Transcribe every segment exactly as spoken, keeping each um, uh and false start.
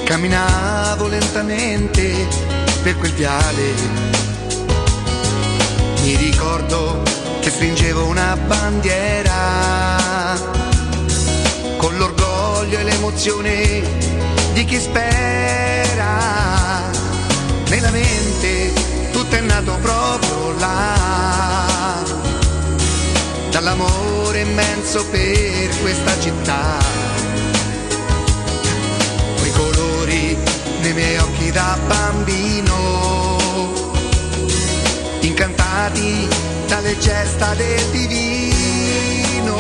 Camminavo lentamente per quel viale, mi ricordo che stringevo una bandiera, con l'orgoglio e l'emozione di chi spera. Nella mente tutto è nato proprio là, dall'amore immenso per questa città. Quei colori nei miei occhi da bambino, incantati dalle gesta del divino.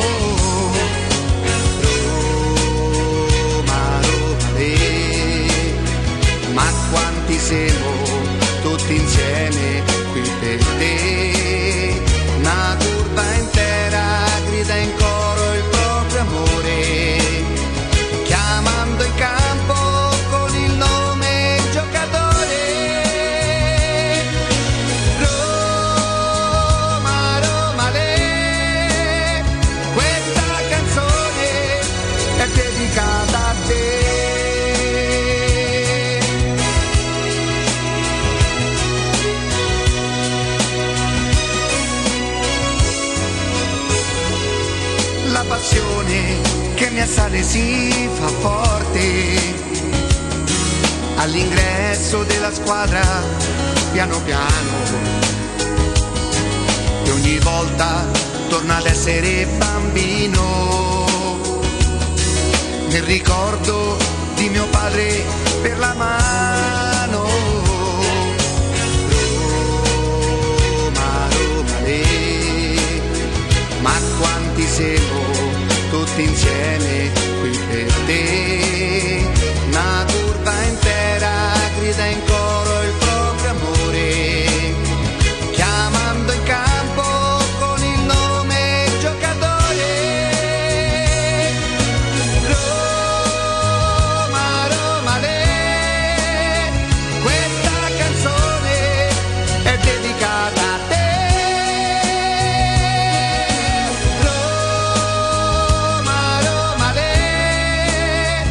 Roma, Roma, le, ma quanti siamo tutti insieme qui per te. Una curva intera grida in coro il proprio amore, chiamando in campo con il nome giocatore. Roma, Roma, le, questa canzone è dedicata a te. La passione che mi assale si fa forte all'ingresso della squadra, piano piano, e ogni volta torna ad essere bambino, nel ricordo di mio padre per la mano. Roma, Roma, le, ma quanti siamo tutti insieme qui per te. Una curva intera grida in coro il proprio amore, chiamando in campo con il nome giocatore. Roma, Roma, le, questa canzone è dedicata a te. Roma, Roma, le,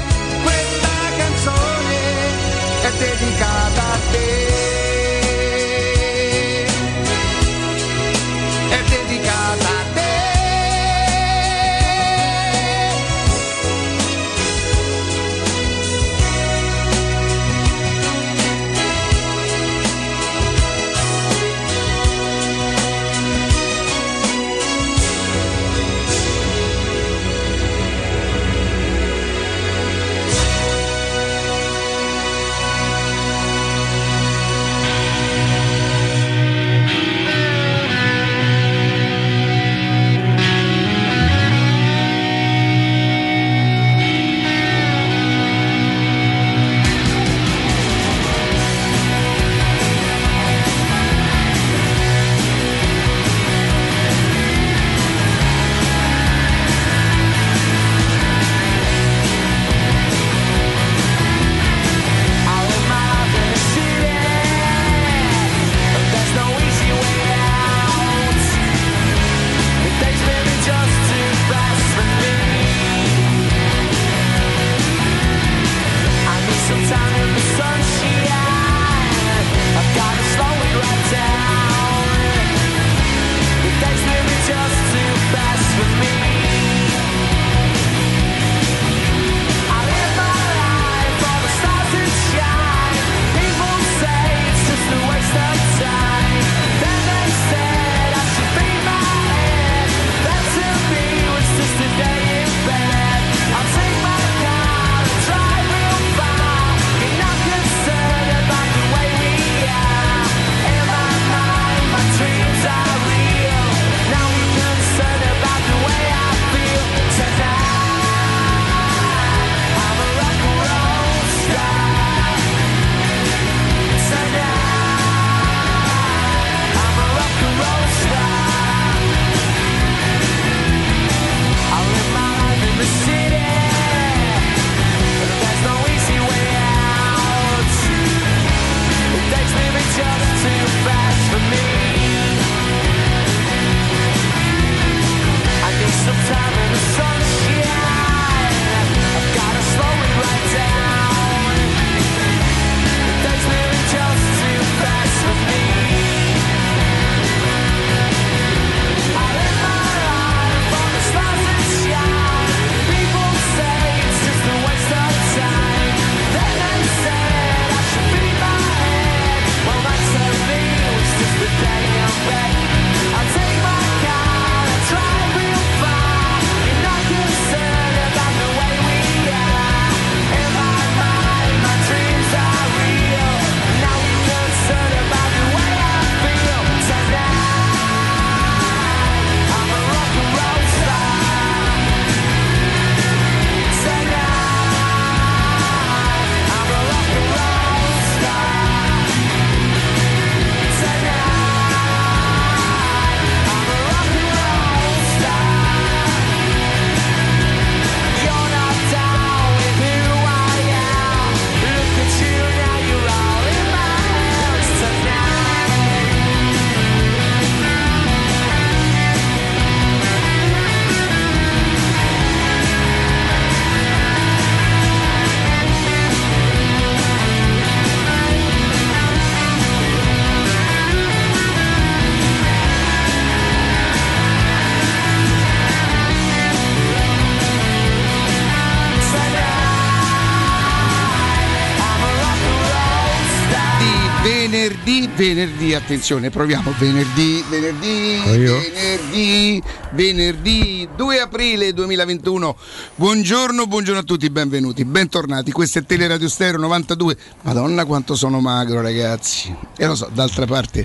venerdì, venerdì, attenzione, proviamo, venerdì, venerdì, venerdì, venerdì due aprile duemilaventuno. Buongiorno, buongiorno a tutti, benvenuti, bentornati. Questo è Teleradio Stereo novantadue. Madonna quanto sono magro, ragazzi. E lo so, d'altra parte.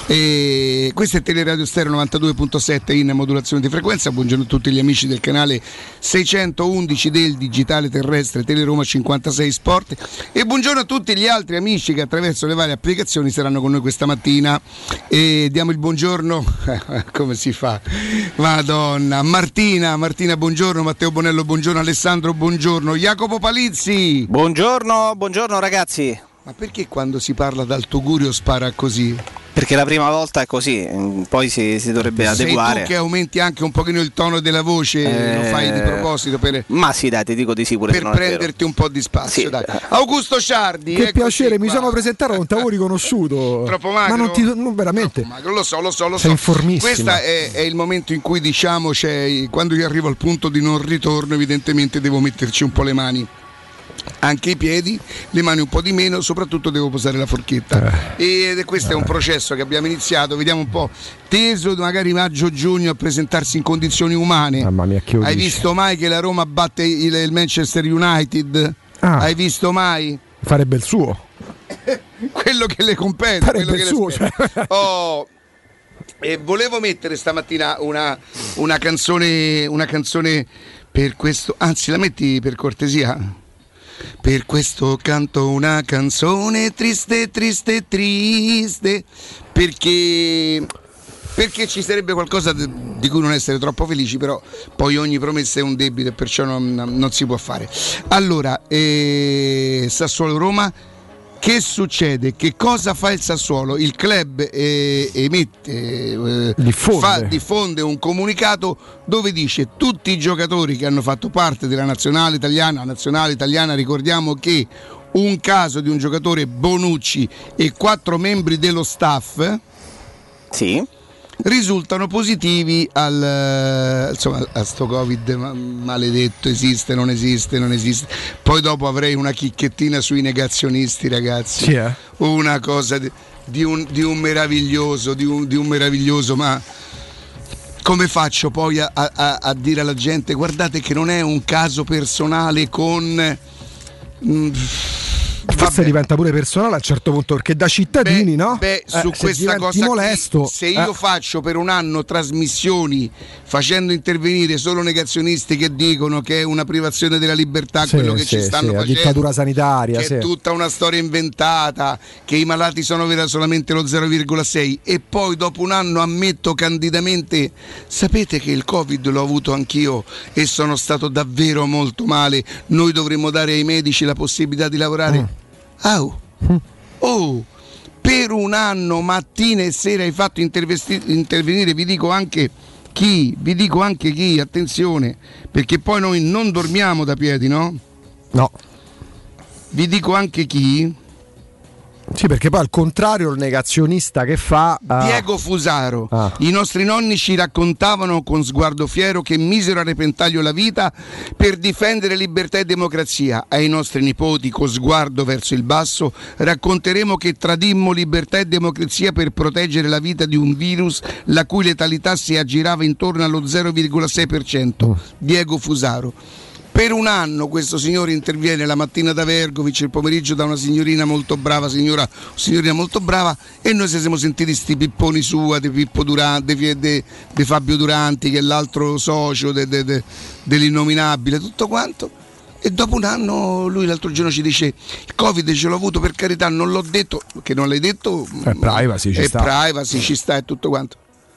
E questo è Teleradio Stereo novantadue virgola sette in modulazione di frequenza. Buongiorno a tutti gli amici del canale seicentoundici del digitale terrestre Teleroma cinquantasei Sport. E buongiorno a tutti gli altri amici che attraverso le varie applicazioni saranno con noi questa mattina. E diamo il buongiorno. Come si fa? Madonna. Martina, Martina, buongiorno. Matteo Bonello, buongiorno. Alessandro, buongiorno. Jacopo Palizzi. Buongiorno, buongiorno ragazzi. Ma perché quando si parla d'Altugurio spara così? Perché la prima volta è così, poi si, si dovrebbe Sei adeguare. Sei tu che aumenti anche un pochino il tono della voce, eh, lo fai di proposito per, ma sì, dai, ti dico di sicuro per prenderti un po' di spazio. Sì. Dai. Augusto Ciardi, che piacere, qua. Mi sono presentato con te, avevo riconosciuto. Troppo magro? Ma non ti non veramente. Magro, lo so, lo so, lo Sei so. informissimo. Questo è, è il momento in cui diciamo c'è, quando io arrivo al punto di non ritorno, evidentemente devo metterci un po' le mani. Anche i piedi, le mani un po' di meno, soprattutto devo posare la forchetta. Eh. E questo è un processo che abbiamo iniziato, vediamo un po', teso magari maggio-giugno a presentarsi in condizioni umane. Mamma mia, che Hai visto mai che la Roma batte il, il Manchester United? Ah. Hai visto mai? Farebbe il suo. Quello che le compete. Farebbe quello il che suo. le Cioè. Oh. E volevo mettere stamattina una, una canzone, una canzone per questo, anzi la metti per cortesia? Per questo canto una canzone triste, triste, triste, perché, perché ci sarebbe qualcosa di cui non essere troppo felici, però poi ogni promessa è un debito e perciò non, non si può fare. Allora, eh, Sassuolo-Roma, che succede? Che cosa fa il Sassuolo? Il club eh, emette, eh, diffonde. Fa, diffonde un comunicato dove dice: tutti i giocatori che hanno fatto parte della nazionale italiana, nazionale italiana, ricordiamo che un caso di un giocatore, Bonucci, e quattro membri dello staff, sì, risultano positivi al, insomma, a sto Covid maledetto. Esiste, non esiste, non esiste. Poi dopo avrei una chicchettina sui negazionisti, ragazzi. Sì, eh? Una cosa di, di, un, di un meraviglioso, di un, di un meraviglioso, ma come faccio poi a, a, a dire alla gente: guardate che non è un caso personale con... Mh, forse Vabbè. diventa pure personale a un certo punto, perché da cittadini, beh, no? Beh, su eh, questa cosa molesto, qui, se io eh. faccio per un anno trasmissioni facendo intervenire solo negazionisti che dicono che è una privazione della libertà, sì, quello che sì, ci stanno sì, facendo, la dittatura sanitaria, che sì. è tutta una storia inventata, che i malati sono vera solamente lo zero virgola sei, e poi dopo un anno ammetto candidamente: sapete che il Covid l'ho avuto anch'io e sono stato davvero molto male, noi dovremmo dare ai medici la possibilità di lavorare. Mm. Oh, oh, per un anno mattina e sera hai fatto intervenire, vi dico anche chi, vi dico anche chi, attenzione, perché poi noi non dormiamo da piedi, no? No. Vi dico anche chi. Sì, perché poi al contrario il negazionista che fa uh... Diego Fusaro. Ah. I nostri nonni ci raccontavano con sguardo fiero che misero a repentaglio la vita per difendere libertà e democrazia. Ai nostri nipoti, con sguardo verso il basso, racconteremo che tradimmo libertà e democrazia per proteggere la vita di un virus la cui letalità si aggirava intorno allo zero virgola sei per cento. Mm. Diego Fusaro. Per un anno questo signore interviene la mattina da Vergovic, il pomeriggio da una signorina molto brava, signora, signorina molto brava, e noi ci siamo sentiti sti pipponi sua, di Pippo Durante, di Fabio Duranti, che è l'altro socio de, de, de, dell'innominabile, tutto quanto. E dopo un anno lui l'altro giorno ci dice: il Covid ce l'ho avuto, per carità, non l'ho detto, che non l'hai detto, è privacy, ci è sta. privacy, ci sta e tutto quanto.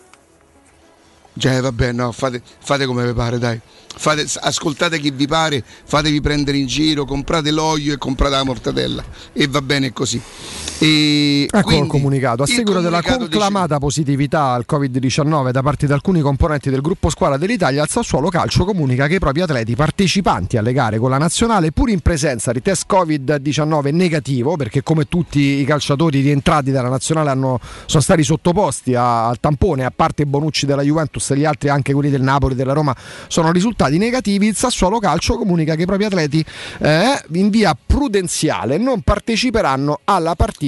Cioè, vabbè, no, fate, fate come vi pare, dai. Fate, ascoltate chi vi pare, fatevi prendere in giro, comprate l'olio e comprate la mortadella, e va bene così. E ecco quindi, il comunicato. A seguito della conclamata dice... positività al covid diciannove da parte di alcuni componenti del gruppo squadra dell'Italia, il Sassuolo Calcio comunica che i propri atleti partecipanti alle gare con la nazionale, pur in presenza di test covid diciannove negativo, perché come tutti i calciatori rientrati dalla nazionale hanno, sono stati sottoposti a, al tampone, a parte Bonucci della Juventus e gli altri, anche quelli del Napoli, della Roma, sono risultati negativi, il Sassuolo Calcio comunica che i propri atleti eh, in via prudenziale non parteciperanno alla partita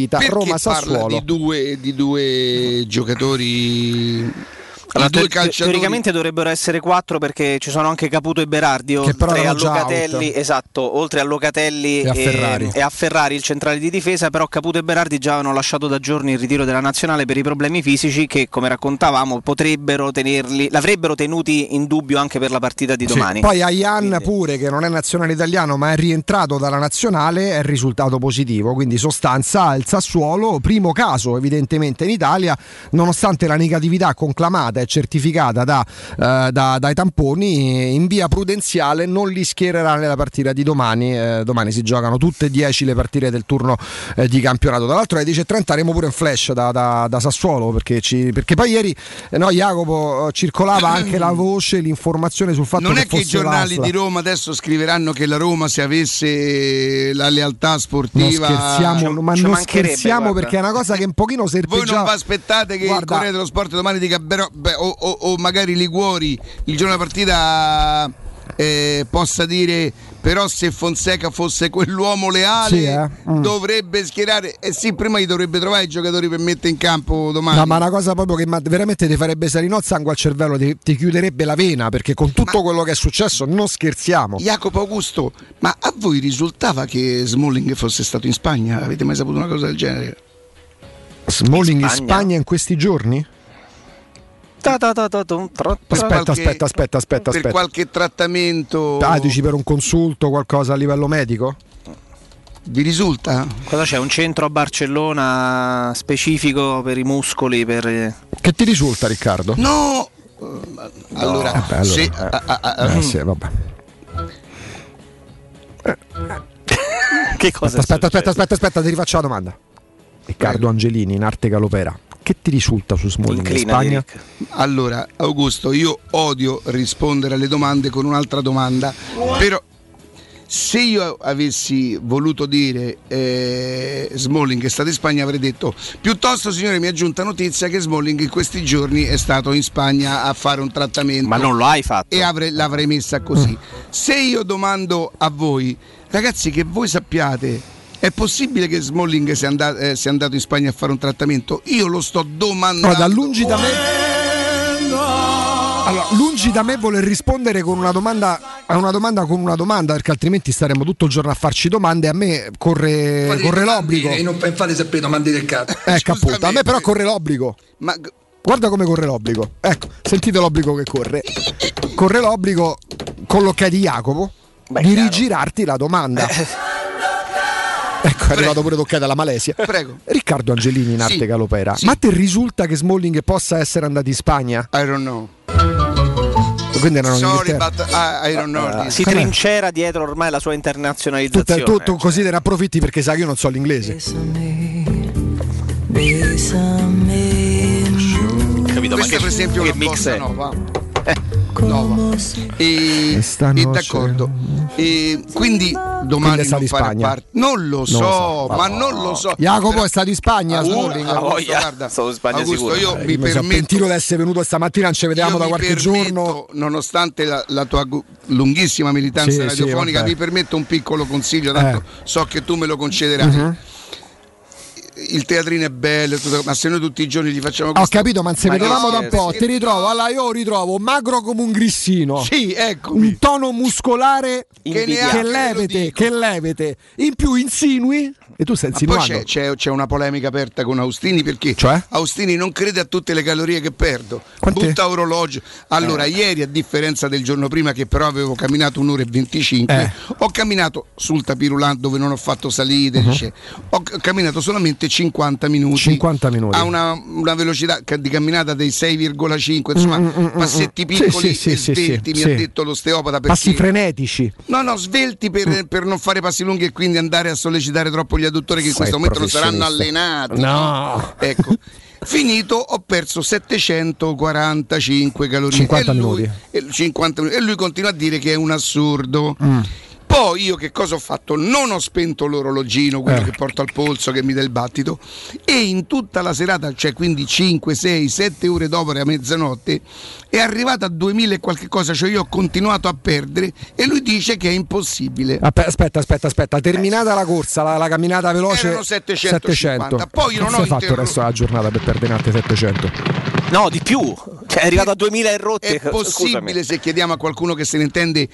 partita Roma-Sassuolo. Parla di due, di due giocatori. Allora, due te- teoricamente dovrebbero essere quattro perché ci sono anche Caputo e Berardi oltre a Locatelli, esatto, oltre a Locatelli e a, e, e a Ferrari, il centrale di difesa, però Caputo e Berardi già hanno lasciato da giorni il ritiro della nazionale per i problemi fisici che, come raccontavamo, potrebbero tenerli, l'avrebbero tenuti in dubbio anche per la partita di domani. Sì. Poi Ayan quindi... pure, che non è nazionale italiano ma è rientrato dalla nazionale, è risultato positivo, quindi sostanza il Sassuolo, primo caso evidentemente in Italia, nonostante la negatività conclamata certificata da, eh, da, dai tamponi, in via prudenziale non li schiererà nella partita di domani. Eh, domani si giocano tutte e dieci le partite del turno eh, di campionato. Tra l'altro alle dieci e trenta avremo pure un flash da, da, da Sassuolo perché, ci, perché poi ieri eh, no, Jacopo circolava anche la voce, l'informazione sul fatto non che è che i giornali l'Asla. di Roma adesso scriveranno che la Roma, se avesse la lealtà sportiva, non scherziamo, ci, ma ci non guarda. scherziamo perché è una cosa che un pochino serpeggia. Voi non vi aspettate che guarda, il Corriere dello Sport domani dica beh, beh, O, o, o magari Liguori il giorno della partita eh, possa dire però se Fonseca fosse quell'uomo leale sì, eh? mm. dovrebbe schierare eh sì, prima gli dovrebbe trovare i giocatori per mettere in campo domani. No, ma una cosa proprio che veramente ti farebbe salire il sangue al cervello, ti, ti chiuderebbe la vena perché con tutto ma, quello che è successo non scherziamo. Jacopo Augusto, ma a voi risultava che Smalling fosse stato in Spagna? Avete mai saputo una cosa del genere? Smalling in Spagna in, Spagna in questi giorni? Aspetta, aspetta, aspetta, aspetta, aspetta. Per qualche trattamento. Ah, dici per un consulto, qualcosa a livello medico? Vi risulta? Cosa c'è? Un centro a Barcellona specifico per i muscoli? Per... Che ti risulta, Riccardo? No! Allora, no. Vabbè, allora. Sì, eh. ah, ah, ah, eh, sì, vabbè. Che cosa? Aspetta, aspetta, aspetta, aspetta, ti rifaccio la domanda. Riccardo Prego. Angelini in arte galopera. Che ti risulta su Smalling in Spagna? Allora, Augusto, io odio rispondere alle domande con un'altra domanda, però se io avessi voluto dire eh, Smalling è stato in Spagna avrei detto piuttosto signore mi è giunta notizia che Smalling in questi giorni è stato in Spagna a fare un trattamento. Ma non lo hai fatto? E avrei, l'avrei messa così. Mm. Se io domando a voi, ragazzi, che voi sappiate, è possibile che Smalling sia andato, eh, sia andato in Spagna a fare un trattamento? Io lo sto domandando. Guarda, lungi da me. Allora, lungi da me voler rispondere con una domanda a una domanda con una domanda, perché altrimenti staremmo tutto il giorno a farci domande. A me corre, corre domande, l'obbligo. E non fate sempre domande del cazzo. Ecco, appunto, a me però corre l'obbligo. Ma guarda come corre l'obbligo. Ecco, sentite l'obbligo che corre. Corre l'obbligo con l'ok di Jacopo Beh, di chiaro. rigirarti la domanda. Ecco, è Prego. arrivato pure toccato dalla Malesia. Prego. Riccardo Angelini in arte sì. galopera. Sì. Ma ti risulta che Smalling possa essere andato in Spagna? I don't know. Quindi erano Sorry, but I, I don't know. Uh, si Com'è? trincera dietro ormai la sua internazionalizzazione. Tu, tu, tu così te ne approfitti perché sai che io non so l'inglese. Capito? Questa per esempio è una bossa nova. Eh, nova. E, e d'accordo. E quindi domani non, parte, non lo so, non lo so ma no. non lo so. Jacopo Però, è stato in Spagna. Uh, Smalling, Augusto, oh, yeah. guarda, Stavo in Spagna Augusto, sicuro. io eh, mi permetto permetto pentito di essere venuto stamattina, non ci vediamo da qualche permetto, giorno. Nonostante la, la tua lunghissima militanza sì, radiofonica, sì, mi permetto un piccolo consiglio, tanto eh. so che tu me lo concederai. Uh-huh. Il teatrino è bello, tutto, ma se noi tutti i giorni gli facciamo questo... Ho capito, ma se vedevamo da un po', ti ritrovo, allora io ritrovo magro come un grissino. Sì, eccomi. Un tono muscolare che, che levete, che levete. In più insinui e tu stai insinuando. Poi c'è, c'è, c'è una polemica aperta con Austini perché cioè? Austini non crede a tutte le calorie che perdo. Quante? Butta orologio. Allora, eh. ieri, a differenza del giorno prima, che però avevo camminato un'ora e venticinque, eh. ho camminato sul tapirulan dove non ho fatto salite, uh-huh. dice, ho camminato solamente cinquanta minuti. cinquanta minuti. A una, una velocità di camminata dei sei virgola cinque, insomma, mm, mm, passetti piccoli sì, e sì, svelti, sì, mi sì. ha detto l'osteopata. Perché... Passi frenetici. No, no, svelti per, mm. per non fare passi lunghi e quindi andare a sollecitare troppo gli adduttori che in questo momento non saranno allenati. No. Ecco. Finito, ho perso settecentoquarantacinque calorie. cinquanta e lui, minuti. E, cinquanta minuti. E lui continua a dire che è un assurdo. Mm. Poi io che cosa ho fatto? Non ho spento l'orologino, quello Eh. che porto al polso, che mi dà il battito, e in tutta la serata, cioè quindi cinque, sei, sette ore dopo, a mezzanotte, è arrivato a duemila e qualche cosa, cioè io ho continuato a perdere e lui dice che è impossibile. Aspetta, aspetta, aspetta, terminata la corsa, la, la camminata veloce, Erano settecentocinquanta. Poi io non Come ho hai fatto il interro- resto della giornata per perdere altre settecento? No, di più. Cioè, è arrivato a duemila e rotte. È possibile, Scusami. se chiediamo a qualcuno che se ne intende,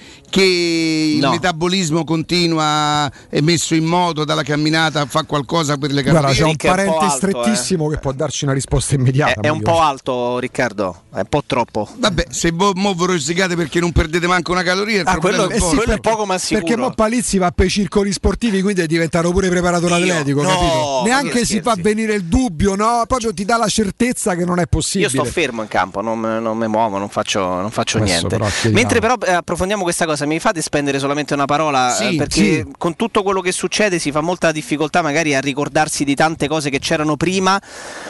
che il No. metabolismo continua, è messo in moto dalla camminata, fa qualcosa per le calorie? Guarda, c'è un che è un po' parente alto, strettissimo che può darci una risposta immediata. È, è un Mario. po' alto, Riccardo. È un po' troppo. Vabbè, se voi mo vi rosicate perché non perdete manco una caloria, il Ah, problema quello- è eh sì, vostro. quello è poco ma sicuro. Perché mo Palizzi va per i circoli sportivi, quindi è diventato pure preparatore Io? atletico, No, capito? ma Neanche che si scherzi. fa venire il dubbio, no? Proprio ti dà la certezza che non è possibile. Io sto fermo in campo, non, me- non mi muovo, non faccio, non faccio Adesso niente. però chiediamo. Mentre però eh, approfondiamo questa cosa, mi fate spendere solamente una parola, Sì, eh, perché sì. con tutto quello che succede si fa molta difficoltà magari a ricordarsi di tante cose che c'erano prima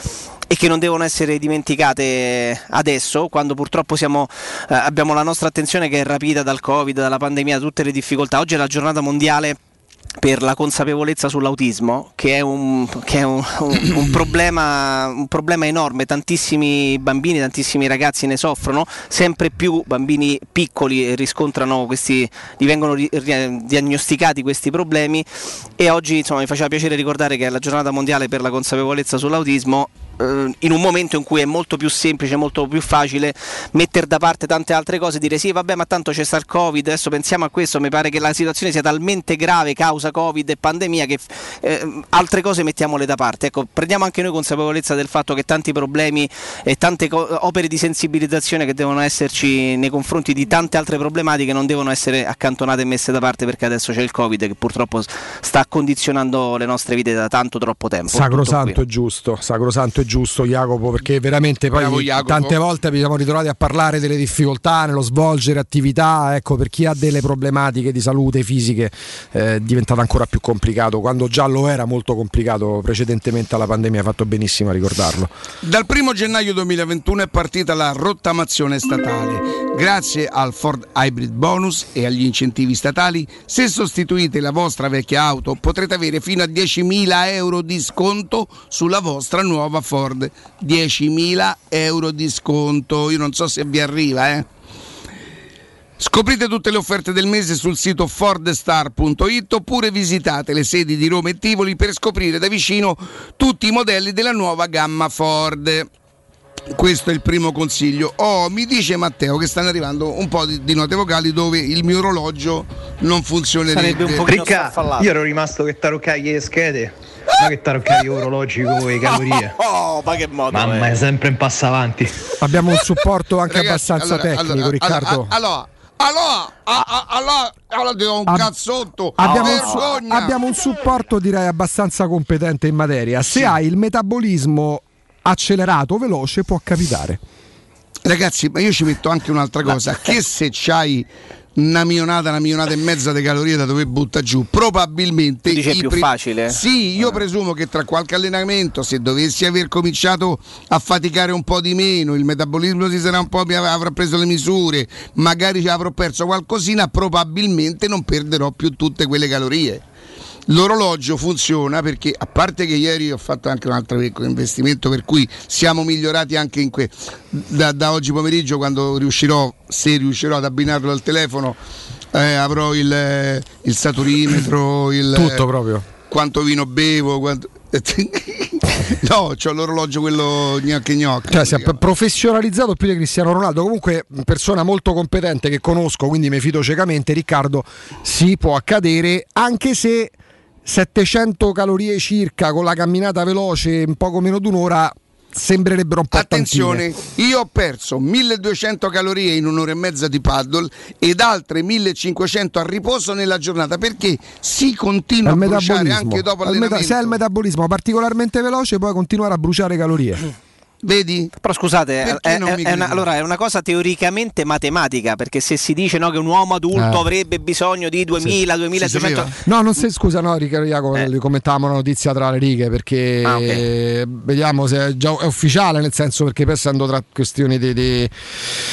e che non devono essere dimenticate adesso, quando purtroppo siamo, eh, abbiamo la nostra attenzione che è rapita dal Covid, dalla pandemia, da tutte le difficoltà. Oggi è la giornata mondiale per la consapevolezza sull'autismo, che è un, che è un, un, un problema, un problema enorme. Tantissimi bambini, tantissimi ragazzi ne soffrono, sempre più bambini piccoli riscontrano questi, gli vengono ri- ri- diagnosticati questi problemi, e oggi insomma mi faceva piacere ricordare che è la giornata mondiale per la consapevolezza sull'autismo, eh, in un momento in cui è molto più semplice, molto più facile mettere da parte tante altre cose, dire sì vabbè ma tanto c'è sta il Covid, adesso pensiamo a questo. Mi pare che la situazione sia talmente grave causa Covid e pandemia che eh, altre cose mettiamole da parte. Ecco, prendiamo anche noi consapevolezza del fatto che tanti problemi e tante co- opere di sensibilizzazione che devono esserci nei confronti di tante altre problematiche non devono essere accantonate e messe da parte, perché adesso c'è il Covid che purtroppo sta condizionando le nostre vite da tanto troppo tempo. Tutto Sacrosanto qui. e giusto, sacrosanto e giusto, Jacopo, perché veramente poi Bravo, Jacopo. tante volte vi siamo ritrovati a parlare delle difficoltà nello svolgere attività, ecco, per chi ha delle problematiche di salute fisiche eh, è diventato ancora più complicato, quando già lo era molto complicato precedentemente alla pandemia. Ha fatto benissimo a ricordarlo. Dal primo gennaio duemilaventuno è partita la rottamazione statale. Grazie al Ford Hybrid Bonus e agli incentivi statali, se sostituite la vostra vecchia auto potrete avere fino a diecimila euro di sconto sulla vostra nuova Ford. diecimila euro di sconto, io non so se vi arriva, eh. Scoprite tutte le offerte del mese sul sito fordstar punto it oppure visitate le sedi di Roma e Tivoli per scoprire da vicino tutti i modelli della nuova gamma Ford. Questo è il primo consiglio. Oh, mi dice Matteo che stanno arrivando un po' di, di note vocali dove il mio orologio non funzionerebbe. Sarebbe un pochino Ricca, sfarfallato. io ero rimasto che taroccai le schede, ma che taroccai orologi con le calorie. Oh, ma che modo Mamma, è? è sempre in passo avanti. Abbiamo un supporto anche Ragazzi, abbastanza allora, tecnico, allora, Riccardo. Allora, allora, allora, allora, allora, allora ti do un Ab- cazzotto. Abbiamo un, su- Vergogna. abbiamo un supporto, direi, abbastanza competente in materia. Se Sì. hai il metabolismo accelerato, veloce, può capitare. Ragazzi, ma io ci metto anche un'altra cosa, che se c'hai una milionata, una milionata e mezza di calorie da dove butta giù, probabilmente Tu dici è i più pri- facile? Sì, io presumo che tra qualche allenamento, se dovessi aver cominciato a faticare un po' di meno, il metabolismo si sarà un po', mi av- avrà preso le misure, magari ci avrò perso qualcosina, probabilmente non perderò più tutte quelle calorie. L'orologio funziona perché, a parte che ieri ho fatto anche un altro piccolo investimento, per cui siamo migliorati anche in que da, da oggi pomeriggio, quando riuscirò, se riuscirò ad abbinarlo al telefono, eh, avrò il, il saturimetro, il Tutto proprio. quanto vino bevo, quanto... no, c'ho l'orologio quello gnocchi gnocchi. Cioè, si è professionalizzato più di Cristiano Ronaldo. Comunque, persona molto competente che conosco, quindi mi fido ciecamente. Riccardo, si può accadere, anche se settecento calorie circa con la camminata veloce in poco meno di un'ora sembrerebbero un po' Attenzione, tantine. io ho perso milleduecento calorie in un'ora e mezza di paddle ed altre millecinquecento a riposo nella giornata, perché si continua a Al bruciare metabolismo. anche dopo Al meta- l'allenamento. se hai il metabolismo particolarmente veloce, puoi continuare a bruciare calorie. Vedi? Però scusate, Perché è, non è- mi è una, credi? allora, è una cosa teoricamente matematica, perché se si dice no, che un uomo adulto Eh. avrebbe bisogno di duemila, duemilaseicento, sapeva? No, non sei, scusa, no, Riccardo Iacopo, Eh. commentavamo una notizia tra le righe, perché Ah, ok. eh, vediamo se è già è ufficiale, nel senso, perché poi essendo tra questioni di, di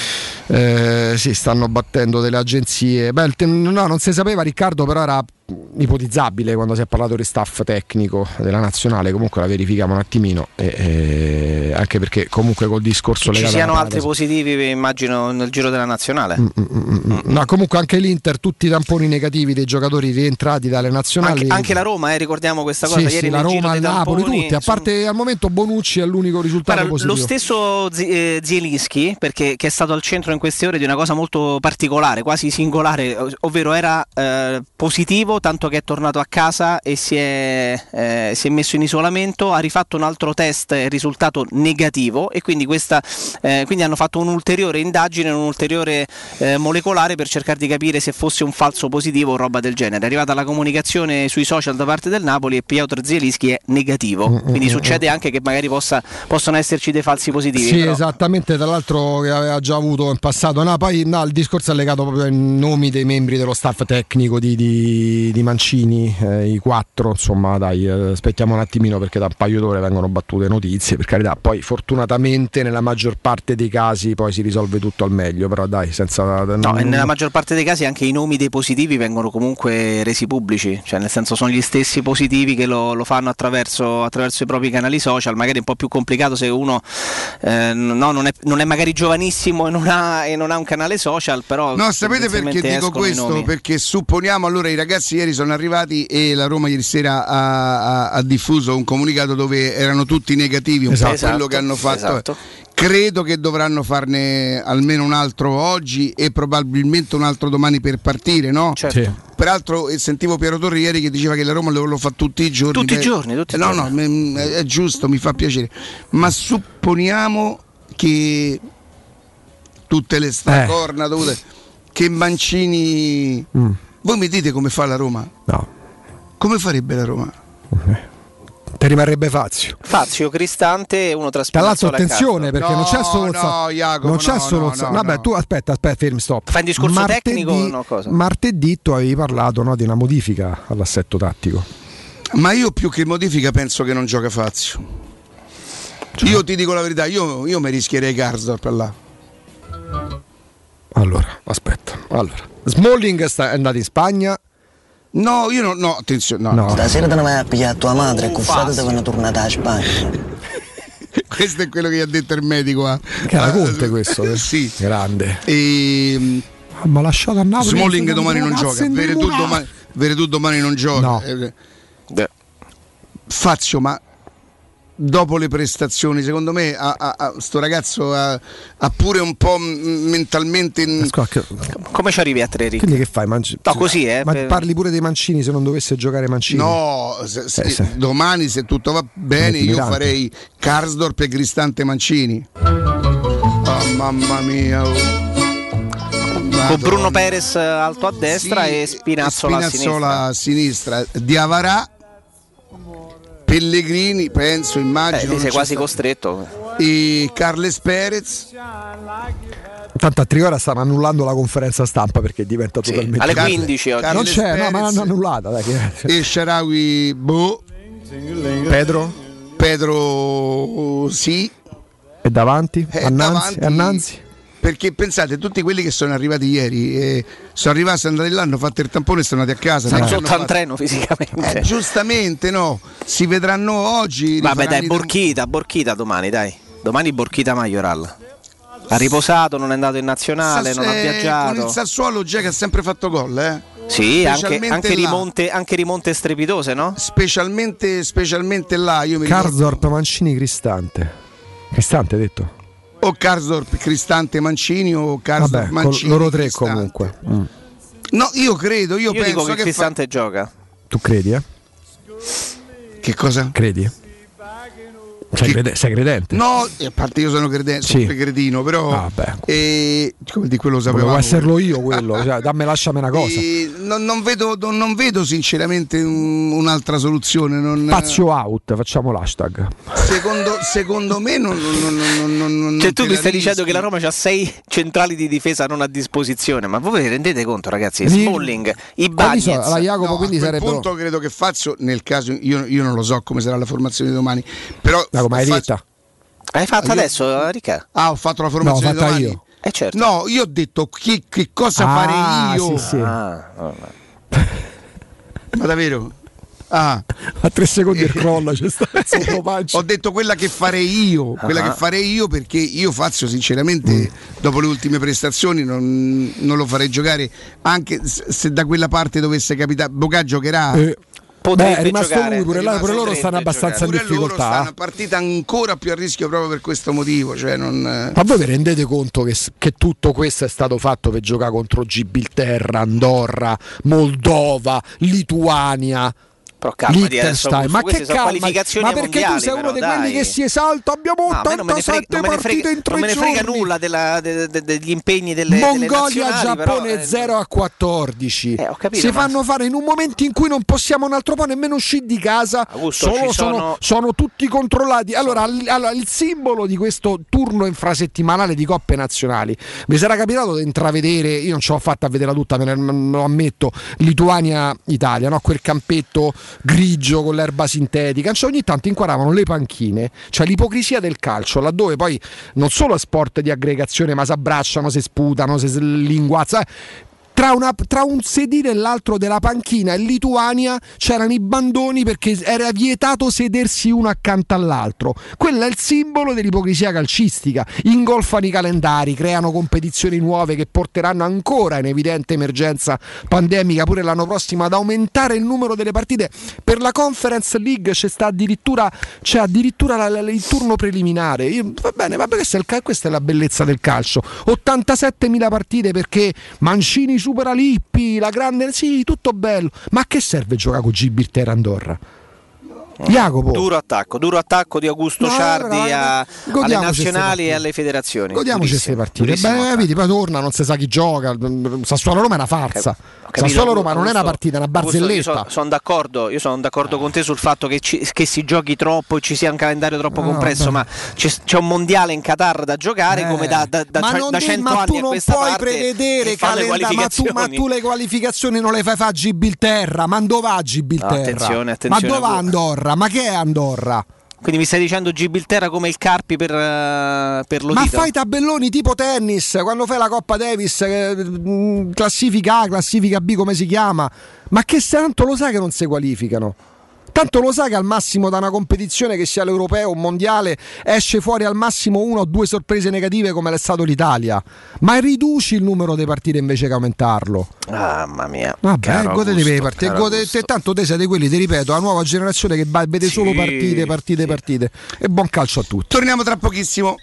Eh, si stanno battendo delle agenzie. Beh, no, non si sapeva, Riccardo, però era ipotizzabile quando si è parlato di staff tecnico della nazionale. Comunque la verifichiamo un attimino, e, e, anche perché comunque col discorso che legato ci siano alla altri positivi, immagino, nel giro della nazionale. Mm, mm, mm, mm. No, comunque anche l'Inter, tutti i tamponi negativi dei giocatori rientrati dalle nazionali. Anche, anche la Roma, eh, ricordiamo questa cosa. Sì, Ieri sì, la Roma, il Napoli, tutti. A parte sono... al momento Bonucci è l'unico risultato Guarda, positivo. lo stesso Z- eh, Zielinski, perché che è stato al centro in queste ore di una cosa molto particolare, quasi singolare, ovvero era eh, positivo, tanto che è tornato a casa e si è, eh, si è messo in isolamento, ha rifatto un altro test, è risultato negativo, e quindi, questa, eh, quindi hanno fatto un'ulteriore indagine, un'ulteriore eh, molecolare per cercare di capire se fosse un falso positivo o roba del genere. È arrivata la comunicazione sui social da parte del Napoli e Piotr Zielinski è negativo, quindi succede anche che magari possa, possano esserci dei falsi positivi. Sì, però... esattamente, tra l'altro che aveva già avuto in passato. No, poi no, il discorso è legato proprio ai nomi dei membri dello staff tecnico di, di, di Mancini. Eh, i quattro, insomma, dai, eh, aspettiamo un attimino, perché da un paio d'ore vengono battute notizie, per carità. Poi fortunatamente nella maggior parte dei casi poi si risolve tutto al meglio, però dai, senza no, non... e nella maggior parte dei casi anche i nomi dei positivi vengono comunque resi pubblici, cioè nel senso sono gli stessi positivi che lo, lo fanno attraverso, attraverso i propri canali social. Magari è un po' più complicato se uno eh, no, non, è, non è magari giovanissimo e non ha, e non ha un canale social, però no, sapete perché dico questo? Perché supponiamo, allora, i ragazzi ieri sono arrivati e la Roma ieri sera ha, ha, ha diffuso un comunicato dove erano tutti negativi, un esatto, po' quello che hanno fatto. Esatto. Credo che dovranno farne almeno un altro oggi e probabilmente un altro domani per partire, no? Certo. Sì. Peraltro sentivo Piero Torri ieri che diceva che la Roma lo, lo fa tutti i giorni. Tutti i giorni, tutti i no, giorni. no, è giusto, mi fa piacere. Ma supponiamo che tutte le stracorna eh. dovute, che Mancini... Mm. Voi mi dite come fa la Roma? No. Come farebbe la Roma? Ti rimarrebbe Fazio. Fazio, Cristante e uno tra Tra l'altro Spinazzola e attenzione, perché no, non c'è solo no, Jacopo, non c'è no, solo no, no, vabbè, no. tu aspetta, aspetta, fermi, stop. Fai un discorso martedì, tecnico o no, cosa? Martedì tu avevi parlato, no, di una modifica all'assetto tattico. Ma io più che modifica penso che non gioca Fazio. Cioè. Io ti dico la verità, io, io mi rischierei Karsdorp là. Allora, aspetta. Allora, Smalling sta, è andato in Spagna. No, io no, no, attenzione, no. no. Stasera te ne vai a pigliare tua madre e con frate devono tornare a Spagna. Questo è quello che gli ha detto il medico. Eh. Che era Conte questo? Eh, sì. Grande. E... Ma lasciato a Napoli. Smalling domani non gioca. Veretù domani, Veretù domani non gioca. No. Eh, Fazio, ma dopo le prestazioni, secondo me a, a, a, sto ragazzo ha, ha pure un po' mentalmente in... Come ci arrivi a tre, Rick? Quindi che fai? Manci... No, così, eh, ma per... parli pure dei Mancini se non dovesse giocare Mancini? No, se, se, eh, se. domani se tutto va bene io farei Karsdorp e Cristante Mancini. Oh, mamma mia. Oh. Con Bruno Perez alto a destra, sì, e Spinazzola, Spinazzola a sinistra. a sinistra. Diavarà, Pellegrini, penso, immagino. Eh, sei quasi sta... costretto. E Carles Perez. Tanto a Trigoria stanno annullando la conferenza stampa perché diventa sì, totalmente alle quindici oggi. Non c'è, Perez, no, ma l'hanno annullata. Dai. E Shaarawy, boh. Pedro? Pedro, sì. E davanti? Eh, Annanzi? davanti, Annanzi? Perché pensate, tutti quelli che sono arrivati ieri eh, sono arrivati, sono andati là, hanno fatto il tampone e sono andati a casa. Sono sotto al treno fisicamente. Eh, giustamente, no. Si vedranno oggi. Vabbè, dai, Borchita, tam- Borchita domani, dai. Domani Borchita Majoral. Ha riposato, non è andato in nazionale, Sass- non ha viaggiato. Con il Sassuolo già che ha sempre fatto gol, eh. Sì, anche, anche, rimonte, anche rimonte strepitose, no? Specialmente, specialmente là. Io mi Karsdorp, ricordo... Mancini, Cristante. Cristante hai detto? O Karsdorp, Cristante, Mancini o Karsdorp, Vabbè, Mancini, loro tre Cristante. Comunque. Mm. No, io credo, io, io penso dico che, che Cristante fa... gioca. Tu credi, eh? Che cosa? Credi? Sei, che... crede- sei credente? No, a parte io sono credente, sì. sono cretino, però ah, e... come di quello sapevamo. Devo esserlo io quello, cioè, dammi, lasciami una cosa. E... Non, non, vedo, non, non vedo sinceramente un, un'altra soluzione. Non... Spazio out, facciamo l'hashtag. Secondo, secondo me non, non, non, non, non Cioè tu mi stai rischi. dicendo che la Roma ha sei centrali di difesa non a disposizione, ma voi vi rendete conto, ragazzi? Smalling, Ibañez. So, allora, Jacopo, no, quindi a quel sarebbe punto credo che Fazio, nel caso io, io non lo so come sarà la formazione di domani, però ma come hai Fazio... detta? Hai fatto io... adesso, Ricca? Ah, ho fatto la No, formazione l'ho fatta di domani. io. Eh certo. No, io ho detto chi, che cosa Ah, farei io. sì, sì. Ah, Ma davvero? Ah, A tre secondi il crolla, c'è stato il sottopancia. ho detto quella che farei io, quella Ah. che farei io perché io Fazio sinceramente Mm. dopo le ultime prestazioni non, non lo farei giocare anche se se da quella parte dovesse capitare. Bocà giocherà. Eh, Potrebbe beh, è rimasto giocare. lui, pure, là- Rimasto- pure loro potrebbe stanno abbastanza in Pure loro sta difficoltà. una partita ancora più a rischio proprio per questo motivo, cioè non Ma voi vi rendete conto che, che tutto questo è stato fatto per giocare contro Gibilterra, Andorra, Moldova, Lituania? Però calma, adesso, Liechtenstein, ma queste che sono calma, qualificazioni ma perché mondiali, tu sei uno però, di quelli dai. che si esalta, abbiamo No, a me non me ne frega, ottantasette non me ne partite frega, in tre non me ne frega giorni. nulla della, de, de, degli impegni delle, Mongolia, delle nazionali, Giappone però, eh, zero a quattordici. Eh, ho capito, si ma- fanno fare in un momento in cui non possiamo un altro po' nemmeno uscire di casa. Augusto, Solo ci sono, sono- sono tutti controllati. Allora, l- allora, il simbolo di questo turno infrasettimanale di coppe nazionali mi sarà capitato di intravedere. Io non ce l'ho fatta a vederla tutta, me ne- me lo ammetto. Lituania-Italia, no? Quel campetto grigio con l'erba sintetica. Cioè, ogni tanto inquadravano le panchine, cioè l'ipocrisia del calcio, laddove poi non solo è sport di aggregazione, ma si abbracciano, si sputano, si linguazzano. Tra, una, tra un sedile e l'altro della panchina in Lituania c'erano i bandoni perché era vietato sedersi uno accanto all'altro. Quello è il simbolo dell'ipocrisia calcistica. Ingolfano i calendari, creano competizioni nuove che porteranno ancora in evidente emergenza pandemica pure l'anno prossimo ad aumentare il numero delle partite. Per la Conference League c'è sta addirittura, c'è addirittura la, la, il turno preliminare. Io, va bene, va bene, questa è, il, questa è la bellezza del calcio. ottantasettemila partite perché Mancini supera Lippi, la grande, sì, tutto bello, ma a che serve giocare con Gibilterra Andorra? Jacopo, duro attacco, duro attacco di Augusto No, Ciardi raga, a- godiamoci alle ste nazionali partite. e alle federazioni. godiamoci queste Durissimo, partite. durissimo Beh, attacco. vedi, poi torna, non si sa chi gioca. Sassuolo Roma è una farsa. Ho capito, Sassuolo Roma non è Augusto, una partita, è una Augusto, barzelletta. Io sono d'accordo, io sono d'accordo con te sul fatto che, ci, che si giochi troppo e ci sia un calendario troppo No, compresso, beh. ma c'è, c'è un mondiale in Qatar da giocare Eh, come da, da, da, ma da non devi- cento ma anni tu a non questa puoi parte prevedere e fanno le calenda- ma, tu, ma qualificazioni. tu le qualificazioni non le fai fare a Gibilterra, ma dove va Gibilterra? No, attenzione, attenzione, ma dove va Gu- Andorra? Ma che è Andorra? Quindi mi stai dicendo Gibilterra come il Carpi per, uh, per Ma l'Odito? fai tabelloni tipo tennis, quando fai la Coppa Davis, eh, mh, classifica A, classifica B, come si chiama? Ma che se tanto lo sai che non si qualificano? Tanto lo sai che al massimo da una competizione che sia l'europeo o un mondiale esce fuori al massimo una o due sorprese negative come l'è stato l'Italia. Ma riduci il numero di partite invece che aumentarlo. Mamma mia. Vabbè, caro godetevi le Augusto, partite. caro Godete, Augusto. tanto te siete quelli, ti ripeto, la nuova generazione che va- vede Sì, solo partite, partite, sì. partite. E buon calcio a tutti. torniamo tra pochissimo.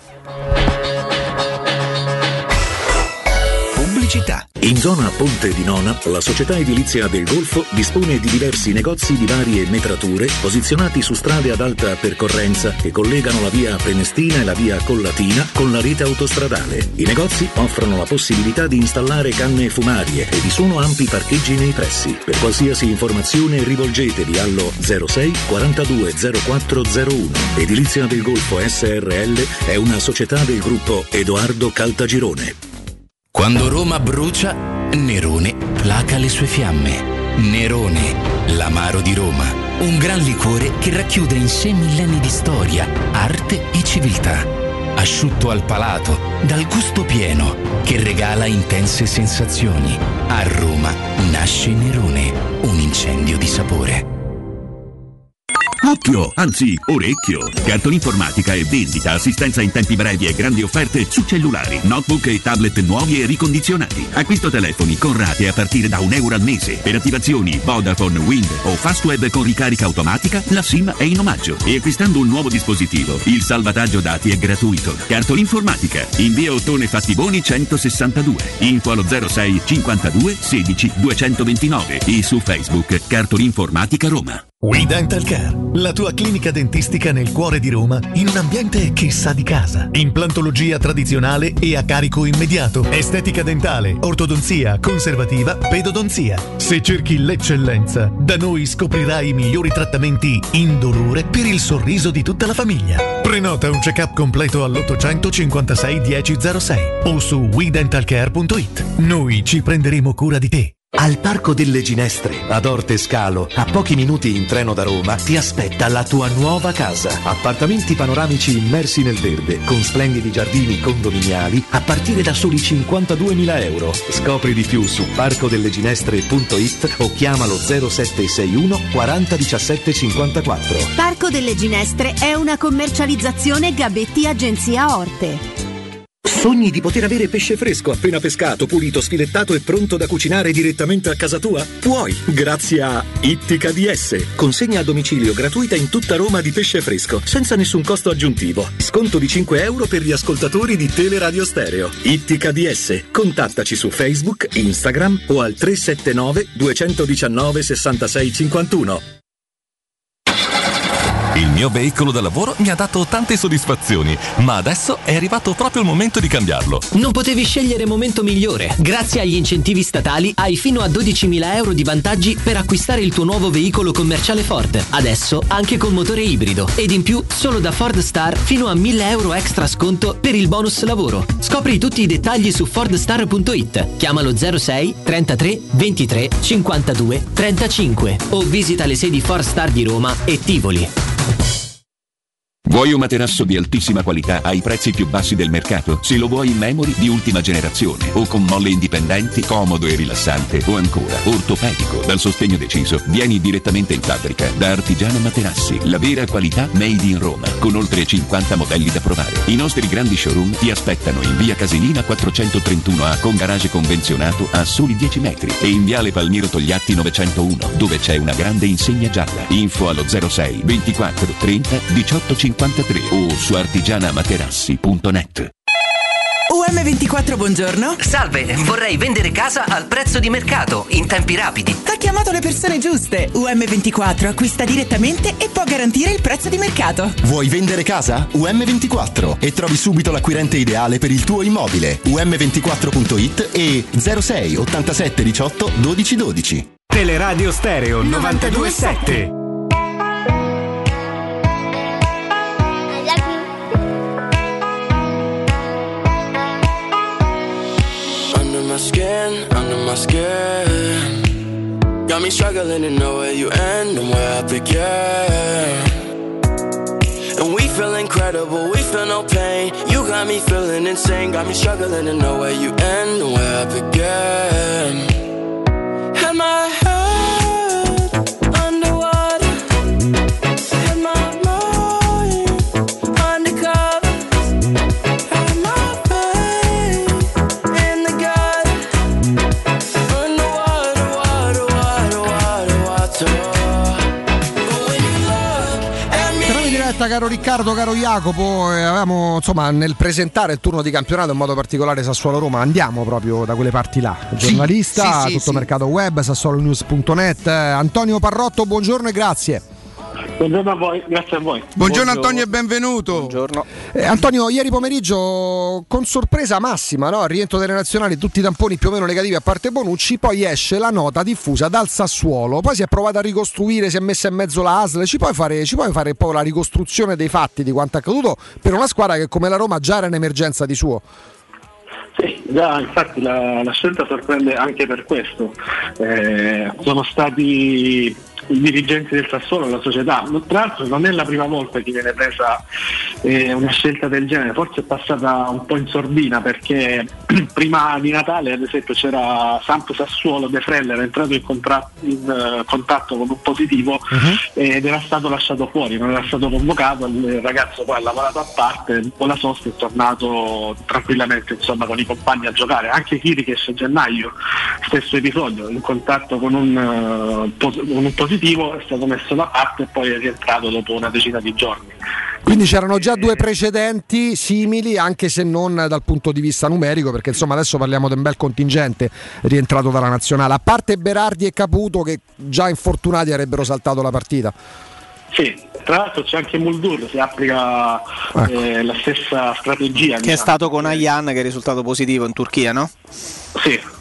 Pubblicità. In zona Ponte di Nona, la società edilizia del Golfo dispone di diversi negozi di varie metrature posizionati su strade ad alta percorrenza che collegano la via Prenestina e la via Collatina con la rete autostradale. I negozi offrono la possibilità di installare canne fumarie e vi sono ampi parcheggi nei pressi. Per qualsiasi informazione rivolgetevi allo zero sei quarantadue zero quattro zero uno. Edilizia del Golfo S R L è una società del gruppo Edoardo Caltagirone. Quando Roma brucia, Nerone placa le sue fiamme. Nerone, l'amaro di Roma. Un gran liquore che racchiude in sé millenni di storia, arte e civiltà. Asciutto al palato, dal gusto pieno, che regala intense sensazioni. A Roma nasce Nerone, un incendio di sapore. Occhio, anzi orecchio. Cartolinformatica e vendita, assistenza in tempi brevi e grandi offerte su cellulari, notebook e tablet nuovi e ricondizionati. Acquisto telefoni con rate a partire da un euro al mese. Per attivazioni Vodafone, Wind o Fastweb con ricarica automatica, la SIM è in omaggio. E acquistando un nuovo dispositivo, il salvataggio dati è gratuito. Cartolinformatica, in via Ottone Fattiboni centosessantadue. Info allo zero sei cinquantadue sedici duecentoventinove e su Facebook Cartolinformatica Roma. We Dental Care, la tua clinica dentistica nel cuore di Roma, in un ambiente che sa di casa. Implantologia tradizionale e a carico immediato. Estetica dentale, ortodonzia, conservativa, pedodonzia. Se cerchi l'eccellenza, da noi scoprirai i migliori trattamenti indolore per il sorriso di tutta la famiglia. Prenota un check-up completo all'ottocento cinquantasei dieci zero sei o su we dental care punto it. Noi ci prenderemo cura di te. Al Parco delle Ginestre, ad Orte Scalo, a pochi minuti in treno da Roma, ti aspetta la tua nuova casa. Appartamenti panoramici immersi nel verde, con splendidi giardini condominiali, a partire da soli cinquantaduemila euro. Scopri di più su parco delle ginestre punto it o chiamalo zero sette sei uno quaranta diciassette cinquantaquattro. Parco delle Ginestre è una commercializzazione Gabetti Agenzia Orte. Sogni di poter avere pesce fresco appena pescato, pulito, sfilettato e pronto da cucinare direttamente a casa tua? Puoi, grazie a Ittica D S. Consegna a domicilio gratuita in tutta Roma di pesce fresco, senza nessun costo aggiuntivo. Sconto di cinque euro per gli ascoltatori di Teleradio Stereo. Ittica D S. Contattaci su Facebook, Instagram o al tre sette nove due uno nove sei sei cinque uno. Il mio veicolo da lavoro mi ha dato tante soddisfazioni, ma adesso è arrivato proprio il momento di cambiarlo. Non potevi scegliere momento migliore. Grazie agli incentivi statali hai fino a dodicimila euro di vantaggi per acquistare il tuo nuovo veicolo commerciale Ford. Adesso anche con motore ibrido. Ed in più, solo da Ford Star, fino a mille euro extra sconto per il bonus lavoro. Scopri tutti i dettagli su fordstar punto it. Chiamalo zero sei trentatré ventitré cinquantadue trentacinque o visita le sedi Ford Star di Roma e Tivoli. Vuoi un materasso di altissima qualità ai prezzi più bassi del mercato? Se lo vuoi in memory di ultima generazione o con molle indipendenti, comodo e rilassante, o ancora ortopedico dal sostegno deciso, vieni direttamente in fabbrica da Artigiana Materassi, la vera qualità made in Roma, con oltre cinquanta modelli da provare. I nostri grandi showroom ti aspettano in via Casilina quattrocentotrentuno A con garage convenzionato a soli dieci metri e in viale Palmiro Togliatti novecentouno, dove c'è una grande insegna gialla. Info allo zero sei ventiquattro trenta diciotto cinquantatré o su artigianamaterassi punto net. U M ventiquattro, buongiorno. Salve, vorrei vendere casa al prezzo di mercato, in tempi rapidi. Ha chiamato le persone giuste. U M ventiquattro acquista direttamente e può garantire il prezzo di mercato. Vuoi vendere casa? U M ventiquattro e trovi subito l'acquirente ideale per il tuo immobile. U M ventiquattro punto it e zero sei ottantasette diciotto dodici dodici. Teleradio Stereo novantadue sette. My skin, under my skin, got me struggling to know where you end and where I begin. And we feel incredible, we feel no pain. You got me feeling insane, got me struggling to know where you end and where I begin. Had my head underwater, had my mind undercover, had my faith in the God. Caro Riccardo, caro Jacopo, eh, avevamo insomma nel presentare il turno di campionato in modo particolare Sassuolo-Roma, andiamo proprio da quelle parti là, giornalista, sì, sì, tutto sì. Mercato web, sassuolonews punto net. eh, Antonio Parrotto, buongiorno e grazie. Buongiorno a voi, grazie a voi. Buongiorno, Buongiorno. Antonio e benvenuto. Buongiorno. Eh, Antonio, ieri pomeriggio con sorpresa massima, no? Al rientro delle nazionali, tutti i tamponi più o meno negativi a parte Bonucci, poi esce la nota diffusa dal Sassuolo, poi si è provato a ricostruire, si è messa in mezzo la A S L, ci puoi fare, ci puoi fare un po' la ricostruzione dei fatti di quanto è accaduto per una squadra che come la Roma già era in emergenza di suo? Sì, già infatti la, la scelta sorprende anche per questo. Eh, sono stati i dirigenti del Sassuolo, la società, tra l'altro non è la prima volta che viene presa eh, una scelta del genere, forse è passata un po' in sordina perché prima di Natale ad esempio c'era Samp Sassuolo, De Frel era entrato in, contra- in uh, contatto con un positivo uh-huh. ed era stato lasciato fuori, non era stato convocato, il ragazzo poi ha lavorato a parte, con la sosta è tornato tranquillamente insomma con i compagni a giocare, anche Chiriches a gennaio stesso episodio, in contatto con un, uh, pos- con un positivo è stato messo da parte e poi è rientrato dopo una decina di giorni. Quindi c'erano già due precedenti simili, anche se non dal punto di vista numerico, perché insomma adesso parliamo di un bel contingente rientrato dalla nazionale, a parte Berardi e Caputo che già infortunati avrebbero saltato la partita. Sì, tra l'altro c'è anche Muldur, si applica ecco. eh, la stessa strategia. Che è stato con Ayhan che è risultato positivo in Turchia, no? Sì.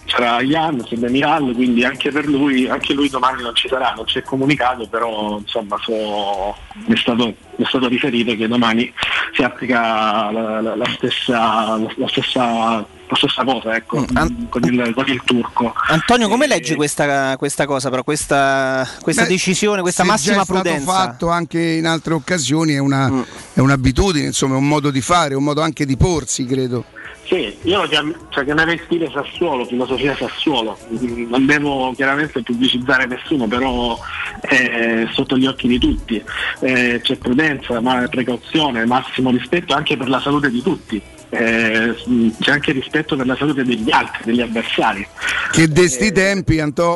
c'era Jan Demiral, quindi anche per lui, anche lui domani non ci sarà, non c'è comunicato, però insomma so, mi, è stato, mi è stato riferito che domani si applica la, la, la stessa la stessa la stessa cosa, ecco, An- con, il, con il turco. Antonio, come leggi questa, questa cosa, però questa, questa Beh, decisione, questa massima prudenza? È stato fatto anche in altre occasioni, è, una, mm. è un'abitudine, insomma, è un modo di fare, un modo anche di porsi, credo. Sì, io lo chiam- cioè, chiamerei stile Sassuolo, filosofia Sassuolo, non devo chiaramente pubblicizzare nessuno, però è sotto gli occhi di tutti, eh, c'è prudenza, ma precauzione, massimo rispetto anche per la salute di tutti. Eh, c'è anche rispetto per la salute degli altri, degli avversari. Che de sti eh, tempi, Antò.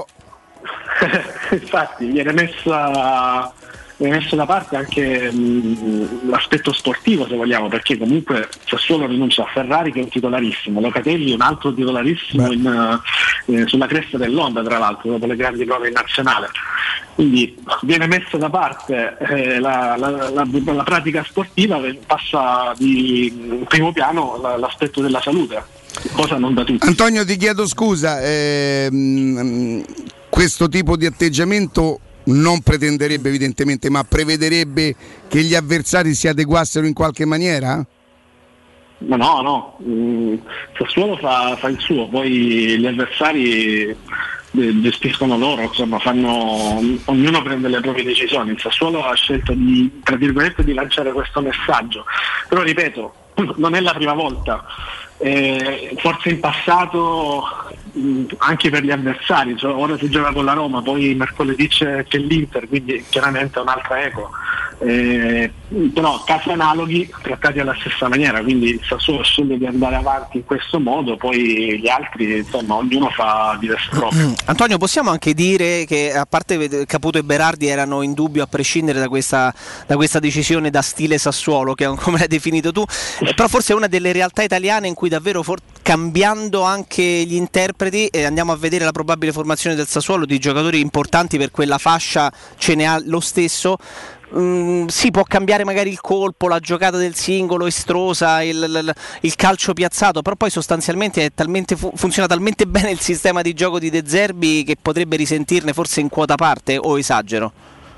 Infatti viene messa viene messo da parte anche mh, l'aspetto sportivo, se vogliamo, perché comunque Sassuolo rinuncia a Ferrari, che è un titolarissimo, Locatelli un altro titolarissimo in, eh, sulla cresta dell'onda, tra l'altro, dopo le grandi prove in nazionale. Quindi viene messa da parte eh, la, la, la, la pratica sportiva, passa di in primo piano la, l'aspetto della salute, cosa non da tutti. Antonio, ti chiedo scusa, ehm, questo tipo di atteggiamento non pretenderebbe evidentemente, ma prevederebbe che gli avversari si adeguassero in qualche maniera? Ma no, no, mm, Sassuolo fa, fa il suo, poi gli avversari gestiscono loro, insomma, fanno, ognuno prende le proprie decisioni. Il Sassuolo ha scelto di, tra virgolette, di lanciare questo messaggio, però ripeto, non è la prima volta. Eh, forse in passato mh, anche per gli avversari, cioè, ora si gioca con la Roma, poi mercoledì c'è, c'è l'Inter, quindi chiaramente è un'altra eco, eh, però casi analoghi trattati alla stessa maniera, quindi il Sassuolo sceglie di andare avanti in questo modo, poi gli altri, insomma, ognuno fa di resto proprio. Antonio, possiamo anche dire che, a parte Caputo e Berardi, erano in dubbio a prescindere da questa, da questa decisione da stile Sassuolo, che come l'hai definito tu, eh, però forse è una delle realtà italiane in cui davvero, for- cambiando anche gli interpreti, e andiamo a vedere la probabile formazione del Sassuolo, di giocatori importanti per quella fascia ce ne ha lo stesso. Mm, si può cambiare magari il colpo, la giocata del singolo estrosa, il, il, il calcio piazzato, però poi sostanzialmente è talmente fu- funziona talmente bene il sistema di gioco di De Zerbi che potrebbe risentirne forse in quota parte, o esagero?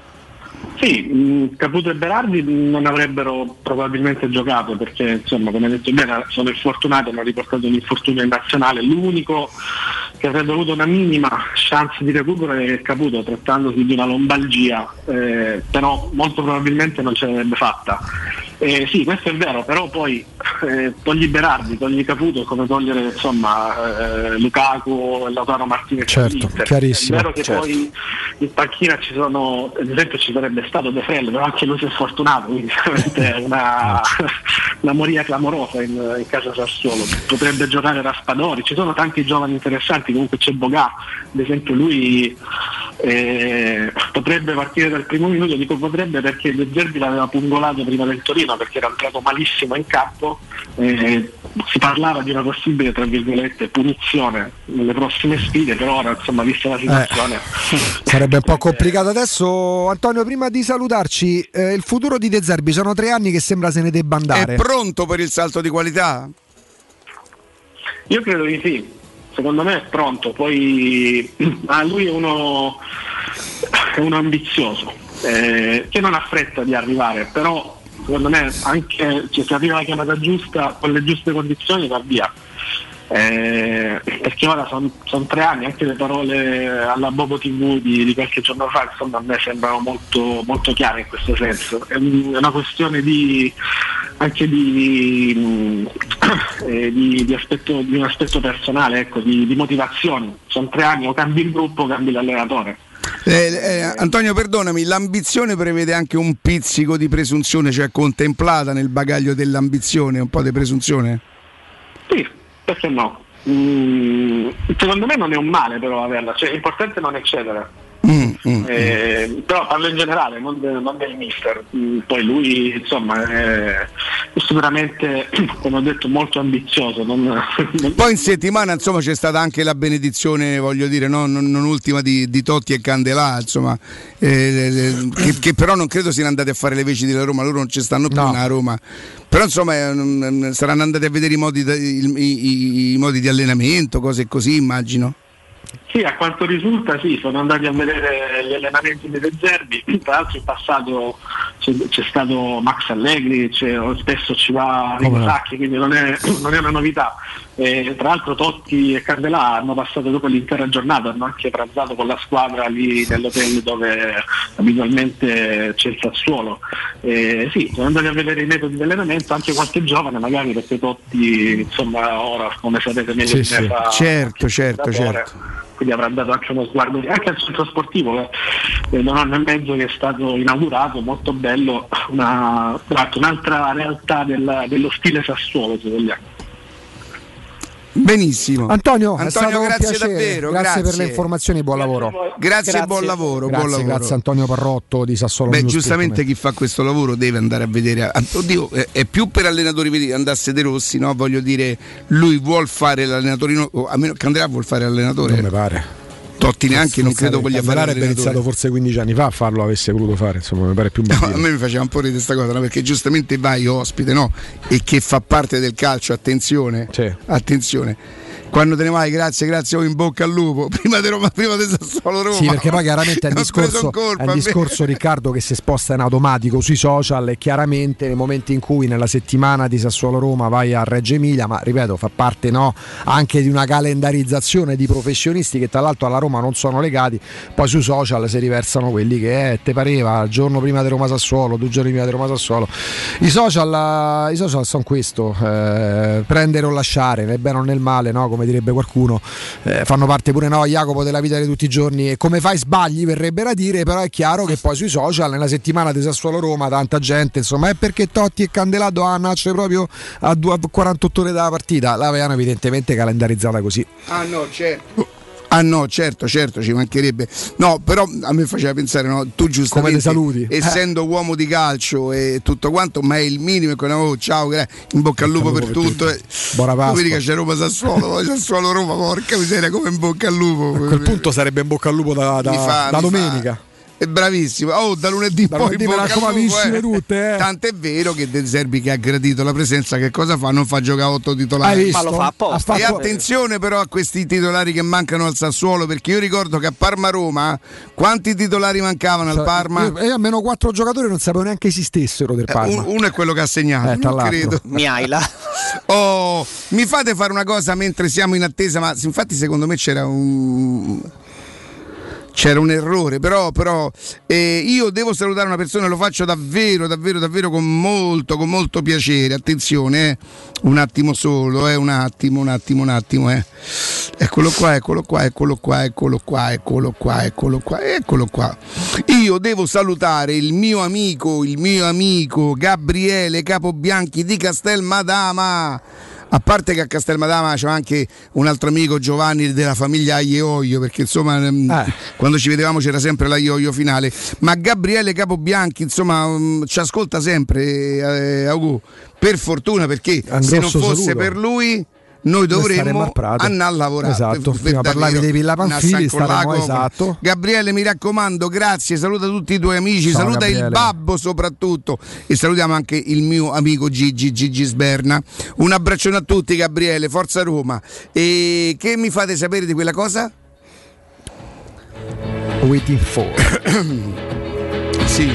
Sì, Caputo e Berardi non avrebbero probabilmente giocato, perché insomma, come hai detto bene, sono infortunati, hanno riportato un infortunio in nazionale. L'unico che avrebbe avuto una minima chance di recupero è Caputo, trattandosi di una lombalgia, eh, però molto probabilmente non ce l'avrebbe fatta. Eh, sì, questo è vero, però poi eh, togli Berardi, togli Caputo, come togliere insomma eh, Lukaku e Lautaro Martinez. Certo, chiarissimo. È vero che certo. poi in panchina ci sono, ad esempio ci sarebbe stato De Frel, però anche lui si è sfortunato, quindi veramente è una, una moria clamorosa in, in casa Sassuolo. Potrebbe giocare Raspadori, ci sono tanti giovani interessanti, comunque c'è Bogà, ad esempio lui eh, potrebbe partire dal primo minuto, dico potrebbe perché De Zerbi l'aveva pungolato prima del Torino perché era entrato malissimo in campo, eh, si parlava di una possibile, tra virgolette, punizione nelle prossime sfide, però ora insomma, vista la situazione eh, sarebbe un po' complicato. Adesso Antonio, prima di salutarci, eh, il futuro di De Zerbi, sono tre anni che sembra se ne debba andare. È pronto per il salto di qualità? Io credo di sì, secondo me è pronto, poi ah, lui è uno è uno ambizioso, eh, che non ha fretta di arrivare, però secondo me anche cioè, se arriva la chiamata giusta con le giuste condizioni va via, eh, perché ora sono son tre anni, anche le parole alla Bobo tivù di, di qualche giorno fa insomma a me sembrano molto, molto chiare in questo senso. È, un, è una questione di anche di, eh, di, di, aspetto, di un aspetto personale, ecco, di, di motivazioni. Sono tre anni, o cambi il gruppo o cambi l'allenatore. Eh, eh, Antonio, perdonami, l'ambizione prevede anche un pizzico di presunzione, cioè contemplata nel bagaglio dell'ambizione, un po' di presunzione? Sì, perché no? Mm, secondo me non è un male però averla, cioè è importante non eccedere. Mm, mm, eh, mm. Però parlo in generale, non, de, non del mister. Mm, poi lui insomma è sicuramente, come ho detto, molto ambizioso. Non, non... Poi in settimana insomma c'è stata anche la benedizione, voglio dire, no? non, non ultima di, di Totti e Candelà, insomma, eh, che, che però non credo siano andati a fare le veci della Roma, loro non ci stanno più, no, a Roma. Però insomma eh, saranno andati a vedere i modi, i, i, i modi di allenamento, cose così, immagino. Sì, a quanto risulta sì, sono andati a vedere gli allenamenti delle Zerbi. Tra l'altro in passato c'è, c'è stato Max Allegri, c'è, spesso ci va Rico Sacchi, quindi non è, non è una novità. E, tra l'altro Totti e Candelà hanno passato dopo l'intera giornata, hanno anche pranzato con la squadra lì nell'hotel dove abitualmente c'è il Sassuolo. E, sì, sono andati a vedere i metodi di allenamento, anche qualche giovane magari, perché Totti insomma ora, come sapete meglio sì, di sì. me, fa certo, certo, certo. Quindi avrà dato anche uno sguardo anche al centro sportivo, eh, non anno e mezzo che è stato inaugurato, molto bello, una, un'altra realtà del, dello stile Sassuolo, se vogliamo. Benissimo. Antonio, Antonio è stato grazie un piacere. davvero, grazie, grazie per le informazioni, buon grazie lavoro. Grazie, grazie e buon lavoro, grazie, buon lavoro. Grazie Antonio Parrotto di Sassuolo. Beh, giustamente chi fa questo lavoro deve andare a vedere. Oddio, è più per allenatori, vedi, andasse De Rossi, no? Voglio dire, lui vuol fare l'allenatore, a meno Candelà vuol fare l'allenatore. Non mi pare. Totti neanche, non credo voglia fare l'allenatore. Avrebbe iniziato forse quindici anni fa a farlo, avesse voluto fare, insomma, mi pare più no, a me mi faceva un po' ridere questa cosa, no? Perché giustamente vai ospite, no? E che fa parte del calcio, attenzione, sì. attenzione. Quando te ne vai, grazie, grazie, oh, in bocca al lupo. Prima di Roma, prima di Sassuolo Roma. Sì, perché poi chiaramente è il discorso, colpa, è il discorso Riccardo, che si sposta in automatico sui social, e chiaramente nei momenti in cui nella settimana di Sassuolo Roma vai a Reggio Emilia, ma ripeto, fa parte, no, anche di una calendarizzazione di professionisti che tra l'altro alla Roma non sono legati, poi sui social si riversano quelli che eh, te pareva il giorno prima di Roma Sassuolo, due giorni prima di Roma Sassuolo. I social, i social sono questo, eh, prendere o lasciare, nel bene o nel male, no? Come direbbe qualcuno, eh, fanno parte pure, no, Jacopo, della vita di tutti i giorni, e come fai sbagli, verrebbe da dire, però è chiaro che poi sui social nella settimana di Sassuolo Roma tanta gente, insomma, è perché Totti e Candelà dovevano nascere proprio a quarantotto ore dalla partita, l'avevano evidentemente calendarizzata così. Ah no, certo. Ah no, certo, certo, ci mancherebbe. No, però a me faceva pensare, no, tu giustamente, saluti? essendo eh. uomo di calcio e tutto quanto, ma è il minimo, e oh, ciao, in bocca al lupo per, per tutto. tutto. Buona Pasqua. Vedi che c'è Roma Sassuolo, poi Sassuolo Roma, porca miseria, come in bocca al lupo. A quel punto sarebbe in bocca al lupo da, da, fa, da domenica. Fa. È bravissimo, oh, da lunedì, da poi lunedì me eh. tutte, eh. Tant'è vero che De Zerbi, che ha gradito la presenza, che cosa fa? Non fa giocare otto titolari, ma lo fa apposta. Fatto... E attenzione però a questi titolari che mancano al Sassuolo, perché io ricordo che a Parma-Roma quanti titolari mancavano, cioè, al Parma? Io, io almeno quattro giocatori non sapevo neanche esistessero del Parma. Eh, uno è quello che ha segnato, eh, non credo. Miaila. Oh, mi fate fare una cosa mentre siamo in attesa, ma infatti secondo me c'era un... c'era un errore, però, però eh, io devo salutare una persona, lo faccio davvero, davvero, davvero con molto, con molto piacere. Attenzione, eh. un attimo solo, eh, un attimo, un attimo, un attimo, eh. Eccolo qua, eccolo qua, eccolo qua, eccolo qua, eccolo qua, eccolo qua, eccolo qua. Io devo salutare il mio amico, il mio amico Gabriele Capobianchi di Castelmadama. A parte che a Castelmadama c'è anche un altro amico, Giovanni, della famiglia Aglioio, perché insomma eh. quando ci vedevamo c'era sempre l'Aglioio finale, ma Gabriele Capobianchi insomma um, ci ascolta sempre, eh, Augù, per fortuna, perché se non fosse saluto. per lui noi dovremmo andare a lavorare. Esatto, per, prima per parlavi dei Villa Panfili, staremo, esatto. Gabriele, mi raccomando, grazie, saluta tutti i tuoi amici, Ciao, saluta Gabriele. Il babbo soprattutto, e salutiamo anche il mio amico Gigi Gigi Sberna. Un abbraccione a tutti, Gabriele, forza Roma. E che mi fate sapere di quella cosa? Waiting for Sì.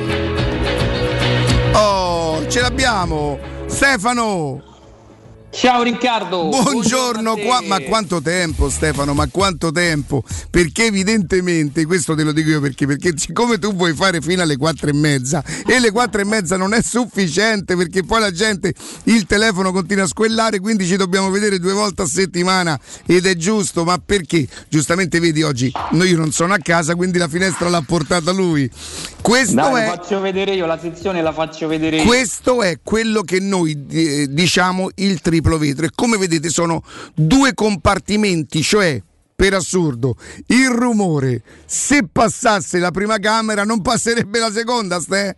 Oh, ce l'abbiamo, Stefano. Ciao Riccardo. Buongiorno, Buongiorno qua, ma quanto tempo Stefano, ma quanto tempo? Perché evidentemente, questo te lo dico io perché, perché siccome tu vuoi fare fino alle quattro e mezza e le quattro e mezza non è sufficiente, perché poi la gente, il telefono continua a squillare, quindi ci dobbiamo vedere due volte a settimana, ed è giusto, ma perché? Giustamente vedi oggi, io non sono a casa, quindi la finestra l'ha portata lui. Questo Dai, è, la faccio vedere io, la sezione la faccio vedere io. Questo è quello che noi eh, diciamo il triplo vetro, e come vedete sono due compartimenti, cioè per assurdo, il rumore, se passasse la prima camera non passerebbe la seconda, Ste?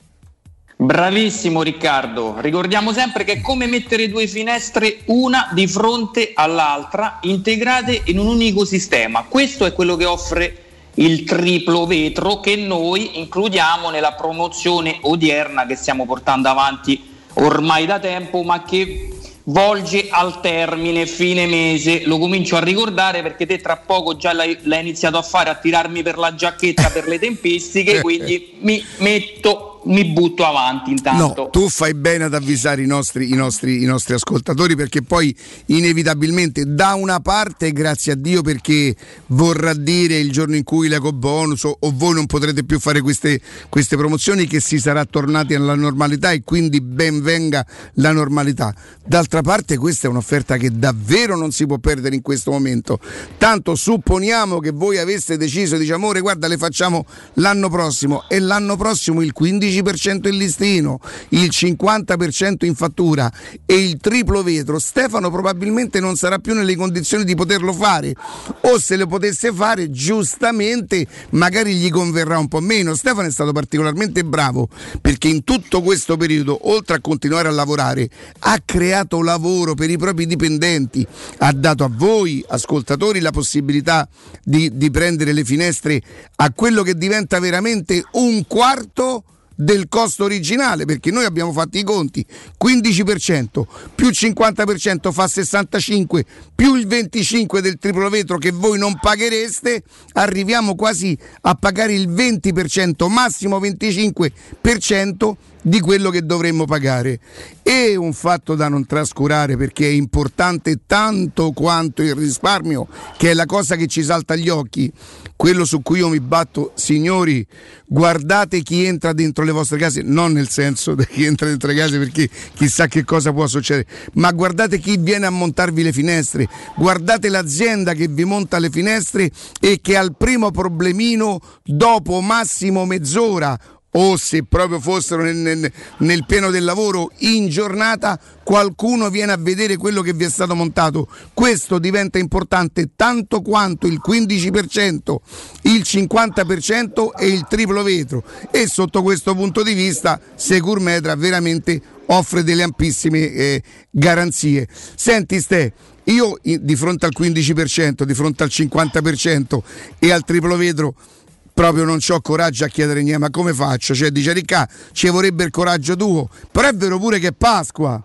Bravissimo Riccardo, ricordiamo sempre che è come mettere due finestre una di fronte all'altra integrate in un unico sistema. Questo è quello che offre il triplo vetro che noi includiamo nella promozione odierna che stiamo portando avanti ormai da tempo, ma che volge al termine fine mese. Lo comincio a ricordare perché te tra poco già l'hai, l'hai iniziato a fare, a tirarmi per la giacchetta per le tempistiche, quindi mi metto mi butto avanti intanto. No, tu fai bene ad avvisare i nostri, i nostri, i nostri ascoltatori, perché poi inevitabilmente da una parte, grazie a Dio, perché vorrà dire il giorno in cui l'ecobonus o, o voi non potrete più fare queste, queste promozioni, che si sarà tornati alla normalità e quindi ben venga la normalità. D'altra parte questa è un'offerta che davvero non si può perdere in questo momento. Tanto supponiamo che voi aveste deciso, diciamo, amore, guarda, le facciamo l'anno prossimo, e l'anno prossimo il quindici per cento in listino, il cinquanta per cento in fattura e il triplo vetro, Stefano probabilmente non sarà più nelle condizioni di poterlo fare, o se lo potesse fare giustamente magari gli converrà un po' meno. Stefano è stato particolarmente bravo perché in tutto questo periodo, oltre a continuare a lavorare, ha creato lavoro per i propri dipendenti, ha dato a voi ascoltatori la possibilità di, di prendere le finestre a quello che diventa veramente un quarto del costo originale, perché noi abbiamo fatto i conti: quindici per cento più cinquanta per cento fa sessantacinque, più il venticinque del triplo vetro che voi non paghereste, arriviamo quasi a pagare il venti per cento, massimo venticinque per cento di quello che dovremmo pagare. E un fatto da non trascurare, perché è importante tanto quanto il risparmio, che è la cosa che ci salta agli occhi, quello su cui io mi batto: signori, guardate chi entra dentro le vostre case, non nel senso di chi entra dentro le case perché chissà che cosa può succedere, ma guardate chi viene a montarvi le finestre, guardate l'azienda che vi monta le finestre e che al primo problemino, dopo massimo mezz'ora, o se proprio fossero nel, nel, nel pieno del lavoro in giornata, qualcuno viene a vedere quello che vi è stato montato. Questo diventa importante tanto quanto il quindici per cento, il cinquanta per cento e il triplo vetro, e sotto questo punto di vista Securmetra veramente offre delle ampissime eh, garanzie. Senti Ste, io di fronte al quindici per cento, di fronte al cinquanta per cento e al triplo vetro proprio non c'ho coraggio a chiedere niente, ma come faccio? Cioè, dice Ricca, ci vorrebbe il coraggio tuo, però è vero pure che è Pasqua.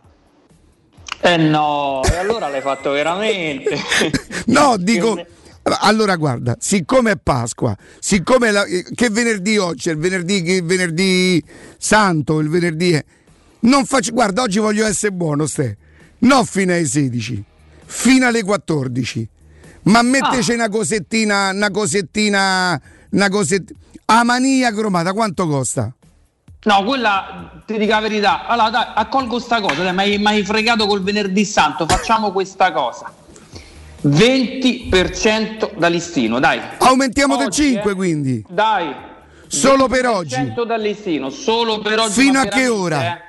Eh no, e allora l'hai fatto veramente. No, dico, allora guarda, siccome è Pasqua, siccome la, che venerdì oggi è il venerdì, che venerdì santo, il venerdì è, non faccio, guarda, oggi voglio essere buono, Ste, no fino ai sedici, fino alle quattordici, ma metteci ah. una cosettina, una cosettina una cosettina a mania cromata, quanto costa? No, quella ti dico la verità. Allora dai, accolgo sta cosa, dai, mi hai fregato col venerdì santo, facciamo questa cosa: venti per cento da listino, dai. Aumentiamo oggi, del cinque eh. quindi. Dai. Solo per oggi. venti per cento dal listino, solo per oggi. Fino a che ora? Eh,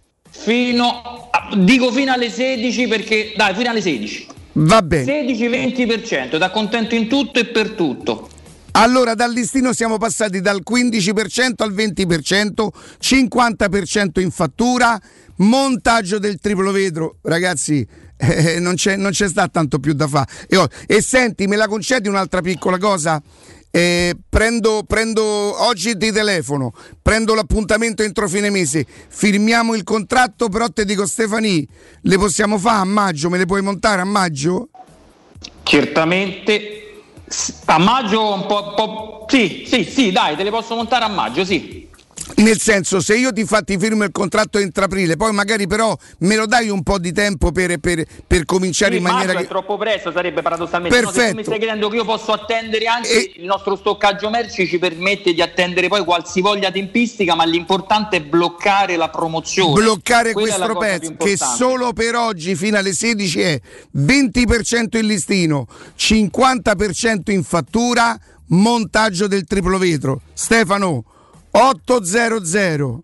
fino a, dico fino alle sedici, perché dai, fino alle sedici. Va bene. sedici venti per cento, da contento in tutto e per tutto. Allora dal listino siamo passati dal quindici per cento al venti per cento, cinquanta per cento in fattura, montaggio del triplo vetro, ragazzi, eh, non, c'è, non c'è sta tanto più da fare. E, oh, e senti, me la concedi un'altra piccola cosa? Eh, prendo, prendo oggi ti telefono, prendo l'appuntamento entro fine mese, firmiamo il contratto, però te dico Stefani, le possiamo fare a maggio, me le puoi montare a maggio? Certamente. A maggio un po', po'. Sì, sì, sì, dai, te le posso montare a maggio, sì. Nel senso, se io ti, fa, ti firmo il contratto entro aprile, poi magari però me lo dai un po' di tempo per, per, per cominciare sì, in maniera che... è troppo presto, sarebbe paradossalmente. Perfetto. No, se tu mi stai chiedendo che io posso attendere anche e... il nostro stoccaggio merci ci permette di attendere poi qualsivoglia tempistica, ma l'importante è bloccare la promozione. Bloccare Quella questo pezzo che solo per oggi fino alle sedici è venti per cento in listino, cinquanta per cento in fattura, montaggio del triplo vetro. Stefano, ottocento zero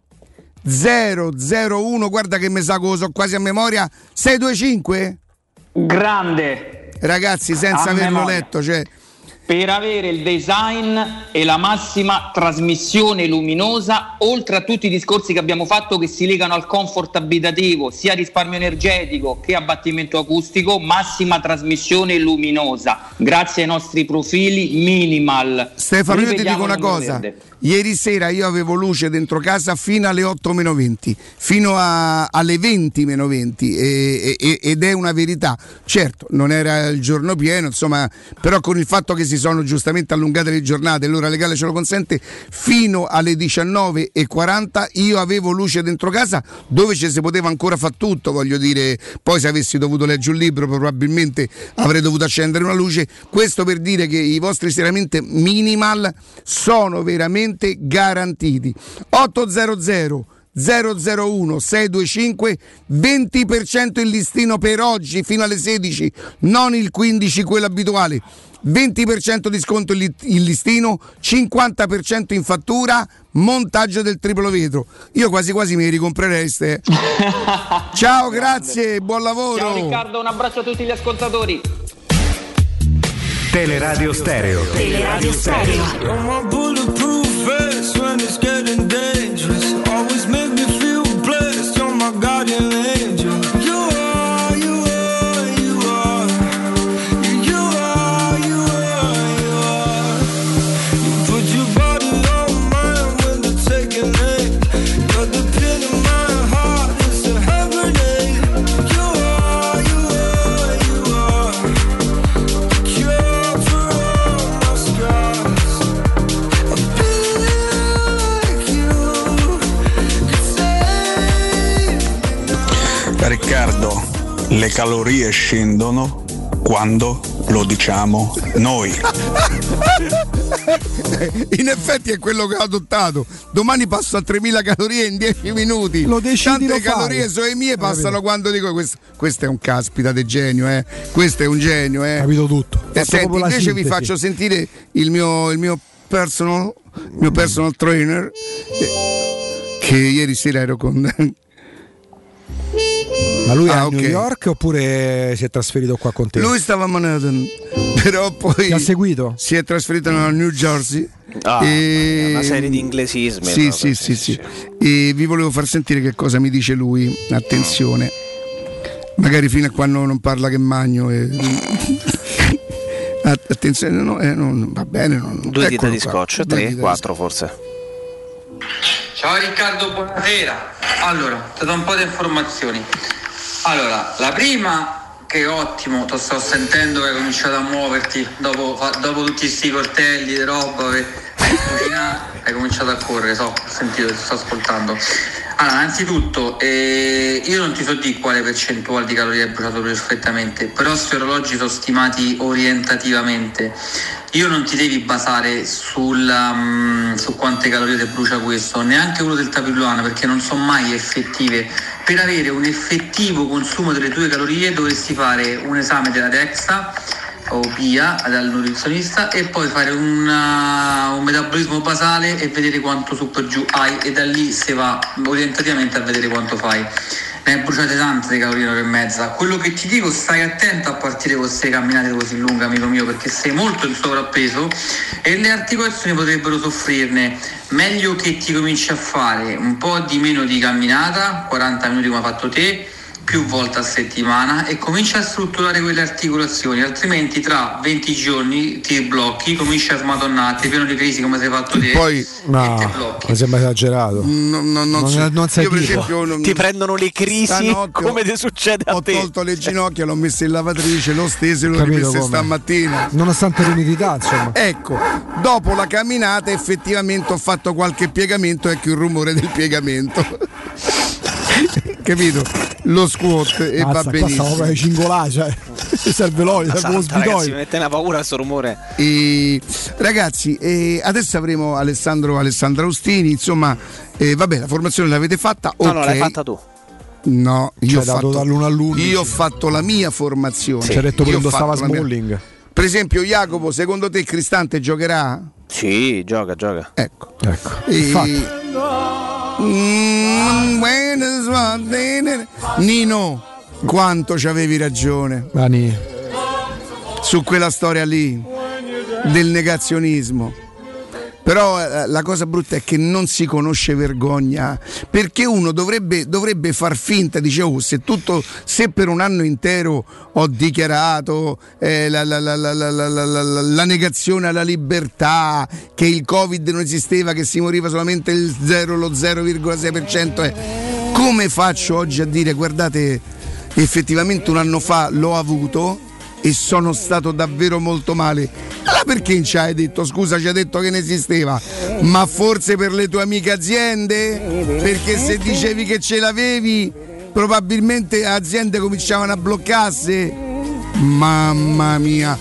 zero uno, guarda che mi sa che lo so quasi a memoria, sei due cinque? Grande, ragazzi, senza a averlo memoria. letto, cioè per avere il design e la massima trasmissione luminosa, oltre a tutti i discorsi che abbiamo fatto che si legano al comfort abitativo, sia risparmio energetico che abbattimento acustico, massima trasmissione luminosa, grazie ai nostri profili minimal. Stefano, io ti dico una cosa. Verde. Ieri sera io avevo luce dentro casa fino alle otto meno venti, fino a, alle venti meno venti e, e, ed è una verità. Certo, non era il giorno pieno, insomma, però con il fatto che si sono giustamente allungate le giornate e l'ora legale ce lo consente, fino alle diciannove e quaranta io avevo luce dentro casa dove ci si poteva ancora fare tutto, voglio dire. Poi se avessi dovuto leggere un libro probabilmente avrei dovuto accendere una luce. Questo per dire che i vostri serramenti minimal sono veramente garantiti. Ottocento zero zero uno sei due cinque, venti per cento il listino per oggi fino alle sedici, non il quindici quello abituale. venti per cento di sconto il listino, cinquanta per cento in fattura, montaggio del triplo vetro. Io quasi quasi mi ricomprerei ste. Ciao, grazie, buon lavoro. Ciao Riccardo, un abbraccio a tutti gli ascoltatori. Teleradio Stereo. Teleradio Stereo. When it's getting dangerous, always make me feel blessed. You're my guardian angel. You are, you are, you are. You are, you are, you are. You put your body on mine when they're taking aim. Got the pin in my heart, it's a heaven aid. You are, you are, you are. The cure for all my scars. I've been Riccardo, le calorie scendono quando lo diciamo noi. In effetti è quello che ho adottato. Domani passo a tremila calorie in dieci minuti. Lo decidi, Tante lo calorie fai. sono le mie, passano quando dico questo. Questo è un caspita di genio, eh. Questo è un genio, eh. Capito tutto. E senti, invece vi faccio sentire il mio, il mio personal, il mio personal trainer, che ieri sera ero con. Ma lui ah, è a okay. New York oppure si è trasferito qua con te? Lui stava a Manhattan, però poi ti ha seguito? Si è trasferito a New Jersey. Ah, e... una serie di inglesismi. Sì, sì, sì, sì. E vi volevo far sentire che cosa mi dice lui. Attenzione, magari fino a quando non parla che magno. E... Attenzione, no, eh, non, va bene. Non... Due dita di scotch, tre, quattro forse. Ciao Riccardo, buonasera. Allora, ti do un po' di informazioni. Allora, la prima, che è ottimo, ti sto sentendo che hai cominciato a muoverti dopo, dopo tutti questi coltelli di roba per cucinare, hai cominciato a correre, so, ho sentito, ti sto ascoltando. Allora, innanzitutto, eh, io non ti so di quale percentuale di calorie hai bruciato perfettamente, però questi orologi sono stimati orientativamente. Io non ti devi basare sul, um, su quante calorie ti brucia questo, neanche quello del Tapirulano, perché non sono mai effettive. Per avere un effettivo consumo delle tue calorie dovresti fare un esame della DEXA o P I A dal nutrizionista e poi fare una, un metabolismo basale e vedere quanto su per giù hai, e da lì si va orientativamente a vedere quanto fai. Ne hai bruciate tante di calorie e mezza. Quello che ti dico, stai attento a partire con queste camminate così lunghe, amico mio, perché sei molto in sovrappeso e le articolazioni potrebbero soffrirne. Meglio che ti cominci a fare un po' di meno di camminata, quaranta minuti come hai fatto te, più volte a settimana, e comincia a strutturare quelle articolazioni, altrimenti tra venti giorni ti blocchi, cominci a smadonnarti, pieno di crisi come sei fatto te. Poi no, mi sembra esagerato. No, no, non, non, so. non sei Io per tipo. esempio non, ti prendono le crisi come ti succede a ho te. Ho tolto le ginocchia, l'ho messo in lavatrice, l'ho steso e l'ho Capito rimesso come? stamattina. Nonostante l'umidità, insomma. Ecco, dopo la camminata effettivamente ho fatto qualche piegamento, ecco il rumore del piegamento. Capito? Lo squat e Mazza, va benissimo. Qua stavo cingolare, cioè. Serve l'olio, serve lo sbitoio. Ragazzi, mi mette una paura questo rumore. E, ragazzi, e adesso avremo Alessandro Alessandro Austini, insomma, eh, vabbè, la formazione l'avete fatta? No, okay. no, l'hai fatta tu. No, io cioè, ho fatto dall'uno all'undici. Io ho fatto la mia formazione. Sì. Ci ha detto io quando stava Smalling. Mia... Per esempio, Jacopo, secondo te Cristante giocherà? Sì, gioca, gioca. Ecco. Ecco. E... Mm, Nino, quanto ci avevi ragione Dani. su quella storia lì. del negazionismo. Però eh, la cosa brutta è che non si conosce vergogna, perché uno dovrebbe, dovrebbe far finta, dice, oh, se tutto, se per un anno intero ho dichiarato eh, la, la, la, la, la, la, la, la negazione alla libertà, che il Covid non esisteva, che si moriva solamente il zero, lo zero virgola sei per cento, eh, come faccio oggi a dire, guardate, effettivamente un anno fa l'ho avuto e sono stato davvero molto male? Allora perché non ci hai detto, scusa, ci hai detto che ne esisteva? Ma forse per le tue amiche aziende? Perché se dicevi che ce l'avevi, probabilmente aziende cominciavano a bloccarsi? Mamma mia,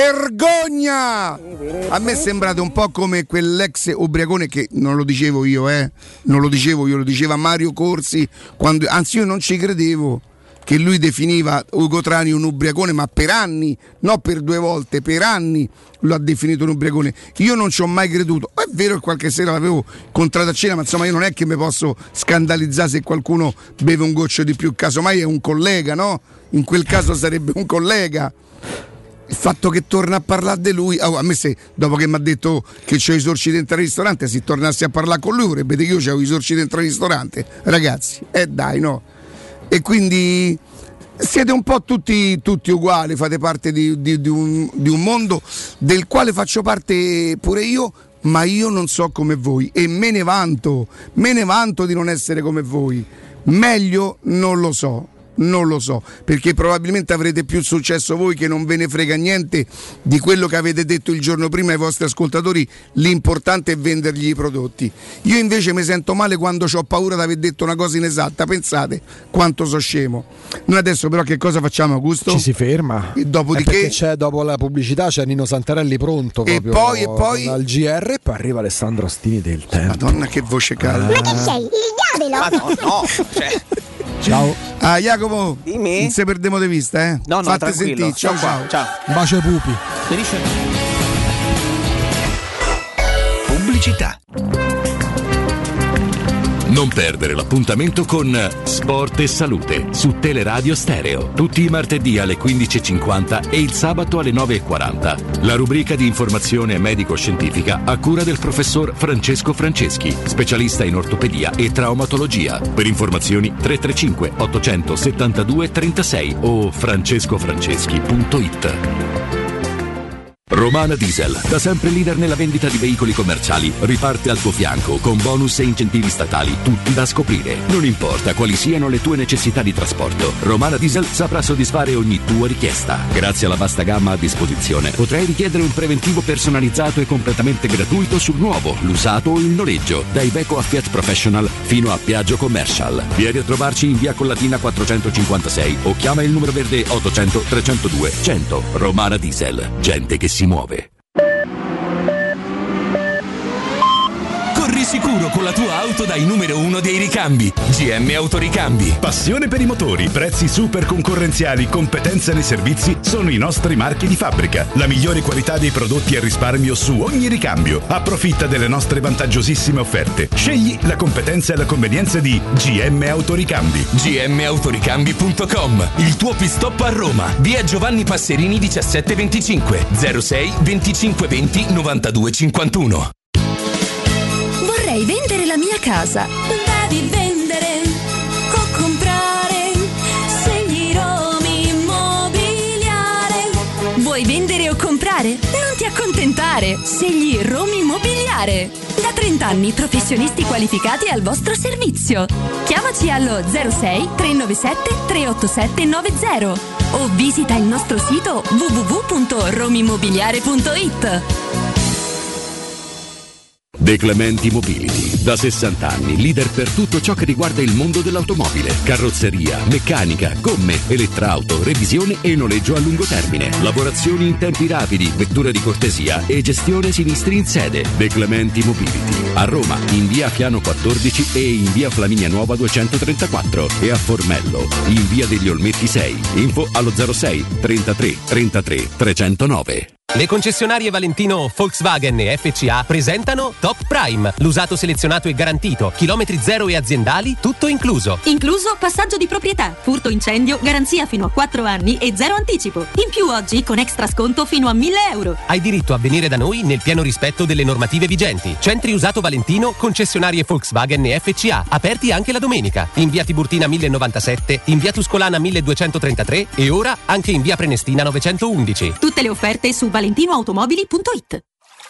vergogna! A me sembrate un po' come quell'ex ubriacone, che non lo dicevo io, eh, non lo dicevo io, lo diceva Mario Corsi, quando, anzi io non ci credevo che lui definiva Ugo Trani un ubriacone, ma per anni, non per due volte, per anni lo ha definito un ubriacone. Io non ci ho mai creduto. È vero che qualche sera l'avevo incontrato a cena, ma insomma io non è che mi posso scandalizzare se qualcuno beve un goccio di più, casomai è un collega, no? In quel caso sarebbe un collega. Il fatto che torna a parlare di lui, oh, a me se dopo che mi ha detto che c'ho i sorci dentro al ristorante, se tornassi a parlare con lui vorrebbe dire che io c'avevo i sorci dentro al ristorante, ragazzi, eh dai, no. E quindi siete un po' tutti, tutti uguali, fate parte di, di, di, un, di un mondo del quale faccio parte pure io, ma io non so come voi e me ne vanto, me ne vanto di non essere come voi. Meglio non lo so. Non lo so, perché probabilmente avrete più successo voi, che non ve ne frega niente di quello che avete detto il giorno prima ai vostri ascoltatori, l'importante è vendergli i prodotti. Io invece mi sento male quando ho paura di aver detto una cosa inesatta, pensate quanto so scemo. Noi adesso però che cosa facciamo, Augusto? Ci si ferma. E dopodiché perché c'è, dopo la pubblicità c'è Nino Santarelli pronto e proprio poi, e poi al G R e poi arriva Alessandro Ostini del Tempo. Madonna che voce calda. Ma che sei, il diavolo? Madonna, no, cioè... Ciao. Ah, Jacopo, dimmi. Non se perdiamo di vista, eh? No, no, fate tranquillo. sentire. Ciao, ciao. Ciao. Un bacio ai pupi. Pubblicità. Non perdere l'appuntamento con Sport e Salute su Teleradio Stereo, tutti i martedì alle quindici e cinquanta e il sabato alle nove e quaranta. La rubrica di informazione medico-scientifica a cura del professor Francesco Franceschi, specialista in ortopedia e traumatologia. Per informazioni tre tre cinque ottocentosettantadue trentasei o francescofranceschi punto it. Romana Diesel, da sempre leader nella vendita di veicoli commerciali, riparte al tuo fianco con bonus e incentivi statali, tutti da scoprire. Non importa quali siano le tue necessità di trasporto, Romana Diesel saprà soddisfare ogni tua richiesta. Grazie alla vasta gamma a disposizione, potrai richiedere un preventivo personalizzato e completamente gratuito sul nuovo, l'usato o il noleggio, da Iveco a Fiat Professional fino a Piaggio Commercial. Vieni a trovarci in via Collatina quattrocentocinquantasei o chiama il numero verde ottocento trecentodue cento. Romana Diesel, gente che si muove. Corri sicuro con la tua auto dai numero uno dei ricambi. G M Autoricambi. Passione per i motori, prezzi super concorrenziali, competenza nei servizi sono i nostri marchi di fabbrica. La migliore qualità dei prodotti e risparmio su ogni ricambio. Approfitta delle nostre vantaggiosissime offerte. Scegli la competenza e la convenienza di G M Autoricambi. G M Autoricambi punto com. Il tuo pit stop a Roma. Via Giovanni Passerini diciassette venticinque zero sei venticinque venti novantadue cinquantuno. Vorrei vendere la mia casa. Devi vendere o comprare. Scegli Romi Immobiliare. Vuoi vendere o comprare? Non ti accontentare. Scegli Romi Immobiliare. Da trenta anni professionisti qualificati al vostro servizio. Chiamaci allo zero sei tre nove sette tre otto sette nove zero o visita il nostro sito w w w punto romi immobiliare punto it. De Clementi Mobility, da sessanta anni, leader per tutto ciò che riguarda il mondo dell'automobile, carrozzeria, meccanica, gomme, elettrauto, revisione e noleggio a lungo termine, lavorazioni in tempi rapidi, vettura di cortesia e gestione sinistri in sede. De Clementi Mobility, a Roma, in via Fiano quattordici e in via Flaminia Nuova duecentotrentaquattro e a Formello, in via degli Olmetti sei. Info allo zero sei trentatré trentatré trecentonove. Le concessionarie Valentino, Volkswagen e F C A presentano Top Prime, l'usato selezionato e garantito, chilometri zero e aziendali, tutto incluso. Incluso passaggio di proprietà, furto incendio, garanzia fino a quattro anni e zero anticipo. In più oggi con extra sconto fino a mille euro. Hai diritto a venire da noi nel pieno rispetto delle normative vigenti. Centri usato Valentino, concessionarie Volkswagen e F C A, aperti anche la domenica. In via Tiburtina mille novantasette, in via Tuscolana milleduecentotrentatré e ora anche in via Prenestina novecentoundici. Tutte le offerte su valentinoautomobili punto it.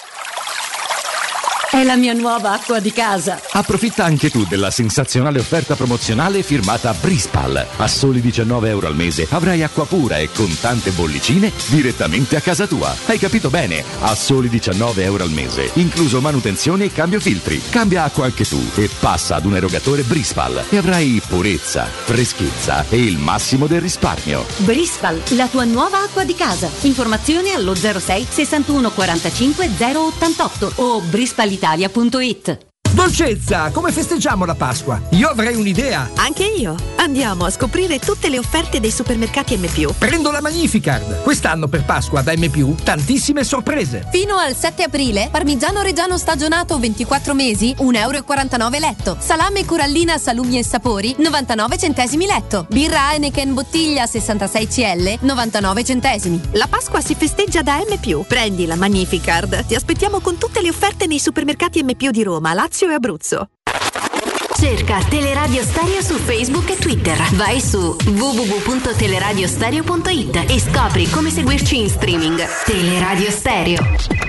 È la mia nuova acqua di casa. Approfitta anche tu della sensazionale offerta promozionale firmata Brispal. A soli diciannove euro al mese avrai acqua pura e con tante bollicine direttamente a casa tua. Hai capito bene? A soli diciannove euro al mese, incluso manutenzione e cambio filtri. Cambia acqua anche tu e passa ad un erogatore Brispal e avrai purezza, freschezza e il massimo del risparmio. Brispal, la tua nuova acqua di casa. Informazioni allo zero sei sessantuno quarantacinque zero ottantotto o brispal italia punto it. Dolcezza, come festeggiamo la Pasqua? Io avrei un'idea. Anche io. Andiamo a scoprire tutte le offerte dei supermercati M più. Prendo la Magnificard. Quest'anno per Pasqua da M più tantissime sorprese. Fino al sette aprile, parmigiano reggiano stagionato ventiquattro mesi, un euro e quarantanove letto. Salame corallina salumi e sapori, novantanove centesimi letto. Birra Heineken bottiglia sessantasei centilitri, novantanove centesimi. La Pasqua si festeggia da M più. Prendi la Magnificard. Ti aspettiamo con tutte le offerte nei supermercati M più di Roma, Lazio e Abruzzo. Cerca Teleradio Stereo su Facebook e Twitter. Vai su w w w punto teleradiostereo punto it e scopri come seguirci in streaming. Teleradio Stereo.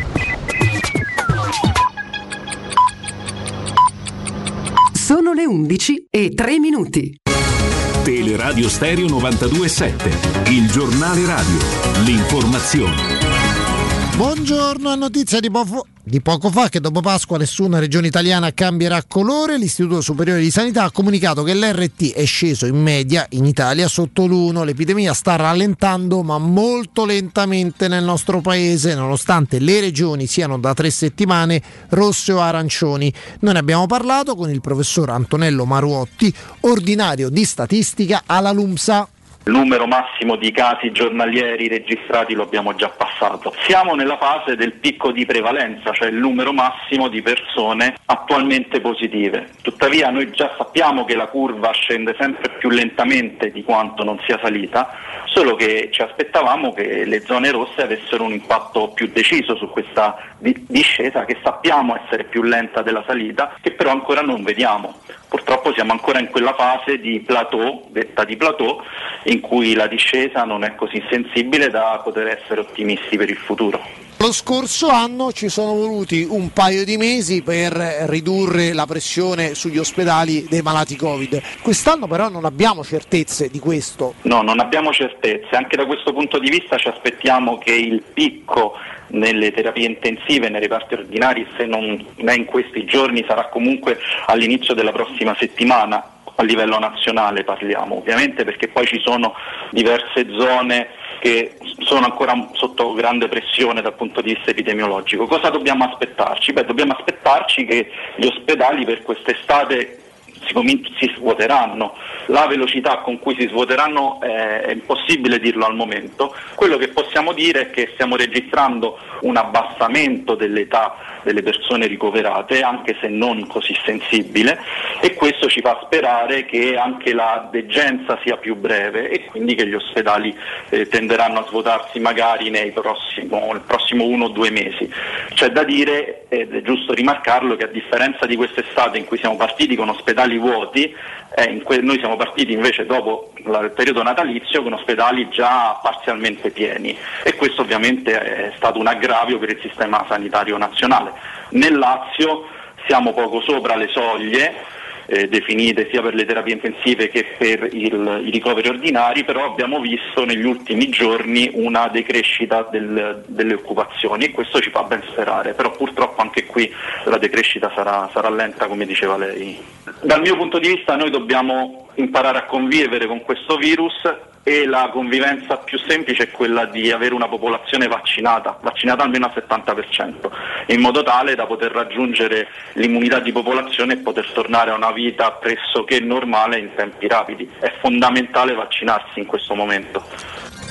Sono le undici e tre minuti. Teleradio Stereo novantadue e sette, il giornale radio, l'informazione. Buongiorno, a notizia di, po- di poco fa che dopo Pasqua nessuna regione italiana cambierà colore. L'Istituto Superiore di Sanità ha comunicato che l'R T è sceso in media in Italia sotto l'uno. L'epidemia sta rallentando ma molto lentamente nel nostro paese, nonostante le regioni siano da tre settimane rosse o arancioni. Noi ne abbiamo parlato con il professor Antonello Maruotti, ordinario di statistica alla LUMSA. Il numero massimo di casi giornalieri registrati lo abbiamo già passato. Siamo nella fase del picco di prevalenza, cioè il numero massimo di persone attualmente positive. Tuttavia noi già sappiamo che la curva scende sempre più lentamente di quanto non sia salita, solo che ci aspettavamo che le zone rosse avessero un impatto più deciso su questa discesa che sappiamo essere più lenta della salita, che però ancora non vediamo. Purtroppo siamo ancora in quella fase di plateau, detta di plateau, in cui la discesa non è così sensibile da poter essere ottimisti per il futuro. Lo scorso anno ci sono voluti un paio di mesi per ridurre la pressione sugli ospedali dei malati Covid. Quest'anno però non abbiamo certezze di questo. No, non abbiamo certezze. Anche da questo punto di vista ci aspettiamo che il picco nelle terapie intensive, nei reparti ordinari, se non è in questi giorni, sarà comunque all'inizio della prossima settimana. A livello nazionale parliamo, ovviamente, perché poi ci sono diverse zone che sono ancora sotto grande pressione dal punto di vista epidemiologico. Cosa dobbiamo aspettarci? Beh, dobbiamo aspettarci che gli ospedali per quest'estate si, cominci, si svuoteranno. La velocità con cui si svuoteranno è, è impossibile dirlo al momento. Quello che possiamo dire è che stiamo registrando un abbassamento dell'età delle persone ricoverate, anche se non così sensibile, e questo ci fa sperare che anche la degenza sia più breve e quindi che gli ospedali eh, tenderanno a svuotarsi magari nei prossimo, nel prossimo uno o due mesi. C'è da dire, ed è giusto rimarcarlo, che a differenza di quest'estate in cui siamo partiti con ospedali vuoti, eh, in que- noi siamo partiti invece dopo la, il periodo natalizio con ospedali già parzialmente pieni, e questo ovviamente è stato un aggravio per il sistema sanitario nazionale. Nel Lazio siamo poco sopra le soglie eh, definite sia per le terapie intensive che per il, i ricoveri ordinari, però abbiamo visto negli ultimi giorni una decrescita del, delle occupazioni, e questo ci fa ben sperare, però purtroppo anche qui la decrescita sarà, sarà lenta, come diceva lei. Dal mio punto di vista noi dobbiamo imparare a convivere con questo virus, e la convivenza più semplice è quella di avere una popolazione vaccinata, vaccinata almeno al settanta per cento, in modo tale da poter raggiungere l'immunità di popolazione e poter tornare a una vita pressoché normale in tempi rapidi. È fondamentale vaccinarsi in questo momento.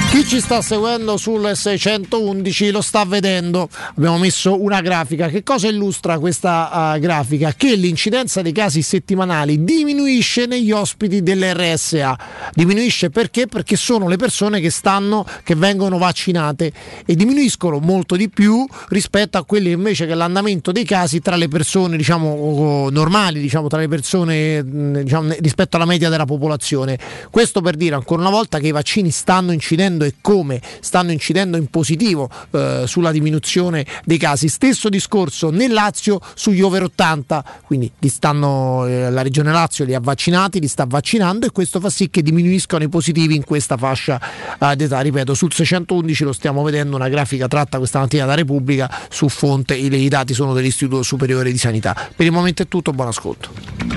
Chi ci sta seguendo sul seicentoundici lo sta vedendo, abbiamo messo una grafica. Che cosa illustra questa uh, grafica? Che l'incidenza dei casi settimanali diminuisce negli ospiti dell'R S A. Diminuisce perché? Perché sono le persone che stanno, che vengono vaccinate, e diminuiscono molto di più rispetto a quelli invece che l'andamento dei casi tra le persone, diciamo, normali, diciamo, tra le persone, diciamo, rispetto alla media della popolazione. Questo per dire ancora una volta che i vaccini stanno incidendo, e come stanno incidendo in positivo eh, sulla diminuzione dei casi. Stesso discorso nel Lazio sugli over ottanta, quindi li stanno, eh, la regione Lazio li ha vaccinati, li sta vaccinando, e questo fa sì che diminuiscano i positivi in questa fascia eh, d'età. Ripeto, sul seicentoundici lo stiamo vedendo, una grafica tratta questa mattina da Repubblica, su fonte i, i dati sono dell'Istituto Superiore di Sanità. Per il momento è tutto, buon ascolto.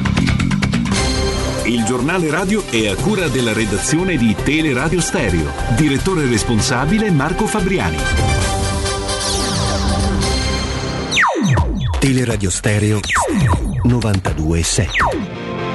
Il giornale radio è a cura della redazione di Teleradio Stereo. Direttore responsabile Marco Fabriani. Teleradio Stereo novantadue sette.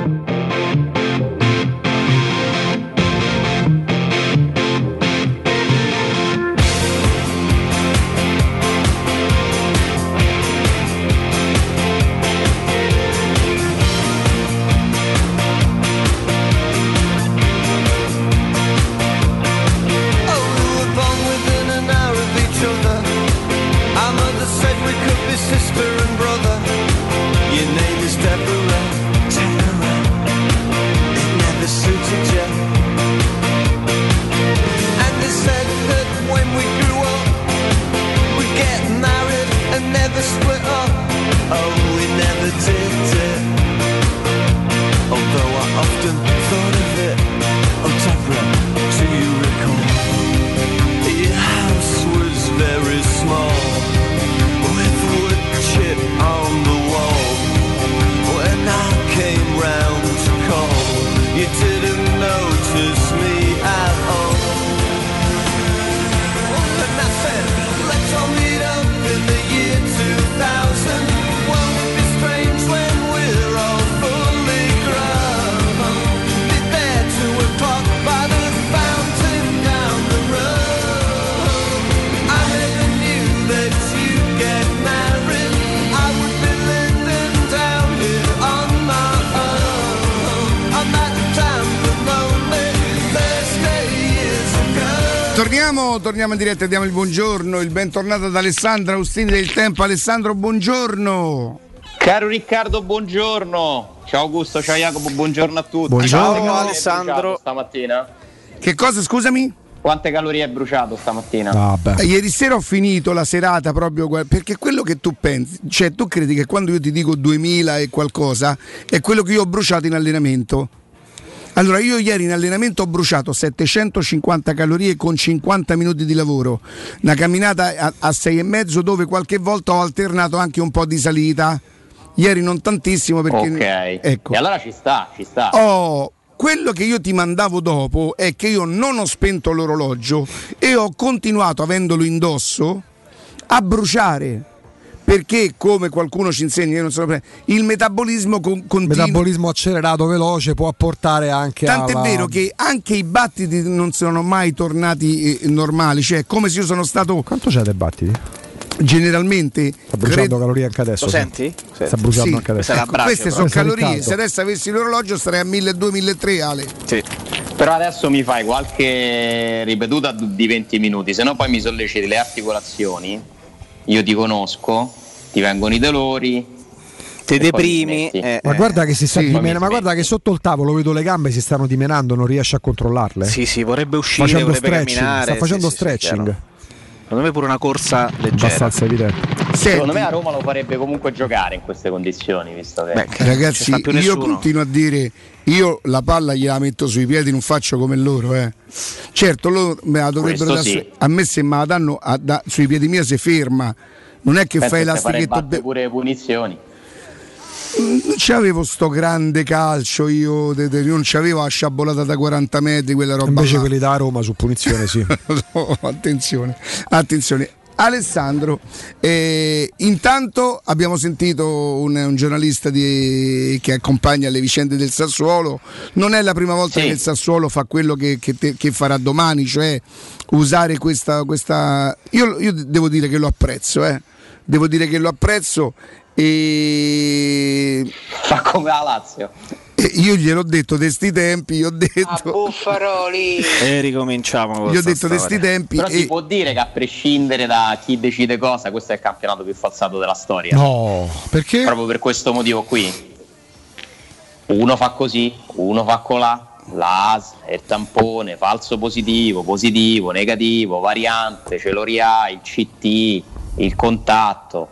Torniamo, torniamo in diretta e diamo il buongiorno, il bentornato ad Alessandro Austini del Tempo. Alessandro, buongiorno. Caro Riccardo, buongiorno. Ciao Augusto, ciao Jacopo, buongiorno a tutti. Buongiorno. Ciao Alessandro. Stamattina? Che cosa, scusami? Quante calorie hai bruciato stamattina? Ah, ieri sera ho finito la serata proprio perché quello che tu pensi, cioè tu credi che quando io ti dico duemila e qualcosa è quello che io ho bruciato in allenamento? Allora, io ieri in allenamento ho bruciato settecentocinquanta calorie con cinquanta minuti di lavoro, una camminata a, a sei e mezzo dove qualche volta ho alternato anche un po' di salita. Ieri non tantissimo perché... Ok, ecco. E allora ci sta, ci sta. Oh, quello che io ti mandavo dopo è che io non ho spento l'orologio e ho continuato, avendolo indosso, a bruciare. Perché, come qualcuno ci insegna, io non so, il metabolismo con, continua. Metabolismo accelerato veloce può portare anche a. Tant'è alla... vero che anche i battiti non sono mai tornati eh, normali, cioè come se io sono stato. Quanto c'è dei battiti? Generalmente sta bruciando cred... calorie anche adesso. Lo senti? Sta bruciando sì. anche adesso. Ecco, braccio, queste sono però. calorie. Se adesso avessi l'orologio starei a milleduecento milletrecento, Ale. Sì. Però adesso mi fai qualche ripetuta di venti minuti, se no poi mi solleciti le articolazioni. Io ti conosco, ti vengono i dolori, te deprimi. Eh, ma guarda che si sta sì, dimena- ma guarda che sotto il tavolo vedo le gambe si stanno dimenando, non riesce a controllarle. Sì, sì, vorrebbe uscire, facendo vorrebbe stretching, camminare. sta facendo sì, stretching. Sì, secondo me pure una corsa leggera. Abbastanza evidente. Senti, secondo me a Roma lo farebbe comunque giocare in queste condizioni, visto che Beh, ragazzi, io continuo a dire, io la palla gliela metto sui piedi, non faccio come loro, eh. Certo, loro me la dovrebbero dare, sì. A me se me la danno a, da, sui piedi miei si ferma. Non è che penso fai che l'astichetto be- pure punizioni. Non c'avevo sto grande calcio io, de, de, non c'avevo la sciabolata da quaranta metri, quella roba. Invece là. quelli da Roma su punizione, sì. No, attenzione, attenzione. Alessandro, eh, intanto abbiamo sentito un, un giornalista di, che accompagna le vicende del Sassuolo. Non è la prima volta sì. che il Sassuolo fa quello che, che, te, che farà domani, cioè usare questa, questa... Io, io devo dire che lo apprezzo, eh. devo dire che lo apprezzo e... fa come la Lazio. Io gliel'ho detto di sti tempi, io ho detto a Buffaroli e ricominciamo. Io ho detto di sti tempi. Però e... si può dire che a prescindere da chi decide cosa, questo è il campionato più falsato della storia. No, perché? Proprio per questo motivo qui. Uno fa così, uno fa colà, la A S, il tampone, falso positivo, positivo, negativo, variante, celoria, il C T, il contatto.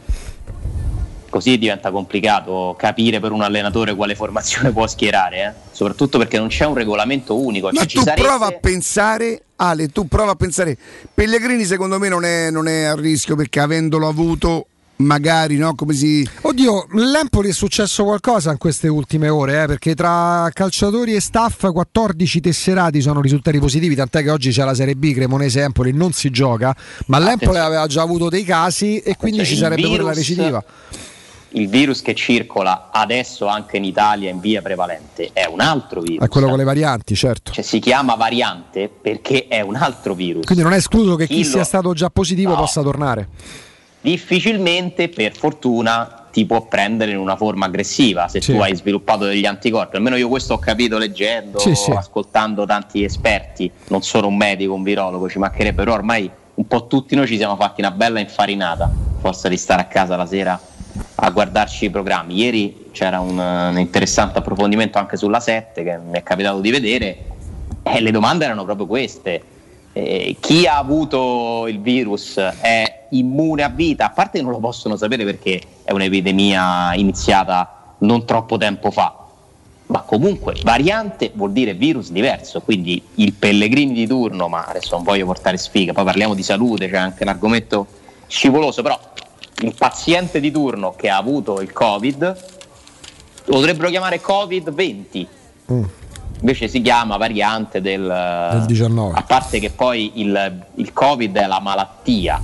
Così diventa complicato capire per un allenatore quale formazione può schierare, eh? Soprattutto perché non c'è un regolamento unico. Ma cioè, tu ci sarebbe... prova a pensare, Ale, tu prova a pensare, Pellegrini secondo me non è, non è a rischio, perché avendolo avuto magari, no, come si... Oddio, l'Empoli è successo qualcosa in queste ultime ore, eh, perché tra calciatori e staff quattordici tesserati sono risultati positivi, tant'è che oggi c'è la Serie B, Cremonese-Empoli, non si gioca, ma l'Empoli aveva già avuto dei casi e quindi cioè, ci sarebbe virus... pure la recidiva. Il virus che circola adesso anche in Italia in via prevalente è un altro virus. È quello con le varianti, certo. Cioè si chiama variante perché è un altro virus. Quindi non è escluso che chi, chi lo... sia stato già positivo no. possa tornare. Difficilmente, per fortuna, ti può prendere in una forma aggressiva se sì. tu hai sviluppato degli anticorpi. Almeno io questo ho capito leggendo, sì, sì. ascoltando tanti esperti. Non sono un medico, un virologo, ci mancherebbe, però ormai un po' tutti noi ci siamo fatti una bella infarinata, forza di stare a casa la sera a guardarci i programmi. Ieri c'era un, un interessante approfondimento anche sulla sette che mi è capitato di vedere e le domande erano proprio queste: eh, chi ha avuto il virus è immune a vita? A parte che non lo possono sapere perché è un'epidemia iniziata non troppo tempo fa, ma comunque variante vuol dire virus diverso, quindi il Pellegrini di turno, ma adesso non voglio portare sfiga, poi parliamo di salute, c'è anche l'argomento scivoloso, però il paziente di turno che ha avuto il Covid lo dovrebbero chiamare Covid venti, mm. invece si chiama variante del, del diciannove. A parte che poi il, il Covid è la malattia,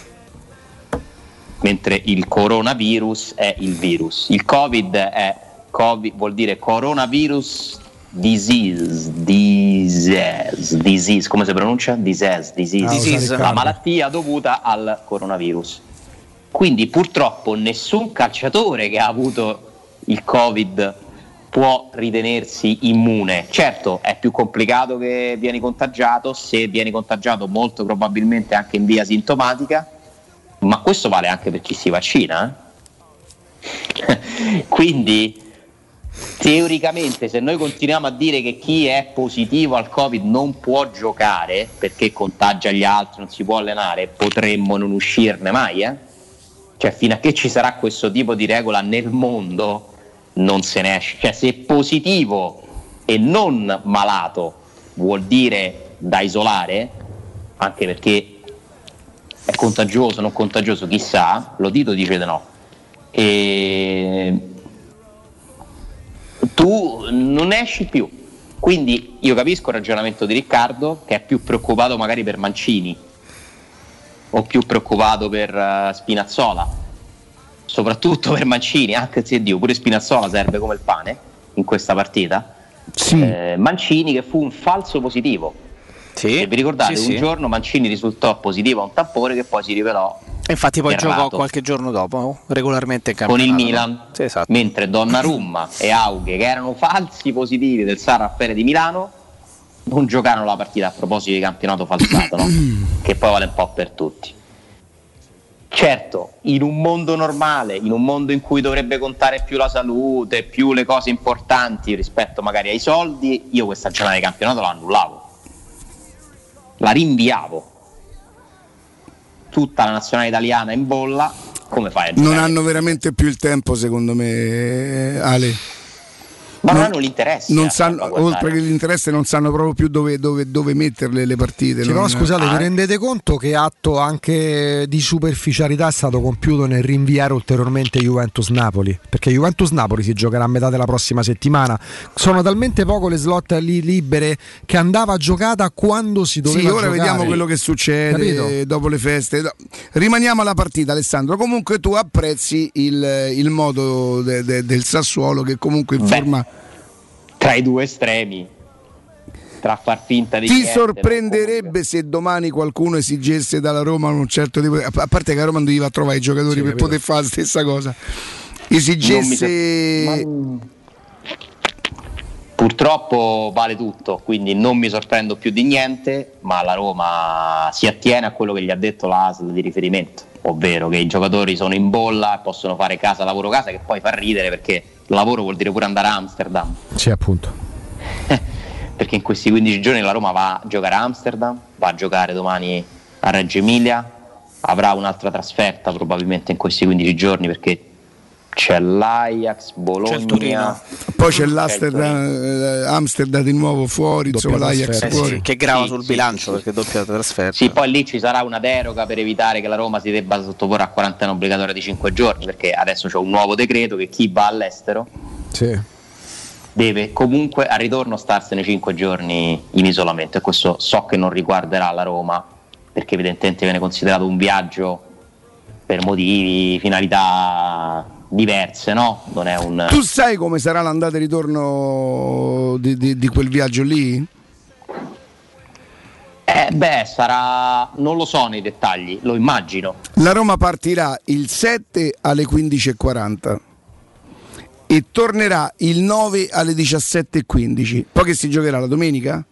mentre il coronavirus è il virus. Il Covid è COVID, vuol dire coronavirus disease, disease, disease, come si pronuncia? Disease, disease, ah, disease. La malattia dovuta al coronavirus. Quindi purtroppo nessun calciatore che ha avuto il Covid può ritenersi immune. Certo, è più complicato che vieni contagiato, se vieni contagiato molto probabilmente anche in via sintomatica, ma questo vale anche per chi si vaccina. Eh? Quindi teoricamente se noi continuiamo a dire che chi è positivo al Covid non può giocare perché contagia gli altri, non si può allenare, potremmo non uscirne mai, eh? Cioè fino a che ci sarà questo tipo di regola nel mondo non se ne esce. Cioè se è positivo e non malato vuol dire da isolare, anche perché è contagioso, non contagioso, chissà, lo dito dice di no. E tu non esci più. Quindi io capisco il ragionamento di Riccardo, che è più preoccupato magari per Mancini o più preoccupato per uh, Spinazzola, soprattutto per Mancini, anche se Dio pure Spinazzola serve come il pane in questa partita. Sì. eh, Mancini che fu un falso positivo, sì. Se vi ricordate, sì, un sì. giorno Mancini risultò positivo a un tampone che poi si rivelò e infatti poi errato. Giocò qualche giorno dopo regolarmente in con campionato il Milan, sì, esatto. Mentre Donnarumma e Aughe, che erano falsi positivi del San Raffaele di Milano, non giocarono la partita, a proposito di campionato falsato, no? Che poi vale un po' per tutti. Certo, in un mondo normale, in un mondo in cui dovrebbe contare più la salute, più le cose importanti rispetto magari ai soldi, io questa giornata di campionato la annullavo, la rinviavo. Tutta la nazionale italiana in bolla, come fai a giocare? Non hanno veramente più il tempo, secondo me, Ale. Ma non hanno l'interesse. Non sanno, oltre che l'interesse, non sanno proprio più dove, dove, dove metterle le partite. Sì, non... però scusate, vi rendete conto che atto anche di superficialità è stato compiuto nel rinviare ulteriormente Juventus-Napoli? Perché Juventus-Napoli si giocherà a metà della prossima settimana. Sono talmente poco le slot lì libere che andava giocata quando si doveva sì, ora giocare. vediamo quello che succede. Capito? Dopo le feste. Rimaniamo alla partita, Alessandro. Comunque tu apprezzi il, il modo de, de, del Sassuolo, che comunque in forma tra i due estremi, tra far finta di ti niente, sorprenderebbe se domani qualcuno esigesse dalla Roma un certo tipo, a parte che a Roma non doveva trovare i giocatori sì, per poter fare la stessa cosa, esigesse so- ma... purtroppo vale tutto, quindi non mi sorprendo più di niente, ma la Roma si attiene a quello che gli ha detto la A S L di riferimento, ovvero che i giocatori sono in bolla e possono fare casa lavoro casa, che poi fa ridere perché lavoro vuol dire pure andare a Amsterdam. Sì, appunto. Perché in questi quindici giorni la Roma va a giocare a Amsterdam, va a giocare domani a Reggio Emilia, avrà un'altra trasferta probabilmente in questi quindici giorni perché c'è l'Ajax, Bologna, c'è poi c'è l'Amsterdam, Amsterdam di nuovo fuori, insomma, l'Ajax eh fuori. sì, che grava sì, sul sì, bilancio sì, perché doppia trasferta. Sì, poi lì ci sarà una deroga per evitare che la Roma si debba sottoporre a quarantena obbligatoria di cinque giorni, perché adesso c'è un nuovo decreto che chi va all'estero sì. deve comunque al ritorno starsene cinque giorni in isolamento, e questo so che non riguarderà la Roma perché evidentemente viene considerato un viaggio per motivi, finalità diverse, no? Non è un... Tu sai come sarà l'andata e ritorno di, di, di quel viaggio lì? Eh beh, sarà, non lo so nei dettagli, lo immagino. La Roma partirà il sette alle quindici e quaranta e tornerà il nove alle diciassette e quindici. Poi che si giocherà la domenica?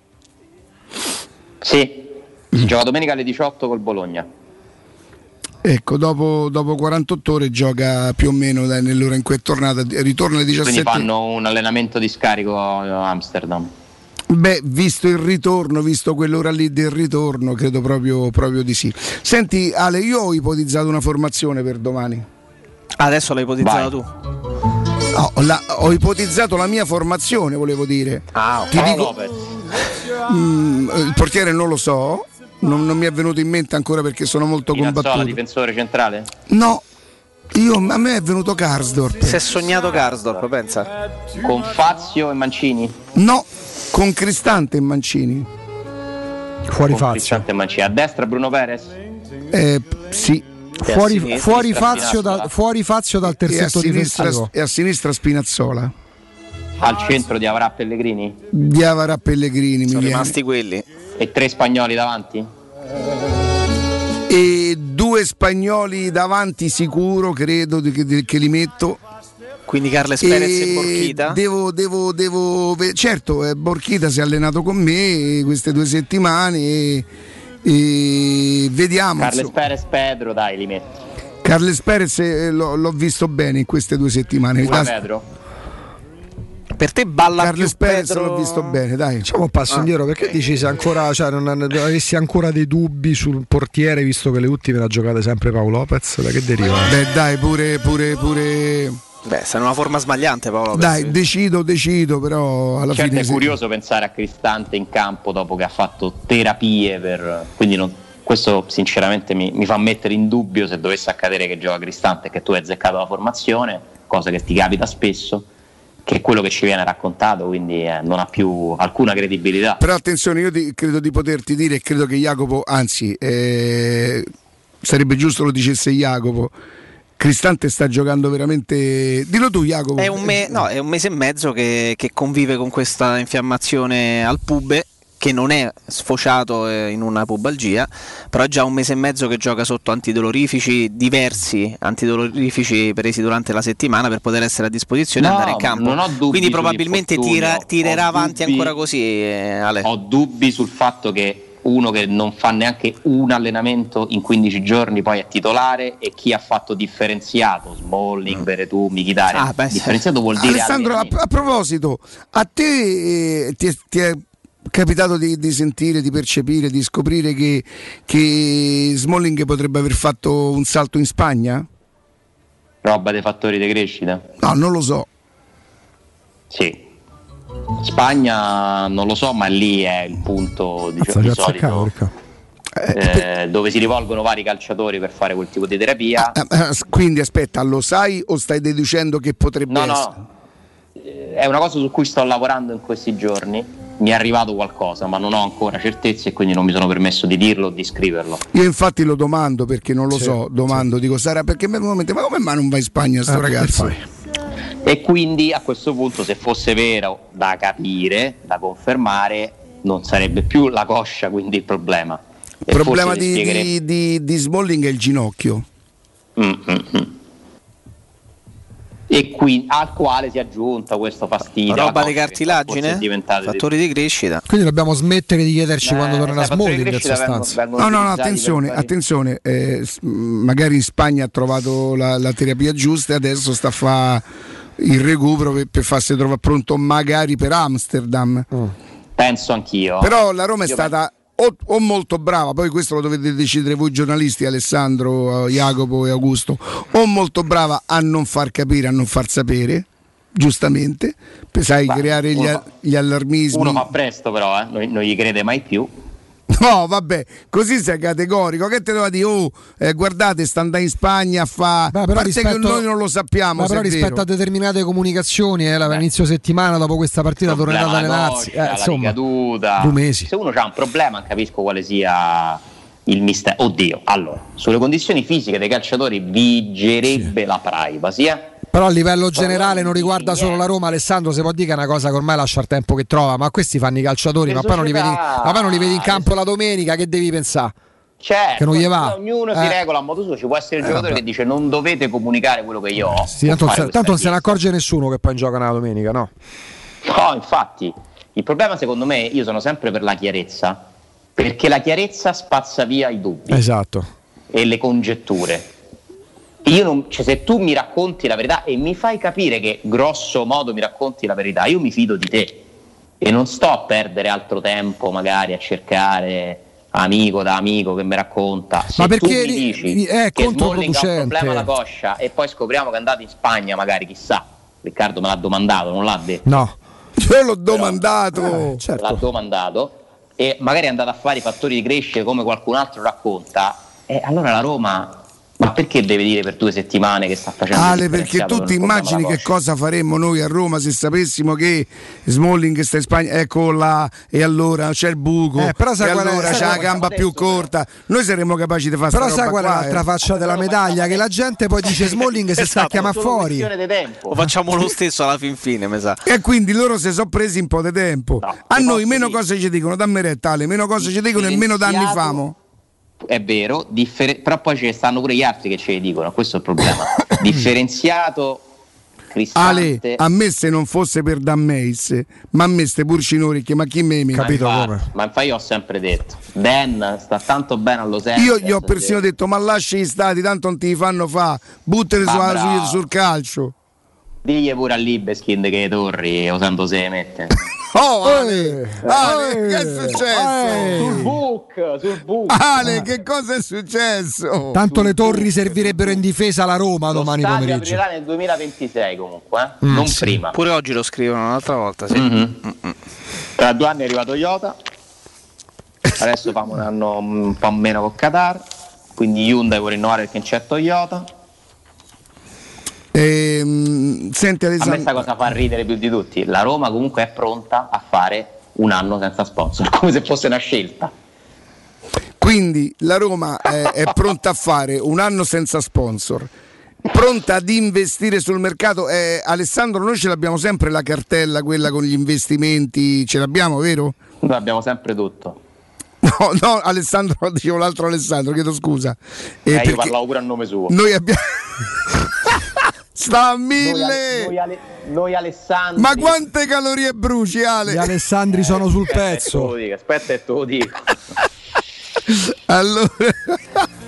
Sì, si gioca domenica alle diciotto col Bologna. Ecco, dopo, dopo quarantotto ore gioca più o meno dai, nell'ora in cui è tornata, ritorna alle diciassette. Quindi fanno un allenamento di scarico a Amsterdam. Beh, visto il ritorno, visto quell'ora lì del ritorno, credo proprio, proprio di sì. Senti Ale, io ho ipotizzato una formazione per domani. Adesso l'hai ipotizzata tu? No, la, ho ipotizzato la mia formazione, volevo dire. Ah, Ti dico, mh, il portiere non lo so. Non, non mi è venuto in mente ancora perché sono molto Pinazzola, combattuto. difensore centrale? No, io, a me è venuto Karsdorp. Si è sognato Karsdorp, pensa. Con Fazio e Mancini? No, con Cristante e Mancini. Fuori con Fazio. Cristante e Mancini. A destra Bruno Perez? Eh, sì. Fuori, sinistra, fuori, Fazio da, fuori Fazio dal terzetto difensivo. E a sinistra Spinazzola. Al centro di Avrà Pellegrini? Diavara Pellegrini. Sono mi rimasti viene. quelli. E tre spagnoli davanti? E due spagnoli davanti sicuro, credo che, che li metto. Quindi Carles Perez e, e Borchita? Devo, devo, devo, certo, eh, Borchita si è allenato con me queste due settimane e, e vediamo. Carles Perez, Pedro, dai, li metto. Carles Perez eh, l'ho, l'ho visto bene in queste due settimane. Pure Pedro? Per te balla Carles più Perez Pedro... l'ho visto bene, dai. Facciamo un passo ah. indietro, perché dici se ancora, cioè, non avessi ancora dei dubbi sul portiere, visto che le ultime le ha giocate sempre Paolo Lopez, da che deriva? Beh dai, pure pure pure Beh, sei in una forma sbagliante Paolo Lopez. Dai, decido, decido, però alla certo fine è sì. curioso pensare a Cristante in campo dopo che ha fatto terapie per... quindi non... questo sinceramente mi, mi fa mettere in dubbio se dovesse accadere che gioca Cristante e che tu hai azzeccato la formazione, cosa che ti capita spesso, che è quello che ci viene raccontato, quindi eh, non ha più alcuna credibilità. Però attenzione, io ti, credo di poterti dire, e credo che Jacopo, anzi eh, sarebbe giusto lo dicesse Jacopo, Cristante sta giocando veramente. Dillo tu, Jacopo. È un, me- no, è un mese e mezzo che, che convive con questa infiammazione al pube, che non è sfociato in una pubalgia, però è già un mese e mezzo che gioca sotto antidolorifici, diversi antidolorifici presi durante la settimana per poter essere a disposizione e no, andare in campo. Non ho dubbi Quindi probabilmente tira, tirerà avanti dubbi, ancora così. Eh, Ale. Ho dubbi sul fatto che uno che non fa neanche un allenamento in quindici giorni poi è titolare, e chi ha fatto differenziato, Smalling, mm. Veretù, Mkhitaryan, ah, beh, differenziato vuol dire Alessandro, a, a proposito, a te eh, ti, è, ti è capitato di, di sentire, di percepire, di scoprire che, che Smalling potrebbe aver fatto un salto in Spagna? Roba dei fattori di crescita? No, non lo so. Sì. Spagna non lo so, ma lì è il punto di, di solito eh, dove si rivolgono vari calciatori per fare quel tipo di terapia. Ah, ah, quindi aspetta, lo sai o stai deducendo che potrebbe no, essere? No, è una cosa su cui sto lavorando in questi giorni. Mi è arrivato qualcosa, ma non ho ancora certezze e quindi non mi sono permesso di dirlo o di scriverlo. Io infatti lo domando perché non lo sì, so, domando, sì. Dico Sara, perché me lo mette, ma come mai non va in Spagna sto eh, ragazzo? E quindi a questo punto, se fosse vero, da capire, da confermare, non sarebbe più la coscia quindi il problema. Il problema di, spieghere... di, di, di Smalling è il ginocchio. Mm-hmm. E qui al quale si è aggiunta questo fastidio, roba di cartilagine, fattori di crescita. Quindi dobbiamo smettere di chiederci eh, quando tornerà Smalling in sostanza. Vengono, vengono no no no attenzione attenzione eh, magari in Spagna ha trovato la, la terapia giusta e adesso sta a fare il recupero per, per farsi trovare pronto magari per Amsterdam. Mm. Penso anch'io. Però la Roma è Io stata o, o molto brava, poi questo lo dovete decidere voi giornalisti, Alessandro, Jacopo e Augusto, o molto brava a non far capire, a non far sapere, giustamente, per sai, Beh, creare gli, fa, gli allarmismi. Uno fa presto però, eh? non, non gli crede mai più. No, vabbè, così sei categorico. Che te devo dire? Oh, eh, guardate, sta andando in Spagna a fare. A parte rispetto, che noi non lo sappiamo. Ma però rispetto vero. a determinate comunicazioni, eh, la inizio settimana dopo questa partita tornerà ad allenarsi. Eh, insomma, ricaduta. Due mesi. Se uno ha un problema, capisco quale sia il mistero. Oddio, allora, sulle condizioni fisiche dei calciatori vigerebbe sì. la privacy, eh? Però a livello generale non riguarda solo la Roma, Alessandro, se può dire che è una cosa che ormai lascia il tempo che trova, ma questi fanno i calciatori, ma poi, non li vedi, ma poi non li vedi in campo la domenica, che devi pensare? Certo, che non gli va. Ognuno eh. si regola a modo suo, ci può essere il eh, giocatore vabbè. che dice non dovete comunicare quello che io ho. Sì, tanto se, tanto non se ne accorge nessuno che poi gioca una domenica, no? No, infatti, il problema secondo me, io sono sempre per la chiarezza, perché la chiarezza spazza via i dubbi. Esatto. E le congetture. Io non, cioè, se tu mi racconti la verità e mi fai capire che grosso modo mi racconti la verità, io mi fido di te e non sto a perdere altro tempo magari a cercare amico da amico che mi racconta. Se ma perché tu mi dici è che Smalling ha un problema alla controproducente coscia e poi scopriamo che è andato in Spagna, magari chissà, Riccardo me l'ha domandato, non l'ha detto? No, io l'ho domandato. Però, eh, certo. L'ha domandato e magari è andato a fare i fattori di crescita come qualcun altro racconta, e allora la Roma... Ma perché deve dire per due settimane che sta facendo? Ale, perché tu ti immagini che cosa faremmo noi a Roma se sapessimo che Smalling sta in Spagna, ecco là, e allora c'è il buco, eh, però sai e qual allora è, c'è la gamba più corta. Noi saremmo capaci di fare però sta sai roba qual è qua, l'altra eh. faccia della medaglia? Che la gente poi dice Smalling si sta a chiamare fuori. Lo facciamo lo stesso alla fin fine, mi sa. E quindi loro si sono presi un po' di tempo. No, a noi meno dire. cose ci dicono, dammi retta Ale, meno cose ci dicono e meno danni famo. È vero, differ- però poi ce ne stanno pure gli altri che ce ne dicono, questo è il problema. Differenziato, cristante. Ale, a me se non fosse per Dan Meis, ma a me ste purcinori che ma chi me mi capito ma come? Ma infatti io ho sempre detto, Dan sta tanto bene allo Angeles. Io gli ho persino se... detto, ma lascia gli stati, tanto non ti fanno fa, buttali su, su, sul calcio. Digli pure a Libeskin che le torri usando se le mette. Oh Ale, Ale, che è successo? Sul book, sul book. Ale, che cosa è successo? Tanto sul le torri book. servirebbero in difesa alla Roma lo domani pomeriggio. Aprirà nel duemilaventisei comunque, eh? mm, non sì. prima. Pure oggi lo scrivono un'altra volta, sì. Mm-hmm. Mm-hmm. Tra due anni è arrivato Iota. Adesso famo un anno un po' meno con Qatar, quindi Hyundai può rinnovare perché non c'è Toyota. Ehm, senti Alessandro, a me sta cosa fa ridere più di tutti. La Roma comunque è pronta a fare un anno senza sponsor, come se fosse una scelta. Quindi la Roma è, è pronta a fare un anno senza sponsor, pronta ad investire sul mercato. eh, Alessandro, noi ce l'abbiamo sempre la cartella, quella con gli investimenti, ce l'abbiamo, vero? Noi abbiamo sempre tutto. No, no, Alessandro, dicevo l'altro Alessandro, chiedo scusa. Eh, eh, io parlavo pure a nome suo. Noi abbiamo... Sta a mille! Noi, Ale... noi Alessandri. Ma quante calorie bruci, Ale? Gli Alessandri eh, sono sul aspetta pezzo. Dico, aspetta e te lo dico. Allora,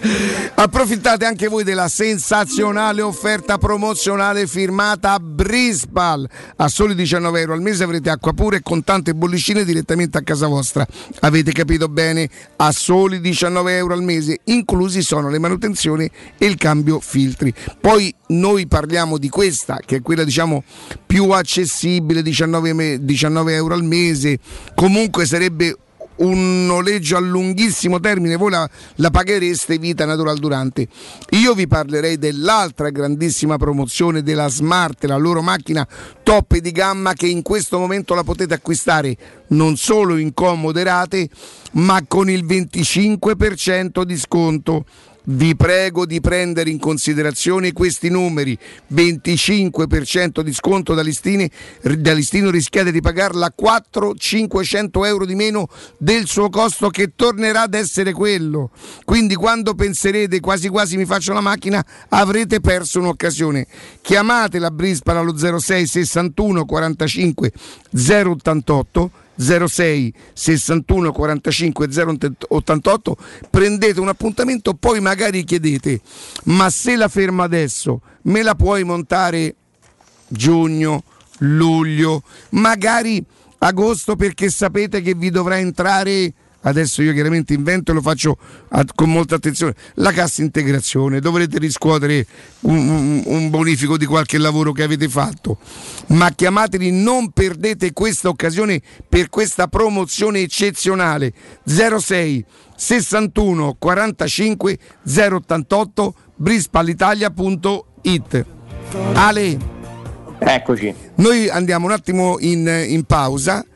Approfittate anche voi della sensazionale offerta promozionale firmata Brispal. A soli diciannove euro al mese avrete acqua pura e con tante bollicine direttamente a casa vostra. Avete capito bene? A soli diciannove euro al mese, inclusi sono le manutenzioni e il cambio filtri. Poi noi parliamo di questa, che è quella diciamo più accessibile, diciannove euro al mese. Comunque sarebbe un noleggio a lunghissimo termine, voi la, la paghereste vita natural durante. Io vi parlerei dell'altra grandissima promozione della Smart, la loro macchina top di gamma, che in questo momento la potete acquistare non solo in comode rate ma con il venticinque per cento di sconto. Vi prego di prendere in considerazione questi numeri: venticinque per cento di sconto da listini, da listino rischiate di pagarla quattrocento cinquecento euro di meno del suo costo, che tornerà ad essere quello. Quindi quando penserete quasi quasi mi faccio la macchina, avrete perso un'occasione. Chiamate la Brispal allo zero sei sessantuno quarantacinque zero ottantotto zero sei sessantuno quarantacinque zero ottantotto, prendete un appuntamento, poi magari chiedete: ma se la fermo adesso me la puoi montare giugno, luglio, magari agosto, perché sapete che vi dovrà entrare, adesso io chiaramente invento e lo faccio a, con molta attenzione, la cassa integrazione, dovrete riscuotere un, un, un bonifico di qualche lavoro che avete fatto. Ma chiamateli, non perdete questa occasione per questa promozione eccezionale. Zero sei sessantuno quarantacinque zero ottantotto brispalitalia punto it. Ale, eccoci. Noi andiamo un attimo in, in pausa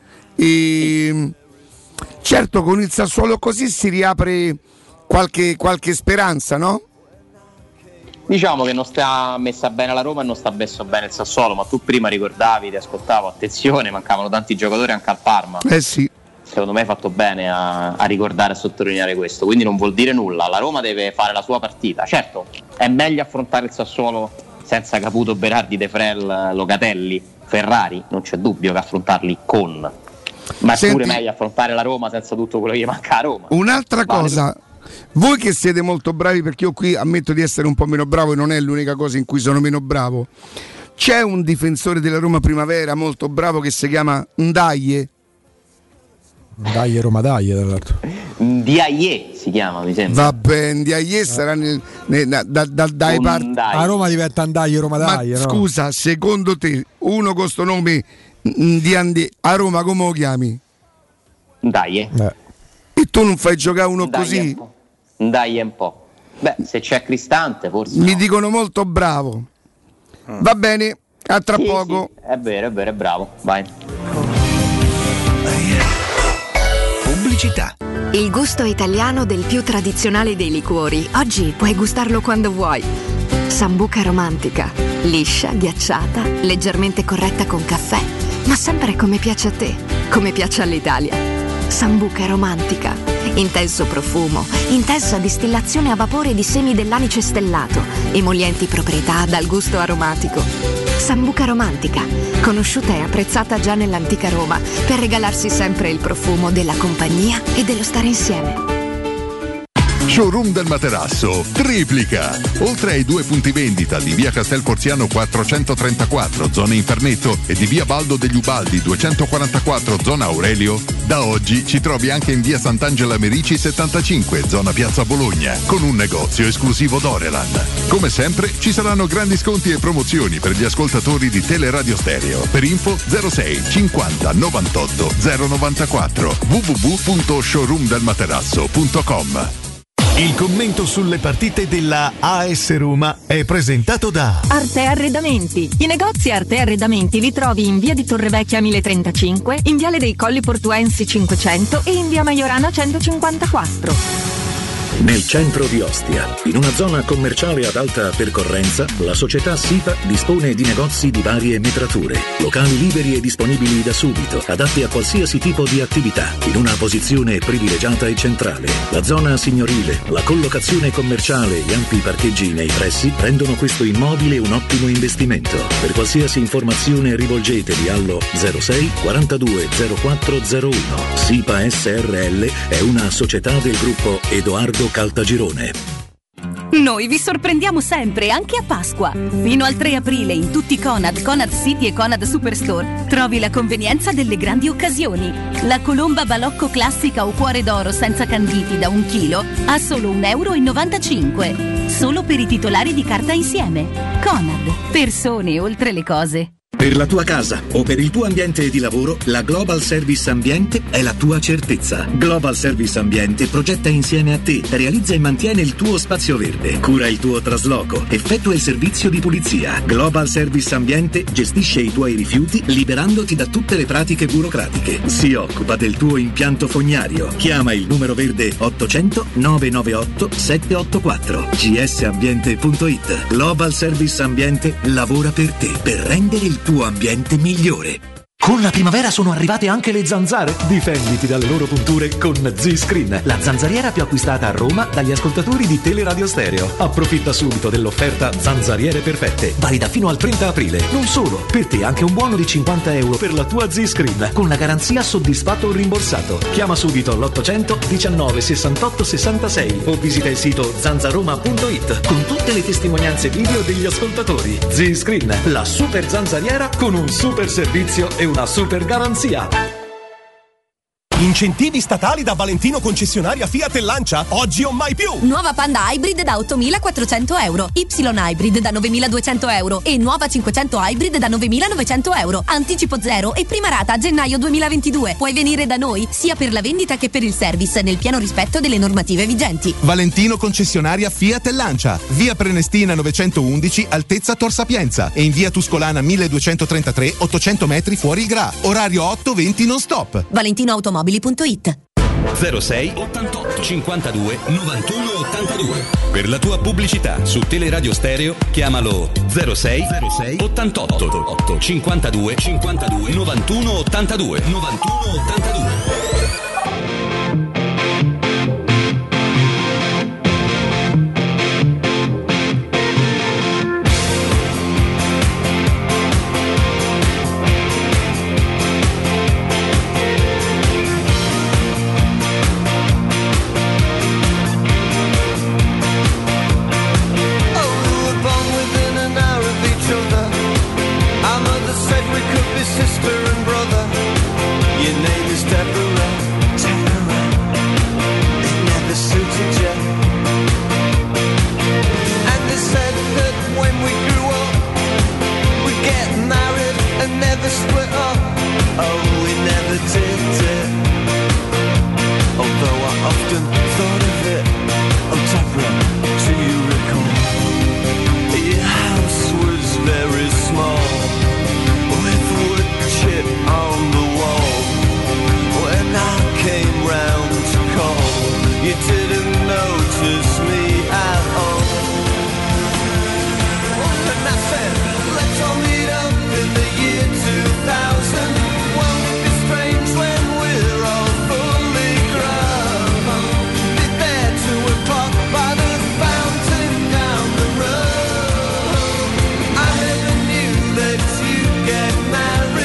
e certo con il Sassuolo così si riapre qualche, qualche speranza, no? Diciamo che non sta messa bene la Roma e non sta messo bene il Sassuolo, ma tu prima ricordavi, ti ascoltavo, attenzione, mancavano tanti giocatori anche al Parma. Eh sì. Secondo me hai fatto bene a, a ricordare e sottolineare questo, quindi non vuol dire nulla, la Roma deve fare la sua partita. Certo, è meglio affrontare il Sassuolo senza Caputo, Berardi, De Frel, Locatelli, Ferrari, non c'è dubbio che affrontarli con... Ma è Senti, pure meglio affrontare la Roma senza tutto quello che manca a Roma. Un'altra vale. cosa, voi che siete molto bravi, perché io qui ammetto di essere un po' meno bravo e non è l'unica cosa in cui sono meno bravo, c'è un difensore della Roma Primavera molto bravo che si chiama Ndaye. Ndaye Roma Daie, tra l'altro. Ndiaye si chiama, mi sembra. Vabbè, Ndiaye sarà nel, nel, da, da, da, dai parti. A Roma diventa Ndaye Roma Daie. Ma no? Scusa, secondo te uno con sto nome di Andi a Roma come lo chiami? Ndaye. Eh. E tu non fai giocare uno Ndaye così? Un Ndaye un po'. Beh, se c'è Cristante forse. Mi no. dicono molto bravo. Mm. Va bene, a tra sì, poco. Sì, è vero, è vero, è bravo. Vai. Pubblicità. Il gusto italiano del più tradizionale dei liquori. Oggi puoi gustarlo quando vuoi. Sambuca romantica, liscia, ghiacciata, leggermente corretta con caffè, ma sempre come piace a te, come piace all'Italia. Sambuca romantica, intenso profumo, intensa distillazione a vapore di semi dell'anice stellato, emolienti proprietà dal gusto aromatico. Sambuca romantica, conosciuta e apprezzata già nell'antica Roma per regalarsi sempre il profumo della compagnia e dello stare insieme. Showroom del Materasso triplica. Oltre ai due punti vendita di via Castel Porziano quattrocentotrentaquattro, zona Infernetto, e di via Baldo degli Ubaldi duecentoquarantaquattro, zona Aurelio, da oggi ci trovi anche in via Sant'Angela Merici settantacinque, zona Piazza Bologna, con un negozio esclusivo Dorelan. Come sempre ci saranno grandi sconti e promozioni per gli ascoltatori di Teleradio Stereo. Per info zero sei cinquanta novantotto zero novantaquattro w w w punto showroom del materasso punto com. Il commento sulle partite della A S Roma è presentato da Arte Arredamenti. I negozi Arte Arredamenti li trovi in via di Torrevecchia mille trentacinque, in viale dei Colli Portuensi cinquecento e in via Maiorana centocinquantaquattro. Nel centro di Ostia, in una zona commerciale ad alta percorrenza, la società SIPA dispone di negozi di varie metrature, locali liberi e disponibili da subito, adatti a qualsiasi tipo di attività, in una posizione privilegiata e centrale. La zona signorile, la collocazione commerciale e ampi parcheggi nei pressi rendono questo immobile un ottimo investimento. Per qualsiasi informazione rivolgetevi allo zero sei quarantadue zero quattro zero uno. SIPA S R L è una società del gruppo Edoardo Caltagirone. Noi vi sorprendiamo sempre, anche a Pasqua. Fino al tre aprile in tutti Conad, Conad City e Conad Superstore trovi la convenienza delle grandi occasioni. La colomba balocco classica o cuore d'oro senza canditi da un chilo a solo un euro e novantacinque. Solo per i titolari di carta insieme. Conad, persone oltre le cose. Per la tua casa o per il tuo ambiente di lavoro, la Global Service Ambiente è la tua certezza. Global Service Ambiente progetta insieme a te, realizza e mantiene il tuo spazio verde, cura il tuo trasloco, effettua il servizio di pulizia. Global Service Ambiente gestisce i tuoi rifiuti liberandoti da tutte le pratiche burocratiche. Si occupa del tuo impianto fognario. Chiama il numero verde ottocento nove nove otto sette otto quattro g s ambiente punto i t. Global Service Ambiente lavora per te, per rendere il tuo ambiente migliore. Con la primavera sono arrivate anche le zanzare. Difenditi dalle loro punture con Z-Screen, la zanzariera più acquistata a Roma dagli ascoltatori di Teleradio Stereo. Approfitta subito dell'offerta Zanzariere Perfette, valida fino al trenta aprile. Non solo, per te anche un buono di cinquanta euro per la tua Z-Screen, con la garanzia soddisfatto o rimborsato. Chiama subito l'ottocento diciannove sessantotto sessantasei o visita il sito zanzaroma punto i t con tutte le testimonianze video degli ascoltatori. Z-Screen, la super zanzariera con un super servizio e una super garanzia. Incentivi statali da Valentino concessionaria Fiat e Lancia, oggi o mai più. Nuova Panda Hybrid da ottomilaquattrocento euro, Y Hybrid da novemiladuecento euro e nuova cinquecento Hybrid da novemilanovecento euro. Anticipo zero e prima rata a gennaio duemilaventidue. Puoi venire da noi sia per la vendita che per il service, nel pieno rispetto delle normative vigenti. Valentino concessionaria Fiat e Lancia, via Prenestina novecentoundici, altezza Tor Sapienza, e in via Tuscolana milleduecentotrentatré, ottocento metri fuori il Gra. Orario otto venti non stop. Valentino Automobili punto it. zero sei ottantotto cinquantadue novantuno ottantadue. Per la tua pubblicità su Teleradio Stereo chiamalo zero sei ottantotto cinquantadue cinquantadue novantuno ottantadue novantuno ottantadue. Sister and brother, your name is Deborah, Deborah. It never suited you. And they said that when we grew up, we'd get married and never split up. Oh, we never did it. Although I often thought of it. Oh, Deborah, do you recall? Your house was very small, chip on the wall. When I came round to call, you didn't notice me at all. And I said, let's all meet up in the year two thousand. Won't it be strange when we're all fully grown? Be there two o'clock by the fountain down the road. I never knew that you'd get married.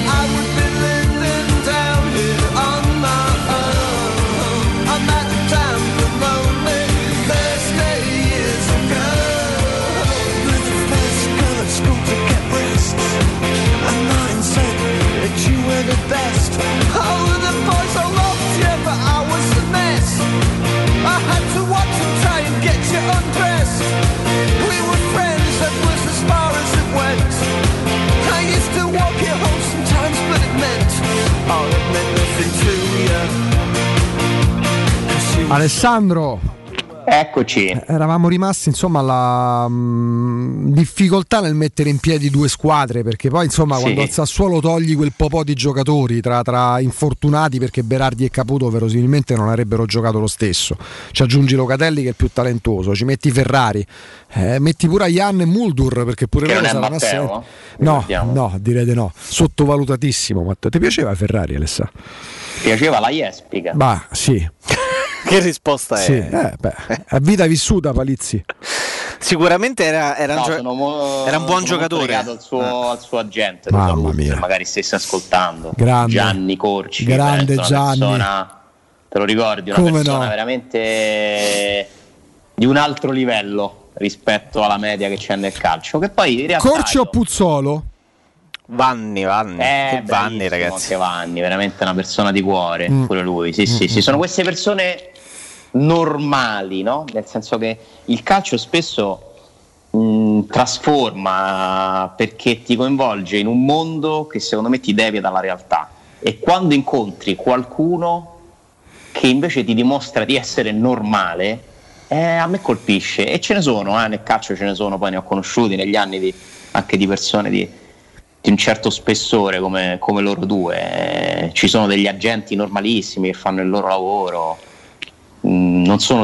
The best. Oh, the boys all loved you, but I was a mess. I had to watch and try and get you undressed. We were friends, that was as far as it went. I used to walk you home sometimes, but it meant, oh, it meant nothing to you. Alessandro, eccoci. Eravamo rimasti insomma alla mh, difficoltà nel mettere in piedi due squadre, perché poi insomma sì, quando al Sassuolo togli quel po' di giocatori tra, tra infortunati, perché Berardi e Caputo verosimilmente non avrebbero giocato lo stesso, ci aggiungi Locatelli che è il più talentuoso, ci metti Ferrari, eh, metti pure Jan e Muldur, perché pure loro saranno assenti. No, no, direi di no, sottovalutatissimo. Matteo, ti piaceva Ferrari, Alessà? Piaceva la Jespica? Bah, sì. Che risposta è? Sì, eh, beh, a vita vissuta, Palizzi. Sicuramente era, era, no, un, gio- mo- era un buon giocatore. Al suo, al suo agente, Mamma saluto, mia. se magari stesse ascoltando. Grande. Gianni Corci. Grande penso, Gianni. Persona, te lo ricordi? Una Come persona no? veramente di un altro livello rispetto alla media che c'è nel calcio, che poi in realtà Corci o Puzzolo? Vanni, Vanni, Eh, che Vanni, bravissimo ragazzi. anche Vanni, veramente una persona di cuore, Mm. pure lui. Sì, sì, Mm, sì, sono queste persone normali, no? Nel senso che il calcio spesso mh, trasforma perché ti coinvolge in un mondo che secondo me ti devia dalla realtà, e quando incontri qualcuno che invece ti dimostra di essere normale, eh, a me colpisce, e ce ne sono, eh, nel calcio ce ne sono, poi ne ho conosciuti negli anni di, anche di persone di, di un certo spessore come, come loro due. Eh, ci sono degli agenti normalissimi che fanno il loro lavoro, mm, non sono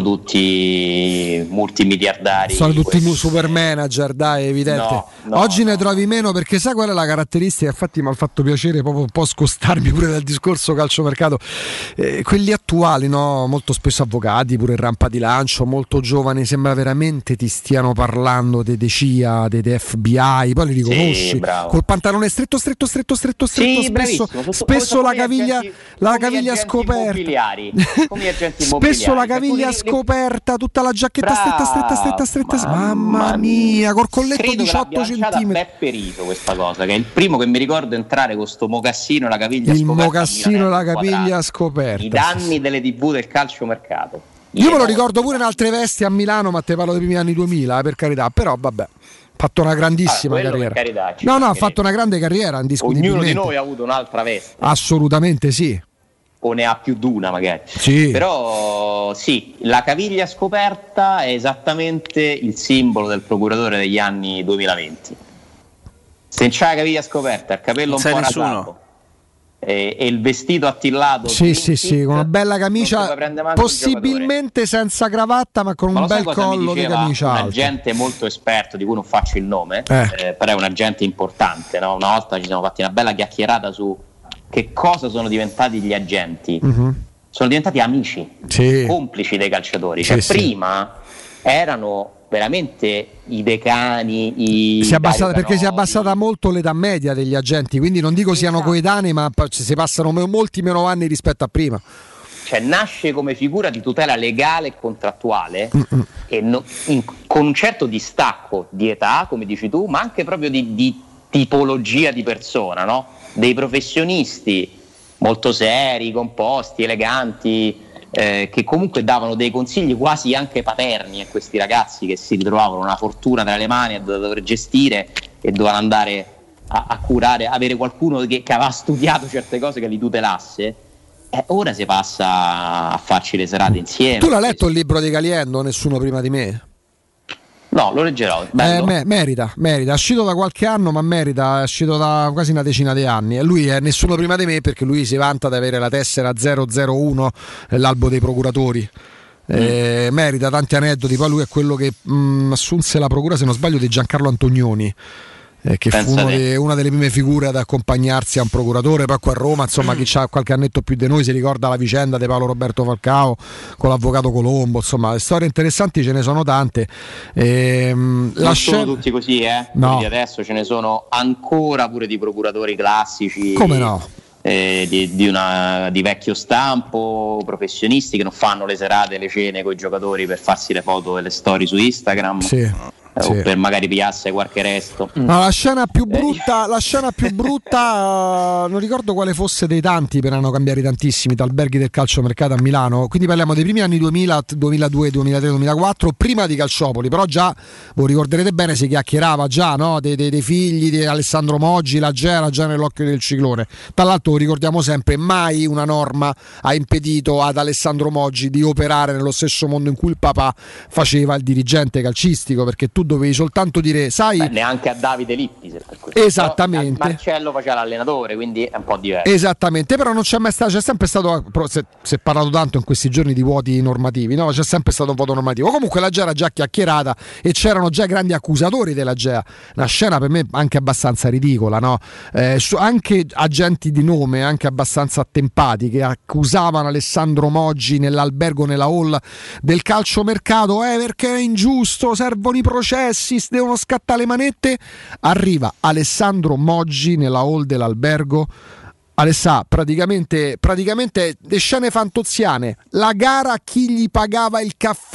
tutti multimiliardari. Sono tutti questi- super manager, dai, è evidente. No, no, Oggi ne trovi meno, perché sai qual è la caratteristica? Infatti mi ha fatto piacere proprio un po' scostarmi pure dal discorso calciomercato. Eh, quelli attuali, no? Molto spesso avvocati, pure in rampa di lancio, molto giovani, sembra veramente ti stiano parlando dei de C I A, dei de F B I, poi li riconosci bravo. col pantalone stretto, stretto, stretto, stretto, stretto, Sì, spesso, bravissimo. Sono- spesso sono la come gli caviglia, agenti- la come gli caviglia agenti scoperta. immobiliari, come gli agenti Spesso immobiliari, la per cui caviglia li- li- scoperta, tutta la giacchetta stretta, stretta, stretta, stretta. Mamma Mamma mia, col colletto Credo che diciotto l'abbia lanciata centimetri. Beppe Rito questa cosa, che è il primo che mi ricordo entrare con sto mocassino e la caviglia Il scoperta. a mocassino e la Milanello caviglia Quadrato. scoperta. I danni delle tivù del calciomercato. Io me lo ricordo pure in altre vesti a Milano, ma te parlo dei primi anni duemila, eh, per carità, però vabbè. Ha fatto una grandissima Ah, quello carriera. per carità, ci no, no, ha mancherebbe. fatto una grande carriera, indiscutibilmente. Ognuno di noi ha avuto un'altra veste, Assolutamente sì. o ne ha più d'una magari. Sì. Però sì, la caviglia scoperta è esattamente il simbolo del procuratore degli anni duemilaventi. Se c'è la caviglia scoperta, il capello Non un sai po' nessuno. rasato e, e il vestito attillato, Sì, clean sì, sì, fit, con una bella non camicia, si può prendere manco il possibilmente senza cravatta, ma con Ma un lo sai bel cosa mi collo di diceva camicia un alta. agente molto esperto di cui non faccio il nome, Eh. eh, però è un agente importante, no? Una volta ci siamo fatti una bella chiacchierata su che cosa sono diventati gli agenti. Mhm. Sono diventati amici, Sì. complici dei calciatori. Sì, Cioè, sì. prima erano veramente i decani, i Si è abbassata, Dario perché si è Canoli. abbassata molto l'età media degli agenti, quindi non dico siano Esatto. coetanei, ma pa- si passano me- molti meno anni rispetto a prima. Cioè, nasce come figura di tutela legale e contrattuale, Mm-mm. e no- in- con un certo distacco di età, come dici tu, ma anche proprio di, di tipologia di persona, no? Dei professionisti molto seri, composti, eleganti, eh, che comunque davano dei consigli quasi anche paterni a questi ragazzi che si ritrovavano una fortuna tra le mani da dover gestire e dovevano andare a, a curare, avere qualcuno che, che aveva studiato certe cose che li tutelasse. E ora si passa a farci le serate insieme. Tu l'hai letto il libro di Caliendo, Nessuno prima di me? No, lo leggerò. Eh, Bello. me- merita, merita, è uscito da qualche anno, ma merita, è uscito da quasi una decina di anni. E lui è Nessuno prima di me, perché lui si vanta di avere la tessera zero zero uno, eh, l'albo dei procuratori. Eh, merita tanti aneddoti. Poi lui è quello che mh, assunse la procura, se non sbaglio, di Giancarlo Antonioni, eh, che Pensa fu uno te. de- una delle prime figure ad accompagnarsi a un procuratore. Poi qua a Roma, insomma, chi ha qualche annetto più di noi si ricorda la vicenda di Paolo Roberto Falcao con l'avvocato Colombo. Insomma, le storie interessanti ce ne sono tante. Ehm, la Non scena- sono tutti così, eh? No. Quelli di adesso ce ne sono ancora pure di procuratori classici. Come no? eh, di, di una- di vecchio stampo, professionisti che non fanno le serate, le cene con i giocatori per farsi le foto e le storie su Instagram. Sì, eh, sì. o per magari pigliarsi qualche resto. No, la scena più brutta, la scena più brutta, eh, non ricordo quale fosse dei tanti, per hanno cambiati tantissimi, da alberghi del calciomercato a Milano. Quindi parliamo dei primi anni duemila, duemiladue, duemilatré, duemilaquattro, prima di Calciopoli. Però già, voi ricorderete bene, si chiacchierava già, no? dei, dei- dei figli di Alessandro Moggi, la G E era già nell'occhio del ciclone. Tra l'altro ricordiamo sempre, mai una norma ha impedito ad Alessandro Moggi di operare nello stesso mondo in cui il papà faceva il dirigente calcistico, perché tu dovevi soltanto dire, sai... Beh, neanche a Davide Lippi, se per questo. Esattamente. Però Marcello faceva l'allenatore, quindi è un po' diverso. Esattamente, però non c'è mai stato, c'è sempre stato, però si è- si è parlato tanto in questi giorni di vuoti normativi, no? C'è sempre stato un vuoto normativo. Comunque la G E A era già chiacchierata e c'erano già grandi accusatori della G E A. Una scena per me anche abbastanza ridicola, no? Eh, su- anche agenti di nome, anche abbastanza attempati, che accusavano Alessandro Moggi nell'albergo, nella hall del calciomercato, eh, perché è ingiusto, servono i processi, s- devono scattare le manette. Arriva Alessandro Moggi nella hall dell'albergo. Alessà, praticamente, praticamente le scene fantoziane, la gara a chi gli pagava il caffè,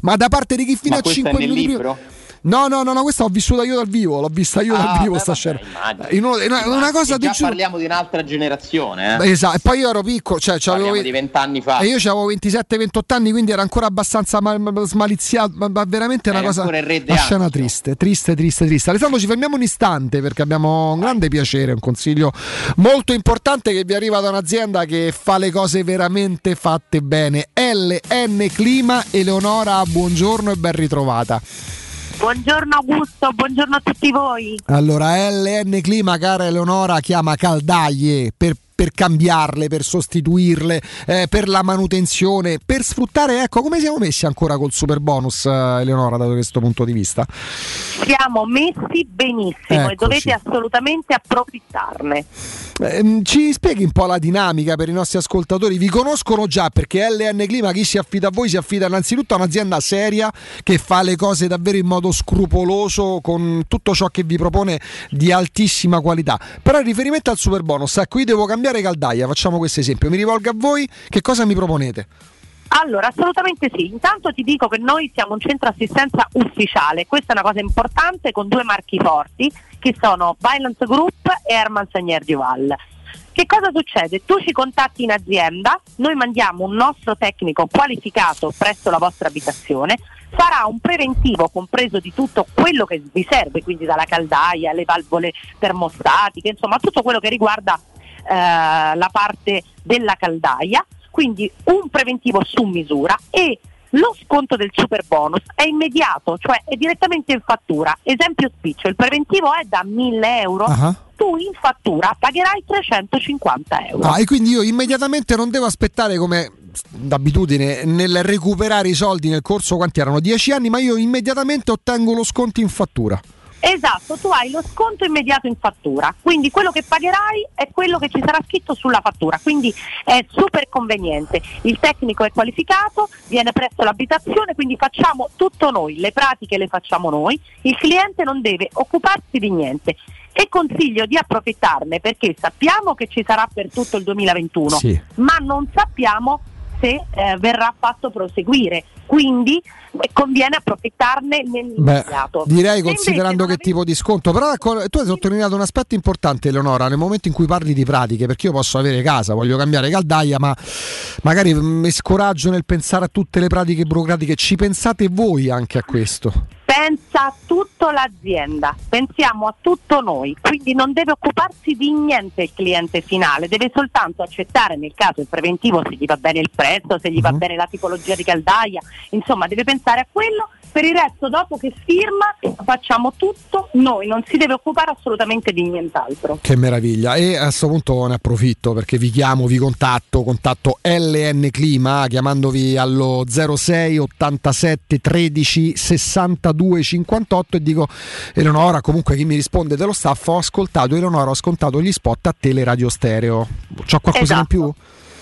ma da parte di chi fino Ma a questo cinque è nel minuti libro? prima. No, no, no, no, questa l'ho vissuta io dal vivo, l'ho vista io Ah, dal vivo beh, sta vabbè, scena. immagino. In una, in una- una cosa E ti già giuro. parliamo di un'altra generazione, eh? Esatto, e poi io ero piccolo, cioè c'avevo Parliamo di vent'anni fa. e io avevo ventisette ventotto anni, quindi era ancora abbastanza mal- mal- smaliziato, ma, ma veramente una Era cosa, ancora il re de una scena Anzio. triste, triste, triste, triste. Alessandro, ci fermiamo un istante perché abbiamo un grande piacere, un consiglio molto importante che vi arriva da un'azienda che fa le cose veramente fatte bene. L N Clima. Eleonora, buongiorno e ben ritrovata. Buongiorno Augusto, buongiorno a tutti voi. Allora, L N Clima, cara Eleonora, chiama caldaie per, per cambiarle, per sostituirle, eh, per la manutenzione, per sfruttare, ecco, come siamo messi ancora col super bonus, eh, Eleonora, da questo punto di vista? Siamo messi benissimo e Eccoci. dovete assolutamente approfittarne. Eh, ci spieghi un po' la dinamica per i nostri ascoltatori? Vi conoscono già perché L N Clima, chi si affida a voi, si affida innanzitutto a un'azienda seria che fa le cose davvero in modo scrupoloso, con tutto ciò che vi propone di altissima qualità. Però in riferimento al super bonus, ecco, io devo cambiare caldaia, facciamo questo esempio, mi rivolgo a voi, che cosa mi proponete? Allora, assolutamente sì. Intanto ti dico che noi siamo un centro assistenza ufficiale, questa è una cosa importante, con due marchi forti che sono Violence Group e Herman Sagnier Duval. Che cosa succede? Tu ci contatti in azienda, noi mandiamo un nostro tecnico qualificato presso la vostra abitazione, farà un preventivo compreso di tutto quello che vi serve, quindi dalla caldaia, le valvole termostatiche, insomma tutto quello che riguarda eh, la parte della caldaia, quindi un preventivo su misura, e lo sconto del super bonus è immediato, cioè è direttamente in fattura. Esempio spiccio, il preventivo è da mille euro, Ah. tu in fattura pagherai trecentocinquanta euro. Ah, e quindi io immediatamente non devo aspettare, come d'abitudine, nel recuperare i soldi nel corso, quanti erano? dieci anni, ma io immediatamente ottengo lo sconto in fattura. Esatto, tu hai lo sconto immediato in fattura, quindi quello che pagherai è quello che ci sarà scritto sulla fattura, quindi è super conveniente. Il tecnico è qualificato, viene presso l'abitazione, quindi facciamo tutto noi, le pratiche le facciamo noi, il cliente non deve occuparsi di niente. E consiglio di approfittarne perché sappiamo che ci sarà per tutto il duemilaventuno, Sì. ma non sappiamo se eh, verrà fatto proseguire, quindi eh, conviene approfittarne Beh, nell'immediato. direi, Se considerando invece che tipo di sconto. Però ecco, tu hai sottolineato un aspetto importante, Eleonora, nel momento in cui parli di pratiche, perché io posso avere casa, voglio cambiare caldaia, ma magari mi scoraggio nel pensare a tutte le pratiche burocratiche. Ci pensate voi anche a questo? pensa a tutta l'azienda, pensiamo a tutto noi, quindi non deve occuparsi di niente il cliente finale, deve soltanto accettare nel caso il preventivo se gli va bene il prezzo, se gli va Mhm. bene la tipologia di caldaia, insomma deve pensare a quello. Per il resto, dopo che firma, facciamo tutto noi, non si deve occupare assolutamente di nient'altro. Che meraviglia. E a questo punto ne approfitto perché vi chiamo, vi contatto, contatto L N Clima chiamandovi allo zero sei ottantasette tredici sessantadue cinquantotto e dico: Eleonora, comunque chi mi risponde dello staff, ho ascoltato Eleonora, ho ascoltato gli spot a Teleradio Stereo. C'ho qualcosina in più?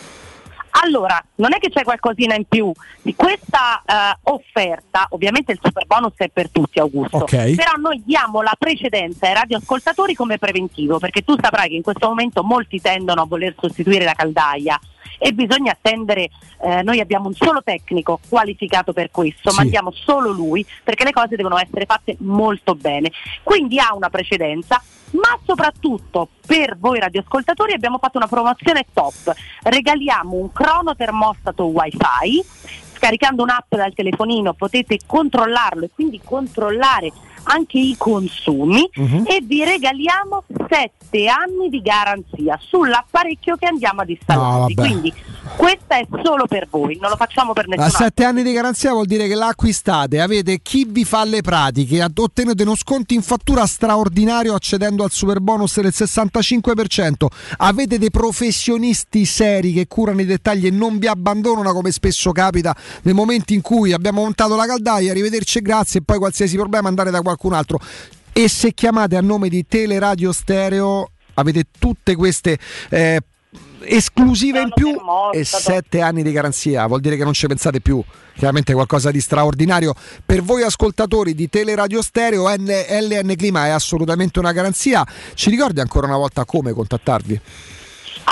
Allora, non è che c'è qualcosina in più di questa eh, offerta, ovviamente il super bonus è per tutti, Augusto, Ok. però noi diamo la precedenza ai radioascoltatori come preventivo, perché tu saprai che in questo momento molti tendono a voler sostituire la caldaia e bisogna attendere, eh, noi abbiamo un solo tecnico qualificato per questo, Sì. mandiamo solo lui perché le cose devono essere fatte molto bene, quindi ha una precedenza. Ma soprattutto per voi radioascoltatori abbiamo fatto una promozione top, regaliamo un crono termostato wifi, scaricando un'app dal telefonino potete controllarlo e quindi controllare anche i consumi, Mhm. e vi regaliamo sette anni di garanzia sull'apparecchio che andiamo ad No, installarvi, vabbè. quindi questa è solo per voi, non lo facciamo per nessun A altro. sette anni di garanzia vuol dire che la acquistate, avete chi vi fa le pratiche, ottenete uno sconto in fattura straordinario accedendo al super bonus del sessantacinque per cento, avete dei professionisti seri che curano i dettagli e non vi abbandonano come spesso capita nei momenti in cui abbiamo montato la caldaia, arrivederci e grazie, e poi qualsiasi problema andare da qualcun altro. E se chiamate a nome di Teleradio Stereo avete tutte queste eh, esclusive in più e sette anni di garanzia, vuol dire che non ci pensate più, chiaramente qualcosa di straordinario per voi ascoltatori di Teleradio Stereo. L N Clima è assolutamente una garanzia. Ci ricordi ancora una volta come contattarvi?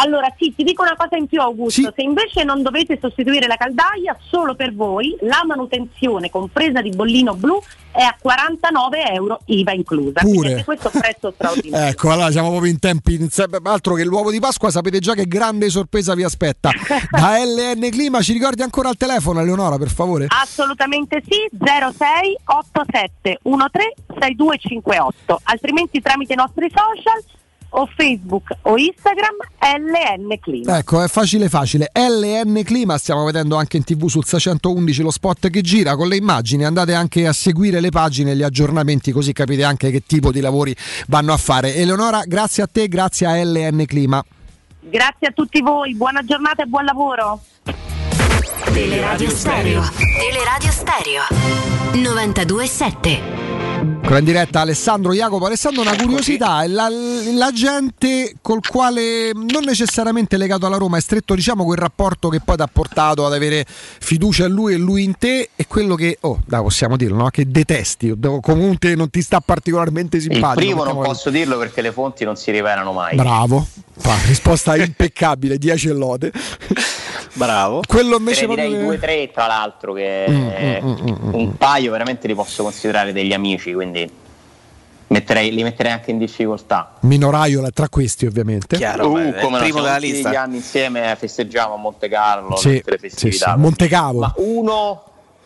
Allora sì, ti dico una cosa in più, Augusto, sì. Se invece non dovete sostituire la caldaia, solo per voi la manutenzione compresa di bollino blu è a quarantanove euro I V A inclusa. Pure. Quindi questo è un prezzo straordinario. Ecco, allora siamo proprio in tempi, altro che l'uovo di Pasqua, sapete già che grande sorpresa vi aspetta. Da L N Clima ci ricordi ancora il telefono, Eleonora, per favore? Assolutamente sì, zero sei otto sette uno tre sei due cinque otto, altrimenti tramite i nostri social o Facebook o Instagram L N Clima. Ecco, è facile facile. L N Clima, stiamo vedendo anche in tv sul seicentoundici lo spot che gira con le immagini, andate anche a seguire le pagine e gli aggiornamenti, così capite anche che tipo di lavori vanno a fare. Eleonora, grazie a te, grazie a L N Clima. Grazie a tutti voi, buona giornata e buon lavoro. Teleradio Stereo. Teleradio Stereo novantadue sette. Ancora in diretta Alessandro Jacopo. Alessandro, una curiosità, la, la gente col quale non necessariamente legato alla Roma è stretto, diciamo, quel rapporto che poi ti ha portato ad avere fiducia in lui e lui in te, e quello che, oh, dai, possiamo dirlo, no? Che detesti, comunque non ti sta particolarmente simpatico. Il primo non posso dirlo perché le fonti non si rivelano mai. Bravo, ah, risposta impeccabile, dieci e lode. Bravo. Quello invece direi proprio... due tre tra l'altro che Mm, mm, mm, mm. un paio veramente li posso considerare degli amici, quindi metterei, li metterei anche in difficoltà. Mino Raiola tra questi, ovviamente. Chiaro, uh, beh, come il primo no, della tutti lista. gli anni insieme festeggiamo a Monte Carlo, Sì, tutte le festività. sì, sì. Monte Cavo. Ma uno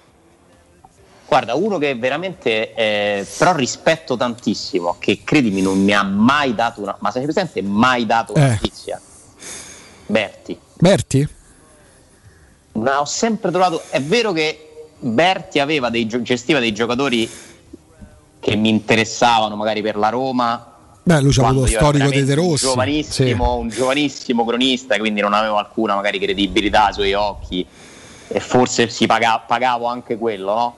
guarda, uno che veramente eh, però rispetto tantissimo, che credimi non mi ha mai dato una, ma sei presente, mai dato una Eh. notizia. Berti. Berti? No, ho sempre trovato, è vero che Berti aveva dei, gio- gestiva dei giocatori che mi interessavano magari per la Roma. Beh, lui c'ha quando avuto io ero storico dei veramente De un Rossi. giovanissimo, Sì. un giovanissimo cronista, quindi non avevo alcuna magari credibilità ai suoi occhi, e forse si paga- pagavo anche quello, no?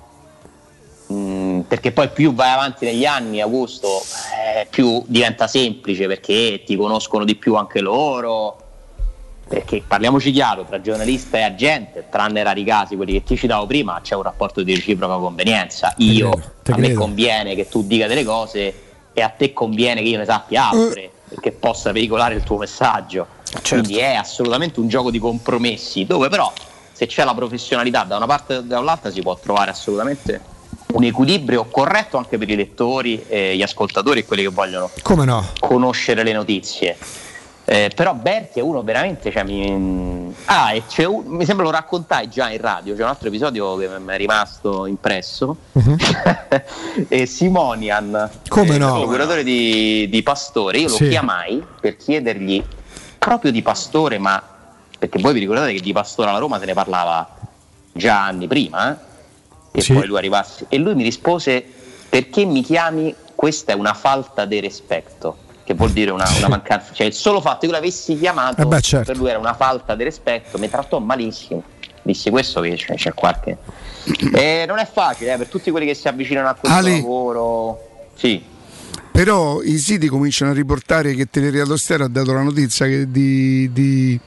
Mm, perché poi più vai avanti negli anni, Augusto, eh, più diventa semplice, perché ti conoscono di più anche loro, perché parliamoci chiaro, tra giornalista e agente, tranne rari casi, quelli che ti citavo prima, c'è un rapporto di reciproca convenienza. Io, credo, te a me credo. conviene che tu dica delle cose e a te conviene che io ne sappia altre, Uh. che possa veicolare il tuo messaggio. Quindi è assolutamente un gioco di compromessi, dove però se c'è la professionalità da una parte e dall'altra si può trovare assolutamente un equilibrio corretto anche per i lettori, e gli ascoltatori e quelli che vogliono Come no? conoscere le notizie. Eh, però Berti è uno veramente, cioè, mi... Ah, e c'è un... mi sembra lo raccontai già in radio, c'è un altro episodio che mi è rimasto impresso. Uh-huh. E Simonian, Come eh, no? il procuratore di, di Pastore, io Sì. lo chiamai per chiedergli proprio di Pastore, ma perché voi vi ricordate che di Pastore alla Roma se ne parlava già anni prima, eh? Che Sì. poi lui arrivasse, e lui mi rispose: perché mi chiami? Questa è una falta di rispetto, che vuol dire una, una mancanza, cioè il solo fatto che io l'avessi chiamato Eh beh, certo. per lui era una falta di rispetto, mi trattò malissimo. Dissi questo che c'è, c'è qualche e non è facile, eh, per tutti quelli che si avvicinano a questo Ale. lavoro. Sì. Però i siti cominciano a riportare che Teleradio Stereo ha dato la notizia che di, di,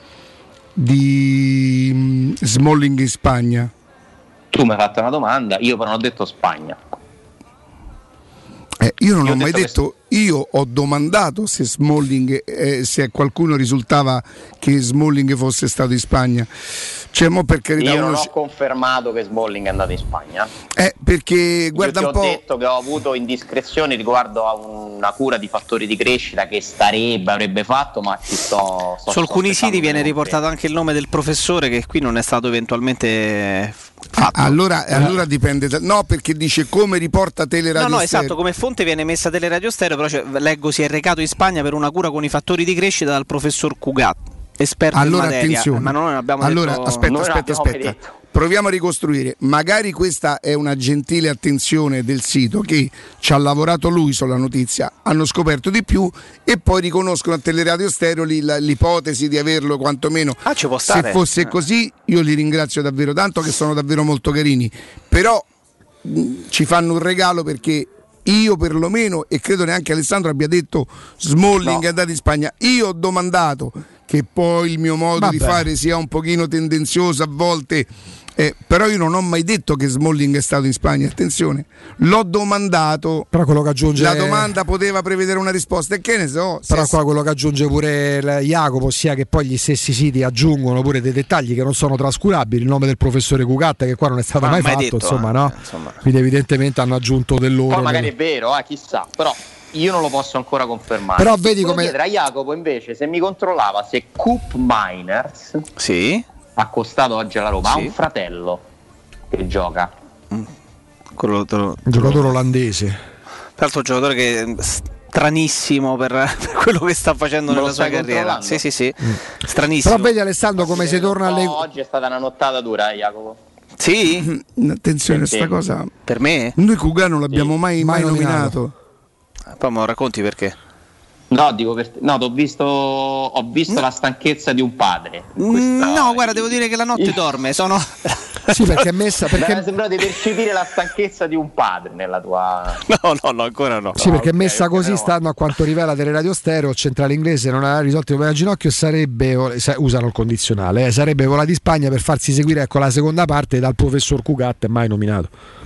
di mm, Smalling in Spagna. Tu mi hai fatto una domanda, io però non ho detto Spagna. Eh, io non Io ho ho mai detto detto, io ho domandato se Smalling, eh, se a qualcuno risultava che Smalling fosse stato in Spagna. Cioè, mo per carità, Io non uno ho ci- confermato che Smalling è andato in Spagna. eh, perché guarda Io un ti ho po'. detto che ho avuto indiscrezioni riguardo a una cura di fattori di crescita che starebbe, avrebbe fatto, ma ci sto, sto Su alcuni sto siti viene aspettando riportato anche il nome del professore, che qui non è stato eventualmente Ah, allora, allora dipende da- no, perché dice come riporta Teleradio No, no, Stereo. esatto, come fonte viene messa Teleradio Stereo, però cioè, leggo si è recato in Spagna per una cura con i fattori di crescita dal professor Cugat, esperto Allora in materia. attenzione, Ma non abbiamo allora detto... aspetta, Noi non aspetta, abbiamo aspetta. detto. Proviamo a ricostruire. Magari questa è una gentile attenzione del sito che ci ha lavorato lui sulla notizia, hanno scoperto di più e poi riconoscono a Teleradio Stereo lì la- l'ipotesi di averlo quantomeno. Ah, ci può Se stare. fosse Eh. così, io li ringrazio davvero tanto, che sono davvero molto carini. Però mh, ci fanno un regalo, perché io perlomeno, e credo neanche Alessandro abbia detto Smalling No. è andato in Spagna, io ho domandato che poi il mio modo Vabbè. di fare sia un pochino tendenzioso a volte. Eh, però io non ho mai detto che Smalling è stato in Spagna, attenzione, l'ho domandato, però quello che aggiunge la domanda poteva prevedere una risposta e che ne so. Però se- qua quello che aggiunge pure il Jacopo sia che poi gli stessi siti aggiungono pure dei dettagli che non sono trascurabili, il nome del professore Cucatta che qua non è stato Ma mai mai fatto, detto, insomma, eh, no? insomma. Quindi evidentemente hanno aggiunto del loro. Poi magari nel- è vero, eh, chissà, però io non lo posso ancora confermare. Però vedi Volevo come- chiedere a Jacopo invece se mi controllava se Coop Miners sì. ha costato oggi alla Roma, Sì. ha un fratello che gioca. Quello, te lo- Un giocatore olandese. Tra l'altro un giocatore che è stranissimo per, per quello che sta facendo Me lo nella sua stai carriera. controllando? Sì, sì, sì. Stranissimo. Però vedi Alessandro come si torna alle. No, oggi è stata una nottata dura, eh, Jacopo. Sì? Attenzione a Sì, sta sì. cosa. Per me? Noi Cucà non l'abbiamo mai, mai Mai nominato. nominato. Poi me lo racconti perché? No, dico per te- no, t'ho visto, ho visto la stanchezza di un padre. in questa- Mm, No, guarda, devo dire che la notte dorme. Sono. Sì, perché è messa. Perché... Mi sembra di percepire la stanchezza di un padre nella tua. No, no, no, ancora no. Sì, perché ok, messa ok, così no. stanno a quanto rivela Teleradio Stereo, il centrale inglese non ha risolto il problema al ginocchio, sarebbe, sa- usano il condizionale, eh, sarebbe volato in Spagna per farsi seguire ecco, la seconda parte dal professor Cucatta, mai nominato.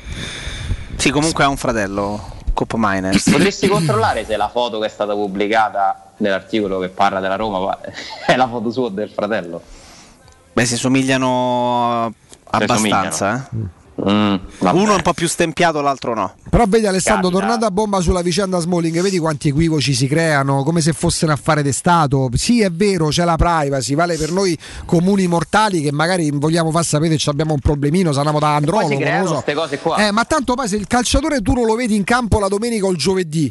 Sì, comunque ha un fratello, Coop Miners. Potresti controllare se la foto che è stata pubblicata nell'articolo che parla della Roma è la foto sua o del fratello? Beh, si somigliano abbastanza. Eh? Mm, vabbè. Uno è un po' più stempiato, l'altro no. Però vedi Alessandro, Capita. tornando a bomba sulla vicenda Smalling, vedi quanti equivoci si creano, come se fosse un affare d'Estato. Sì, è vero, c'è la privacy, vale per noi comuni mortali che magari vogliamo far sapere se abbiamo un problemino, saniamo da Poi andrologo, si non lo creano so. queste cose qua. Eh, ma tanto poi se il calciatore tu non lo vedi in campo la domenica o il giovedì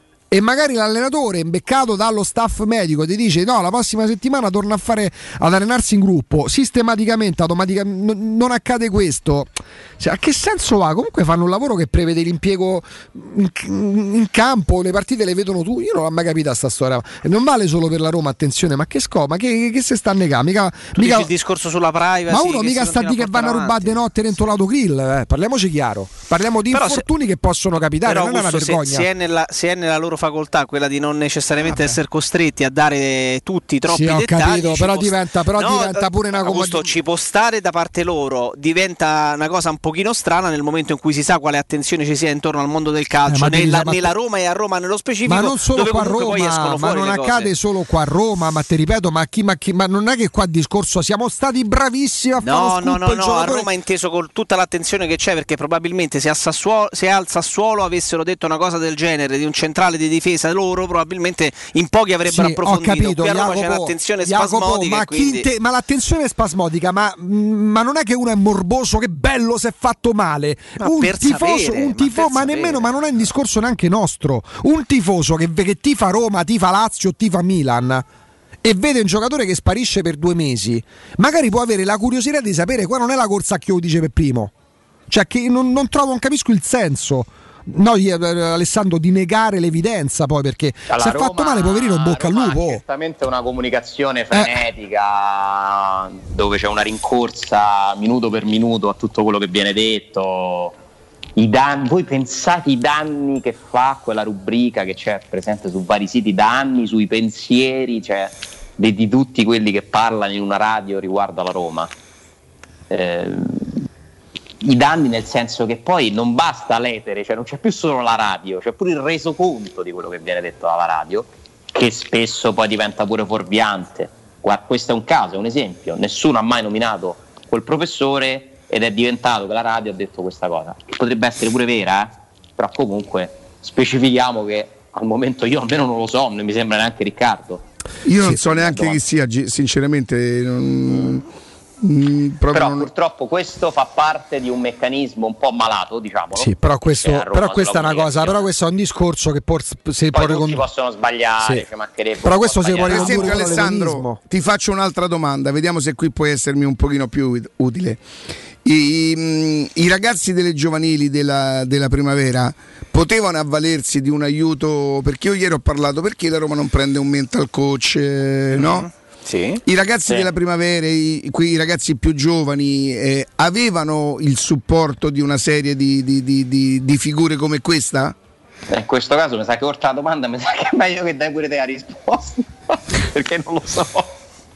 e magari l'allenatore imbeccato dallo staff medico ti dice no, la prossima settimana torna a fare ad allenarsi in gruppo, sistematicamente, automaticamente n- non accade questo. Cioè, a che senso va? Comunque fanno un lavoro che prevede l'impiego in, in campo, le partite le vedono tu. Io non l'ho mai capita sta storia. E non vale solo per la Roma, attenzione, ma che scopa, che, che se sta a negare? Mica, Tu mica- dici il discorso sulla privacy. ma uno che mica si sta di continua che a vanno a portare rubare di avanti. notte dentro l'autogrill, eh. Parliamoci chiaro. Parliamo di Però se- infortuni che possono capitare, Però non è una Augusto, se, vergogna. se è nella, se è nella loro facoltà quella di non necessariamente essere costretti a dare tutti troppi Sì, ho dettagli, capito, ci però può- diventa- però No, diventa pure una Augusto, comod- ci può stare da parte loro, diventa una cosa un pochino strana nel momento in cui si sa quale attenzione ci sia intorno al mondo del calcio, Eh, ma devi nella, sapere- nella Roma e a Roma nello specifico, Ma non solo dove qua a comunque poi escono Roma, ma fuori non le accade cose. solo qua a Roma, ma ti ripeto, ma, chi, ma, chi, ma non è che qua il discorso siamo stati bravissimi a fare No, lo no, scoop, no, il no, a giocatore- Roma è inteso con tutta l'attenzione che c'è, perché probabilmente se, a Sassuolo, se al Sassuolo avessero detto una cosa del genere di un centrale di difesa loro, probabilmente in pochi avrebbero Sì, ho approfondito. capito, Qui a Roma c'è Jacopo, un'attenzione Jacopo, spasmodica. ma, e quindi... chi te- ma l'attenzione è spasmodica, ma, ma non è che uno è morboso, che bello se è fatto male. Ma un per tifoso, sapere, un ma tifo- per ma, sapere. nemmeno, ma non è un discorso neanche nostro. Un tifoso che, che tifa Roma, tifa Lazio, tifa Milan e vede un giocatore che sparisce per due mesi, magari può avere la curiosità di sapere, qua non è la corsa a chi lo dice per primo. Cioè che non, non trovo, non capisco il senso. No, io, eh, Alessandro, di negare l'evidenza poi perché Alla se è Roma- fatto male, poverino, in bocca al Roma lupo. ha certamente una comunicazione frenetica dove c'è una rincorsa minuto per minuto a tutto quello che viene detto. I danni, voi pensate i danni che fa quella rubrica che c'è presente su vari siti da anni sui pensieri, cioè di, di tutti quelli che parlano in una radio riguardo alla Roma. Eh, I danni nel senso che poi non basta l'etere, cioè non c'è più solo la radio, c'è pure il resoconto di quello che viene detto dalla radio, che spesso poi diventa pure fuorviante. Guarda, questo è un caso, è un esempio. Nessuno ha mai nominato quel professore ed è diventato che la radio ha detto questa cosa. Potrebbe essere pure vera, eh? Però comunque specifichiamo che al momento io almeno non lo so, non mi sembra neanche Riccardo. Io non Sì, so neanche no. chi sia, gi- sinceramente. Non, mm, proprio Però non- purtroppo questo fa parte di un meccanismo un po' malato, diciamo. Sì, però, questo, C'è a Roma però questa è sulla una cosa, però questo è un discorso che por- si può Poi tutti ricon- possono sbagliare, Sì. ci mancherebbe. Però un questo po' si può sbagliare. Per esempio, ricondurre con Alessandro, l'edonismo. ti faccio un'altra domanda, vediamo se qui puoi essermi un pochino più ut- utile. I, mm, i ragazzi delle giovanili della, della primavera potevano avvalersi di un aiuto, perché io ieri ho parlato perché la Roma non prende un mental coach, eh, no? Sì. I ragazzi Sì. della primavera, i, quei ragazzi più giovani, eh, avevano il supporto di una serie di, di- di- di- di figure come questa? In questo caso mi sa che oltre alla domanda mi sa che è meglio che dai pure te la risposta perché non lo so.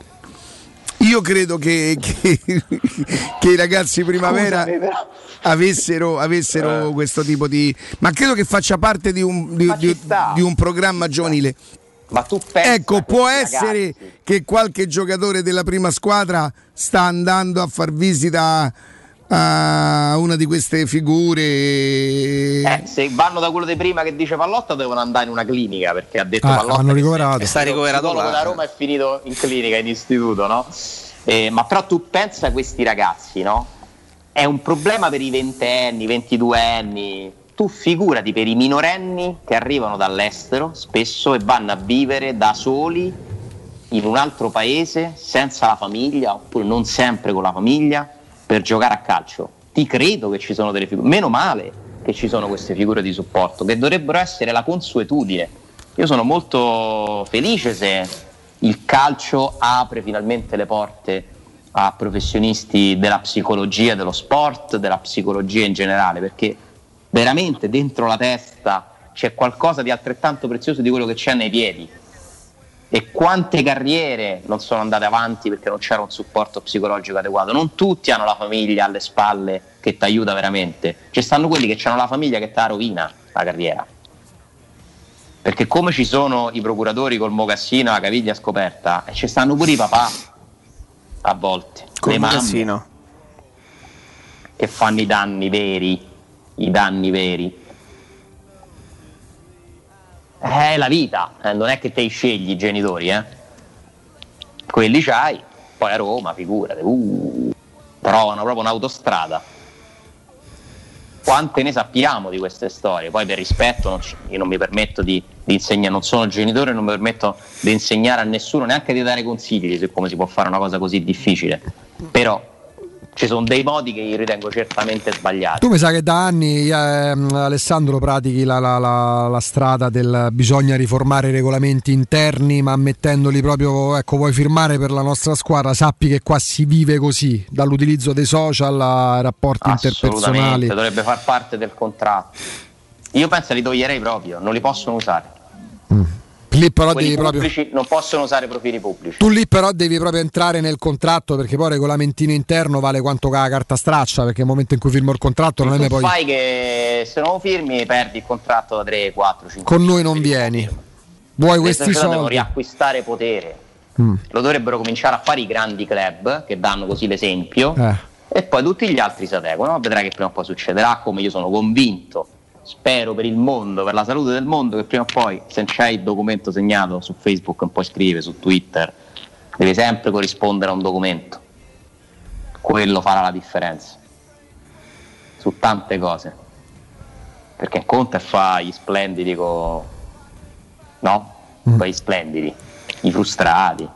io credo che, che, che i ragazzi primavera Scusami, però. avessero, avessero Eh. questo tipo di. Ma credo che faccia parte di un, di, Ma di- ci sta. di un programma giovanile. Ma tu pensa Ecco, a può questi essere ragazzi. che qualche giocatore della prima squadra sta andando a far visita a una di queste figure. Eh, se vanno da quello di prima che dice Pallotta devono andare in una clinica, perché ha detto Ah, Pallotta hanno che ricoverato. è Sta ricoverato psicologo là. da Roma, è finito in clinica, in istituto, no? Eh, ma però tu pensa a questi ragazzi, no? È un problema per i ventenni, ventiduenni. Tu figurati per i minorenni che arrivano dall'estero spesso e vanno a vivere da soli in un altro paese senza la famiglia, oppure non sempre con la famiglia, per giocare a calcio. Ti credo che ci sono delle figure, meno male che ci sono queste figure di supporto, che dovrebbero essere la consuetudine. Io sono molto felice se il calcio apre finalmente le porte a professionisti della psicologia, dello sport, della psicologia in generale, perché veramente dentro la testa c'è qualcosa di altrettanto prezioso di quello che c'è nei piedi. E quante carriere non sono andate avanti perché non c'era un supporto psicologico adeguato. Non tutti hanno la famiglia alle spalle che ti aiuta veramente. Ci stanno quelli che hanno la famiglia che ti rovina la carriera. Perché come ci sono i procuratori col mocassino la caviglia scoperta, e ci stanno pure i papà a volte, Col le mamme mocassino. che fanno i danni veri, i danni veri. È la vita, eh, non è che te li scegli i genitori, eh. Quelli c'hai, poi a Roma, figurati, uh, trovano proprio un'autostrada. Quante ne sappiamo di queste storie? Poi per rispetto non ci- io non mi permetto di, di insegnare, non sono genitore, non mi permetto di insegnare a nessuno, neanche di dare consigli su come si può fare una cosa così difficile. Però ci sono dei modi che io ritengo certamente sbagliati. Tu mi sa che da anni, ehm, Alessandro, pratichi la, la- la- la strada del bisogna riformare i regolamenti interni, ma mettendoli proprio, ecco, vuoi firmare per la nostra squadra, sappi che qua si vive così, dall'utilizzo dei social ai rapporti Assolutamente, interpersonali. dovrebbe far parte del contratto. Io penso li toglierei proprio, non li possono usare. Lì però Quelli devi proprio... pubblici non possono usare profili pubblici. Tu lì però devi proprio entrare nel contratto, perché poi il regolamentino interno vale quanto la carta straccia, perché nel momento in cui firmo il contratto non è Tu ne poi... fai che se non lo firmi perdi il contratto da tre, quattro, cinque. Con noi non vieni. Vuoi Le questi società devono soldi? riacquistare potere. Mm. Lo dovrebbero cominciare a fare i grandi club che danno così l'esempio, Eh. e poi tutti gli altri si adeguano. Vedrai che prima o poi succederà, come io sono convinto. Spero per il mondo, per la salute del mondo, che prima o poi, se non c'hai il documento segnato su Facebook, non puoi scrivere, su Twitter, devi sempre corrispondere a un documento. Quello farà la differenza su tante cose. Perché un conto è fa gli splendidi con... no? Poi gli splendidi, i frustrati,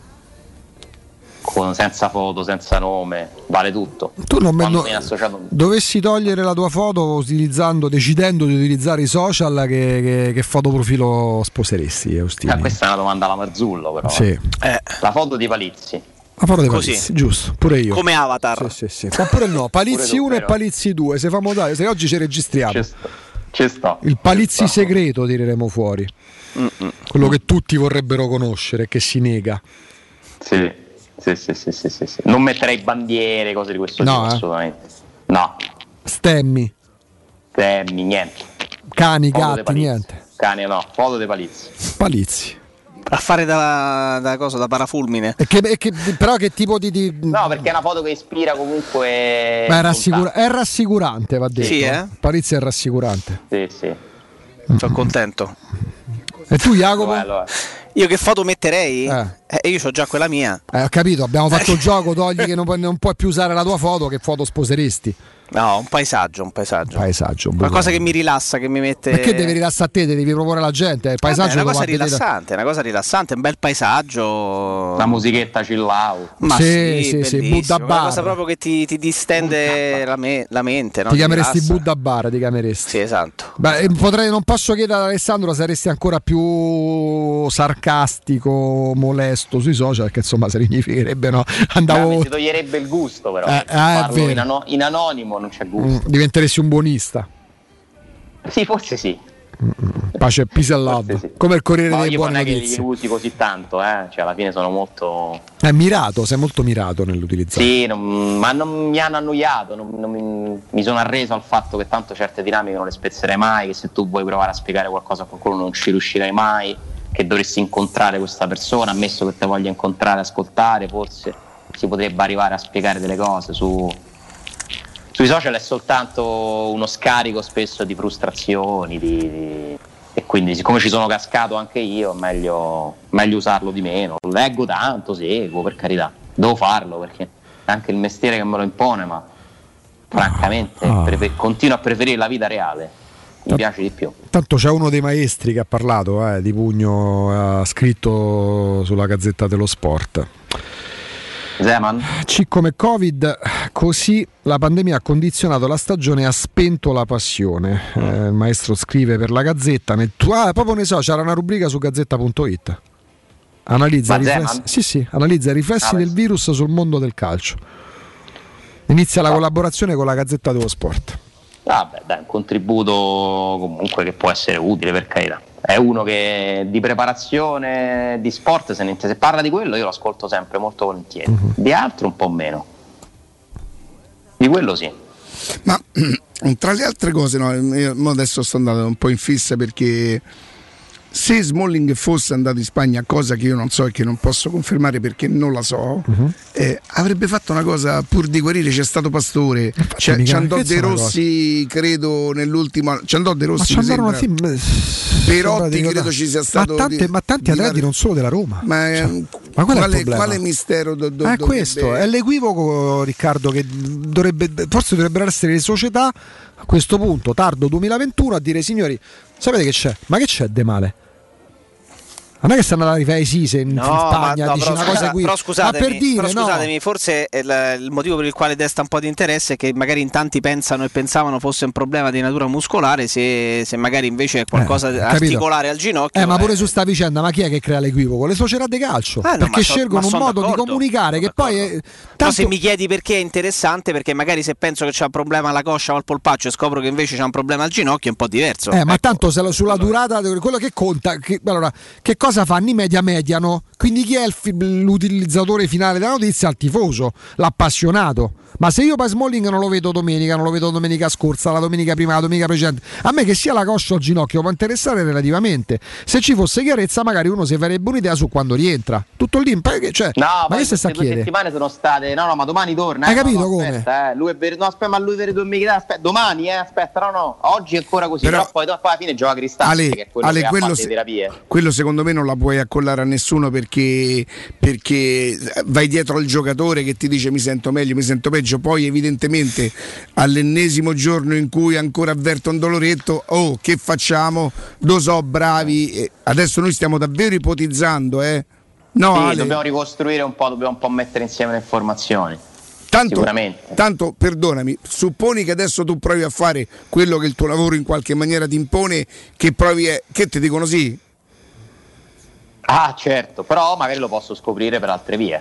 con, senza foto, senza nome, vale tutto. Tu non me- Quando no- viene associato Dovessi togliere la tua foto utilizzando, decidendo di utilizzare i social, che, che, che fotoprofilo sposeresti, Eustini? Eh, questa è una domanda alla Marzullo, però. Sì. eh. La foto di Palizzi. La foto dei Così. Palizzi, giusto, pure io. Come Avatar. Sì, sì, sì. Oppure no, Palizzi Pure tu, uno e però. Palizzi due, se famo dare, se oggi ci registriamo. Ci sto. Ci sto. Il Palizzi Ci sto. segreto tireremo fuori. Mm-mm. Quello che tutti vorrebbero conoscere, che si nega. Sì. Sì, sì, sì, sì, sì, sì. Non metterei bandiere, cose di questo No, tipo, eh. assolutamente. No, Stemmi, Temmi, niente. cani, Foto dei gatti, Palizzi. niente. Cani no, foto dei Palizzi. Palizzi. A fare da, da cosa, da parafulmine. E che, e che- però che tipo di... di... No, perché è una foto che ispira comunque. Ma è, rassicura- è rassicurante, va detto. Sì, eh? Palizzi è rassicurante. Sì, sì. Sono contento. E tu, Jacopo? Bello, eh. Io che foto metterei? Eh. Eh, io ho già quella mia. Eh, ho capito, abbiamo fatto il gioco, togli che non, pu- non puoi più usare la tua foto, che foto sposeresti? No, un paesaggio, un paesaggio. Paesaggio. un Qualcosa buco. che mi rilassa, che mi mette. Perché devi rilassare a te, devi proporre la gente, il Vabbè, paesaggio è una lo cosa va a vedere- rilassante, una cosa rilassante, un bel paesaggio. La musichetta chill out. Ma Sì, sì, sì, sì, bellissimo, Buddha una bar. cosa proprio che ti, ti distende la, me- la mente. No? Ti chiameresti rilassa. Buddha Bar, ti chiameresti. Sì, esatto. Beh, eh, potrei, non posso chiedere ad Alessandro, saresti ancora più sarcastico, molesto sui social, che insomma significherebbe no. Andavo... Mi si toglierebbe il gusto, però. Eh, eh, è Parlo vero. in, ano- in anonimo non c'è Mm, gusto. diventeresti un buonista. Sì, forse sì. Pace, peace and love, sì, sì. Come il Corriere no, dei Buoni Notizie. Non è Notizie. che li usi così tanto, eh? Cioè alla fine sono molto... È mirato, sei molto mirato nell'utilizzare. Sì, non, ma non mi hanno annoiato, non, non mi, mi sono arreso al fatto che tanto certe dinamiche non le spezzerei mai, che se tu vuoi provare a spiegare qualcosa a qualcuno non ci riuscirai mai, che dovresti incontrare questa persona, ammesso che te voglia incontrare, ascoltare, forse si potrebbe arrivare a spiegare delle cose. Su, sui social è soltanto uno scarico spesso di frustrazioni, di, di, e quindi siccome ci sono cascato anche io, è meglio, meglio usarlo di meno. Leggo tanto, seguo, per carità, devo farlo perché è anche il mestiere che me lo impone, ma francamente Ah. prefer- continuo a preferire la vita reale, mi piace di più. Tanto c'è uno dei maestri che ha parlato eh, di pugno, ha scritto sulla Gazzetta dello Sport. Zeman? C come Covid, così la pandemia ha condizionato la stagione e ha spento la passione. Eh, il maestro scrive per la Gazzetta, nel tuo, ah, proprio ne so, c'era una rubrica su gazzetta punto it. Analizza, Ma riflessi, Zeman? sì, sì, analizza i riflessi Ah, del virus sul mondo del calcio. Inizia la collaborazione con la Gazzetta dello Sport. Vabbè, dai, un contributo comunque che può essere utile, per carità. È uno che di preparazione di sport se ne intende. Se parla di quello io lo ascolto sempre molto volentieri, uh-huh. Di altro un po' meno. Di quello sì. Ma tra le altre cose, no, io adesso sto andando un po' in fissa perché se Smalling fosse andato in Spagna, cosa che io non so e che non posso confermare perché non la so, uh-huh. eh, avrebbe fatto una cosa pur di guarire. C'è stato Pastore, c'è, ci andò De Rossi, credo nell'ultimo, ci andò De Rossi, mi sembra. Sì, Perotti credo ci sia stato. Ma, tante, di, ma tanti di atleti non solo della Roma. Ma, cioè, ma qual quale, è il quale mistero? Do, do, è dovrebbe... questo, è l'equivoco, Riccardo, che dovrebbe, forse dovrebbero essere le società a questo punto, tardo duemilaventuno, a dire: signori, sapete che c'è? Ma che c'è de male? Non è che stanno alla rifare Sise in, no, in Spagna, ma, no, dici però, una cosa qui. Però scusatemi, ma per dire, però scusatemi no. forse il, il motivo per il quale desta un po' di interesse è che magari in tanti pensano e pensavano fosse un problema di natura muscolare, se, se magari invece è qualcosa eh, articolare al ginocchio. Eh, ma pure eh. su sta vicenda, ma chi è che crea l'equivoco? Le società di calcio, eh, no, perché so, scelgono un modo d'accordo, di comunicare che poi è, tanto... Però se mi chiedi perché è interessante, perché magari se penso che c'è un problema alla coscia o al polpaccio e scopro che invece c'è un problema al ginocchio è un po' diverso. Eh, ecco. Ma tanto se lo, sulla durata, quello che conta, che, allora, che cosa fanno i media mediano? Quindi chi è il, l'utilizzatore finale della notizia? Il tifoso, l'appassionato. Ma se io poi Smalling non lo vedo domenica, non lo vedo domenica scorsa, la domenica prima, la domenica precedente, a me che sia la coscia o il ginocchio può interessare relativamente. Se ci fosse chiarezza magari uno si farebbe un'idea su quando rientra. Tutto lì, cioè, no, ma che se sta a chiedere? Due settimane sono state, no no, ma domani torna. Hai eh, capito no, no, come? Aspetta, eh, lui è ver- no, aspetta, ma lui vede due migliaia, aspetta, domani, eh, aspetta, no no, oggi è ancora così, però, però poi, poi alla fine gioca Cristante, Ale, che è quello Ale, che quello ha fatto se, le terapie. Quello secondo me non la puoi accollare a nessuno perché, perché vai dietro al giocatore che ti dice mi sento meglio, mi sento peggio, poi evidentemente all'ennesimo giorno in cui ancora avverto un doloretto, oh, che facciamo? Do so, bravi. E adesso noi stiamo davvero ipotizzando, eh? No, sì, Ale. dobbiamo ricostruire un po', dobbiamo un po' mettere insieme le informazioni. Tanto, sicuramente. Tanto, perdonami, supponi che adesso tu provi a fare quello che il tuo lavoro in qualche maniera ti impone, che provi a... che ti dicono sì? Ah, certo, però magari lo posso scoprire per altre vie.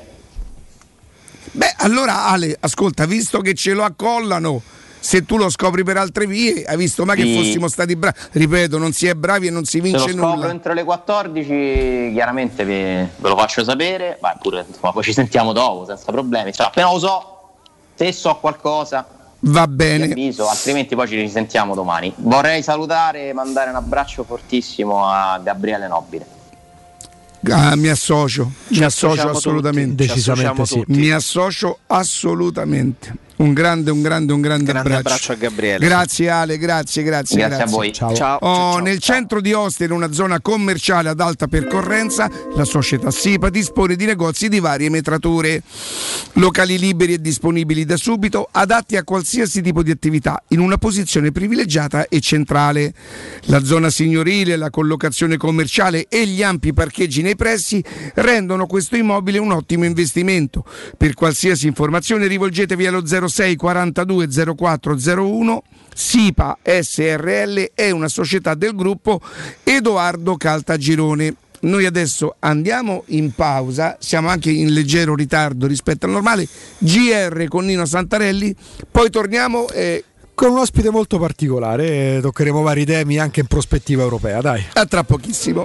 Beh, allora Ale, ascolta, visto che ce lo accollano, se tu lo scopri per altre vie, hai visto ma che sì. fossimo stati bravi, ripeto, non si è bravi e non si vince se lo scopro nulla. Entro le quattordici chiaramente vi, ve lo faccio sapere, ma pure insomma, poi ci sentiamo dopo senza problemi, cioè, appena lo so, se so qualcosa va bene, ti avviso, altrimenti poi ci risentiamo domani. Vorrei salutare e mandare un abbraccio fortissimo a Gabriele Nobile. Ah, mi associo, Ci mi associo associamo assolutamente, tutti, decisamente sì. Mi associo assolutamente. Un grande, un grande, un grande, grande abbraccio. abbraccio a Gabriele. Grazie Ale, grazie, grazie. Grazie, grazie. a voi. Ciao. Ciao. Oh, ciao, ciao. Nel centro di Ostia, in una zona commerciale ad alta percorrenza, la società SIPA dispone di negozi di varie metrature, locali liberi e disponibili da subito, adatti a qualsiasi tipo di attività, in una posizione privilegiata e centrale. La zona signorile, la collocazione commerciale e gli ampi parcheggi nei pressi rendono questo immobile un ottimo investimento. Per qualsiasi informazione rivolgetevi allo zero sei quarantadue zero quattro zero uno. SIPA S R L è una società del gruppo Edoardo Caltagirone. Noi adesso andiamo in pausa, siamo anche in leggero ritardo rispetto al normale. G R con Nino Santarelli, poi torniamo. Eh, con un ospite molto particolare. Toccheremo vari temi anche in prospettiva europea, dai. A tra pochissimo.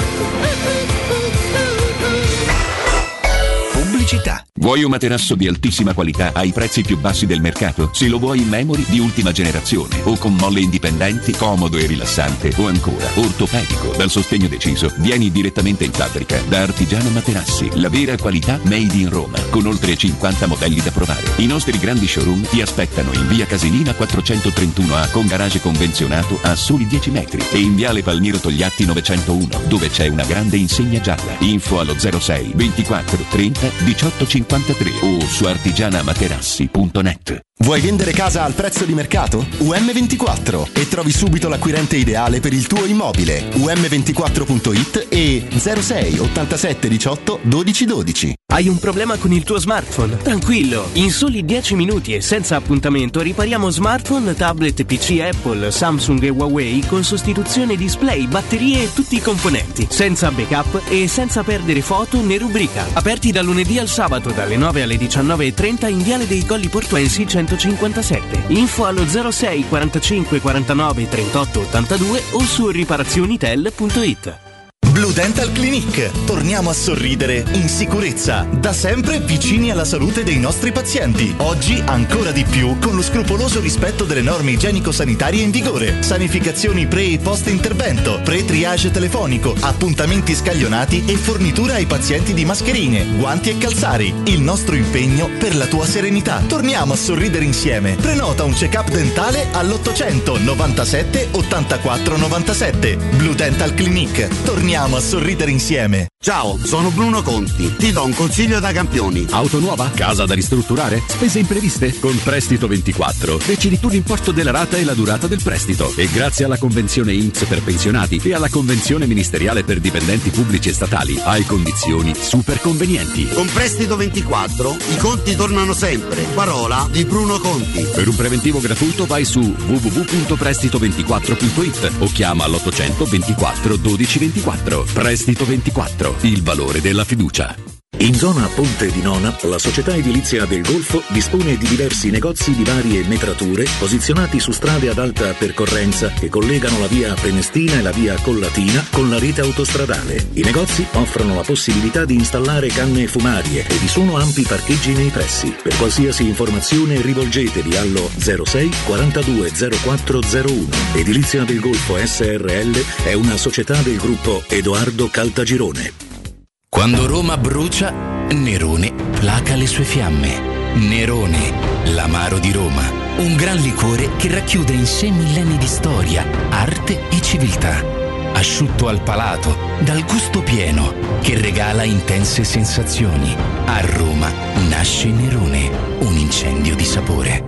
Pubblicità. Vuoi un materasso di altissima qualità ai prezzi più bassi del mercato? Se lo vuoi in memory di ultima generazione o con molle indipendenti, comodo e rilassante, o ancora ortopedico dal sostegno deciso, vieni direttamente in fabbrica da Artigiano Materassi, la vera qualità made in Roma, con oltre cinquanta modelli da provare. I nostri grandi showroom ti aspettano in via Casilina quattrocentotrentuno A con garage convenzionato a soli dieci metri e in viale Palmiro Togliatti novecentouno, dove c'è una grande insegna gialla. Info allo zero sei ventiquattro trenta diciotto cinquantatré o su artigianamaterassi punto net. Vuoi vendere casa al prezzo di mercato? U M ventiquattro e trovi subito l'acquirente ideale per il tuo immobile. U M ventiquattro punto it e zero sei ottantasette diciotto dodici dodici. Hai un problema con il tuo smartphone? Tranquillo, in soli dieci minuti e senza appuntamento ripariamo smartphone, tablet, P C Apple, Samsung e Huawei con sostituzione display, batterie e tutti i componenti, senza backup e senza perdere foto né rubrica. Aperti da lunedì al sabato dalle nove alle diciannove e trenta in Viale dei Colli Portuensi centocinquantasette. Info allo zero sei quarantacinque quarantanove trentotto ottantadue o su riparazionitel punto it. Blue Dental Clinic. Torniamo a sorridere in sicurezza, da sempre vicini alla salute dei nostri pazienti. Oggi ancora di più con lo scrupoloso rispetto delle norme igienico-sanitarie in vigore. Sanificazioni pre e post intervento, pre-triage telefonico, appuntamenti scaglionati e fornitura ai pazienti di mascherine, guanti e calzari. Il nostro impegno per la tua serenità. Torniamo a sorridere insieme. Prenota un check-up dentale all'ottocento novantasette ottantaquattro novantasette. Blue Dental Clinic. Torniamo a sorridere insieme. Ciao, sono Bruno Conti. Ti do un consiglio da campioni. Auto nuova? Casa da ristrutturare? Spese impreviste? Con Prestito ventiquattro decidi tu l'importo della rata e la durata del prestito. E grazie alla convenzione I N P S per pensionati e alla convenzione ministeriale per dipendenti pubblici e statali hai condizioni super convenienti. Con Prestito ventiquattro i conti tornano sempre. Parola di Bruno Conti. Per un preventivo gratuito vai su w w w punto prestito ventiquattro punto it o chiama all'ottocento ventiquattro dodici ventiquattro. Prestito ventiquattro, il valore della fiducia. In zona Ponte di Nona, la società edilizia del Golfo dispone di diversi negozi di varie metrature posizionati su strade ad alta percorrenza che collegano la via Prenestina e la via Collatina con la rete autostradale. I negozi offrono la possibilità di installare canne fumarie e vi sono ampi parcheggi nei pressi. Per qualsiasi informazione rivolgetevi allo zero sei quarantadue zero quattro zero uno. Edilizia del Golfo S R L è una società del gruppo Edoardo Caltagirone. Quando Roma brucia, Nerone placa le sue fiamme. Nerone, l'amaro di Roma. Un gran liquore che racchiude in sé millenni di storia, arte e civiltà. Asciutto al palato, dal gusto pieno, che regala intense sensazioni. A Roma nasce Nerone, un incendio di sapore.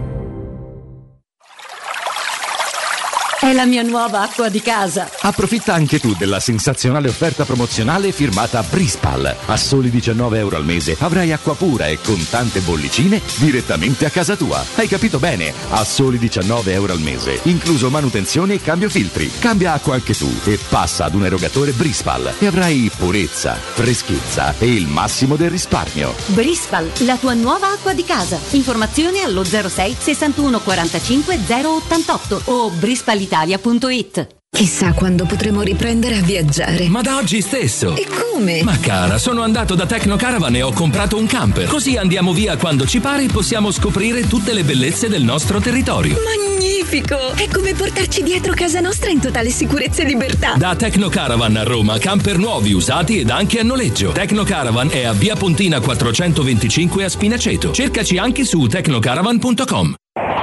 È la mia nuova acqua di casa. Approfitta anche tu della sensazionale offerta promozionale firmata Brispal. A soli diciannove euro al mese avrai acqua pura e con tante bollicine direttamente a casa tua. Hai capito bene? A soli diciannove euro al mese, incluso manutenzione e cambio filtri. Cambia acqua anche tu e passa ad un erogatore Brispal e avrai purezza, freschezza e il massimo del risparmio. Brispal, la tua nuova acqua di casa. Informazioni allo zero sei sessantuno quarantacinque zero ottantotto o brispalitalia punto it. Chissà quando potremo riprendere a viaggiare. Ma da oggi stesso. E come? Ma cara, sono andato da Tecno Caravan e ho comprato un camper. Così andiamo via quando ci pare e possiamo scoprire tutte le bellezze del nostro territorio. Magnifico! È come portarci dietro casa nostra in totale sicurezza e libertà. Da Tecno Caravan a Roma, camper nuovi, usati ed anche a noleggio. Tecno Caravan è a via Pontina quattrocentoventicinque a Spinaceto. Cercaci anche su tecnocaravan punto com.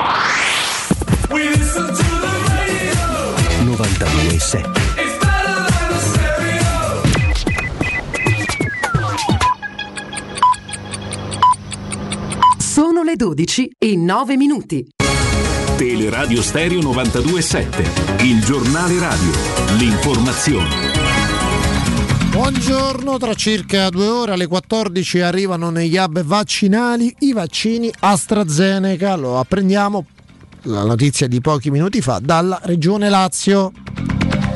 novantadue sette. Sono le dodici e nove minuti. Teleradio Stereo novantadue sette, il giornale radio, l'informazione. Buongiorno, tra circa due ore alle quattordici arrivano negli hub vaccinali i vaccini AstraZeneca, lo apprendiamo, la notizia di pochi minuti fa, dalla Regione Lazio.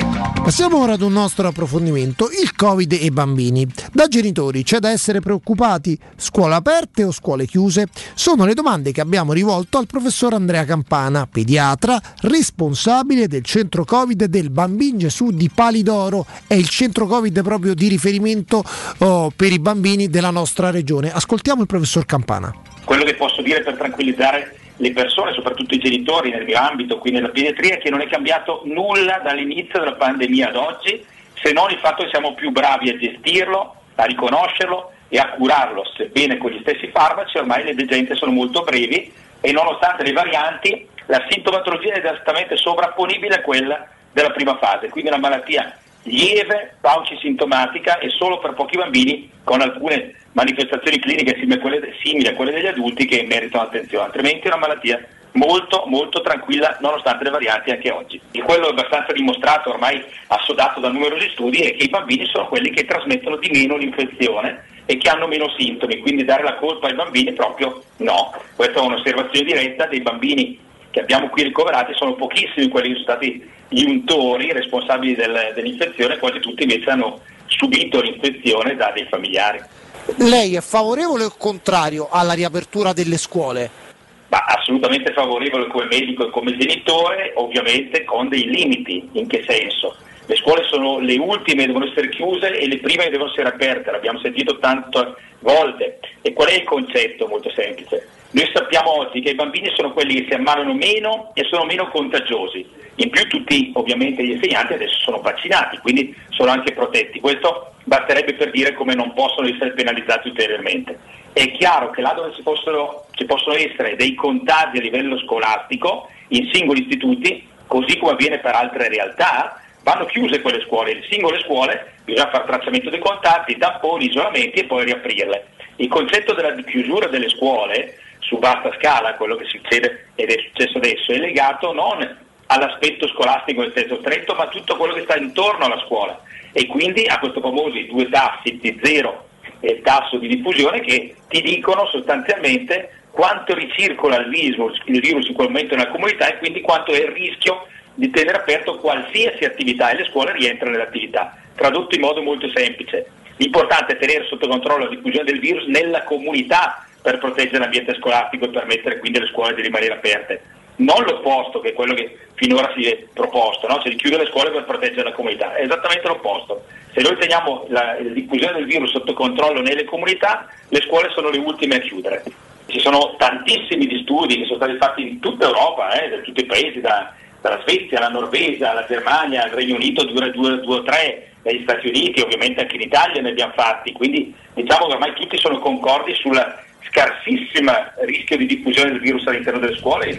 Passiamo ora ad un nostro approfondimento, il Covid e i bambini. Da genitori c'è da essere preoccupati? Scuole aperte o scuole chiuse? Sono le domande che abbiamo rivolto al professor Andrea Campana, pediatra, responsabile del centro Covid del Bambin Gesù di Palidoro. È il centro Covid proprio di riferimento oh, per i bambini della nostra regione. Ascoltiamo il professor Campana. Quello che posso dire per tranquillizzare le persone, soprattutto i genitori nel mio ambito, qui nella pediatria, è che non è cambiato nulla dall'inizio della pandemia ad oggi, se non il fatto che siamo più bravi a gestirlo, a riconoscerlo e a curarlo, sebbene con gli stessi farmaci. Ormai le degenze sono molto brevi e nonostante le varianti la sintomatologia è esattamente sovrapponibile a quella della prima fase, quindi una malattia lieve, paucisintomatica e solo per pochi bambini con alcune manifestazioni cliniche simili a quelle, simili a quelle degli adulti che meritano attenzione, altrimenti è una malattia molto molto tranquilla nonostante le varianti anche oggi. E quello è abbastanza dimostrato, ormai assodato da numerosi studi, è che i bambini sono quelli che trasmettono di meno l'infezione e che hanno meno sintomi, quindi dare la colpa ai bambini proprio no. Questa è un'osservazione diretta. Dei bambini che abbiamo qui ricoverati sono pochissimi quelli che sono stati gli untori responsabili del, dell'infezione, quasi tutti invece hanno subito l'infezione da dei familiari. Lei è favorevole o contrario alla riapertura delle scuole? Ma assolutamente favorevole come medico e come genitore, ovviamente con dei limiti. In che senso? Le scuole sono le ultime, devono essere chiuse, e le prime devono essere aperte, l'abbiamo sentito tante volte. E qual è il concetto? Molto semplice. Noi sappiamo oggi che i bambini sono quelli che si ammalano meno e sono meno contagiosi. In più tutti ovviamente gli insegnanti adesso sono vaccinati, quindi sono anche protetti. Questo basterebbe per dire come non possono essere penalizzati ulteriormente. È chiaro che là dove ci possono, ci possono essere dei contagi a livello scolastico in singoli istituti, così come avviene per altre realtà, vanno chiuse quelle scuole. In singole scuole bisogna fare tracciamento dei contatti, tamponi, isolamenti e poi riaprirle. Il concetto della chiusura delle scuole su vasta scala, quello che succede ed è successo adesso, è legato non all'aspetto scolastico nel senso stretto, ma a tutto quello che sta intorno alla scuola, e quindi a questi famosi due tassi, T zero e il tasso di diffusione, che ti dicono sostanzialmente quanto ricircola il virus, il virus in quel momento nella comunità e quindi quanto è il rischio di tenere aperto qualsiasi attività, e le scuole rientrano nell'attività. Tradotto in modo molto semplice, l'importante è tenere sotto controllo la diffusione del virus nella comunità per proteggere l'ambiente scolastico e permettere quindi alle scuole di rimanere aperte. Non l'opposto, che è quello che finora si è proposto, no? Cioè di chiudere le scuole per proteggere la comunità. È esattamente l'opposto. Se noi teniamo la, la diffusione del virus sotto controllo nelle comunità, le scuole sono le ultime a chiudere. Ci sono tantissimi di studi che sono stati fatti in tutta Europa, eh, da tutti i paesi, da, dalla Svezia, alla Norvegia, alla Germania, al Regno Unito, due o tre, dagli Stati Uniti, ovviamente anche in Italia ne abbiamo fatti. Quindi diciamo che ormai tutti sono concordi sul scarsissimo rischio di diffusione del virus all'interno delle scuole.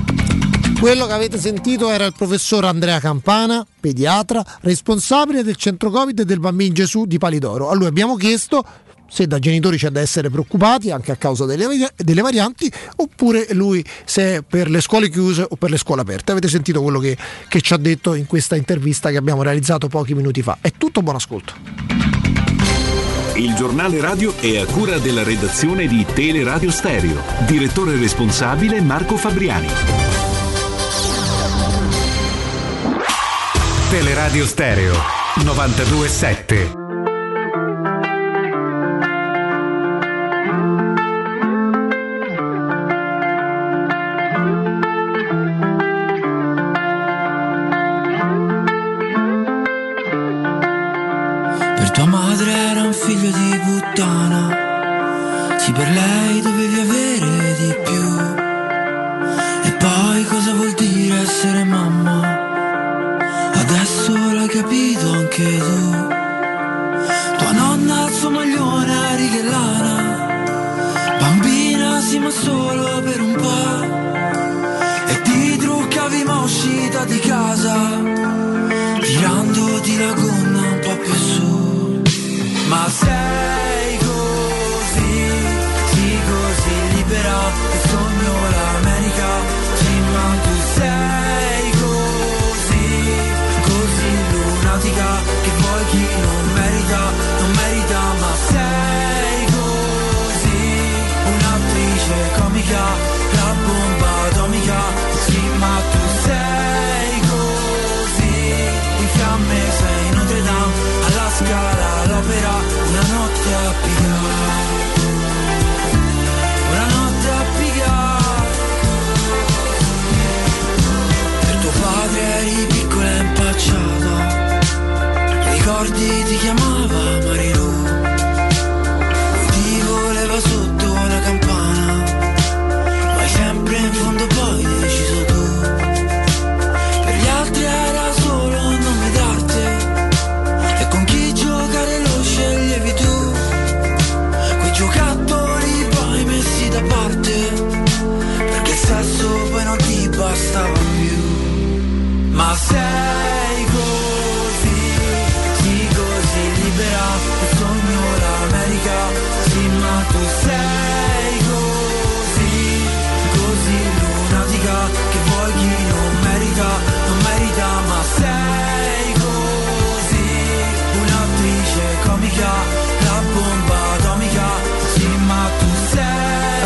Quello che avete sentito era il professor Andrea Campana, pediatra, responsabile del centro Covid del Bambin Gesù di Palidoro. A lui abbiamo chiesto se da genitori c'è da essere preoccupati anche a causa delle, delle varianti, oppure lui se è per le scuole chiuse o per le scuole aperte. Avete sentito quello che, che ci ha detto in questa intervista che abbiamo realizzato pochi minuti fa. È tutto, buon ascolto. Il giornale radio è a cura della redazione di Teleradio Stereo. Direttore responsabile Marco Fabriani. Teleradio Stereo novantadue sette. Per tua madre era un figlio di puttana, sì, per lei dovevi avere di più. E poi cosa vuol dire essere mamma? Adesso l'hai capito anche tu. Tua nonna al suo maglione a righe lana, bambina sì ma solo per un po', e ti truccavi ma uscita di casa, tirandoti la gonna un po' più su. Ma sei così, sì così libera, che sogno l'America, sì ma tu sei che vuoi chi non merita, non merita, ma sei così, un'attrice comica, la bomba atomica, sì ma tu sei così, in fiamme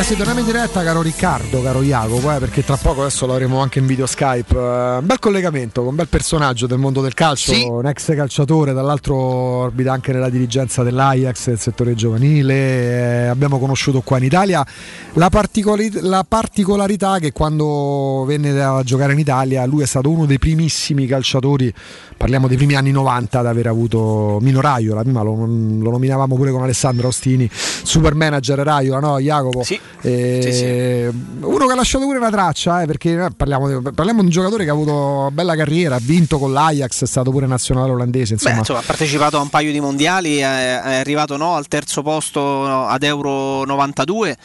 sì, torniamo in diretta, caro Riccardo, caro Jacopo, eh, perché tra poco adesso lo avremo anche in video Skype. Uh, un bel collegamento con un bel personaggio del mondo del calcio, sì. Un ex calciatore, dall'altro orbita anche nella dirigenza dell'Ajax, del settore giovanile. Eh, abbiamo conosciuto qua in Italia la, particolari- la particolarità che quando venne a giocare in Italia lui è stato uno dei primissimi calciatori, parliamo dei primi anni novanta, ad aver avuto Mino Raiola, prima lo, lo nominavamo pure con Alessandro Ostini, super manager Raiola, no Jacopo? Sì. Eh, sì, sì. Uno che ha lasciato pure una traccia, eh, perché eh, parliamo, di, parliamo di un giocatore che ha avuto una bella carriera, ha vinto con l'Ajax, è stato pure nazionale olandese, insomma. Beh, insomma, ha partecipato a un paio di mondiali, è, è arrivato no, al terzo posto no, ad Euro novantadue,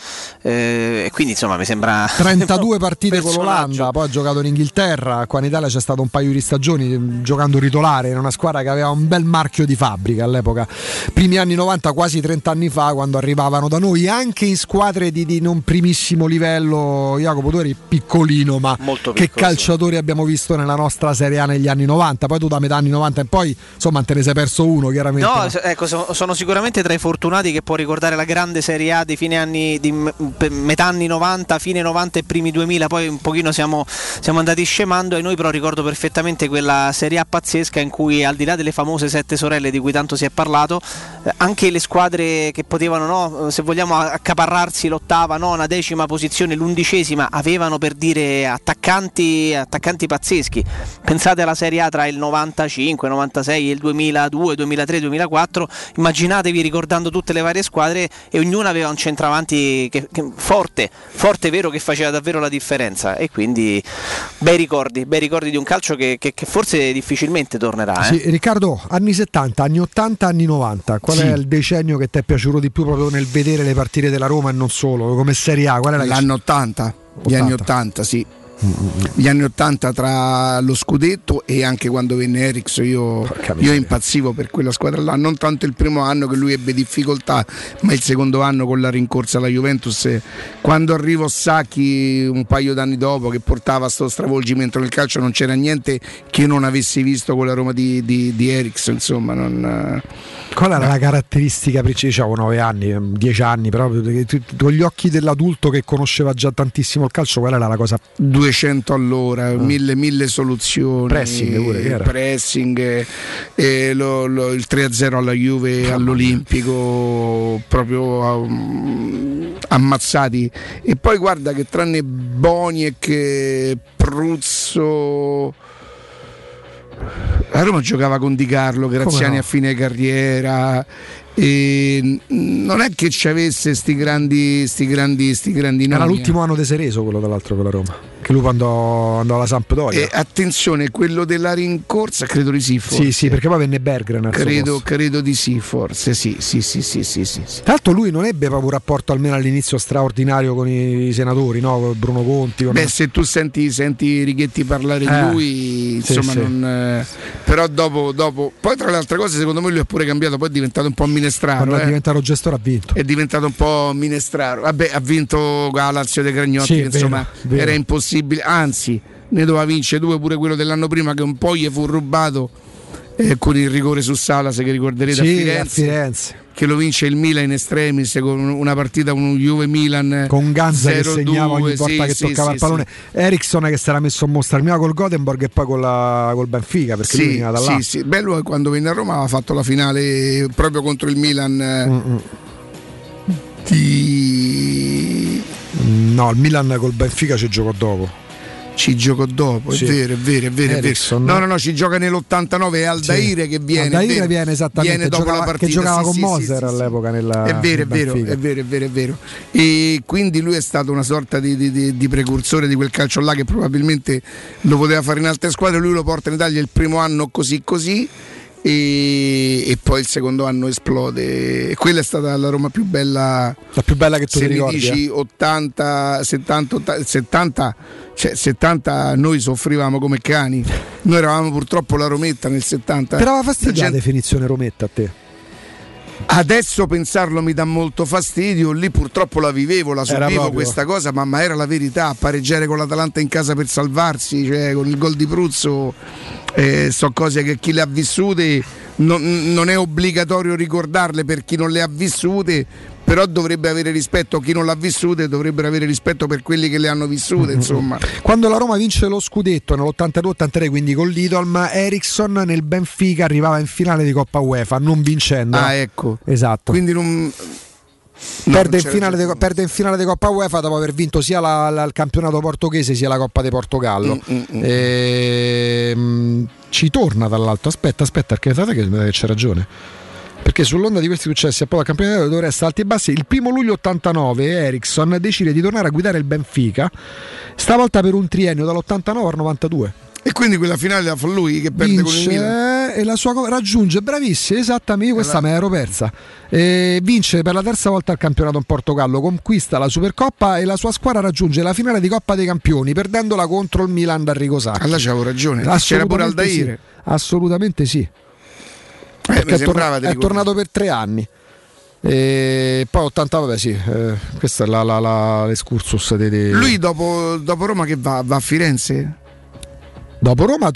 eh, e quindi insomma mi sembra trentadue partite con l'Olanda, poi ha giocato in Inghilterra, qua in Italia c'è stato un paio di stagioni giocando titolare in una squadra che aveva un bel marchio di fabbrica all'epoca, primi anni novanta, quasi trenta anni fa, quando arrivavano da noi anche in squadre di, di non primissimo livello. Jacopo, tu eri piccolino, ma molto che piccolo, calciatori sì. abbiamo visto nella nostra Serie A negli anni novanta, poi tu da metà anni novanta e poi insomma te ne sei perso uno chiaramente. No, no? ecco, sono sicuramente tra i fortunati che può ricordare la grande Serie A di fine anni, di metà anni novanta, fine novanta e primi duemila, poi un pochino siamo, siamo andati scemando, e noi però ricordo perfettamente quella Serie A pazzesca in cui, al di là delle famose sette sorelle di cui tanto si è parlato, eh, anche le squadre che potevano, no, se vogliamo, accaparrarsi l'ottava, nona, decima posizione, l'undicesima, avevano, per dire, attaccanti attaccanti pazzeschi. Pensate alla Serie A tra il novantacinque, novantasei e il duemiladue, duemilatré, duemilaquattro, immaginatevi ricordando tutte le varie squadre, e ognuna aveva un centravanti che, che, forte, forte vero, che faceva davvero la differenza, e quindi bei ricordi, bei ricordi di un calcio che, che, che forse difficilmente tornerà. Eh? Sì, Riccardo, anni settanta, anni ottanta, anni novanta, qual sì. è il decennio che ti è piaciuto di più proprio nel vedere le partite della Roma e non solo, come Serie A? Qual è la L'anno ottanta, gli anni ottanta, sì. Gli anni ottanta, tra lo scudetto e anche quando venne Eriksson, io, io impazzivo per quella squadra là, non tanto il primo anno che lui ebbe difficoltà, ma il secondo anno con la rincorsa alla Juventus, quando arrivò Sacchi un paio d'anni dopo che portava sto stravolgimento nel calcio, non c'era niente che non avessi visto con la Roma di, di, di Eriksson, insomma non... Qual era la caratteristica, diciamo nove anni, dieci anni, proprio con gli occhi dell'adulto che conosceva già tantissimo il calcio, qual era la cosa? duecento all'ora, ah. mille, mille soluzioni, pressing pure, che era? pressing, e lo, lo, il tre a zero alla Juve, ah, all'Olimpico, proprio um, ammazzati. E poi guarda che tranne Boniek, Pruzzo, la Roma giocava con Di Carlo, Graziani no? a fine carriera, e non è che ci avesse sti grandi sti grandi sti grandi nomi. Era l'ultimo anno di Cereso quello dall'altro con la Roma, che lui andò, andò alla Sampdoria. E attenzione, quello della rincorsa credo di sì, forse. Sì, sì, perché poi venne Berggren. Credo, credo di sì, forse sì, sì, sì, sì, sì, sì. Tra l'altro lui non ebbe proprio un rapporto, almeno all'inizio, straordinario con i senatori, no? Con Bruno Conti. Con... Beh, se tu senti, senti Righetti parlare eh, di lui, insomma, sì, non. Eh, però dopo, dopo, poi tra le altre cose, secondo me lui è pure cambiato, poi è diventato un po' minestraro. Quando eh. è diventato gestore ha vinto. È diventato un po' minestraro. Vabbè, ha vinto la Lazio dei Cragnotti, sì, che insomma vero, vero. Era impossibile, anzi ne doveva vincere due, pure quello dell'anno prima che un po' gli fu rubato, eh, con il rigore su Salas, che ricorderete, sì, a, Firenze, a Firenze, che lo vince il Milan in extremis con una partita, un Juve-Milan con Ganza che segnava ogni volta, sì, che toccava sì, il pallone, sì. Eriksson che si era messo a mostrare prima col Gothenburg e poi con la, col Benfica, perché sì, lui veniva da là. Sì, sì. Bello è quando venne a Roma, aveva fatto la finale proprio contro il Milan. Mm-mm. Di... no, il Milan col Benfica ci giocò dopo. Ci giocò dopo, sì. è vero, è vero, è vero, Eriksson, è vero. No, no, no, ci gioca nell'ottantanove, è Aldair, sì, che viene. Aldair viene esattamente, viene dopo giocava, la partita, che giocava sì, con sì, Moser sì, all'epoca nella, è vero, è vero, Benfica. è vero, è vero, è vero. E quindi lui è stato una sorta di, di, di, di precursore di quel calcio là, che probabilmente lo poteva fare in altre squadre. Lui lo porta in Italia il primo anno così così. E, e poi il secondo anno esplode. Quella è stata la Roma più bella, la più bella che tu se ti ricordi. Se mi dici eh? ottanta, settanta, ottanta, settanta, cioè settanta noi soffrivamo come cani. Noi eravamo purtroppo la Rometta nel settanta. Però aveva fastidio la, gente... la definizione Rometta a te? Adesso pensarlo mi dà molto fastidio, lì purtroppo la vivevo, la subivo questa cosa, ma, ma era la verità. Pareggiare con l'Atalanta in casa per salvarsi, cioè con il gol di Pruzzo, eh, so cose che chi le ha vissute non, non è obbligatorio ricordarle per chi non le ha vissute, però dovrebbe avere rispetto chi non l'ha vissuta e dovrebbero avere rispetto per quelli che le hanno vissute, insomma. Quando la Roma vince lo scudetto nell'ottantadue ottantatré, quindi con l'Idolm, Eriksson nel Benfica arrivava in finale di Coppa UEFA non vincendo. Ah, ecco. Esatto. Quindi non No, perde, in finale de, perde in finale di Coppa UEFA dopo aver vinto sia la, la, il campionato portoghese sia la Coppa di Portogallo. Mm, mm, mm. E, mh, ci torna dall'alto. Aspetta, aspetta, perché sapete che c'è ragione. Perché sull'onda di questi successi a poi al campionato dove resta alti e bassi, il primo luglio ottantanove Eriksson decide di tornare a guidare il Benfica, stavolta per un triennio dall'ottantanove al novantadue. E quindi quella finale la fa lui che perde vince, con il Milan e la sua raggiunge, bravissimo, esattamente, questa la... me l'ero persa. E vince per la terza volta il campionato in Portogallo, conquista la Supercoppa e la sua squadra raggiunge la finale di Coppa dei Campioni perdendola contro il Milan da Arrigo Sacchi. Allora c'avevo ragione, c'era pure Aldair. Sì, assolutamente sì. Eh, è, tor- è tornato per tre anni. E poi ottanta, vabbè sì, eh, questa è la, la, la, l'escursus de, de... Lui dopo, dopo Roma che va? Va a Firenze? Dopo Roma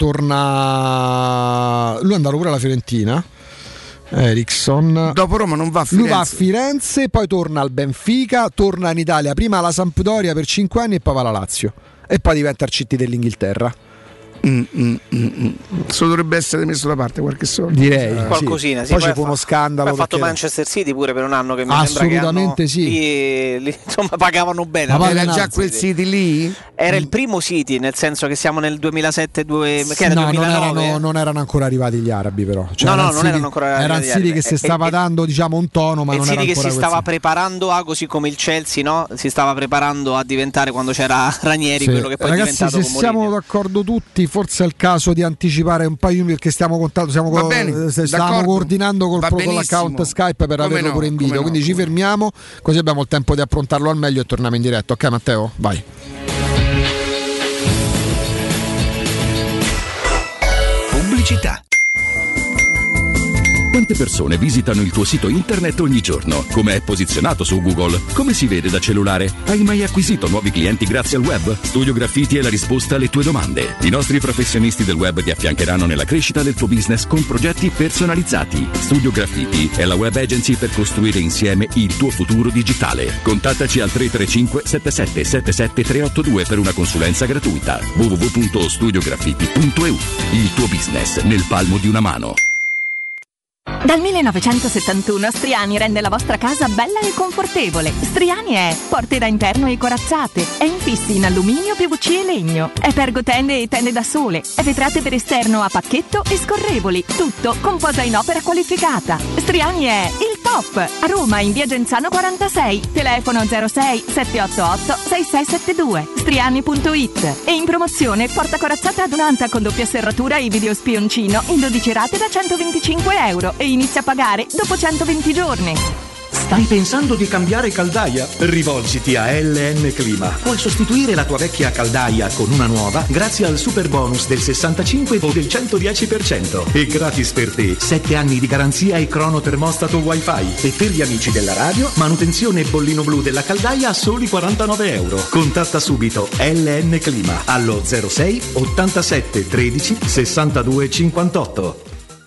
torna. Lui è andato pure alla Fiorentina. Eriksson. Dopo Roma non va a Firenze. Lui va a Firenze, poi torna al Benfica, torna in Italia, prima alla Sampdoria per cinque anni e poi va alla Lazio. E poi diventa il C T dell'Inghilterra. Mm, mm, mm, mm. So dovrebbe essere messo da parte qualche soldo, direi eh, qualcosina, sì. Poi, poi ci fu uno scandalo. Ha fatto perché... Manchester City pure per un anno che mi assolutamente sembra che sì. hanno, lì, lì, insomma pagavano bene. Ma era già quel City lì? Era il primo City, nel senso che siamo nel duemilasette due, che era no, duemilanove. Non erano, non erano ancora arrivati gli arabi, però. Cioè, no, no, non City, erano ancora arrivati. Era un City che si stava e, dando, diciamo, un tono, ma non era City ancora che si stava preparando a, così come il Chelsea, no? Si stava preparando a diventare, quando c'era Ranieri, sì. quello che poi Ragazzi, è diventato se siamo Mourinho. d'accordo tutti, forse è il caso di anticipare un paio perché stiamo contando, stiamo co- bene, stiamo coordinando col pro- con l'account Skype per come averlo no, pure in video, no, quindi ci fermiamo così abbiamo il tempo di approntarlo al meglio e torniamo in diretta. Ok Matteo, vai. Pubblicità. Quante persone visitano il tuo sito internet ogni giorno? Come è posizionato su Google? Come si vede da cellulare? Hai mai acquisito nuovi clienti grazie al web? Studio Graffiti è la risposta alle tue domande. I nostri professionisti del web ti affiancheranno nella crescita del tuo business con progetti personalizzati. Studio Graffiti è la web agency per costruire insieme il tuo futuro digitale. Contattaci al tre tre cinque sette sette sette sette tre otto due per una consulenza gratuita. w w w punto studio graffiti punto e u. Il tuo business nel palmo di una mano. Dal millenovecentosettantuno Striani rende la vostra casa bella e confortevole. Striani è porte da interno e corazzate, è infissi in alluminio, P V C e legno, è pergotende e tende da sole, è vetrate per esterno a pacchetto e scorrevoli, tutto con posa in opera qualificata. Striani è il top! A Roma in via Genzano quarantasei, telefono zero sei sette otto otto sei sei sette due, striani punto it. E in promozione porta corazzata adunata con doppia serratura e video spioncino in dodici rate da centoventicinque euro e inizia a pagare dopo centoventi giorni. Stai pensando di cambiare caldaia? Rivolgiti a L N Clima. Puoi sostituire la tua vecchia caldaia con una nuova grazie al super bonus del sessantacinque o del centodieci per cento. E gratis per te sette anni di garanzia e crono termostato wifi. E per gli amici della radio, manutenzione e bollino blu della caldaia a soli quarantanove euro. Contatta subito L N Clima allo zero sei ottantasette tredici sessantadue cinquantotto.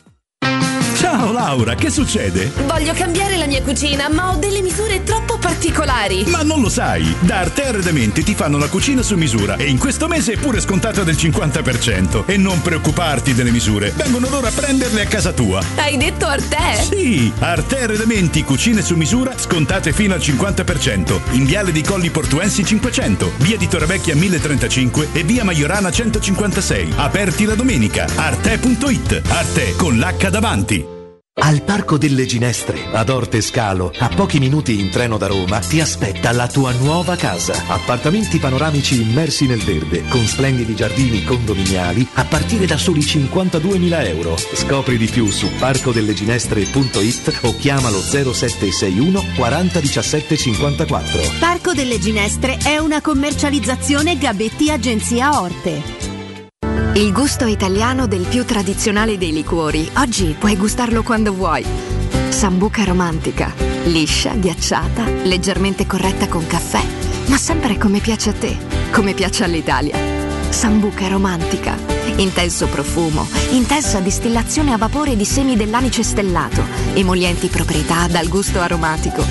Ciao Laura, che succede? Voglio cambiare la mia cucina, ma ho delle misure troppo particolari. Ma non lo sai, da Arte Arredamenti ti fanno la cucina su misura e in questo mese è pure scontata del cinquanta per cento. E non preoccuparti delle misure, vengono loro a prenderle a casa tua. Hai detto Arte? Sì, Arte Arredamenti, cucine su misura, scontate fino al cinquanta per cento. In Viale dei Colli Portuensi cinquecento, via di Torrevecchia mille trentacinque e via Maiorana centocinquantasei. Aperti la domenica. arte punto it. Arte con l'H davanti. Al Parco delle Ginestre, ad Orte Scalo, a pochi minuti in treno da Roma, ti aspetta la tua nuova casa. Appartamenti panoramici immersi nel verde, con splendidi giardini condominiali, a partire da soli cinquantaduemila euro. Scopri di più su parco delle ginestre punto it o chiamalo zero sette sei uno quaranta diciassette cinquantaquattro. Parco delle Ginestre è una commercializzazione Gabetti Agenzia Orte. Il gusto italiano del più tradizionale dei liquori. Oggi puoi gustarlo quando vuoi. Sambuca romantica, liscia, ghiacciata, leggermente corretta con caffè, ma sempre come piace a te, come piace all'Italia. Sambuca romantica, intenso profumo, intensa distillazione a vapore di semi dell'anice stellato, emolienti proprietà dal gusto aromatico.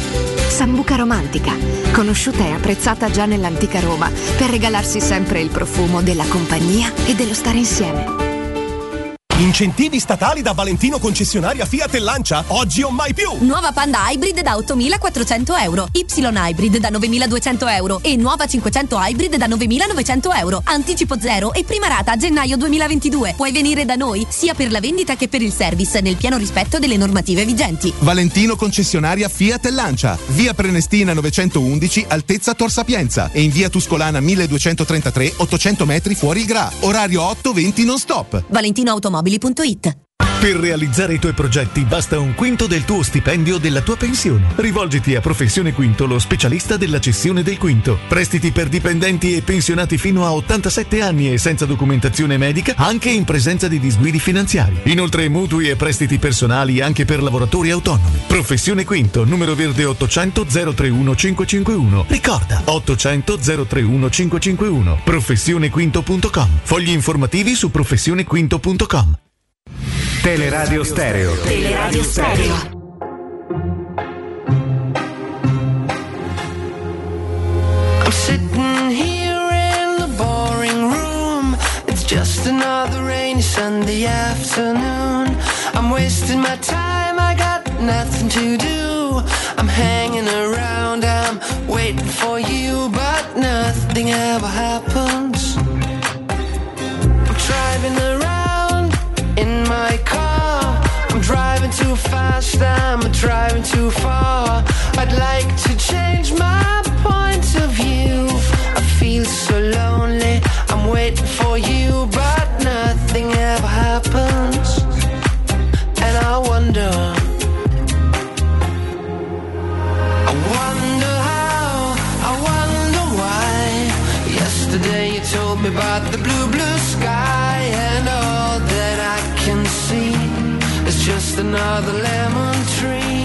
Sambuca Romantica, conosciuta e apprezzata già nell'antica Roma per regalarsi sempre il profumo della compagnia e dello stare insieme. Incentivi statali da Valentino concessionaria Fiat e Lancia, oggi o mai più! Nuova Panda Hybrid da ottomilaquattrocento euro, Y Hybrid da novemiladuecento euro e nuova cinquecento Hybrid da novemilanovecento euro. Anticipo zero e prima rata a gennaio duemilaventidue. Puoi venire da noi sia per la vendita che per il service nel pieno rispetto delle normative vigenti. Valentino concessionaria Fiat e Lancia, via Prenestina novecentoundici, altezza Tor Sapienza, e in via Tuscolana milleduecentotrentatré, ottocento metri fuori il Gra. Orario otto venti non stop. Valentino Automobili. Per realizzare i tuoi progetti basta un quinto del tuo stipendio della tua pensione. Rivolgiti a Professione Quinto, lo specialista della cessione del quinto. Prestiti per dipendenti e pensionati fino a ottantasette anni e senza documentazione medica, anche in presenza di disguidi finanziari. Inoltre mutui e prestiti personali anche per lavoratori autonomi. Professione Quinto, numero verde ottocento zero trentuno cinquecentocinquantuno. Ricorda, ottocento zero trentuno cinquecentocinquantuno. professione quinto punto com. Fogli informativi su professione quinto punto com. Teleradio Stereo. Teleradio Stereo. I'm sitting here in the boring room. It's just another rainy Sunday afternoon. I'm wasting my time, I got nothing to do. I'm hanging around, I'm waiting for you, but nothing ever happens. I'm driving around in my car, I'm driving too fast, I'm driving too far. I'd like to change my point of view. I feel so lonely, I'm waiting for you, but nothing ever happens. And I wonder, I wonder how, I wonder why. Yesterday you told me about the blue, blue sky, and all that I can see is just another lemon tree.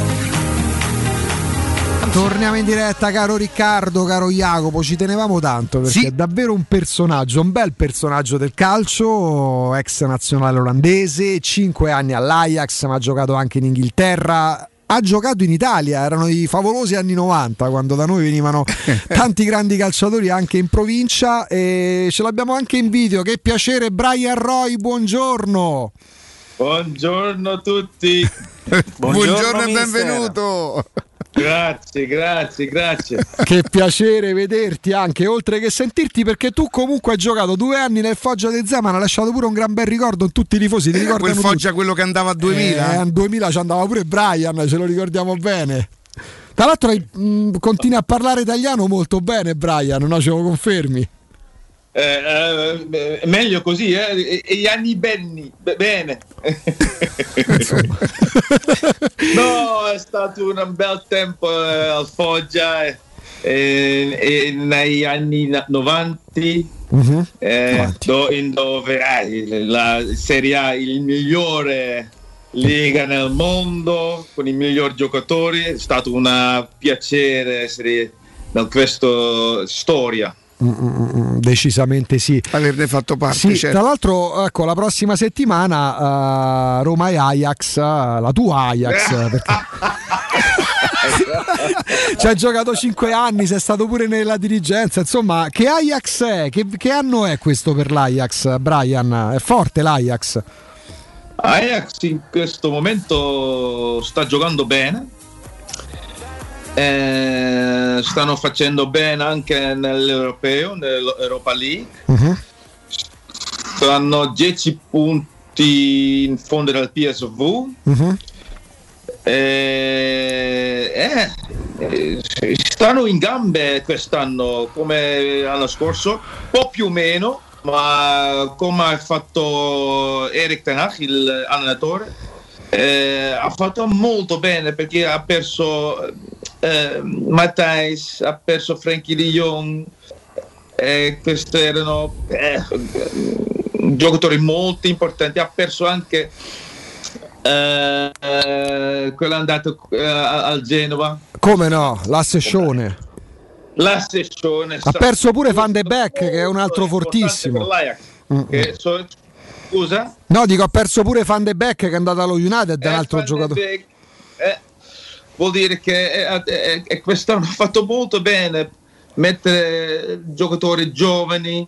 Torniamo in diretta, caro Riccardo, caro Jacopo, ci tenevamo tanto perché sì. È davvero un personaggio, un bel personaggio del calcio, ex nazionale olandese, cinque anni all'Ajax, ma ha giocato anche in Inghilterra. Ha giocato in Italia, erano i favolosi anni novanta quando da noi venivano tanti grandi calciatori anche in provincia, e ce l'abbiamo anche in video. Che piacere, Brian Roy, buongiorno. Buongiorno a tutti. Buongiorno, buongiorno e benvenuto. Grazie, grazie, grazie. Che piacere vederti anche, oltre che sentirti, perché tu comunque hai giocato due anni nel Foggia del Zeman, ha lasciato pure un gran bel ricordo in tutti i tifosi. Ti ricordano quel Foggia, tutti? Quello che andava a duemila? Eh, a duemila ci andava pure Brian, ce lo ricordiamo bene. Tra l'altro mh, continui a parlare italiano molto bene, Brian, no? Ce lo confermi? Eh, eh, meglio così, eh? E gli anni belli, b- bene. No, è stato un bel tempo eh, al Foggia, eh, eh, negli anni novanta, uh-huh. eh, do, in dove eh, la Serie A il migliore liga nel mondo con i migliori giocatori. È stato un piacere essere in questa storia. Mm-mm, decisamente sì, averne fatto parte. Sì, certo. Tra l'altro, ecco, la prossima settimana uh, Roma e Ajax, uh, la tua Ajax, perché ci hai giocato cinque anni, sei stato pure nella dirigenza, insomma, che Ajax è? Che, che anno è questo per l'Ajax, Brian? È forte l'Ajax? Ajax in questo momento sta giocando bene. Eh, stanno facendo bene anche nell'Europeo, nell'Europa League. Uh-huh. Stanno dieci punti in fondo al P S V. Uh-huh. eh, eh, eh, stanno in gambe quest'anno come l'anno scorso, un po' più o meno, ma come ha fatto Erik ten Hag, il allenatore, eh, ha fatto molto bene, perché ha perso eh, Matthijs, ha perso Frenkie de Jong, eh, questi erano eh, giocatori molto importanti. Ha perso anche eh, eh, quello andato eh, al Genova, come no, la Sessione. La Sessione ha perso pure Van de Beek, che è un altro fortissimo. Che so, scusa? No, dico, ha perso pure Van de Beek, che è andato allo United, è eh, un altro Van giocatore. Eh, vuol dire che eh, eh, eh, quest'anno ha fatto molto bene mettere giocatori giovani,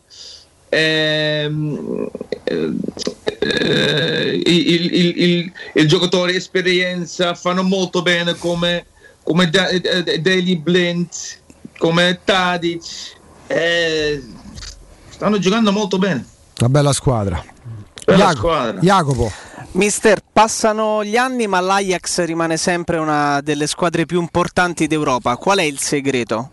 ehm, eh, eh, il, il, il, il giocatore esperienza fanno molto bene come, come da, eh, Daley Blind, come Tadic, eh, stanno giocando molto bene. Una bella squadra. Bella Jacopo, squadra. Jacopo. Mister, passano gli anni ma l'Ajax rimane sempre una delle squadre più importanti d'Europa. Qual è il segreto?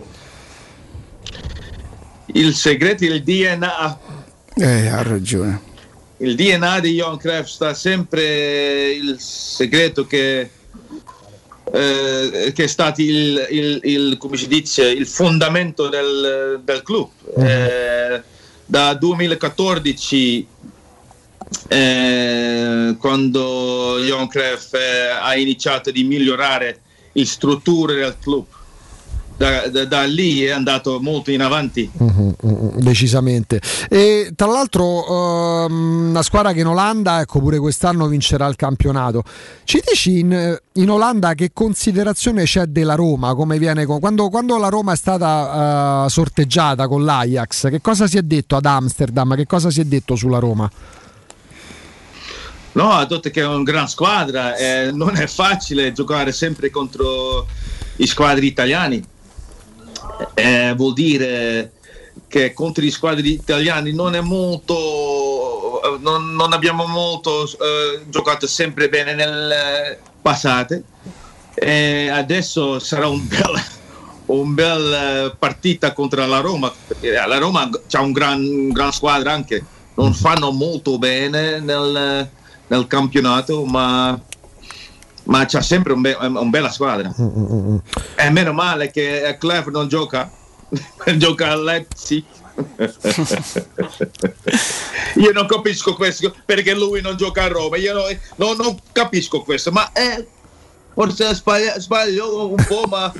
Il segreto è il D N A. Eh, ha ragione. Il D N A di Johan Cruyff sta sempre il segreto che, eh, che è stato il, il, il, come si dice, il fondamento del, del club. Mm. Eh, da duemilaquattordici, eh, quando Johan Cruyff eh, ha iniziato a migliorare le strutture del club, Da, da, da lì è andato molto in avanti. Uh-huh, uh-huh, decisamente. E tra l'altro uh, una squadra che in Olanda, ecco, pure quest'anno vincerà il campionato. Ci dici in, in Olanda che considerazione c'è della Roma? Come viene con, quando, quando la Roma è stata uh, sorteggiata con l'Ajax, che cosa si è detto ad Amsterdam? Che cosa si è detto sulla Roma? No, ha detto che è una gran squadra, eh, non è facile giocare sempre contro i squadri italiani. Eh, vuol dire che contro gli squadri italiani non è molto, non, non abbiamo molto eh, giocato sempre bene nel passato, e adesso sarà un bel, un bel partita contro la Roma, perché la Roma c'ha un gran, gran squadra anche, non fanno molto bene nel, nel campionato, ma ma c'ha sempre un be- una bella squadra. Mm-hmm. E meno male che Clev non gioca, gioca a Leipzig. Io non capisco questo, perché lui non gioca a Roma. Io non, non, non capisco questo, ma eh, forse sbaglia, sbaglio un po', ma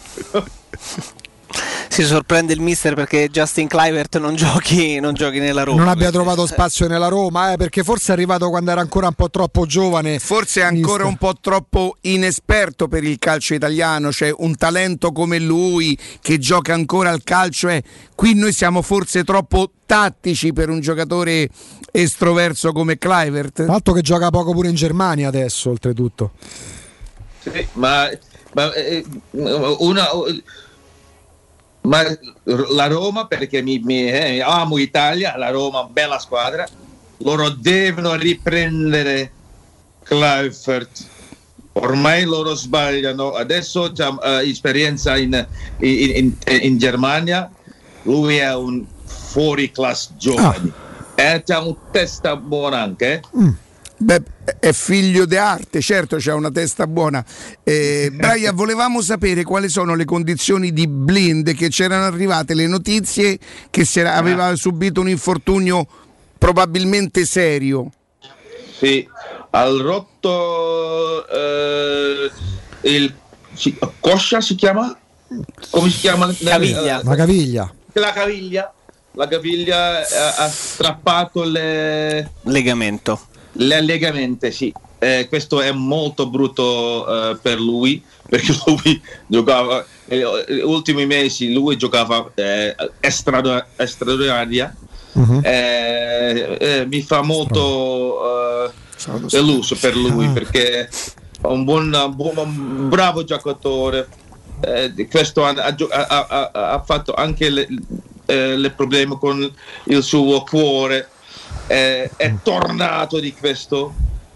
si sorprende il mister perché Justin Kluivert non giochi, non giochi nella Roma. Non abbia trovato spazio nella Roma, eh, perché forse è arrivato quando era ancora un po' troppo giovane. Forse è ancora un po' troppo inesperto per il calcio italiano, cioè un talento come lui che gioca ancora al calcio. Eh. Qui noi siamo forse troppo tattici per un giocatore estroverso come Kluivert. Tra l'altro che gioca poco pure in Germania adesso, oltretutto. Sì, ma, ma eh, una... Ma la Roma, perché mi, mi eh, amo Italia, la Roma bella squadra, loro devono riprendere Kluivert, ormai loro sbagliano, adesso c'è uh, esperienza in, in, in, in Germania, lui è un fuori classe giovane, ah. e c'ha un testa buona anche. Eh? Mm. Beh, è figlio d'arte, certo, c'ha una testa buona. eh, Brian, volevamo sapere quali sono le condizioni di Blind, che c'erano arrivate le notizie che si era, aveva subito un infortunio probabilmente serio. Sì, al rotto eh, il si, coscia si chiama? Come si chiama? Caviglia. La caviglia. La caviglia, la caviglia ha, ha strappato le legamento. Le legamenti, sì. Eh, questo è molto brutto eh, per lui, perché lui giocava negli eh, ultimi mesi, lui giocava eh, straordinaria. Uh-huh. eh, eh, mi fa molto eh, deluso per lui, perché è un buon, buon un bravo giocatore. Eh, questo ha, ha, ha, ha fatto anche le, eh, le problemi con il suo cuore. Eh, è tornato di questo,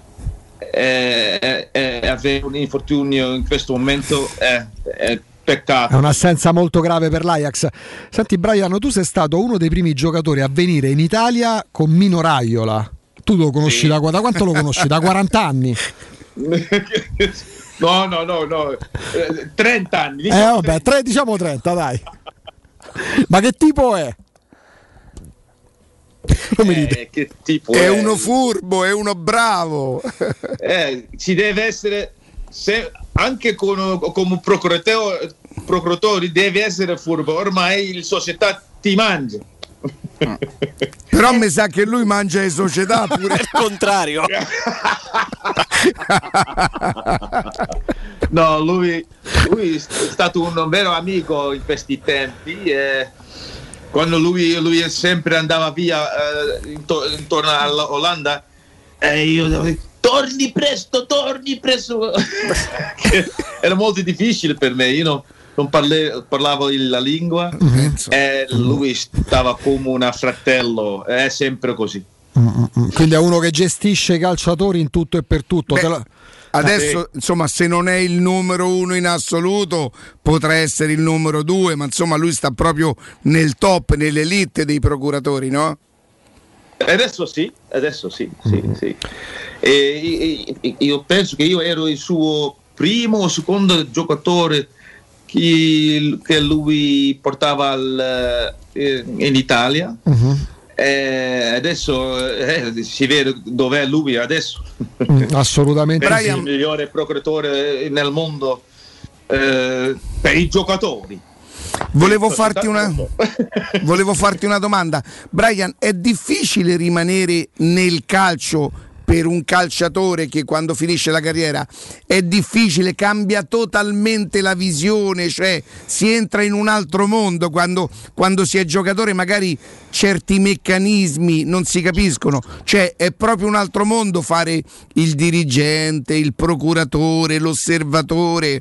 eh, eh, avere un infortunio in questo momento è, è peccato. È un'assenza molto grave per l'Ajax. Senti Brian, tu sei stato uno dei primi giocatori a venire in Italia con Mino Raiola. Tu lo conosci sì. da, da quanto lo conosci? Da quaranta anni? No, no, no, no. trenta anni. Diciamo eh vabbè, tre, diciamo trenta, dai. Ma che tipo è? Come eh, che tipo è, è uno furbo, è uno bravo. Eh, ci deve essere se, anche con, come procuratore, procuratori deve essere furbo. Ormai la società ti mangia. Però mi sa che lui mangia le società pure. È il contrario. No, lui, lui è stato un vero amico in questi tempi. Eh, quando lui, lui sempre andava via eh, intorno all'Olanda, e eh, io devo torni presto, torni presto. Era molto difficile per me, io no, non parle, parlavo la lingua mm-hmm. e lui stava come un fratello, è sempre così. Mm-hmm. Quindi è uno che gestisce i calciatori in tutto e per tutto. Beh, Te la... Adesso, insomma, se non è il numero uno in assoluto, potrà essere il numero due, ma insomma lui sta proprio nel top, nell'elite dei procuratori, no? Adesso sì, adesso sì, sì, sì. E, e, io penso che io ero il suo primo o secondo giocatore che, che lui portava al, eh, in Italia. Uh-huh. E adesso eh, si vede dov'è lui adesso. Mm, assolutamente. È il migliore procuratore nel mondo eh, per i giocatori. Volevo farti una volevo farti una domanda. Brian, è difficile rimanere nel calcio per un calciatore che quando finisce la carriera è difficile, cambia totalmente la visione, cioè si entra in un altro mondo quando, quando si è giocatore, magari certi meccanismi non si capiscono, cioè è proprio un altro mondo fare il dirigente, il procuratore, l'osservatore.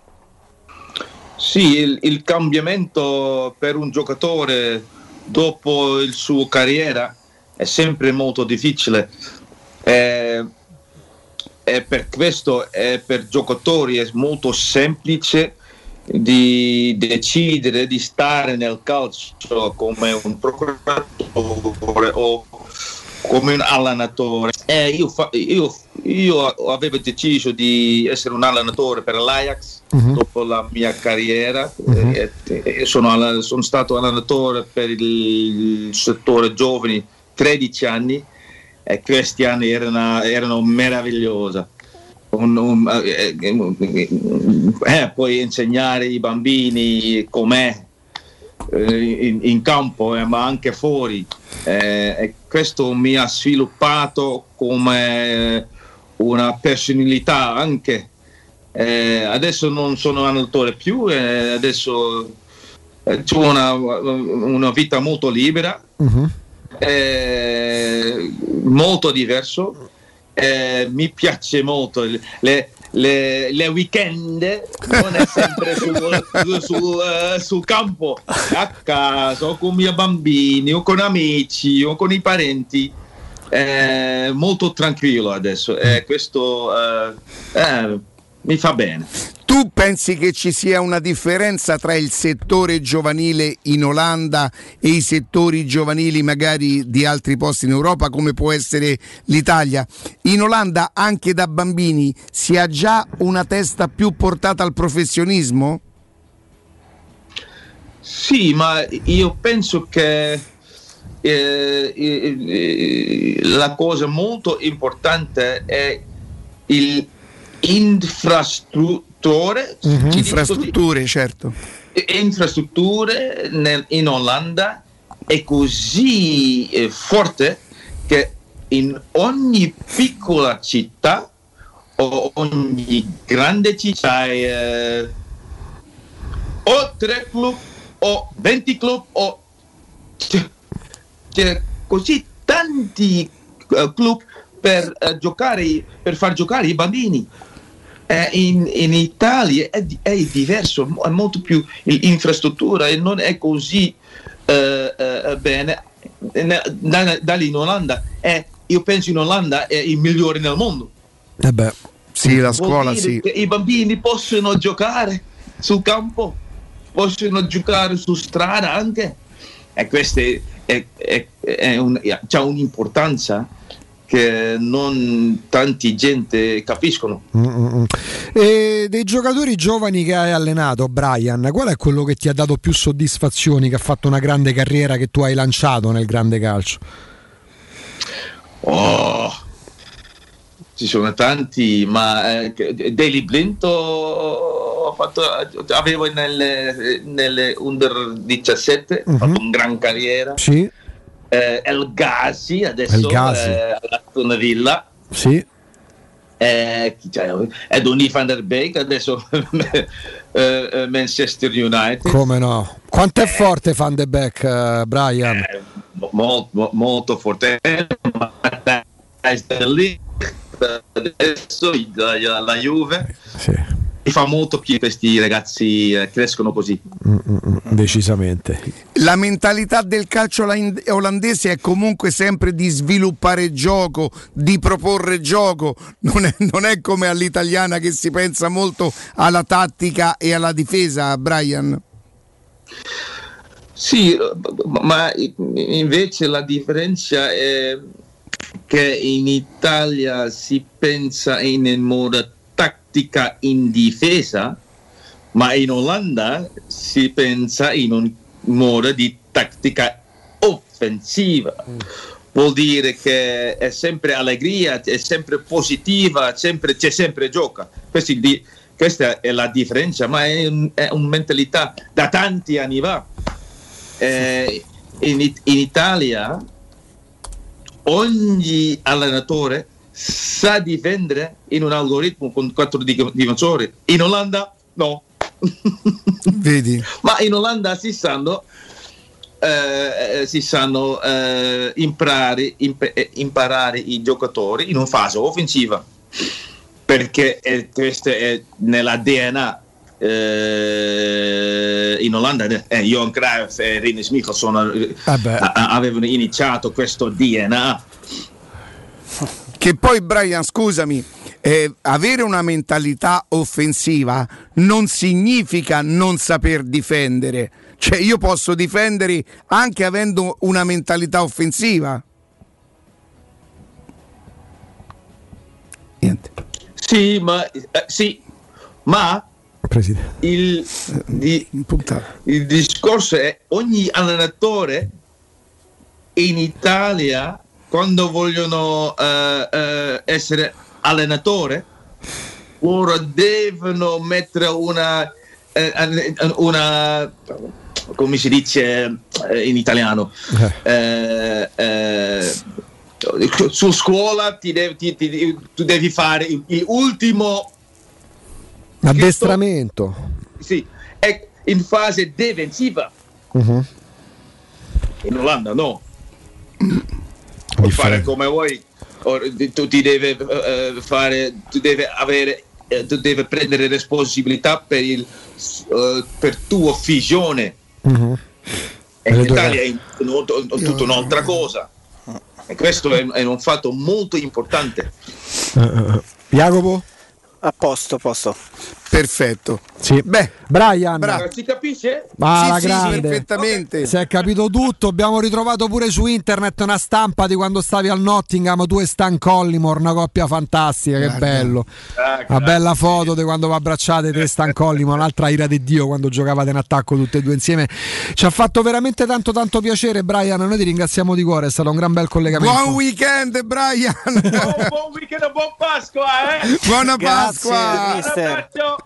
Sì, il, il cambiamento per un giocatore dopo il suo carriera è sempre molto difficile. E, e per questo è per giocatori è molto semplice di decidere di stare nel calcio come un procuratore o come un allenatore. E io, fa, io, io avevo deciso di essere un allenatore per l'Ajax uh-huh. dopo la mia carriera. Uh-huh. e, e sono, sono stato allenatore per il settore giovani tredici anni. E questi anni erano, erano meravigliosi. Un, un, eh, eh, poi insegnare i bambini com'è eh, in, in campo, eh, ma anche fuori. Eh, e questo mi ha sviluppato come una personalità anche. Eh, adesso non sono allenatore più, eh, adesso eh, ho una, una vita molto libera. Uh-huh. Eh, molto diverso, eh, mi piace molto le, le, le weekend non è sempre sul, sul, sul, uh, sul campo, a casa o con i miei bambini o con amici o con i parenti, eh, molto tranquillo adesso e eh, questo uh, eh, mi fa bene. Tu pensi che ci sia una differenza tra il settore giovanile in Olanda e i settori giovanili magari di altri posti in Europa, come può essere l'Italia? In Olanda anche da bambini si ha già una testa più portata al professionismo? Sì, ma io penso che eh, eh, la cosa molto importante è il infrastruttura. Mm-hmm. Infrastrutture, certo. Infrastrutture nel, in Olanda è così eh, forte che in ogni piccola città o ogni grande città hai eh, o tre club o venti club o c'è, c'è così tanti uh, club per uh, giocare, per far giocare i bambini. Eh, in, in Italia è, è diverso, è molto più l'infrastruttura e non è così eh, eh, bene. Da, da lì in Olanda è, io penso in Olanda è il migliore nel mondo. Eh beh, sì, la scuola sì. I bambini possono giocare sul campo, possono giocare su strada anche, e questo è, è, è, è un, c'ha un'importanza che non tanti gente capiscono. Mm-hmm. E dei giocatori giovani che hai allenato, Brian, qual è quello che ti ha dato più soddisfazioni, che ha fatto una grande carriera, che tu hai lanciato nel grande calcio? Oh, ci sono tanti, ma eh, Daley Blind ho fatto, avevo nelle, nelle under diciassette, mm-hmm. ho fatto una gran carriera. Sì. Eh, El Ghazi adesso El Ghazi. Eh, all'Aston Villa, sì. eh, è Donny van der Beek, adesso eh, Manchester United. Come no? Quanto è forte Van de Beek, uh, Brian? Eh, molto, molto forte. Adesso la, la Juve. Sì. Mi fa molto che questi ragazzi eh, crescono così. Mm-mm, decisamente. La mentalità del calcio olandese è comunque sempre di sviluppare gioco, di proporre gioco, non è, non è come all'italiana che si pensa molto alla tattica e alla difesa, Brian. Sì, ma invece la differenza è che in Italia si pensa in modo tattica in difesa, ma in Olanda si pensa in un modo di tattica offensiva. Mm. Vuol dire che è sempre allegria, è sempre positiva, sempre, c'è sempre gioca. Questi di, questa è la differenza, ma è, un, è una mentalità da tanti anni fa. Eh, in, in Italia ogni allenatore sa difendere in un algoritmo con quattro difensori. In Olanda no. Vedi? Ma in Olanda si sanno eh, si sanno eh, imparare, imp- imparare i giocatori in una fase offensiva, perché è, questo è nella D N A. Eh, in Olanda eh, Johan Cruyff e Rinus Michelsson avevano iniziato questo D N A. Che poi, Brian, scusami, eh, avere una mentalità offensiva non significa non saper difendere. Cioè, io posso difendere anche avendo una mentalità offensiva. Niente. Sì, ma eh, sì, ma il, di, il discorso è ogni allenatore in Italia, quando vogliono uh, uh, essere allenatore, ora devono mettere una, uh, una come si dice uh, in italiano, uh, uh, su scuola ti devi, ti, ti, tu devi fare l'ultimo addestramento. Sì, è in fase difensiva. Uh-huh. In Olanda no. Puoi fare come vuoi, tu ti devi uh, fare, tu devi avere, uh, tu devi prendere responsabilità per il uh, per tua visione. Uh-huh. E in Italia è tutta un'altra cosa. E questo è, è un fatto molto importante. Uh, Jacopo? A posto, a posto. Perfetto. Sì. Beh, Brian. Bravo, si capisce? Ma sì, grande. Sì, perfettamente. Okay. Si è capito tutto. Abbiamo ritrovato pure su internet una stampa di quando stavi al Nottingham, tu e Stan Collymore, una coppia fantastica. Che Guarda. bello. Ah, una bella foto di quando vi abbracciate te e Stan Collymore, un'altra ira di Dio quando giocavate in attacco tutte e due insieme. Ci ha fatto veramente tanto tanto piacere, Brian. Noi ti ringraziamo di cuore, è stato un gran bel collegamento. Buon weekend, Brian. buon, buon weekend e buon Pasqua, eh? Buona Pasqua. Mister. Ciao,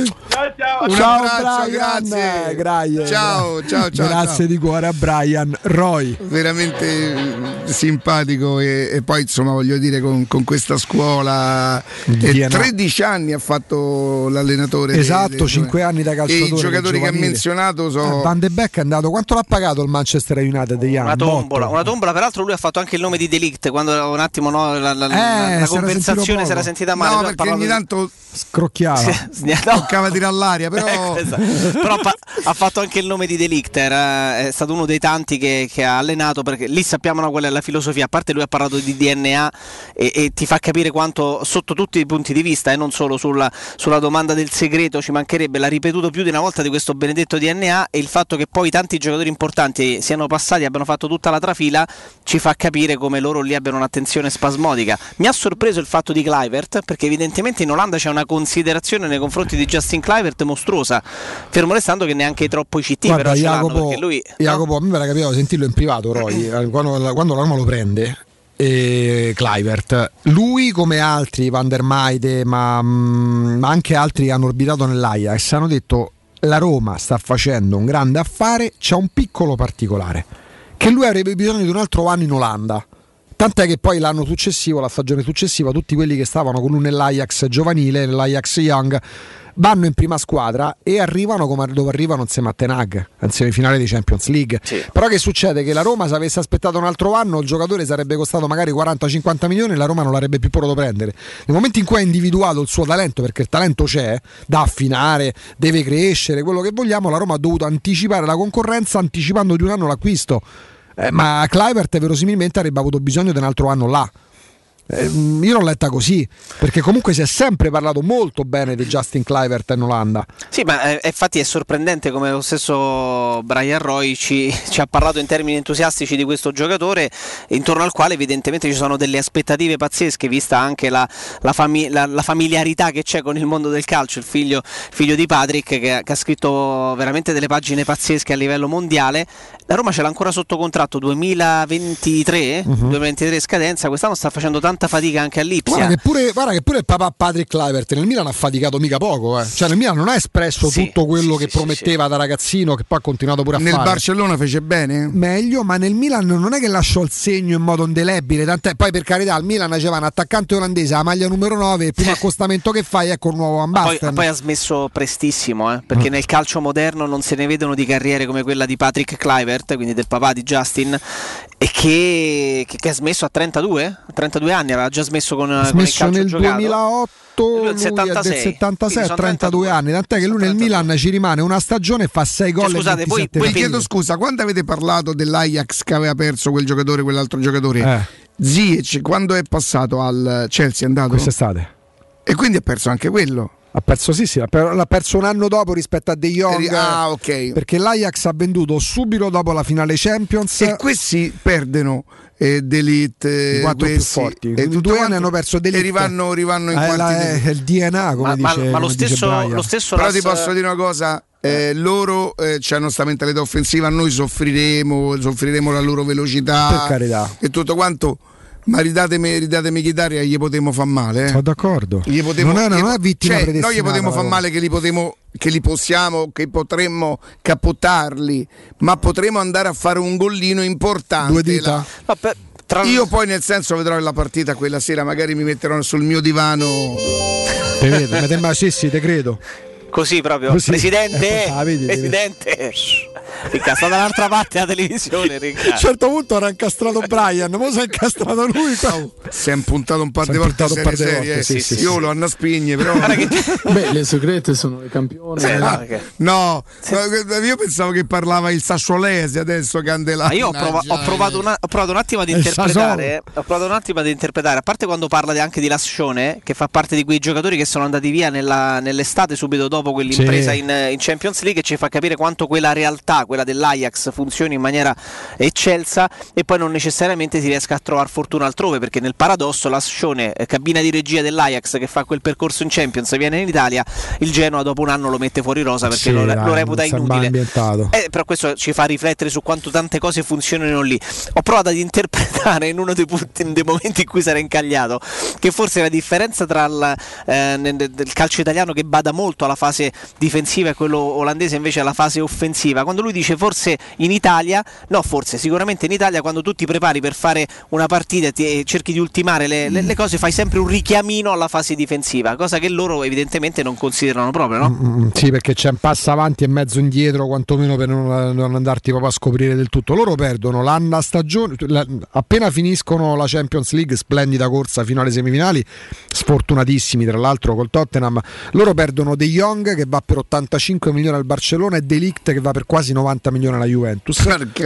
ciao. Un ciao abbraccio, Brian. grazie. grazie. Ciao, ciao, ciao. Grazie ciao. di cuore a Brian Roy. Veramente simpatico e, e poi insomma voglio dire con, con questa scuola eh, tredici anni ha fatto l'allenatore. Esatto, de, cinque anni da calciatore. E i giocatori che ha menzionato sono eh, Van de Beek è andato. Quanto l'ha pagato il Manchester United degli anni? Una tombola, una tombola, peraltro lui ha fatto anche il nome di De Ligt quando un attimo no, la, la, eh, la conversazione si era sentita male. No, perché ogni tanto scrocchiava, toccava tirare all'aria, però, ecco, esatto. Però pa- ha fatto anche il nome di De Ligt, era, è stato uno dei tanti che, che ha allenato, perché lì sappiamo no, qual è la filosofia. A parte lui ha parlato di D N A e, e ti fa capire quanto sotto tutti i punti di vista e eh, non solo sulla, sulla domanda del segreto, ci mancherebbe, l'ha ripetuto più di una volta di questo benedetto D N A, e il fatto che poi tanti giocatori importanti siano passati, abbiano fatto tutta la trafila, ci fa capire come loro lì abbiano un'attenzione spasmodica. Mi ha sorpreso il fatto di Kluivert, perché evidentemente in Olanda c'è una considerazione nei confronti di Justin Kluivert mostruosa, fermo restando che neanche troppo i C T. Guarda, però Jacopo, lui, Jacopo no? a me me l'ha capitato sentirlo in privato, Roy, quando, quando la Roma lo prende, e Kluivert, lui come altri, Van der Meijde, ma, ma anche altri che hanno orbitato nell'Ajax, hanno detto la Roma sta facendo un grande affare, c'è un piccolo particolare, che lui avrebbe bisogno di un altro anno in Olanda Tant'è che poi l'anno successivo, la stagione successiva, tutti quelli che stavano con lui nell'Ajax giovanile, nell'Ajax Young, vanno in prima squadra e arrivano come dove arrivano insieme a Ten Hag, in semifinale di Champions League. Sì. Però che succede? Che la Roma, se avesse aspettato un altro anno, il giocatore sarebbe costato magari quaranta cinquanta milioni e la Roma non l'avrebbe più potuto prendere. Nel momento in cui ha individuato il suo talento, perché il talento c'è, da affinare, deve crescere, quello che vogliamo, la Roma ha dovuto anticipare la concorrenza anticipando di un anno l'acquisto. Eh, ma Kluivert verosimilmente avrebbe avuto bisogno di un altro anno là. Eh, io l'ho letta così, perché comunque si è sempre parlato molto bene di Justin Kluivert in Olanda. Sì, ma eh, infatti è sorprendente come lo stesso Brian Roy ci, ci ha parlato in termini entusiastici di questo giocatore, intorno al quale evidentemente ci sono delle aspettative pazzesche, vista anche la, la, fami- la, la familiarità che c'è con il mondo del calcio. Il figlio, figlio di Patrick che, che ha scritto veramente delle pagine pazzesche a livello mondiale. La Roma ce l'ha ancora sotto contratto duemilaventitré, uh-huh. duemilaventitré scadenza, quest'anno sta facendo tanta fatica anche all'Ipsia. Guarda che pure, guarda che pure il papà Patrick Kluivert nel Milan ha faticato mica poco, eh. Cioè nel Milan non ha espresso sì, tutto quello sì, che sì, prometteva sì. da ragazzino, che poi ha continuato pure a nel fare. Nel Barcellona fece bene? Meglio, ma nel Milan non è che lasciò il segno in modo indelebile, tant'è, poi per carità al Milan c'era un attaccante olandese, la maglia numero nove, il primo accostamento che fai ecco il nuovo Van Basten. Poi, poi ha smesso prestissimo, eh, perché mm. nel calcio moderno non se ne vedono di carriere come quella di Patrick Kluivert, quindi del papà di Justin, e che, che, che ha smesso a trentadue anni, aveva già smesso con, ha con smesso il calcio nel giocato. duemilaotto, lui settantasei. è del settantasei a trentadue anni, tant'è che lui nel Milan ci rimane una stagione e fa sei gol. Cioè, scusate, e poi, poi chiedo scusa, quando avete parlato dell'Ajax che aveva perso quel giocatore, quell'altro giocatore, eh. Ziyech, quando è passato al Chelsea è andato? Quest'estate. E quindi ha perso anche quello. Ha perso sì sì, l'ha perso un anno dopo rispetto a De Jong. Ah, ok. Perché l'Ajax ha venduto subito dopo la finale Champions. E questi perdono eh, D'Elite, i quattro questi, più forti. E due anni hanno perso D'Elite. E rivanno, rivanno in eh, quarti. La, è il D N A, come ma, dice, ma, ma lo, come stesso, dice lo stesso Però las... ti posso dire una cosa. Eh, loro eh, hanno sta mentalità offensiva, noi soffriremo, soffriremo la loro velocità. Per carità. E tutto quanto. Ma ridatemi, ridatemi Mkhitaryan, gli potremmo far male. Eh. Sono d'accordo. Gli potremo, non, è, non è vittima cioè, noi gli potremmo far male che li, potremo, che li possiamo, che potremmo cappottarli, ma potremo andare a fare un gollino importante. Due dita. La... Tra... Io poi nel senso vedrò la partita quella sera, magari mi metterò sul mio divano. Te vedo, mi sembra sì sì, te credo. Così proprio, Così. Presidente, ah, vedi, Presidente. Vedi. Ricca, sta dall'altra parte della televisione, Ricca. A un certo punto era incastrato Brian, ma si è incastrato lui qua. Si è impuntato un par di volte a serie serie, sì, sì, io sì. lo hanno a spigne, però che... Beh, le segrete sono i campioni. Sì, no, okay. no, no, io pensavo che parlava il Sassuolese adesso, Candelà. Io ho, prova- ho, provato una, ho provato un attimo ad interpretare, ho provato un attimo ad interpretare, a parte quando parla de- anche di Lascione, che fa parte di quei giocatori che sono andati via nella, nell'estate subito dopo quell'impresa sì. in, in Champions League, e ci fa capire quanto quella realtà, quella dell'Ajax, funzioni in maniera eccelsa e poi non necessariamente si riesca a trovare fortuna altrove, perché nel paradosso Lascione, cabina di regia dell'Ajax, che fa quel percorso in Champions, viene in Italia, il Genoa dopo un anno lo mette fuori rosa perché sì, lo, dai, lo reputa inutile, eh, però questo ci fa riflettere su quanto tante cose funzionino lì. Ho provato ad interpretare in uno dei, punti, dei momenti in cui sarà incagliato che forse la differenza tra il, eh, del calcio italiano, che bada molto alla fase difensiva, e quello olandese invece alla fase offensiva, quando lui dice forse in Italia, no forse sicuramente in Italia, quando tu ti prepari per fare una partita e cerchi di ultimare le, le, le cose, fai sempre un richiamino alla fase difensiva, cosa che loro evidentemente non considerano proprio, no? Mm, sì, perché c'è un passo avanti e mezzo indietro, quantomeno per non, non andarti proprio a scoprire del tutto. Loro perdono l'anno stagione, la, appena finiscono la Champions League, splendida corsa fino alle semifinali, sfortunatissimi tra l'altro col Tottenham, loro perdono De Jong che va per ottantacinque milioni al Barcellona e De Ligt che va per quasi novanta milioni alla Juventus.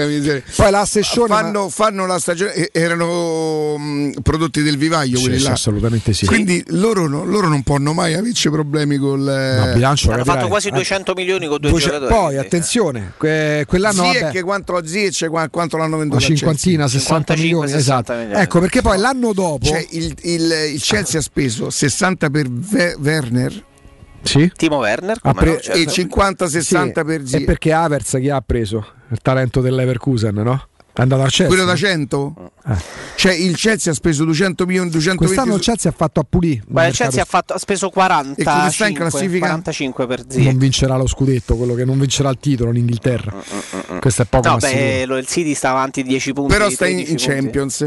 Poi la sessione fanno, ma... fanno la stagione, erano mh, prodotti del vivaio quelli sì, là. Assolutamente sì. Quindi loro, no, loro non possono mai averci problemi col no, bilancio. Hanno fatto quasi duecento milioni con due duecento giocatori. Poi attenzione, que- quell'anno sì, che quanto Ziyech, quanto l'hanno venduto? Una cinquantina, sessanta milioni, esatto. Milioni. Ecco perché poi l'anno dopo, cioè, il, il, il Chelsea ha speso sessanta per Ve- Werner. Sì. Timo Werner pre- no, certo. E cinquanta sessanta sì, per Ziyech. E perché Havertz chi ha preso? Il talento dell'Leverkusen, no? È andato a Chelsea. Quello da cento? Eh. Cioè il Chelsea ha speso duecento milioni, duecentoventi. Quest'anno il Chelsea ha fatto a pulì. Beh, il Chelsea ha, fatto, ha speso quaranta. E come sta in classifica? quarantacinque per Ziyech. Non vincerà lo scudetto, quello che non vincerà il titolo in Inghilterra. Mm, mm, mm. Questo è poco. No, beh, lo, il City sta avanti dieci punti. Però sta in, in Champions.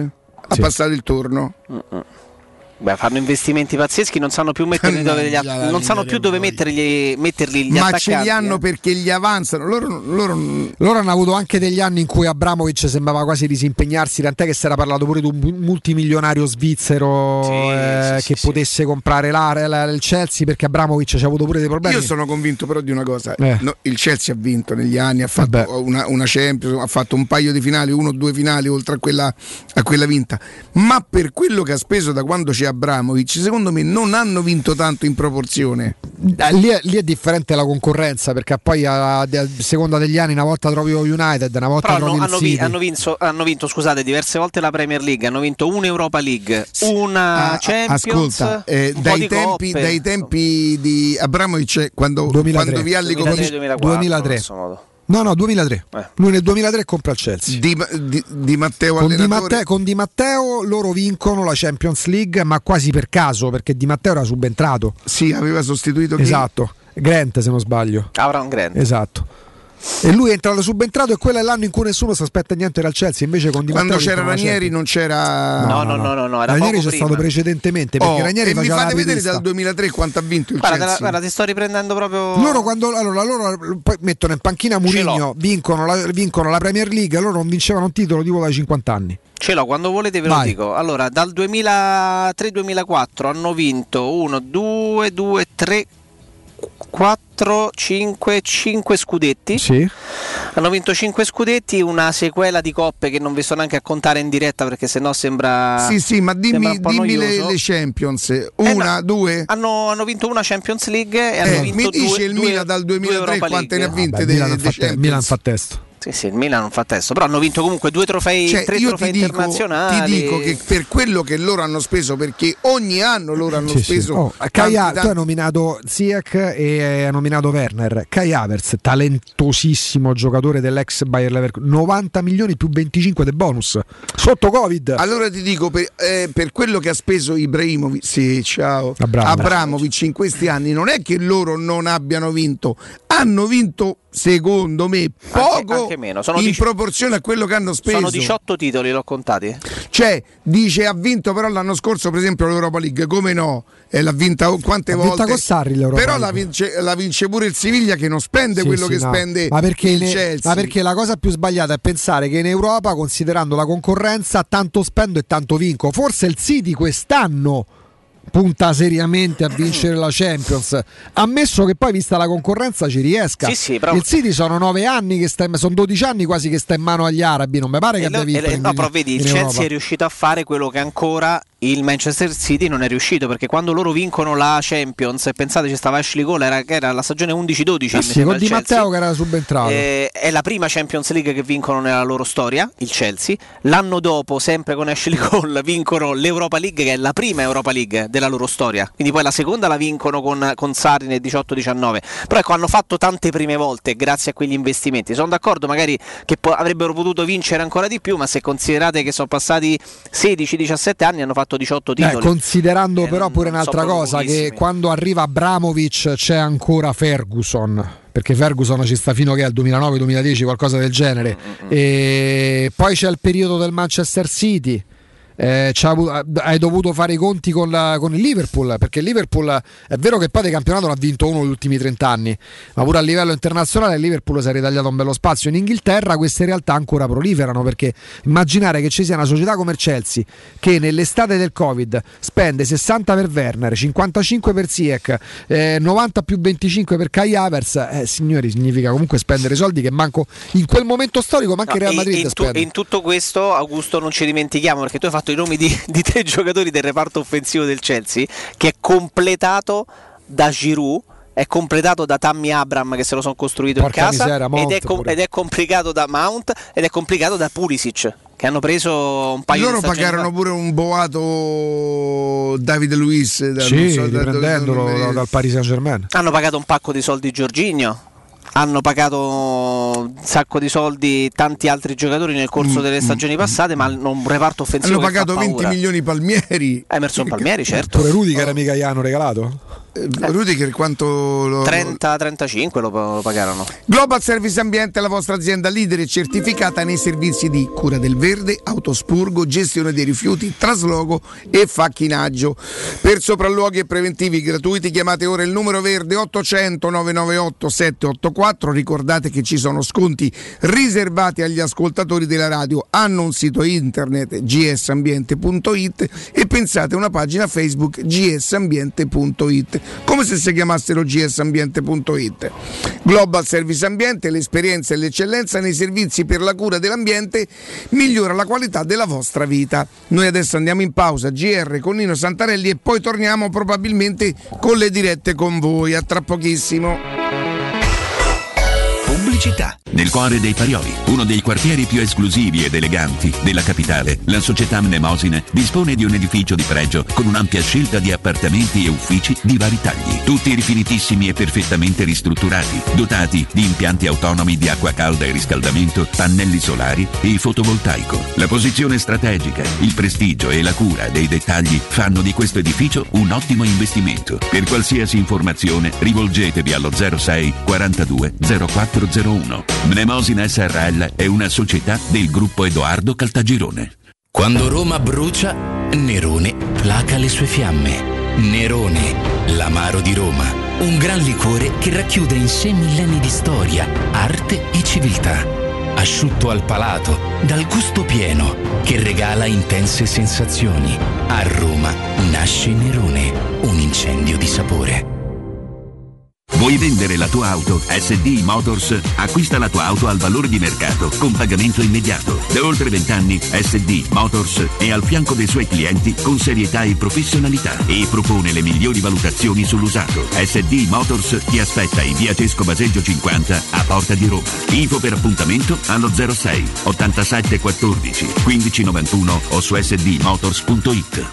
ha sì. passato il turno. Mm-mm. Beh, fanno investimenti pazzeschi, non sanno più metterli dove gli att- non sanno più dove metterli, metterli gli ma attaccanti. Ce li hanno eh. perché gli avanzano. Loro, loro... loro hanno avuto anche degli anni in cui Abramovic sembrava quasi disimpegnarsi, tant'è che si era parlato pure di un multimilionario svizzero sì, eh, sì, che sì, potesse sì. comprare la, la, il Chelsea, perché Abramovic ci ha avuto pure dei problemi. Io sono convinto però di una cosa, eh. no, il Chelsea ha vinto negli anni, ha fatto una, una Champions, ha fatto un paio di finali, uno o due finali oltre a quella, a quella vinta, ma per quello che ha speso da quando c'è Abramovic secondo me non hanno vinto tanto in proporzione. Lì è, lì è differente la concorrenza, perché poi a, a seconda degli anni una volta trovi lo United, una volta però trovi hanno, il hanno, City. hanno, vinto, hanno vinto scusate diverse volte la Premier League, hanno vinto un'Europa League, una ah, Champions, ascolta, eh, dai, tempi, dai tempi di Abramovic, quando, quando Vialli duemilatré, duemilatré. No, no, duemilatré. Eh. Lui nel duemilatré compra il Chelsea. Di, di, di Matteo con allenatore. Di Matteo, con Di Matteo loro vincono la Champions League, ma quasi per caso, perché Di Matteo era subentrato. Sì, aveva sostituito chi? Esatto. Grant, se non sbaglio. Avram Grant. Esatto. E lui è entrato subentrato, e quello è l'anno in cui nessuno si aspetta niente dal Chelsea. Invece con Di quando Matteo c'era Ranieri non c'era. No, no, no, no, no, era Ranieri c'è prima. stato precedentemente, perché oh, Ranieri e faceva mi fate la vedere rivista. dal duemilatré quanto ha vinto il guarda, Chelsea. Guarda, ti sto riprendendo proprio. Loro quando allora loro poi mettono in panchina Mourinho, vincono la, vincono la Premier League, loro non vincevano un titolo tipo da cinquanta anni. Ce l'ho, quando volete ve lo Vai. dico. Allora, dal duemilatré duemilaquattro hanno vinto uno, due, due, tre, quattro, cinque, cinque scudetti. Sì. Hanno vinto cinque scudetti, una sequela di coppe che non vi sto neanche a contare in diretta, perché sennò sembra. Sì, sì, ma dimmi, dimmi le, le Champions. Una, eh no, due? Hanno, hanno vinto una Champions League e eh, hanno vinto mi dice due, il Milan dal duemilatré quante ne ha vinte? Ah, beh, de, Milan, de fa te, Milan fa testo. Sì, sì, il Milan non fa testo, però hanno vinto comunque due trofei, cioè, tre io trofei ti dico, internazionali. Ti dico che per quello che loro hanno speso, perché ogni anno loro hanno sì, speso. Sì. Oh, Kai tanti, tu hai nominato Ziyech e hai nominato Werner. Kai Havertz, talentosissimo giocatore dell'ex Bayer Leverkusen, novanta milioni più venticinque del bonus sotto Covid. Allora ti dico, per, eh, per quello che ha speso Ibrahimovic, sì, ciao, Abramovic. Abramovic in questi anni, non è che loro non abbiano vinto, hanno vinto. Secondo me poco, anche, anche meno. Sono in dici- proporzione a quello che hanno speso. Sono diciotto titoli, l'ho contati. Cioè, dice ha vinto però l'anno scorso per esempio l'Europa League, come no? E l'ha vinta quante ha volte? Vinta con Sarri l'Europa però League. la vince, la vince pure il Siviglia, che non spende sì, quello sì, che no. spende ma perché il ne, Chelsea. Ma perché la cosa più sbagliata è pensare che in Europa, considerando la concorrenza, tanto spendo e tanto vinco. Forse il City quest'anno punta seriamente a vincere la Champions, ammesso che poi vista la concorrenza ci riesca. Sì, sì, però... il City sono nove anni che sta in, sono dodici anni quasi che sta in mano agli arabi, non mi pare che e abbia lo, vinto e, in, no, però vedi, il in Chelsea Europa. è riuscito a fare quello che ancora il Manchester City non è riuscito, perché quando loro vincono la Champions, e pensate ci stava Ashley Cole, era, era la stagione undici dodici, ah, sì, con Di Matteo che era subentrato. Eh, è la prima Champions League che vincono nella loro storia, il Chelsea. L'anno dopo, sempre con Ashley Cole, vincono l'Europa League, che è la prima Europa League della loro storia. Quindi poi la seconda la vincono con, con Sarri nel diciotto diciannove. Però ecco, hanno fatto tante prime volte grazie a quegli investimenti. Sono d'accordo magari che po- avrebbero potuto vincere ancora di più, ma se considerate che sono passati sedici diciassette anni, hanno fatto diciotto titoli. Eh, considerando eh, però pure un'altra cosa, che quando arriva Abramovic c'è ancora Ferguson, perché Ferguson ci sta fino che al duemilanove duemiladieci, qualcosa del genere. Mm-hmm. E poi c'è il periodo del Manchester City. Eh, hai dovuto fare i conti con, la, con il Liverpool, perché il Liverpool è vero che poi di campionato l'ha vinto uno negli ultimi trent'anni, ma pure a livello internazionale il Liverpool si è ritagliato un bello spazio. In Inghilterra queste realtà ancora proliferano, perché immaginare che ci sia una società come il Chelsea che nell'estate del Covid spende sessanta per Werner, cinquantacinque per Ziyech, eh, novanta più venticinque per Kai Havertz, eh, signori, significa comunque spendere soldi che manco in quel momento storico, ma anche no, Real Madrid in, tu, in tutto questo, Augusto, non ci dimentichiamo, perché tu hai fatto i nomi di, di tre giocatori del reparto offensivo del Chelsea, che è completato da Giroud, è completato da Tammy Abraham, che se lo sono costruito Porca in casa, misera, Mount, ed, è com- ed è complicato da Mount, ed è complicato da Pulisic, che hanno preso un paio loro di stagioni. Loro pagarono pure un boato Davide Luiz, da, sì, so, riprendendolo da, da, dal Paris Saint-Germain. Hanno pagato un pacco di soldi Jorginho, hanno pagato un sacco di soldi tanti altri giocatori nel corso delle stagioni passate, ma hanno un reparto offensivo. Hanno pagato venti milioni Palmieri. Emerson Palmieri, certo. Pure Rudy, che era mica gli hanno regalato. Rudiger quanto lo... trenta trentacinque lo, lo pagarono. Global Service Ambiente è la vostra azienda leader e certificata nei servizi di cura del verde, autospurgo, gestione dei rifiuti, trasloco e facchinaggio. Per sopralluoghi e preventivi gratuiti chiamate ora il numero verde ottocento nove nove otto sette otto quattro. Ricordate che ci sono sconti riservati agli ascoltatori della radio. Hanno un sito internet g s ambiente punto it e pensate a una pagina Facebook g s ambiente punto it, come se si chiamassero g s ambiente punto it. Global Service Ambiente, l'esperienza e l'eccellenza nei servizi per la cura dell'ambiente migliora la qualità della vostra vita. Noi adesso andiamo in pausa G R con Nino Santarelli e poi torniamo probabilmente con le dirette con voi. A tra pochissimo. Pubblicità. Nel cuore dei Parioli, uno dei quartieri più esclusivi ed eleganti della capitale, la società Mnemosine dispone di un edificio di pregio con un'ampia scelta di appartamenti e uffici di vari tagli, tutti rifinitissimi e perfettamente ristrutturati, dotati di impianti autonomi di acqua calda e riscaldamento, pannelli solari e fotovoltaico. La posizione strategica, il prestigio e la cura dei dettagli fanno di questo edificio un ottimo investimento. Per qualsiasi informazione rivolgetevi allo zero sei quarantadue zero quattro zero uno. Mnemosina S R L è una società del gruppo Edoardo Caltagirone. Quando Roma brucia, Nerone placa le sue fiamme. Nerone, l'amaro di Roma, un gran liquore che racchiude in sé millenni di storia, arte e civiltà. Asciutto al palato, dal gusto pieno, che regala intense sensazioni. A Roma nasce Nerone, un incendio di sapore. Vuoi vendere la tua auto? S D Motors acquista la tua auto al valore di mercato con pagamento immediato. Da oltre vent'anni S D Motors è al fianco dei suoi clienti con serietà e professionalità e propone le migliori valutazioni sull'usato. S D Motors ti aspetta in via Cesco Baseggio cinquanta a Porta di Roma. Info per appuntamento allo zero sei ottantasette quattordici quindici novantuno o su s d motors punto it.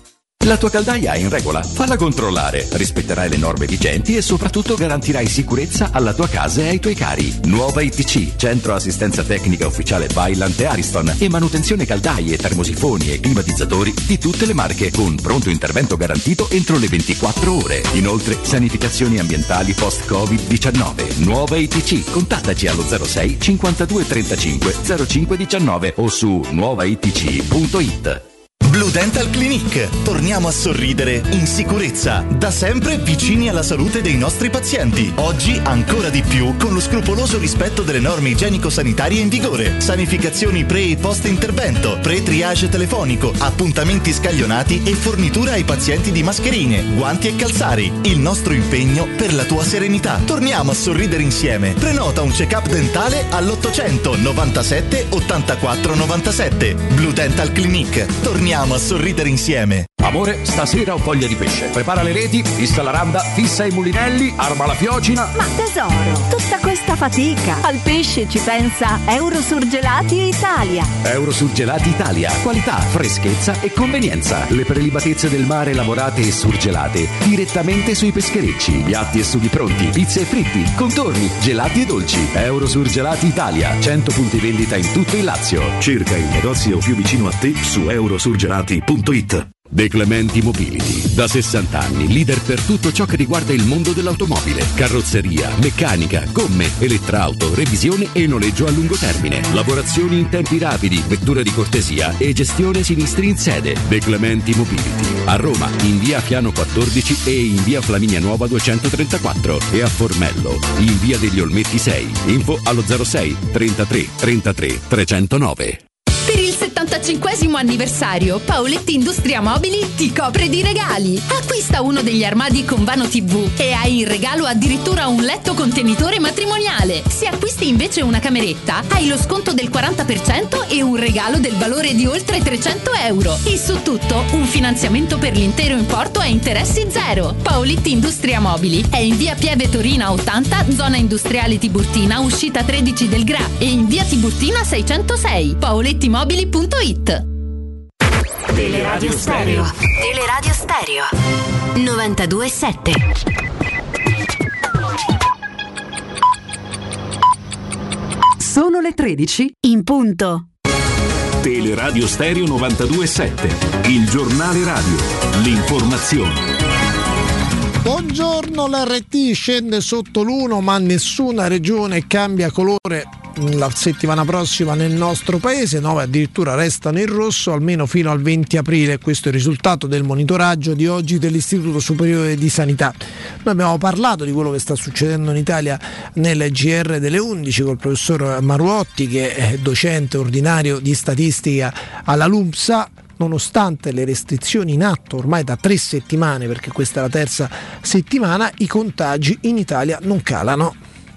La tua caldaia è in regola? Falla controllare. Rispetterai le norme vigenti e soprattutto garantirai sicurezza alla tua casa e ai tuoi cari. Nuova I T C, centro assistenza tecnica ufficiale Vaillant e Ariston e manutenzione caldaie, termosifoni e climatizzatori di tutte le marche con pronto intervento garantito entro le ventiquattro ore. Inoltre, sanificazioni ambientali post-covid diciannove. Nuova I T C, contattaci allo zero sei cinquantadue trentacinque zero cinque diciannove o su nuova i t c punto it. Blue Dental Clinic. Torniamo a sorridere in sicurezza, da sempre vicini alla salute dei nostri pazienti. Oggi ancora di più con lo scrupoloso rispetto delle norme igienico-sanitarie in vigore. Sanificazioni pre e post intervento, pre-triage telefonico, appuntamenti scaglionati e fornitura ai pazienti di mascherine, guanti e calzari. Il nostro impegno per la tua serenità. Torniamo a sorridere insieme. Prenota un check-up dentale all'ottocento novantasette ottantaquattro novantasette. Blue Dental Clinic. Torniamo a sorridere insieme. Amore, stasera ho voglia di pesce. Prepara le reti, fissa la randa, fissa i mulinelli, arma la fiocina. Ma tesoro, tutta questa fatica. Al pesce ci pensa Eurosurgelati Italia. Eurosurgelati Italia. Qualità, freschezza e convenienza. Le prelibatezze del mare lavorate e surgelate direttamente sui pescherecci. Piatti e sughi pronti, pizze e fritti, contorni, gelati e dolci. Eurosurgelati Italia. cento punti vendita in tutto il Lazio. Cerca il negozio più vicino a te su eurosurgelati punto it. De Clementi Mobility, da sessanta anni, leader per tutto ciò che riguarda il mondo dell'automobile, carrozzeria, meccanica, gomme, elettrauto, revisione e noleggio a lungo termine, lavorazioni in tempi rapidi, vettura di cortesia e gestione sinistri in sede. De Clementi Mobility, a Roma in via Fiano quattordici e in via Flaminia Nuova duecentotrentaquattro e a Formello in via degli Olmetti sei. Info allo zero sei trentatré trentatré trecentonove. Per il settantacinquesimo anniversario, Paoletti Industria Mobili ti copre di regali. Acquista uno degli armadi con vano tivù e hai in regalo addirittura un letto contenitore matrimoniale. Se acquisti invece una cameretta, hai lo sconto del quaranta per cento e un regalo del valore di oltre trecento euro. E su tutto, un finanziamento per l'intero importo a interessi zero. Paoletti Industria Mobili è in via Pieve Torina ottanta, zona industriale Tiburtina, uscita tredici del Gra, e in via Tiburtina seicentosei. paoletti mobili punto it. Teleradio Stereo. Teleradio Stereo. novantadue sette. Sono le tredici in punto. Teleradio Stereo novantadue sette. Il giornale radio. L'informazione. Buongiorno, l'R T scende sotto l'uno, ma nessuna regione cambia colore la settimana prossima nel nostro paese, nove addirittura restano in rosso almeno fino al venti aprile. Questo è il risultato del monitoraggio di oggi dell'Istituto Superiore di Sanità. Noi abbiamo parlato di quello che sta succedendo in Italia nel G R delle undici col professor Maruotti, che è docente ordinario di statistica alla LUMSA. Nonostante le restrizioni in atto ormai da tre settimane, perché questa è la terza settimana, i contagi in Italia non calano.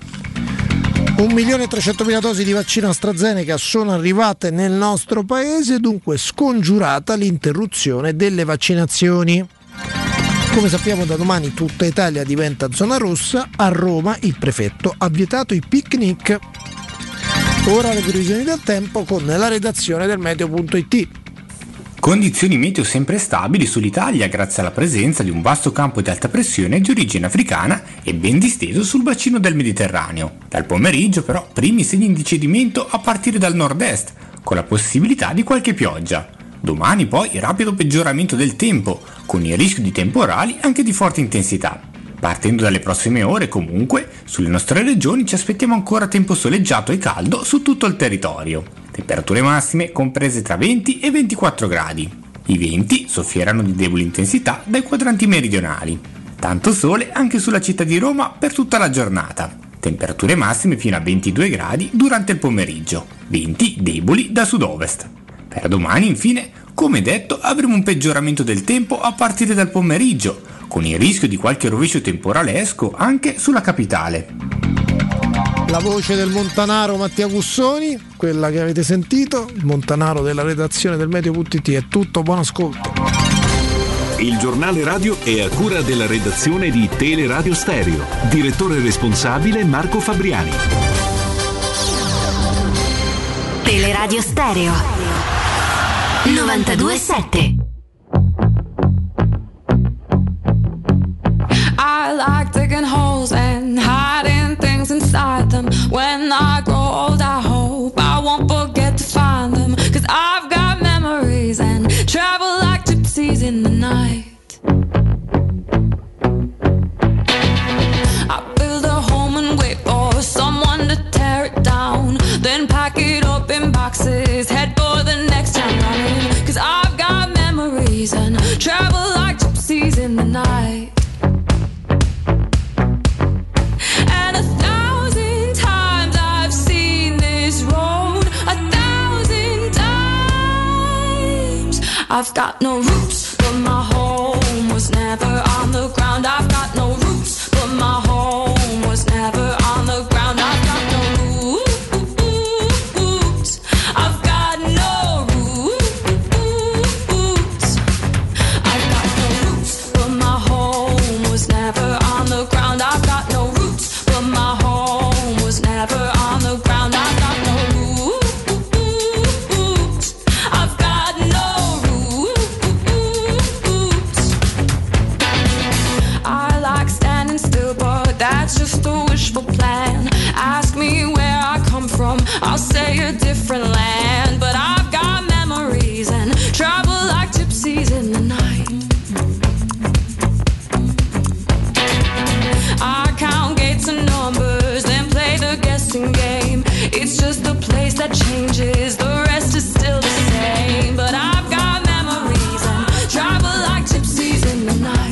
un milione e trecentomila dosi di vaccino AstraZeneca sono arrivate nel nostro paese, dunque scongiurata l'interruzione delle vaccinazioni. Come sappiamo, da domani tutta Italia diventa zona rossa. A Roma il prefetto ha vietato i picnic. Ora le previsioni del tempo con la redazione del meteo punto it. Condizioni meteo sempre stabili sull'Italia grazie alla presenza di un vasto campo di alta pressione di origine africana e ben disteso sul bacino del Mediterraneo. Dal pomeriggio però primi segni di cedimento a partire dal nord-est, con la possibilità di qualche pioggia. Domani poi rapido peggioramento del tempo, con il rischio di temporali anche di forte intensità. Partendo dalle prossime ore comunque, sulle nostre regioni ci aspettiamo ancora tempo soleggiato e caldo su tutto il territorio. Temperature massime comprese tra venti e ventiquattro gradi. I venti soffieranno di debole intensità dai quadranti meridionali. Tanto sole anche sulla città di Roma per tutta la giornata. Temperature massime fino a ventidue gradi durante il pomeriggio, venti deboli da sud-ovest. Per domani infine, come detto, avremo un peggioramento del tempo a partire dal pomeriggio, con il rischio di qualche rovescio temporalesco anche sulla capitale. La voce del Montanaro Mattia Gussoni, quella che avete sentito, il Montanaro della redazione del meteo punto it. È tutto, buon ascolto. Il giornale radio è a cura della redazione di Teleradio Stereo. Direttore responsabile Marco Fabriani. Teleradio Stereo novantadue sette. I like digging holes and hiding things inside them. When I grow old, I hope I won't forget to find them. Cause I've got memories and travel like gypsies in the night. I build a home and wait for someone to tear it down. Then pack it up in boxes, head for the next town running. Cause I've got memories and travel like gypsies in the night. I've got no roots, but my home was never on the ground. I've got no roots, but my home was never on the ground. I've got no roots. I've got no roots. I've got no roots, but my home was never on the ground. I've got no roots, but my home was never on the ground. I've got no roots. I've got no that's just a wishful plan. Ask me where I come from, I'll say a different land. But I've got memories and travel like gypsies in the night. I count gates and numbers, then play the guessing game. It's just a place that changes, the rest is still the same. But I've got memories and travel like gypsies in the night.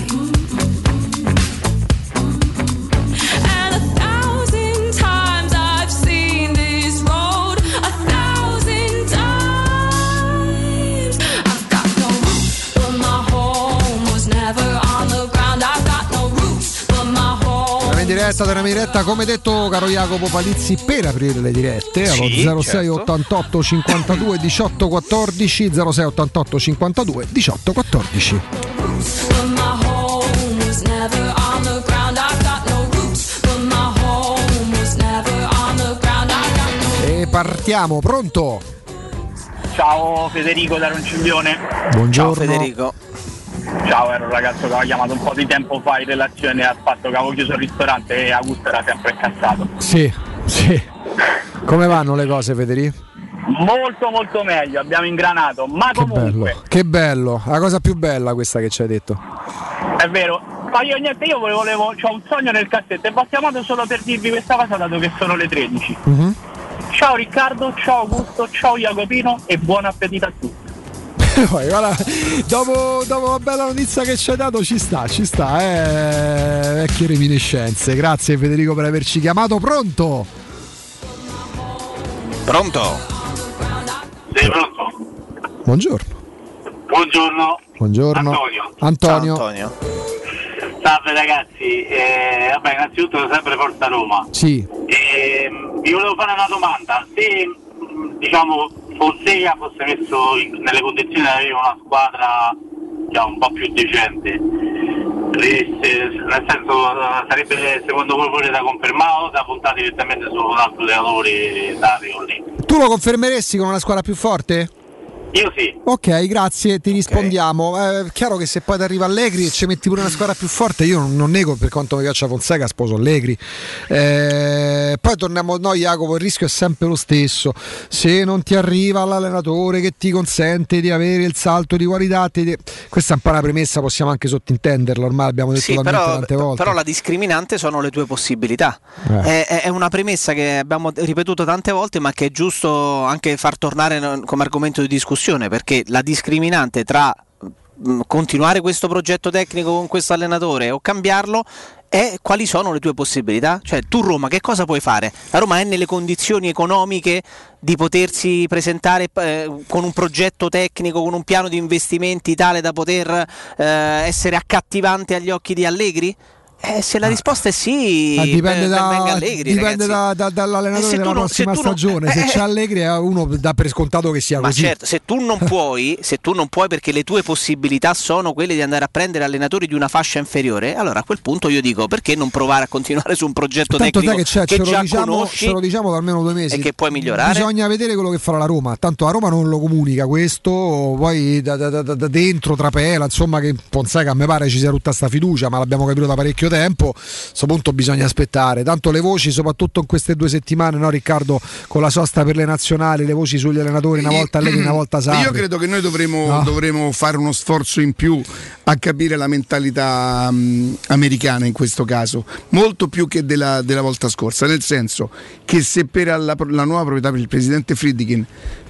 Diretta della diretta, come detto caro Jacopo Palizzi, per aprire le dirette allo sì, zero sei certo. ottantotto cinquantadue diciotto quattordici zero sei ottantotto cinquantadue diciotto quattordici. E partiamo, pronto? Ciao Federico da Ronciglione. Buongiorno. Ciao Federico. Ciao, ero un ragazzo che aveva chiamato un po' di tempo fa in relazione al fatto che avevo chiuso il ristorante e Augusto era sempre incazzato. Sì, sì. Come vanno le cose, Federico? Molto molto meglio, abbiamo ingranato, ma che comunque... Bello, che bello, la cosa più bella questa che ci hai detto. È vero, Ma io niente, io volevo, ho un sogno nel cassetto e vi ho chiamato solo per dirvi questa cosa dato che sono le tredici. Mm-hmm. Ciao Riccardo, ciao Augusto, ciao Jacopino e buon appetito a tutti. Poi, guarda, dopo, dopo la bella notizia che ci hai dato ci sta, ci sta, eh, vecchie reminiscenze. Grazie Federico per averci chiamato. Pronto? Pronto? Sei pronto? Buongiorno. Buongiorno. Buongiorno. Antonio. Antonio. Ciao, Antonio. Salve ragazzi, eh, vabbè innanzitutto sempre Forza Roma. Sì. Eh, vi volevo fare una domanda, se diciamo Fonseca fosse messo in, nelle condizioni di avere una squadra diciamo, un po' più decente, nel senso sarebbe secondo voi pure da confermare o da puntare direttamente su un altro allenatore da lì? Tu lo confermeresti con una squadra più forte? Io sì. Ok, grazie, ti rispondiamo. È eh, chiaro che se poi ti arriva Allegri e ci metti pure una squadra più forte, io non, non nego, per quanto mi piaccia Fonseca, sposo Allegri. Eh, poi torniamo noi, Jacopo, il rischio è sempre lo stesso. Se non ti arriva l'allenatore che ti consente di avere il salto di qualità, ti... questa è un po' una premessa, possiamo anche sottintenderla, ormai l'abbiamo detto sì, talmente però, tante volte. Però la discriminante sono le tue possibilità. Eh. È, è una premessa che abbiamo ripetuto tante volte, ma che è giusto anche far tornare come argomento di discussione, perché la discriminante tra mh, continuare questo progetto tecnico con questo allenatore o cambiarlo è quali sono le tue possibilità. Cioè tu Roma che cosa puoi fare? La Roma è nelle condizioni economiche di potersi presentare eh, con un progetto tecnico, con un piano di investimenti tale da poter eh, essere accattivante agli occhi di Allegri? Eh, se la risposta è sì, ah, dipende, per, da, per Allegri, dipende da, da, dall'allenatore della non, prossima se stagione. Non, eh, se c'è Allegri, uno dà per scontato che sia ma così. Certo, se tu non puoi, se tu non puoi perché le tue possibilità sono quelle di andare a prendere allenatori di una fascia inferiore, allora a quel punto io dico perché non provare a continuare su un progetto tanto tecnico che, che ce già lo diciamo, conosci ce lo diciamo da almeno due mesi e che puoi migliorare. Bisogna vedere quello che farà la Roma. Tanto la Roma non lo comunica questo, poi da, da, da, da dentro trapela, insomma, che Fonseca a me pare ci sia tutta sta fiducia, ma l'abbiamo capito da parecchio tempo. A questo punto bisogna aspettare, tanto le voci soprattutto in queste due settimane, no Riccardo, con la sosta per le nazionali, le voci sugli allenatori, una volta Allegri, una volta Sarri. Io credo che noi dovremo, no. dovremo fare uno sforzo in più a capire la mentalità um, americana in questo caso, molto più che della, della volta scorsa, nel senso che se per la, la nuova proprietà, per il presidente Friedkin,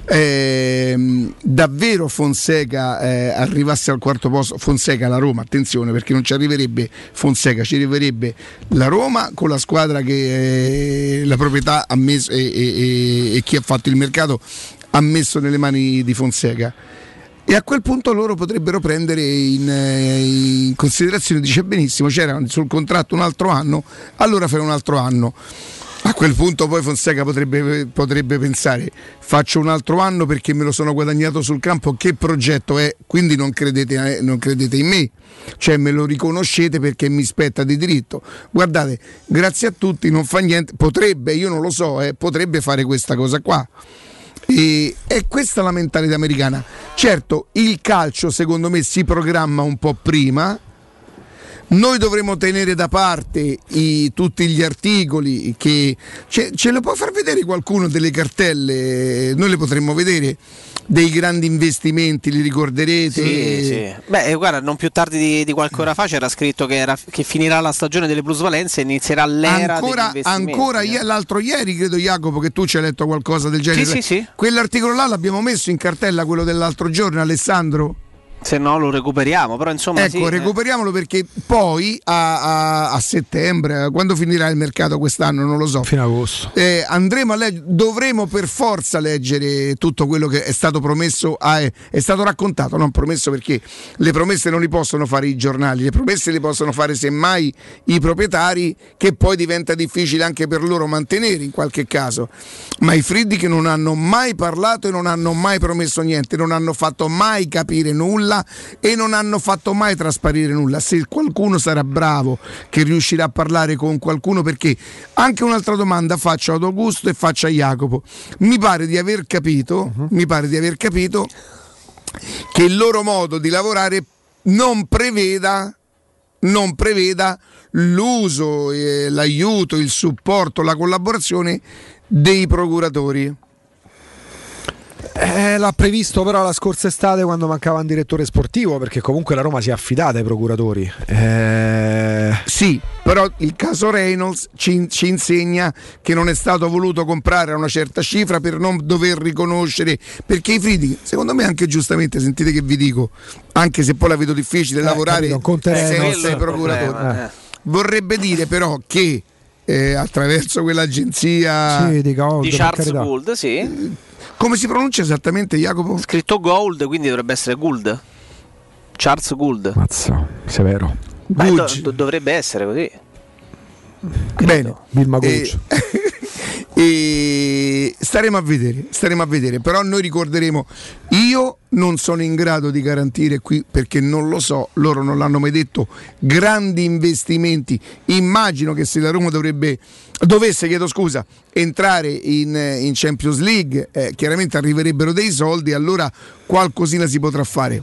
Eh, davvero Fonseca eh, arrivasse al quarto posto, Fonseca la Roma, attenzione, perché non ci arriverebbe Fonseca, ci arriverebbe la Roma con la squadra che eh, la proprietà ha messo e, e, e chi ha fatto il mercato ha messo nelle mani di Fonseca, e a quel punto loro potrebbero prendere in, in considerazione, dice benissimo, c'era sul contratto un altro anno, allora fai un altro anno. A quel punto poi Fonseca potrebbe, potrebbe pensare faccio un altro anno perché me lo sono guadagnato sul campo, che progetto è? Quindi non credete, non credete in me, cioè me lo riconoscete perché mi spetta di diritto. Guardate, grazie a tutti, non fa niente, potrebbe, io non lo so, eh, potrebbe fare questa cosa qua. E è questa la mentalità americana. Certo, il calcio secondo me si programma un po' prima. Noi dovremo tenere da parte i, tutti gli articoli che ce, ce lo può far vedere qualcuno delle cartelle, noi le potremmo vedere dei grandi investimenti, li ricorderete? Sì, sì. Beh, guarda, non più tardi di, di qualche ora fa c'era scritto che, era, che finirà la stagione delle plusvalenze e inizierà l'era ancora, degli investimenti. Ancora eh. l'altro ieri, credo Jacopo, che tu ci hai letto qualcosa del genere. Sì, sì, sì. Quell'articolo là l'abbiamo messo in cartella, quello dell'altro giorno, Alessandro? Se no lo recuperiamo, però insomma ecco, sì, recuperiamolo perché poi a, a, a settembre, quando finirà il mercato quest'anno, non lo so, fino a agosto, eh, andremo a leggere, dovremo per forza leggere tutto quello che è stato promesso, a, è stato raccontato, non promesso, perché le promesse non li possono fare i giornali, le promesse le possono fare semmai i proprietari, che poi diventa difficile anche per loro mantenere in qualche caso, ma i Friedkin non hanno mai parlato e non hanno mai promesso niente, non hanno fatto mai capire nulla e non hanno fatto mai trasparire nulla. Se qualcuno sarà bravo che riuscirà a parlare con qualcuno, perché anche un'altra domanda faccio ad Augusto e faccio a Jacopo, mi pare di aver capito uh-huh. mi pare di aver capito che il loro modo di lavorare non preveda non preveda l'uso, eh, l'aiuto, il supporto, la collaborazione dei procuratori. Eh, l'ha previsto però la scorsa estate quando mancava un direttore sportivo, perché comunque la Roma si è affidata ai procuratori. Eh, Sì, però il caso Reynolds ci, ci insegna che non è stato voluto comprare a una certa cifra per non dover riconoscere, perché i Friedkin, secondo me anche giustamente, sentite che vi dico, anche se poi la vedo difficile eh, lavorare capito, senza i procuratori, eh. vorrebbe dire però che eh, attraverso quell'agenzia sì, di, Gold, di Charles Gould, sì. Come si pronuncia esattamente, Jacopo? Scritto Gold, quindi dovrebbe essere Gould. Charles Gould. Mazza, severo. Beh, do, do, dovrebbe essere così. Bene, Vilma e, e staremo a vedere, staremo a vedere. Però noi ricorderemo. Io non sono in grado di garantire qui, perché non lo so, loro non l'hanno mai detto, grandi investimenti. Immagino che se la Roma dovrebbe dovesse, chiedo scusa, entrare in, in Champions League, eh, chiaramente arriverebbero dei soldi, allora qualcosina si potrà fare.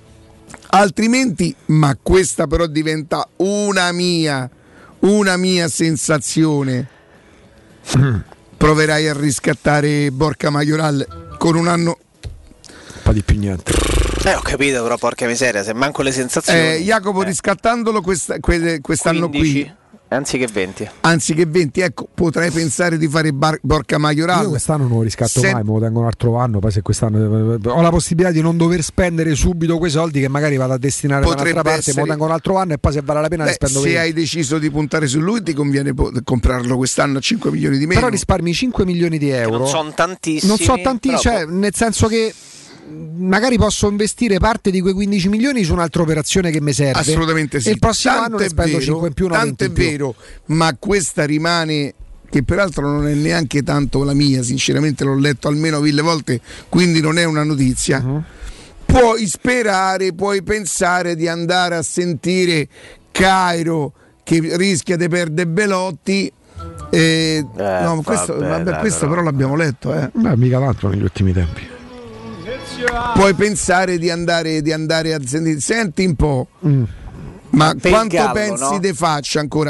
Altrimenti, ma questa però diventa una mia una mia sensazione, proverai a riscattare Borca Majoral con un anno un po' di più niente. Eh, ho capito, però porca miseria, se manco le sensazioni. eh, Jacopo, eh. riscattandolo questa, que, quest'anno quindici qui anziché venti anziché venti, ecco, potrei pensare di fare bar- Borca Majoral. Io quest'anno non lo riscatto Se... mai, me lo tengo un altro anno, poi se quest'anno ho la possibilità di non dover spendere subito quei soldi che magari vado a destinare da un'altra parte, essere... me lo tengo un altro anno e poi se vale la pena Beh, ne spendo se venti. hai deciso di puntare su lui ti conviene po- comprarlo quest'anno a cinque milioni di meno, però risparmi cinque milioni di euro, non sono tantissimi, non so tanti, cioè, nel senso che magari posso investire parte di quei quindici milioni su un'altra operazione che mi serve. Assolutamente sì. E il prossimo tanto anno ne spendo vero, cinque in più, tanto è vero, ma questa rimane, che peraltro non è neanche tanto la mia, sinceramente l'ho letto almeno mille volte, quindi non è una notizia. Uh-huh. Puoi sperare, puoi pensare di andare a sentire Cairo che rischia di perdere Belotti. Eh, eh, no, questo, vabbè, vabbè, dai, questo però, però l'abbiamo letto. Eh. Beh, mica tanto negli ultimi tempi. Puoi pensare di andare, di andare a sentire, senti un po', mm. ma per quanto Gallo, pensi no? te faccia ancora?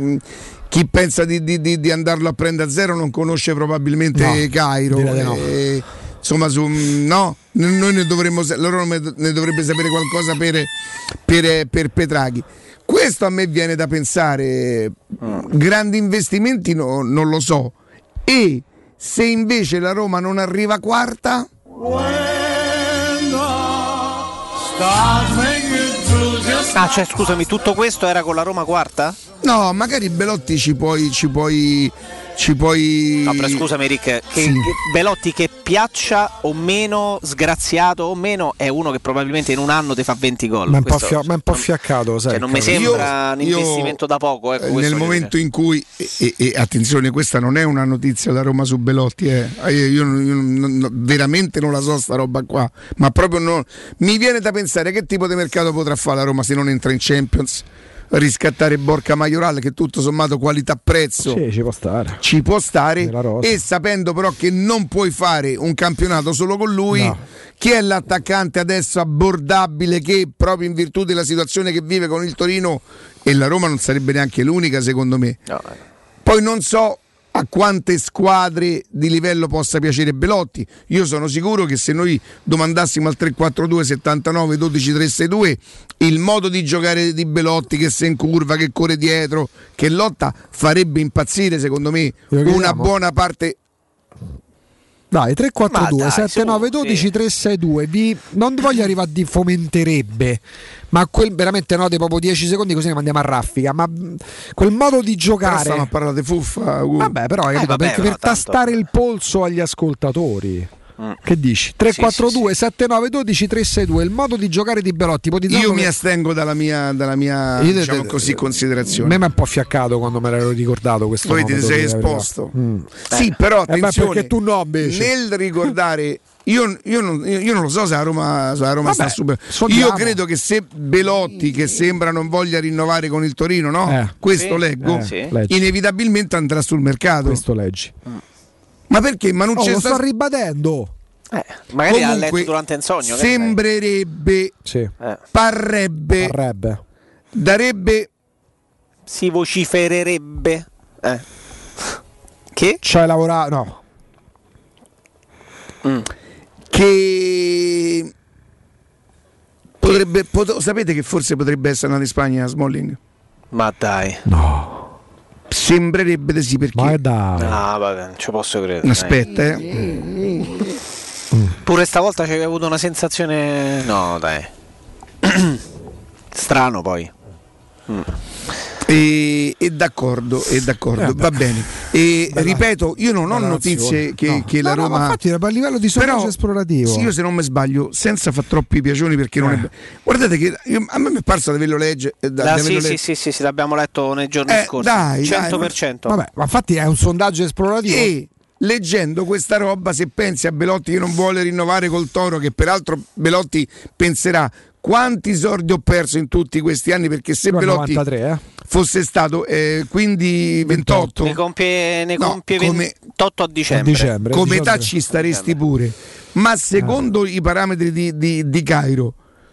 Chi pensa di, di, di, di andarlo a prendere a zero non conosce probabilmente no, Cairo. No. Eh, insomma, su, no, noi ne dovremmo, loro ne dovrebbe sapere qualcosa per, per, per Petraghi. Questo a me viene da pensare. Mm. Grandi investimenti no, non lo so. E se invece la Roma non arriva quarta? Ah, cioè scusami, tutto questo era con la Roma quarta? No, magari Belotti ci puoi ci puoi ci puoi No, però scusami Rick, che sì. Belotti che piaccia o meno, sgraziato o meno, è uno che probabilmente in un anno ti fa venti gol. Ma è un po', fia- ma un po' fiaccato, sai. Cioè, non mi sembra io, un investimento io, da poco, ecco, nel momento in cui e, e, e attenzione, questa non è una notizia da Roma su Belotti, eh. io, io, io non, veramente non la so sta roba qua, ma proprio non mi viene da pensare che tipo di mercato potrà fare la Roma se non entra in Champions. Riscattare Borca Majoral, che tutto sommato qualità prezzo sì, ci può stare, ci può stare e sapendo però che non puoi fare un campionato solo con lui, no. Chi è l'attaccante adesso abbordabile che proprio in virtù della situazione che vive con il Torino, e la Roma non sarebbe neanche l'unica secondo me, no. Poi non so a quante squadre di livello possa piacere Belotti. Io sono sicuro che se noi domandassimo al tre quattro due settantanove dodici trecentosessantadue il modo di giocare di Belotti, che si incurva, che corre dietro, che lotta, farebbe impazzire secondo me una buona parte. Dai, tre quattro due settantanove dodici trecentosessantadue, vi non voglio arrivare a di fomenterebbe, ma quel veramente no, dei proprio dieci secondi così ne mandiamo a raffica, ma quel modo di giocare. Però stiamo a parlare di fuffa. Uh. Vabbè, però eh, vabbè, perché per tanto... tastare il polso agli ascoltatori. Mm. Che dici? tre quattro due settantanove dodici trecentosessantadue, il modo di giocare di Belotti. Io mi che... astengo dalla mia, dalla mia io diciamo te, così, considerazione. A me mi è un po' fiaccato quando me l'ero ricordato questo. Poi ti sei esposto. Mm. Sì, eh. però attenzione, eh, perché tu no, invece. Nel ricordare Io, io, non, io non lo so se la Roma, se la Roma Vabbè, sta super. sogniamo. Io credo che se Belotti, che sembra non voglia rinnovare con il Torino, no? Eh. Questo sì. leggo, eh, sì. inevitabilmente andrà sul mercato. Questo leggi. Ma perché? Ma non oh, c'è lo sta... sto ribadendo. Eh, magari Comunque, ha letto durante il sogno. Sembrerebbe, sì. eh. parrebbe, parrebbe, darebbe, si vocifererebbe. Eh. Che? C'hai lavorato? No. Mm. Che potrebbe, pot- sapete che forse potrebbe essere andato in Spagna Smalling? Ma dai. No. Sembrerebbe di sì, perché... Ma dai. Ah, vabbè, non ci posso credere. Aspetta, eh. Mm. Pure stavolta c'avevi avuto una sensazione... No, dai. Strano poi. Mm. E, e d'accordo, e d'accordo, eh, va bene. E bella, ripeto, io non ho notizie che, no. che la no, Roma. No, infatti era a livello di sondaggio esplorativo. Sì, io se non mi sbaglio, senza far troppi piacioni, perché non eh. è. Guardate che io, a me mi è parso di averlo legge. Da, da, di sì, averlo sì, letto. sì, sì, sì, l'abbiamo letto nei giorni eh, scorsi. Dai, cento per cento. dai, Vabbè, ma infatti è un sondaggio esplorativo. E leggendo questa roba, se pensi a Belotti che non vuole rinnovare col Toro, che peraltro Belotti penserà quanti soldi ho perso in tutti questi anni, perché se Belotti novantatré, eh? fosse stato eh, quindi ventotto, ne compie, ne no, compie come, ventotto a dicembre, a dicembre come diciotto età ci staresti pure, ma secondo ah. i parametri di, di, di Cairo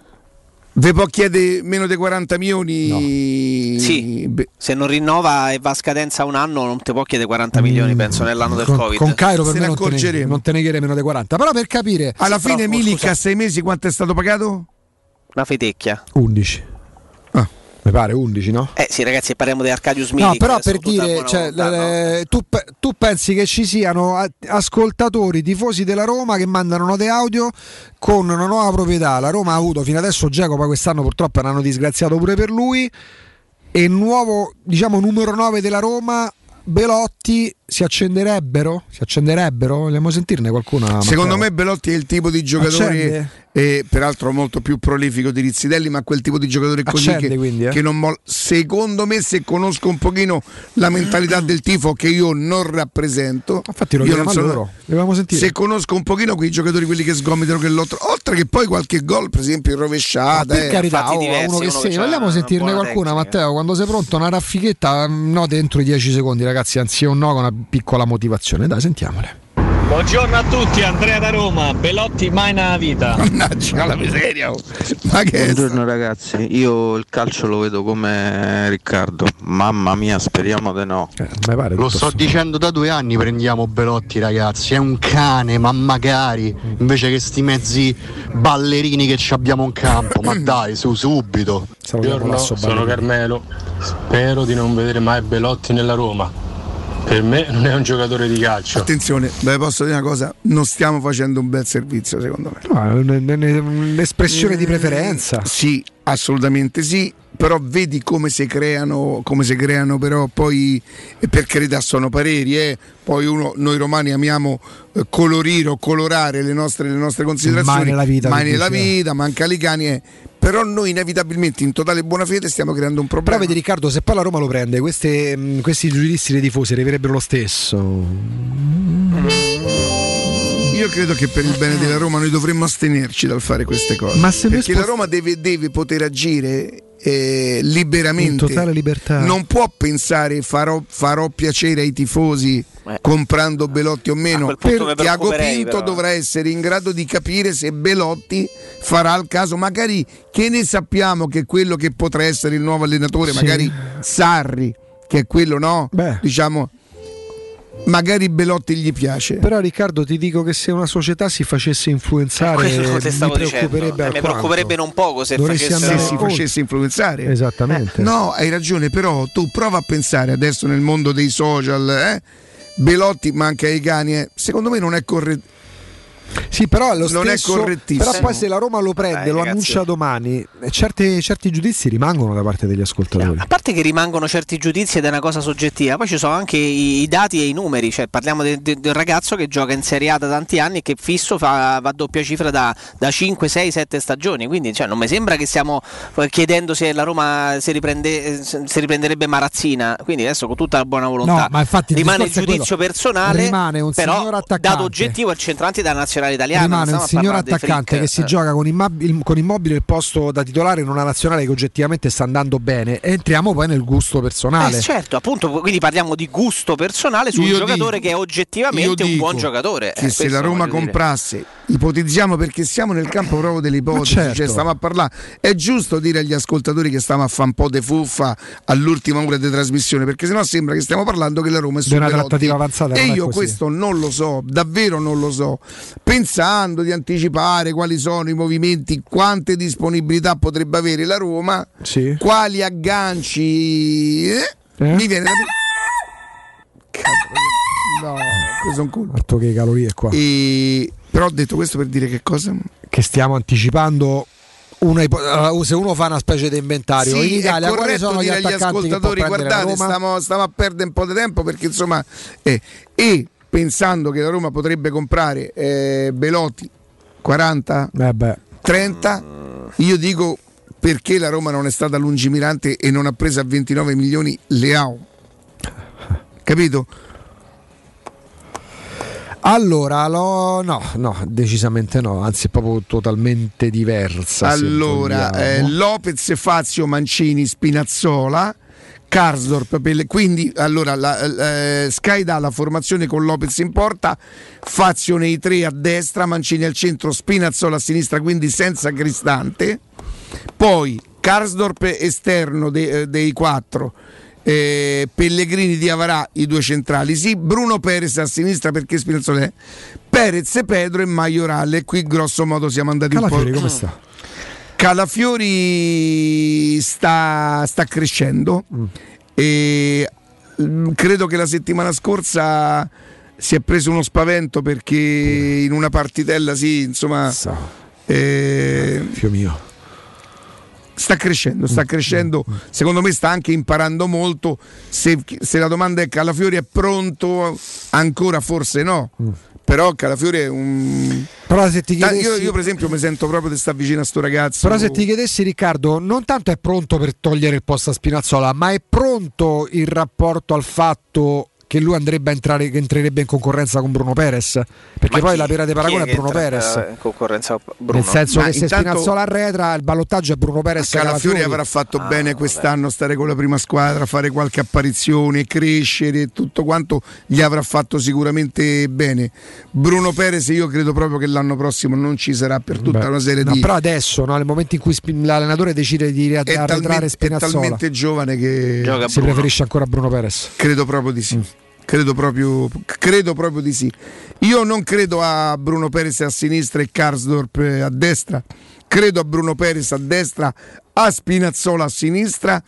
ve può chiedere meno di quaranta milioni? No. Sì, Beh. se non rinnova e va a scadenza un anno non ti può chiedere quaranta mm. milioni, penso, nell'anno del con, Covid. Con Cairo per se me ne non te, ne, non te ne chiede meno di quaranta, però per capire alla sì, fine però, Milik a sei mesi quanto è stato pagato? Una fetecchia. undici. Ah. Mi pare undici, no? Eh sì, ragazzi, parliamo di Arcadius Milik. No, però per dire, cioè, volontà, le, no? tu, tu pensi che ci siano ascoltatori, tifosi della Roma che mandano note audio con una nuova proprietà. La Roma ha avuto fino adesso Dzeko, poi quest'anno purtroppo è un anno disgraziato pure per lui, e il nuovo, diciamo, numero nove della Roma, Belotti, si accenderebbero? Si accenderebbero? Vogliamo sentirne qualcuna? Secondo me Belotti è il tipo di giocatore, e peraltro molto più prolifico di Rizzidelli, ma quel tipo di giocatore così Accende, che, quindi, eh? che non molla. Secondo me, se conosco un pochino la mentalità del tifo che io non rappresento, infatti lo io non sono, loro. Dobbiamo sentire. Se conosco un pochino quei giocatori, quelli che sgomitano, che lottano, oltre che poi qualche gol, per esempio in rovesciata, per eh. carità, oh, diversi, uno che uno segna. Vogliamo sentirne qualcuna, tecnica. Matteo? Quando sei pronto, una raffichetta, no, dentro i dieci secondi, ragazzi, anzi un no con una piccola motivazione. Dai, sentiamole. Buongiorno a tutti, Andrea da Roma. Belotti mai nella vita. Mannaggia la miseria. Ma che Buongiorno ragazzi, io il calcio lo vedo come Riccardo. Mamma mia, speriamo di no. Eh, pare lo sto dicendo da due anni, prendiamo Belotti ragazzi, è un cane, ma magari invece che sti mezzi ballerini che ci abbiamo in campo. Ma dai, su subito. Buongiorno, sono Carmelo. Spero di non vedere mai Belotti nella Roma. Per me non è un giocatore di calcio. Attenzione, beh, posso dire una cosa, non stiamo facendo un bel servizio secondo me. No, è un'espressione mm, di preferenza. Sì, assolutamente sì, però vedi come si creano, come si creano però poi, e per carità sono pareri, eh, poi uno, noi romani amiamo eh, colorire o colorare le nostre, le nostre considerazioni, mai nella vita, mai nella vita manca Licani, eh. Però noi inevitabilmente in totale buona fede stiamo creando un problema. Però vedi Riccardo, se poi la Roma lo prende, queste, mh, questi giudizi dei tifosi arriverebbero lo stesso. Io credo che per il bene della Roma noi dovremmo astenerci dal fare queste cose. Ma se perché spost- la Roma deve, deve poter agire eh, liberamente, in totale libertà. Non può pensare farò, farò piacere ai tifosi eh. comprando Belotti o meno. Per Tiago Pinto però. dovrà essere in grado di capire se Belotti farà il caso, magari che ne sappiamo che quello che potrà essere il nuovo allenatore, sì. magari Sarri, che è quello, no? Beh. Diciamo, magari Belotti gli piace. Però Riccardo, ti dico che se una società si facesse influenzare eh, mi preoccuperebbe, eh, mi preoccuperebbe non poco se, facesse... se si facesse influenzare. Esattamente. Eh, no, hai ragione, però tu prova a pensare adesso nel mondo dei social, eh? Belotti manca ai cani, eh? Secondo me non è corretto. Sì, però lo non stesso, è correttissimo. Però poi se la Roma lo prende, Dai, lo ragazzi. annuncia domani, certi, certi giudizi rimangono da parte degli ascoltatori. A parte che rimangono certi giudizi ed è una cosa soggettiva, poi ci sono anche i, i dati e i numeri, cioè parliamo del de, de ragazzo che gioca in Serie A da tanti anni e che fisso fa, va a doppia cifra da, da cinque, sei, sette stagioni, quindi cioè, non mi sembra che stiamo chiedendo se la Roma si, riprende, si riprenderebbe Marazzina, quindi adesso con tutta la buona volontà no, ma infatti rimane il giudizio personale, rimane un però dato oggettivo al centrante della nazionale italiana. Rimane un signor attaccante che si eh. gioca con Immobile, con Immobile il posto da titolare in una nazionale che oggettivamente sta andando bene, e entriamo poi nel gusto personale. Eh, certo, appunto, quindi parliamo di gusto personale su io un giocatore dico, che è oggettivamente un buon giocatore. Che eh, se la Roma comprasse, dire. ipotizziamo, perché siamo nel campo proprio delle ipotesi, certo. cioè stiamo a parlare, è giusto dire agli ascoltatori che stiamo a fare un po' de fuffa all'ultima ora di trasmissione, perché sennò sembra che stiamo parlando che la Roma è su una trattativa avanzata, e io così. questo non lo so, davvero non lo so, pensando di anticipare quali sono i movimenti, quante disponibilità potrebbe avere la Roma, sì. quali agganci eh? Eh? mi viene da no, questo è un culo. Fatto che calorie qua. E... però ho detto questo per dire che cosa? Che stiamo anticipando una ipo- se uno fa una specie di inventario sì, in Italia, è quali sono gli dire agli ascoltatori guardate, stiamo, stiamo a perdere un po' di tempo perché insomma eh, e pensando che la Roma potrebbe comprare eh, Belotti quaranta eh beh. trenta, io dico perché la Roma non è stata lungimirante e non ha preso a ventinove milioni Leao, capito? Allora, lo, no, no, decisamente no, anzi è proprio totalmente diversa. Allora, eh, Lopez, Fazio, Mancini, Spinazzola, Karsdorp, Pelle, quindi allora la, eh, Sky dà la formazione con Lopez in porta, Fazio nei tre a destra, Mancini al centro, Spinazzola a sinistra, quindi senza Cristante, poi Karsdorp esterno de, dei quattro. Eh, Pellegrini, Diavarà, i due centrali, sì, Bruno Perez a sinistra perché Spinazzola è Perez, Pedro e Maioral, e qui grosso modo siamo andati Calafiori, un po'. Come sta? Calafiori sta, sta crescendo mm. e credo che la settimana scorsa si è preso uno spavento perché in una partitella sì, insomma so. eh, Fio mio sta crescendo, sta crescendo, secondo me sta anche imparando molto. Se, se la domanda è Calafiori è pronto ancora, forse no, mm. però Calafiori è un... Però se ti chiedessi... io, io per esempio mi sento proprio di stare vicino a sto ragazzo. Però se ti chiedessi, Riccardo, non tanto è pronto per togliere il posto a Spinazzola, ma è pronto il rapporto al fatto che lui andrebbe a entrare, che entrerebbe in concorrenza con Bruno Perez, perché ma poi chi, la pera di paragone è Bruno Perez in concorrenza Bruno? Nel senso ma che se Spinazzola arretra, il ballottaggio è Bruno Perez. Calafiori avrà fatto ah, bene quest'anno vabbè. Stare con la prima squadra, fare qualche apparizione, crescere, tutto quanto gli avrà fatto sicuramente bene. Bruno Perez io credo proprio che l'anno prossimo non ci sarà per tutta Beh, una serie no, di... però adesso, no, nel momento in cui l'allenatore decide di arretrare Spinazzola, è talmente giovane che Gioca si Bruno. Preferisce ancora Bruno Perez. Credo proprio di sì. Mm. Credo proprio, credo proprio di sì. Io non credo a Bruno Perez a sinistra e Karsdorp a destra. Credo a Bruno Perez a destra, a Spinazzola a sinistra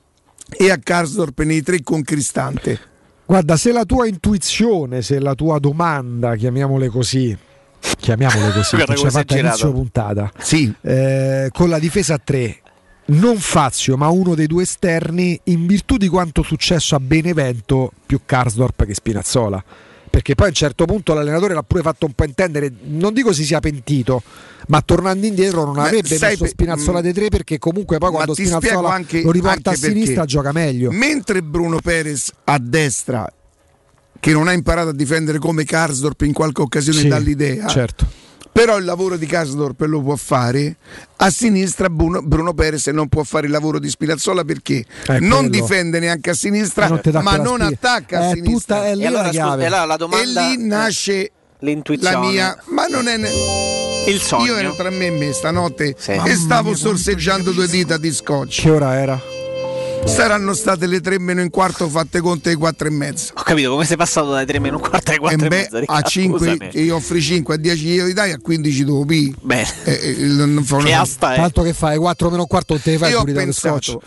e a Karsdorp nei tre con Cristante. Guarda, se la tua intuizione, se la tua domanda, chiamiamole così, chiamiamole così, che ci hai fatto all'inizio puntata, sì. eh, con la difesa a tre, non Fazio ma uno dei due esterni, in virtù di quanto successo a Benevento, più Karsdorp che Spinazzola, perché poi a un certo punto l'allenatore l'ha pure fatto un po' intendere, non dico si sia pentito, ma tornando indietro non avrebbe Beh, messo pe- Spinazzola dei tre, perché comunque poi quando Spinazzola anche, lo riporta a sinistra gioca meglio, mentre Bruno Perez a destra, che non ha imparato a difendere come Karsdorp in qualche occasione, sì, dall'idea, certo. Però il lavoro di Karsdorp lo può fare. A sinistra Bruno, Bruno Perez non può fare il lavoro di Spinazzola perché è non quello. difende neanche a sinistra, non ma non spia. attacca a è sinistra. Tutta, è lì e, allora, la chiave. e, allora, la domanda, e lì nasce l'intuizione. La mia, ma non è il sogno. Io ero tra me e me stanotte sì. e stavo sorseggiando due dita di scotch. Che ora era? Saranno state le tre meno un quarto, fatte conto ai quattro e mezzo. Ho capito come sei passato dai tre meno un quarto ai quattro e, beh, mezzo. A cinque io offri cinque, a dieci io li dai, a quindici tu pi. Bene. Eh, eh, non fa una che asta è. Tanto che fai quattro meno un quarto, non te ne fai. Io ho pensato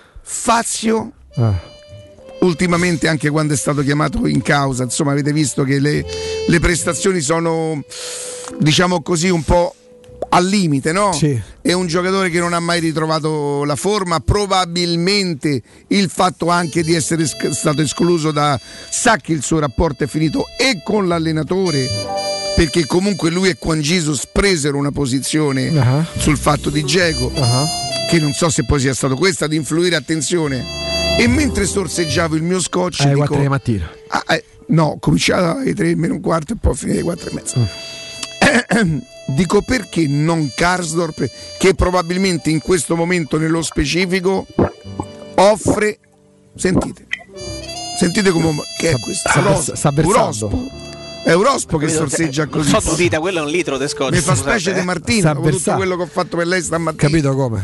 Fazio ah. ultimamente, anche quando è stato chiamato in causa, insomma avete visto che le, le prestazioni sono, diciamo così, un po' al limite, no? Sì. È un giocatore che non ha mai ritrovato la forma, probabilmente il fatto anche di essere sc- stato escluso da sa che il suo rapporto è finito e con l'allenatore, perché comunque lui e Juan Jesus presero una posizione uh-huh. sul fatto di Dzeko, uh-huh. che non so se poi sia stato questa ad influire, attenzione. E mentre sorseggiavo il mio scotch, alle dico, quattro di mattina ah, eh, no, cominciava alle tre meno un quarto e poi finire alle quattro e mezza. Mm. Dico, perché non Karsdorp, che probabilmente in questo momento nello specifico offre, sentite sentite come, che è questo? Sta, sta, sta versando. È Eurospo che sorseggia così. Non so, dita, quello è un litro di scotch. Mi fa specie di Martina con tutto quello che ho fatto per lei stamattina. Capito come?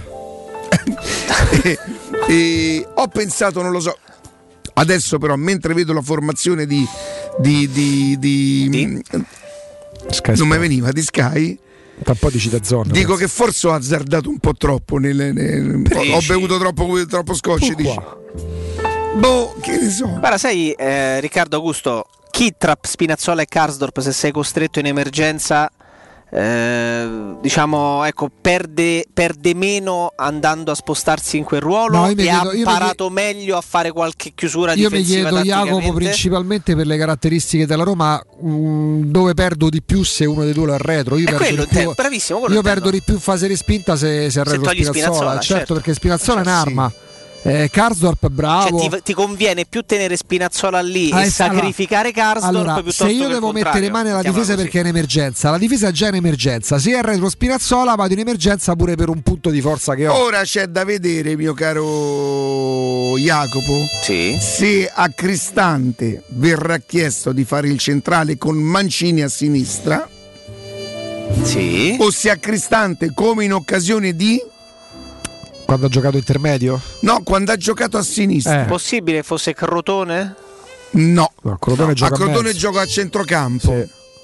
e, e ho pensato, non lo so, adesso però mentre vedo la formazione di di, di, di, di? Sky non mi Sport. veniva di Sky. Un po' dici da zona. Dico penso. che forse ho azzardato un po' troppo. Nel, nel, ho, ho bevuto troppo, troppo scotch. Dici. Boh, che ne so. Guarda, sai, eh, Riccardo Augusto, chi tra Spinazzola e Karsdorp, se sei costretto in emergenza, eh, diciamo, ecco, perde, perde meno andando a spostarsi in quel ruolo? No, io mi e chiedo- ha io mi imparato meglio a fare qualche chiusura Io mi difensiva chiedo, Jacopo, tatticamente? principalmente per le caratteristiche della Roma, mh, dove perdo di più se uno dei due lo è retro. Io È perdo quello di più, intendo, bravissimo, quello io intendo. perdo di più in fase respinta se, se è retro togli Spinazzola, Spinazzola, certo, certo. perché Spinazzola è Cioè, un'arma. Eh, Karsdorp bravo. Cioè, ti, ti conviene più tenere Spinazzola lì Ah, e eh, sacrificare Karsdorp allora, piuttosto se io che il devo contrario, mettere mano alla mettiamola difesa così. perché è in emergenza, la difesa è già in emergenza. Se è retro Spinazzola vado in emergenza pure per un punto di forza che ho. Ora c'è da vedere, mio caro Jacopo, sì. se a Cristante verrà chiesto di fare il centrale con Mancini a sinistra, sì. o se a Cristante, come in occasione di Quando ha giocato intermedio? no, quando ha giocato a sinistra. Eh. Possibile fosse Crotone? No, No, Crotone a gioca a Crotone mezzo. gioca a centrocampo.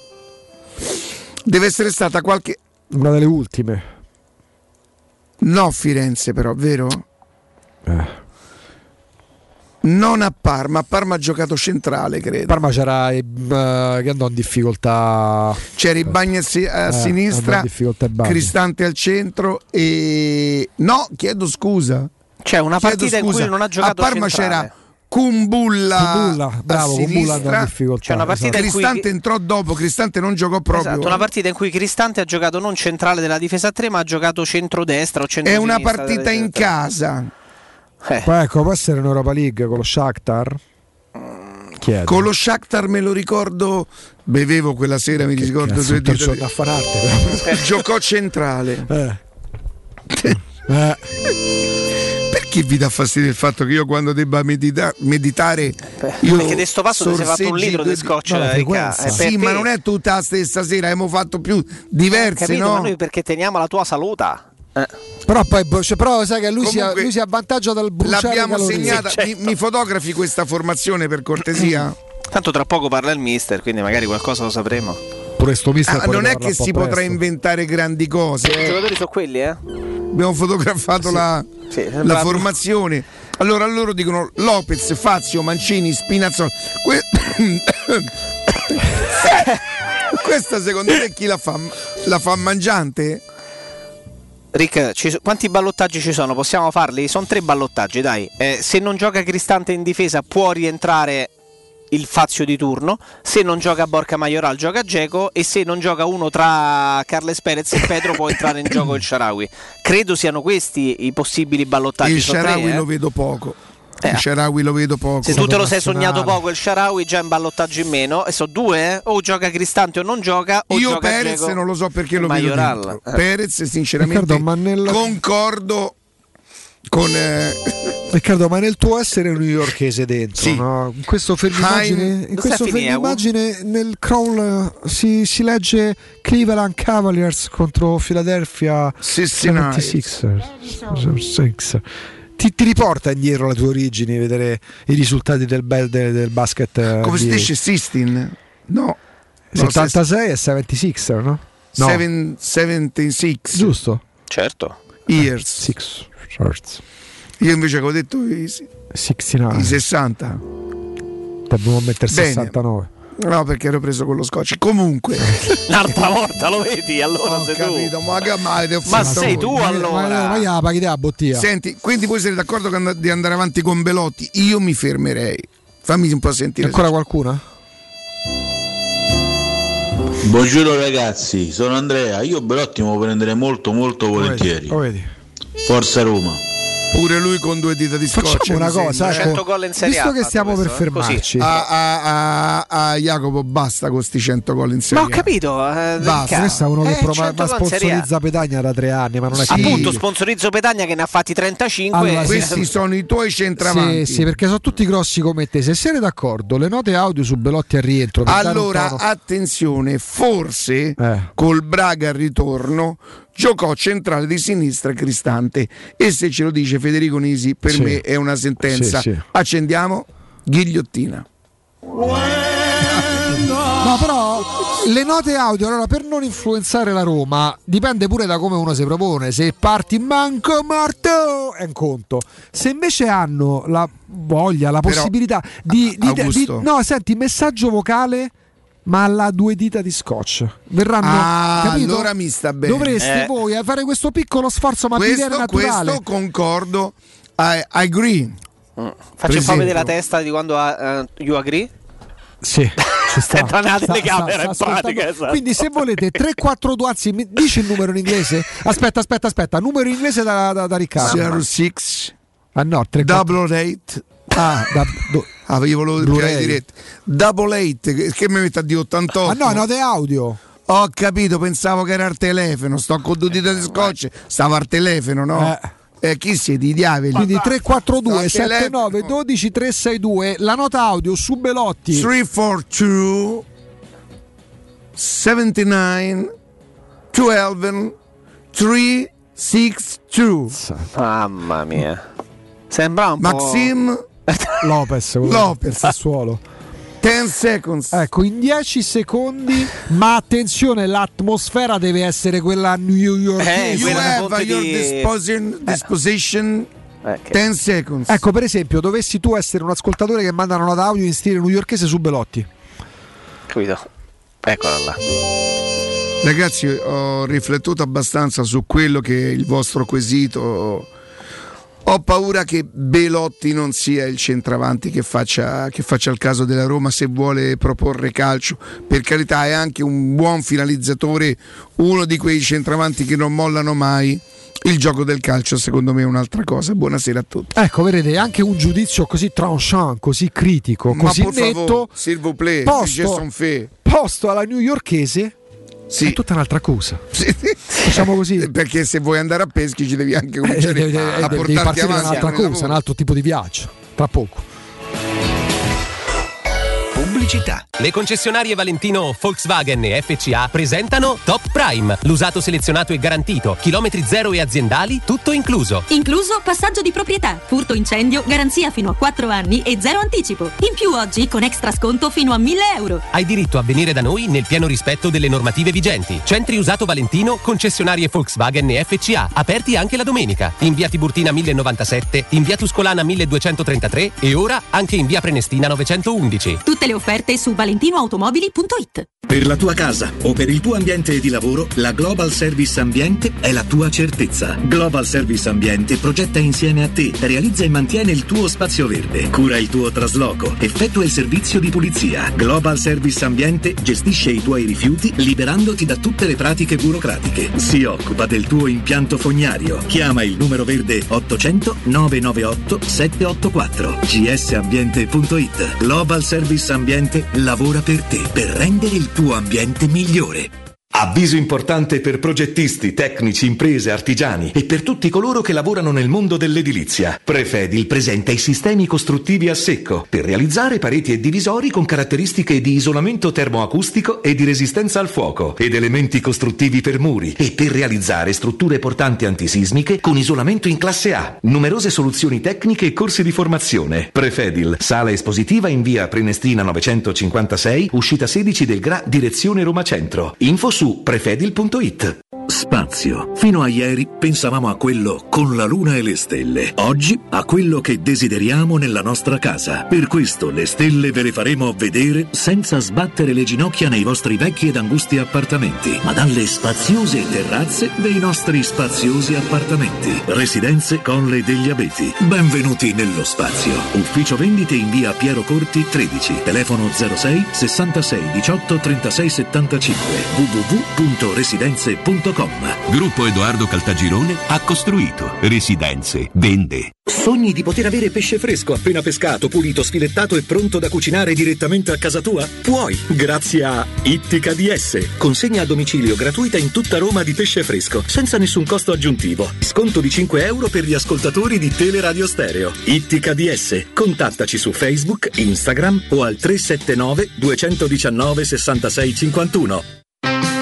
Deve essere stata qualche Una delle ultime. no, Firenze però, vero? Eh. Non a Parma, a Parma ha giocato centrale, credo. Parma c'era eh, che andò in difficoltà. C'era i Bagni a, si- a Eh, sinistra, andò in difficoltà Bagni. Cristante al centro e no, chiedo scusa. C'è una Chiedo partita in scusa. cui non ha giocato a Parma centrale. c'era Kumbulla, Kumbulla, bravo, a Kumbulla andò in sinistra. difficoltà. C'è una partita in cui- Cristante entrò dopo, Cristante non giocò proprio. Esatto, una partita in cui Cristante ha giocato non centrale della difesa a tre, ma ha giocato centrodestra o È centrosinistra. una partita della in difesa a casa. tre. Eh. Poi ecco, può essere in Europa League con lo Shakhtar? Chiedo. Con lo Shakhtar me lo ricordo, bevevo quella sera, mi ricordo Cazzo, due tutto il dita- giorno a fanarte. giocò centrale. Eh. Eh. Perché vi dà fastidio il fatto che io quando debba medita- meditare io Perché di sto passo ti sei fatto un sorseggi litro due- di scotch, no, la Ricca. frequenza. Eh, per Sì, te- ma non è tutta la stessa sera, abbiamo fatto più diverse, capito, no? ma noi perché teniamo la tua salute. Eh. Però poi cioè, però sai che lui, si, Comunque, lui si avvantaggia dal bruciare L'abbiamo calorie. segnata. Sì, certo. mi, mi fotografi questa formazione per cortesia? Tanto tra poco parla il mister, quindi magari qualcosa lo sapremo. Pure sto mister Ah, poi non ne è parla che un si po' potrà presto. inventare grandi cose. I eh. giocatori sono quelli, eh? Abbiamo fotografato la, Sì, la sembra- formazione. Allora loro dicono Lopez, Fazio, Mancini, Spinazzola. Que- Questa secondo te chi la fa? La fa mangiante? Rick, ci so- quanti ballottaggi ci sono? Possiamo farli? Sono tre ballottaggi, dai. Eh, se non gioca Cristante in difesa può rientrare il Fazio di turno, se non gioca Borca Majoral gioca Dzeko e se non gioca uno tra Carles Perez e Pedro può entrare in gioco il Shaarawy. Credo siano questi i possibili ballottaggi. Il sono tre, Shaarawy eh? lo vedo poco. Eh. Il Shaarawy lo vedo poco. Se tu te lo sei nazionale. sognato poco il Shaarawy già in ballottaggio in meno e sono due, eh? O gioca Cristante o non gioca o Io gioca Perez Dzeko non lo so perché lo Majoral. vedo dentro. Eh. Perez sinceramente Riccardo, ma nel- concordo con eh, Riccardo, ma nel tuo essere newyorkese dentro, Sì. no? In questo fermo Heim- immagine, in Dove questo sta fermo finendo? immagine nel crawl eh, si, si legge Cleveland Cavaliers contro Philadelphia Cincinnati. settantasei. Ti, ti riporta indietro alle tue origini vedere i risultati del, bel, del, del basket eh, come si N B A. dice Sistine? No. No, settantasei e settantasei, no? No, Seven, settantasei giusto? Certo. years. Six shirts. Io invece avevo detto i, sessantanove. i sessanta. Dobbiamo mettere Bene. sessantanove. No, perché ero preso con lo scotch. Comunque, Un'altra volta lo vedi, allora ho sei capito, tu. ma che male ti ho Ma fatto sei voi. tu Ma, allora. ma gliela paghi te la bottiglia. Senti, quindi voi siete d'accordo che and- di andare avanti con Belotti? Io mi fermerei. Fammi un po' sentire. Ancora qualcuna? Buongiorno ragazzi, sono Andrea. Io Belotti me lo prenderei molto molto volentieri. Lo vedi? Forza Roma. Pure lui con due dita di scotch. Facciamo una mi cosa, sembra, ecco, eh. cento gol in Serie visto A che fatto stiamo per questo, eh? fermarci, A, a, a, a Jacopo basta con sti cento gol in Ma Serie ho A. capito, eh, Basta. Ricca. questo è uno che Eh, prova, cento ma gol in Serie A. sponsorizza Petagna da tre anni, ma non è Sì. che Appunto, sponsorizzo Petagna che ne ha fatti trentacinque. Allora, e- Questi sono i tuoi centravanti. Sì, sì, perché sono tutti grossi come te. Se siete d'accordo, le note audio su Belotti al rientro. per dare un Allora, tono- attenzione, forse Eh. col Braga al ritorno giocò centrale di sinistra Cristante e se ce lo dice Federico Nisi per Sì. me è una sentenza. Sì, sì. Accendiamo ghigliottina. No, No, però le note audio, allora, per non influenzare la Roma, dipende pure da come uno si propone. Se parti manco morto è un conto. Se invece hanno la voglia, la Però, possibilità di, di, di, di no, senti, messaggio vocale ma alla due dita di scotch verranno, ah, capito? Allora mi sta bene. Dovreste eh. voi fare questo piccolo sforzo, ma questo, vi viene naturale. Questo concordo. I, I agree. Mm. Faccio un po' vedere la testa di quando uh, you agree? Sì, ci sta. È tra una sta, telecamera sta, sta, in pratica, esatto. Quindi se volete tre quattro due, anzi mi dici il numero in inglese? Aspetta, aspetta, aspetta, numero in inglese da, da, da Riccardo. zero sei Ah no, tre double eight. Ah, da, do, ah, io volevo dire diretto. Double eight, che mi mette a di ottantotto? Ah no, note audio. Ho capito, pensavo che era il telefono, sto con due dita di scotch, stavo al telefono, no? Eh. Eh, chi siete i diavoli? Quindi tre quattro due sette nove uno due tre sei due, la nota audio su Belotti tre quattro due sette nove uno due tre sei due. Mamma mia. Sembra un Maxim po' Lopez, Lopez Sassuolo. dieci seconds. Ecco, in dieci secondi, ma attenzione, l'atmosfera deve essere quella New York. Eh, you have your di... disposition, disposition eh. dieci seconds. Ecco, per esempio, dovessi tu essere un ascoltatore che manda una nota audio in stile newyorkese su Belotti. Capito? Eccola là. Ragazzi, ho riflettuto abbastanza su quello che è il vostro quesito. Ho paura che Belotti non sia il centravanti che faccia, che faccia il caso della Roma se vuole proporre calcio. Per carità, è anche un buon finalizzatore, uno di quei centravanti che non mollano mai. Il gioco del calcio secondo me è un'altra cosa. Buonasera a tutti. Ecco, vedete, anche un giudizio così tranchant, così critico, così Ma netto, favore, s'il vous plaît, posto, posto alla newyorkese. Sì. È tutta un'altra cosa. Sì. Facciamo così. Perché se vuoi andare a Peschi ci devi anche cominciare eh, devi, a devi, portarti devi partire avanti. Un'altra cosa, un altro tipo di viaggio. Tra poco. Pubblicità. Le concessionarie Valentino, Volkswagen e F C A presentano Top Prime, l'usato selezionato e garantito, chilometri zero e aziendali, tutto incluso. Incluso passaggio di proprietà, furto incendio, garanzia fino a quattro anni e zero anticipo. In più oggi con extra sconto fino a mille euro. Hai diritto a venire da noi nel pieno rispetto delle normative vigenti. Centri usato Valentino, concessionarie Volkswagen e F C A, aperti anche la domenica. In via Tiburtina mille novantasette, in via Tuscolana milleduecentotrentatré e ora anche in via Prenestina novecentoundici. Tutte le offerte su valentinoautomobili punto it. Per la tua casa o per il tuo ambiente di lavoro, la Global Service Ambiente è la tua certezza. Global Service Ambiente progetta insieme a te, realizza e mantiene il tuo spazio verde, cura il tuo trasloco, effettua il servizio di pulizia. Global Service Ambiente gestisce i tuoi rifiuti liberandoti da tutte le pratiche burocratiche. Si occupa del tuo impianto fognario. Chiama il numero verde ottocento nove nove otto sette otto quattro. g s ambiente punto it. Global Service Ambiente lavora per te, per rendere il tuo ambiente migliore. Avviso importante per progettisti, tecnici, imprese, artigiani e per tutti coloro che lavorano nel mondo dell'edilizia. Prefedil presenta i sistemi costruttivi a secco per realizzare pareti e divisori con caratteristiche di isolamento termoacustico e di resistenza al fuoco ed elementi costruttivi per muri e per realizzare strutture portanti antisismiche con isolamento in classe A. Numerose soluzioni tecniche e corsi di formazione. Prefedil, sala espositiva in via Prenestina novecentocinquantasei, uscita sedici del Gra, direzione Roma Centro. Info su prefedil punto it. Spazio. Fino a ieri pensavamo a quello con la luna e le stelle. Oggi a quello che desideriamo nella nostra casa. Per questo le stelle ve le faremo vedere senza sbattere le ginocchia nei vostri vecchi ed angusti appartamenti, ma dalle spaziose terrazze dei nostri spaziosi appartamenti. Residenze Colle degli Abeti. Benvenuti nello spazio. Ufficio vendite in via Piero Corti tredici. Telefono zero sei sessantasei diciotto trentasei settantacinque. w w w punto residenze punto com. Gruppo Edoardo Caltagirone ha costruito Residenze, vende. Sogni di poter avere pesce fresco appena pescato, pulito, sfilettato e pronto da cucinare direttamente a casa tua? Puoi, grazie a Ittica D S. Consegna a domicilio gratuita in tutta Roma di pesce fresco, senza nessun costo aggiuntivo. Sconto di cinque euro per gli ascoltatori di Teleradio Stereo. Ittica D S. Contattaci su Facebook, Instagram o al tre sette nove due uno nove sei sei cinque uno. Ciao,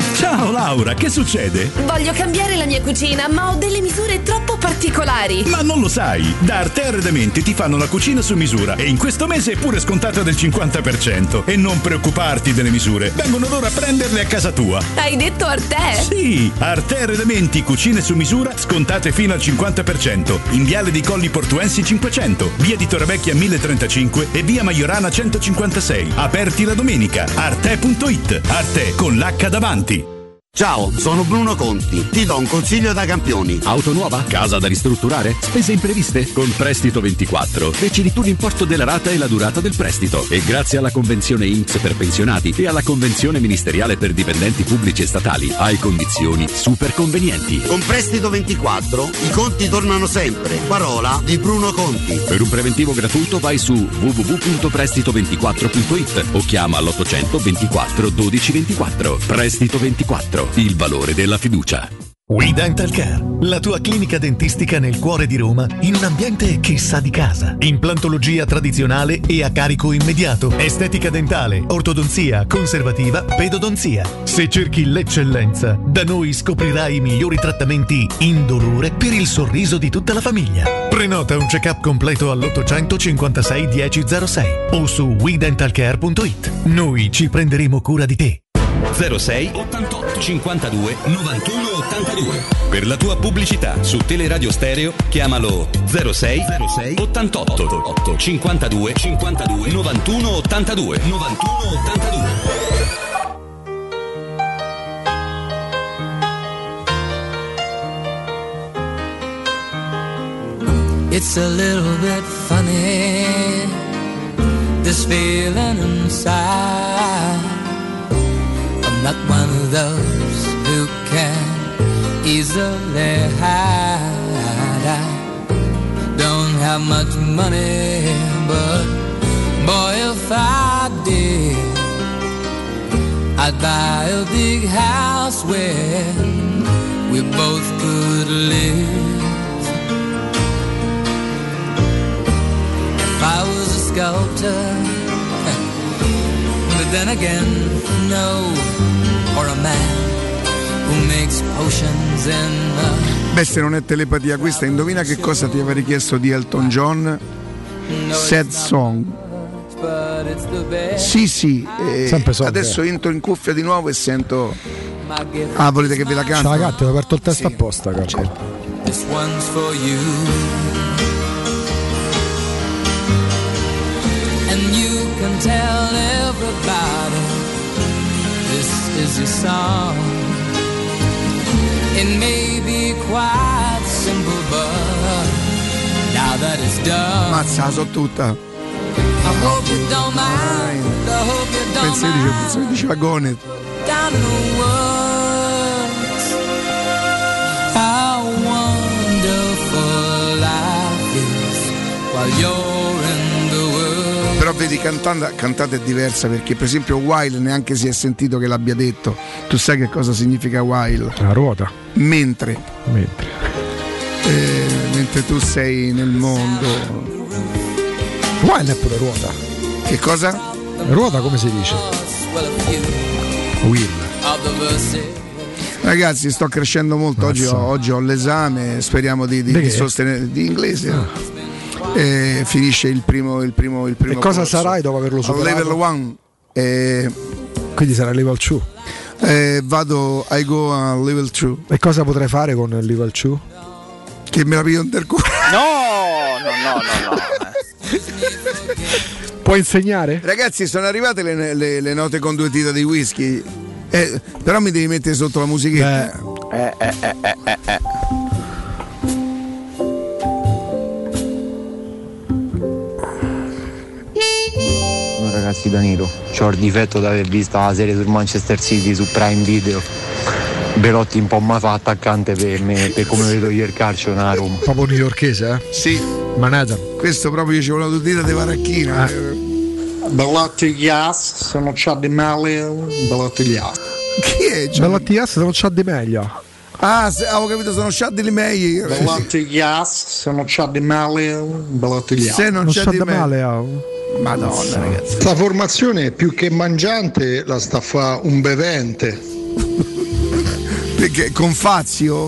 Ciao Laura, che succede? Voglio cambiare la mia cucina, ma ho delle misure troppo particolari. Ma non lo sai, da Arte Arredamenti ti fanno la cucina su misura e in questo mese è pure scontata del cinquanta per cento. E non preoccuparti delle misure, vengono loro a prenderle a casa tua. Hai detto Arte? Sì, Arte Arredamenti, cucine su misura, scontate fino al cinquanta per cento. In Viale dei Colli Portuensi cinquecento, via di Torrevecchia mille trentacinque e via Maiorana centocinquantasei. Aperti la domenica. arte punto it. Arte con l'H davanti. Ciao, sono Bruno Conti. Ti do un consiglio da campioni. Auto nuova? Casa da ristrutturare? Spese impreviste? Con Prestito ventiquattro decidi tu l'importo della rata e la durata del prestito. E grazie alla convenzione I N P S per pensionati e alla convenzione ministeriale per dipendenti pubblici e statali hai condizioni super convenienti. Con Prestito ventiquattro i conti tornano sempre. Parola di Bruno Conti. Per un preventivo gratuito vai su w w w punto prestito ventiquattro punto it o chiama all'ottocento ventiquattro dodici ventiquattro. Prestito ventiquattro. Il valore della fiducia. We Dental Care, la tua clinica dentistica nel cuore di Roma, in un ambiente che sa di casa. Implantologia tradizionale e a carico immediato. Estetica dentale, ortodonzia, conservativa, pedodonzia. Se cerchi l'eccellenza, da noi scoprirai i migliori trattamenti indolore per il sorriso di tutta la famiglia. Prenota un check-up completo all'ottocento cinquantasei dieci zero sei o su we dental care punto it. Noi ci prenderemo cura di te. zero sei ottantotto cinquantadue novantuno ottantadue. Per la tua pubblicità su Teleradio Stereo chiamalo zero sei ottantotto cinquantadue cinquantadue novantuno ottantadue novantuno ottantadue. It's a little bit funny, this feeling inside. I'm not one of those who can easily hide. I don't have much money, but boy, if I did, I'd buy a big house where we both could live. If I was a sculptor, but then again, no. Or a man who makes potions in the... Beh, se non è telepatia questa, indovina che cosa ti aveva richiesto di Elton John? Sad Song. Sì, sì, eh, adesso entro in cuffia di nuovo e sento. Ah, volete che ve la canto? Ciao ragazzi, ho aperto il testo sì. apposta, caro. Certo. This one's for you. And you can tell everybody this is your song. It may be quite simple, but now that it's done. Mazza, so tutta. I hope you don't mind. I hope you don't Pensi mind. Penso che diceva Gonet. Down the words. How wonderful life is while you're in the world. Però vedi, cantando, cantata è diversa, perché per esempio while neanche si è sentito che l'abbia detto. Tu sai che cosa significa while? La ruota. Mentre. Mentre. Eh, mentre tu sei nel mondo. While è pure ruota. Che cosa? Ruota come si dice? Will. Ragazzi, sto crescendo molto. Oggi ho, oggi ho l'esame, speriamo di, di, di sostenere di inglese. Ah. E finisce il primo, il primo, il primo. E cosa corso. sarai dopo averlo superato? Al level one. E... Quindi sarà level due. Eh, vado, I go a level two. E cosa potrei fare con il level due? Che me la piglio in culo. No, no, no, no, no. Puoi insegnare? Ragazzi, sono arrivate le, le, le note con due dita di whisky. Eh, però mi devi mettere sotto la musichetta. Eh, eh, eh, eh, eh, eh. Ragazzi, Danilo, c'ho il difetto di aver visto la serie sul Manchester City su Prime Video. Belotti un po' mi fa attaccante per me, per come vedo io il calcio nella Roma. Proprio newyorkese, eh? Sì. Manhattan. Questo proprio io ci volevo dire di Varacchina. Eh. Belotti Gas, se non c'ha di meglio, Belotti Gas. Chi è? Belotti Gas se non c'ha di meglio. Ah, se, avevo capito, sono c'ha di meglio. Belotti Gas, se non c'ha di meglio, Belotti Gas. Se non, non c'ha, c'ha di meglio. Madonna, ragazzi. La formazione più che mangiante la sta a fa un bevente. che, con Fazio.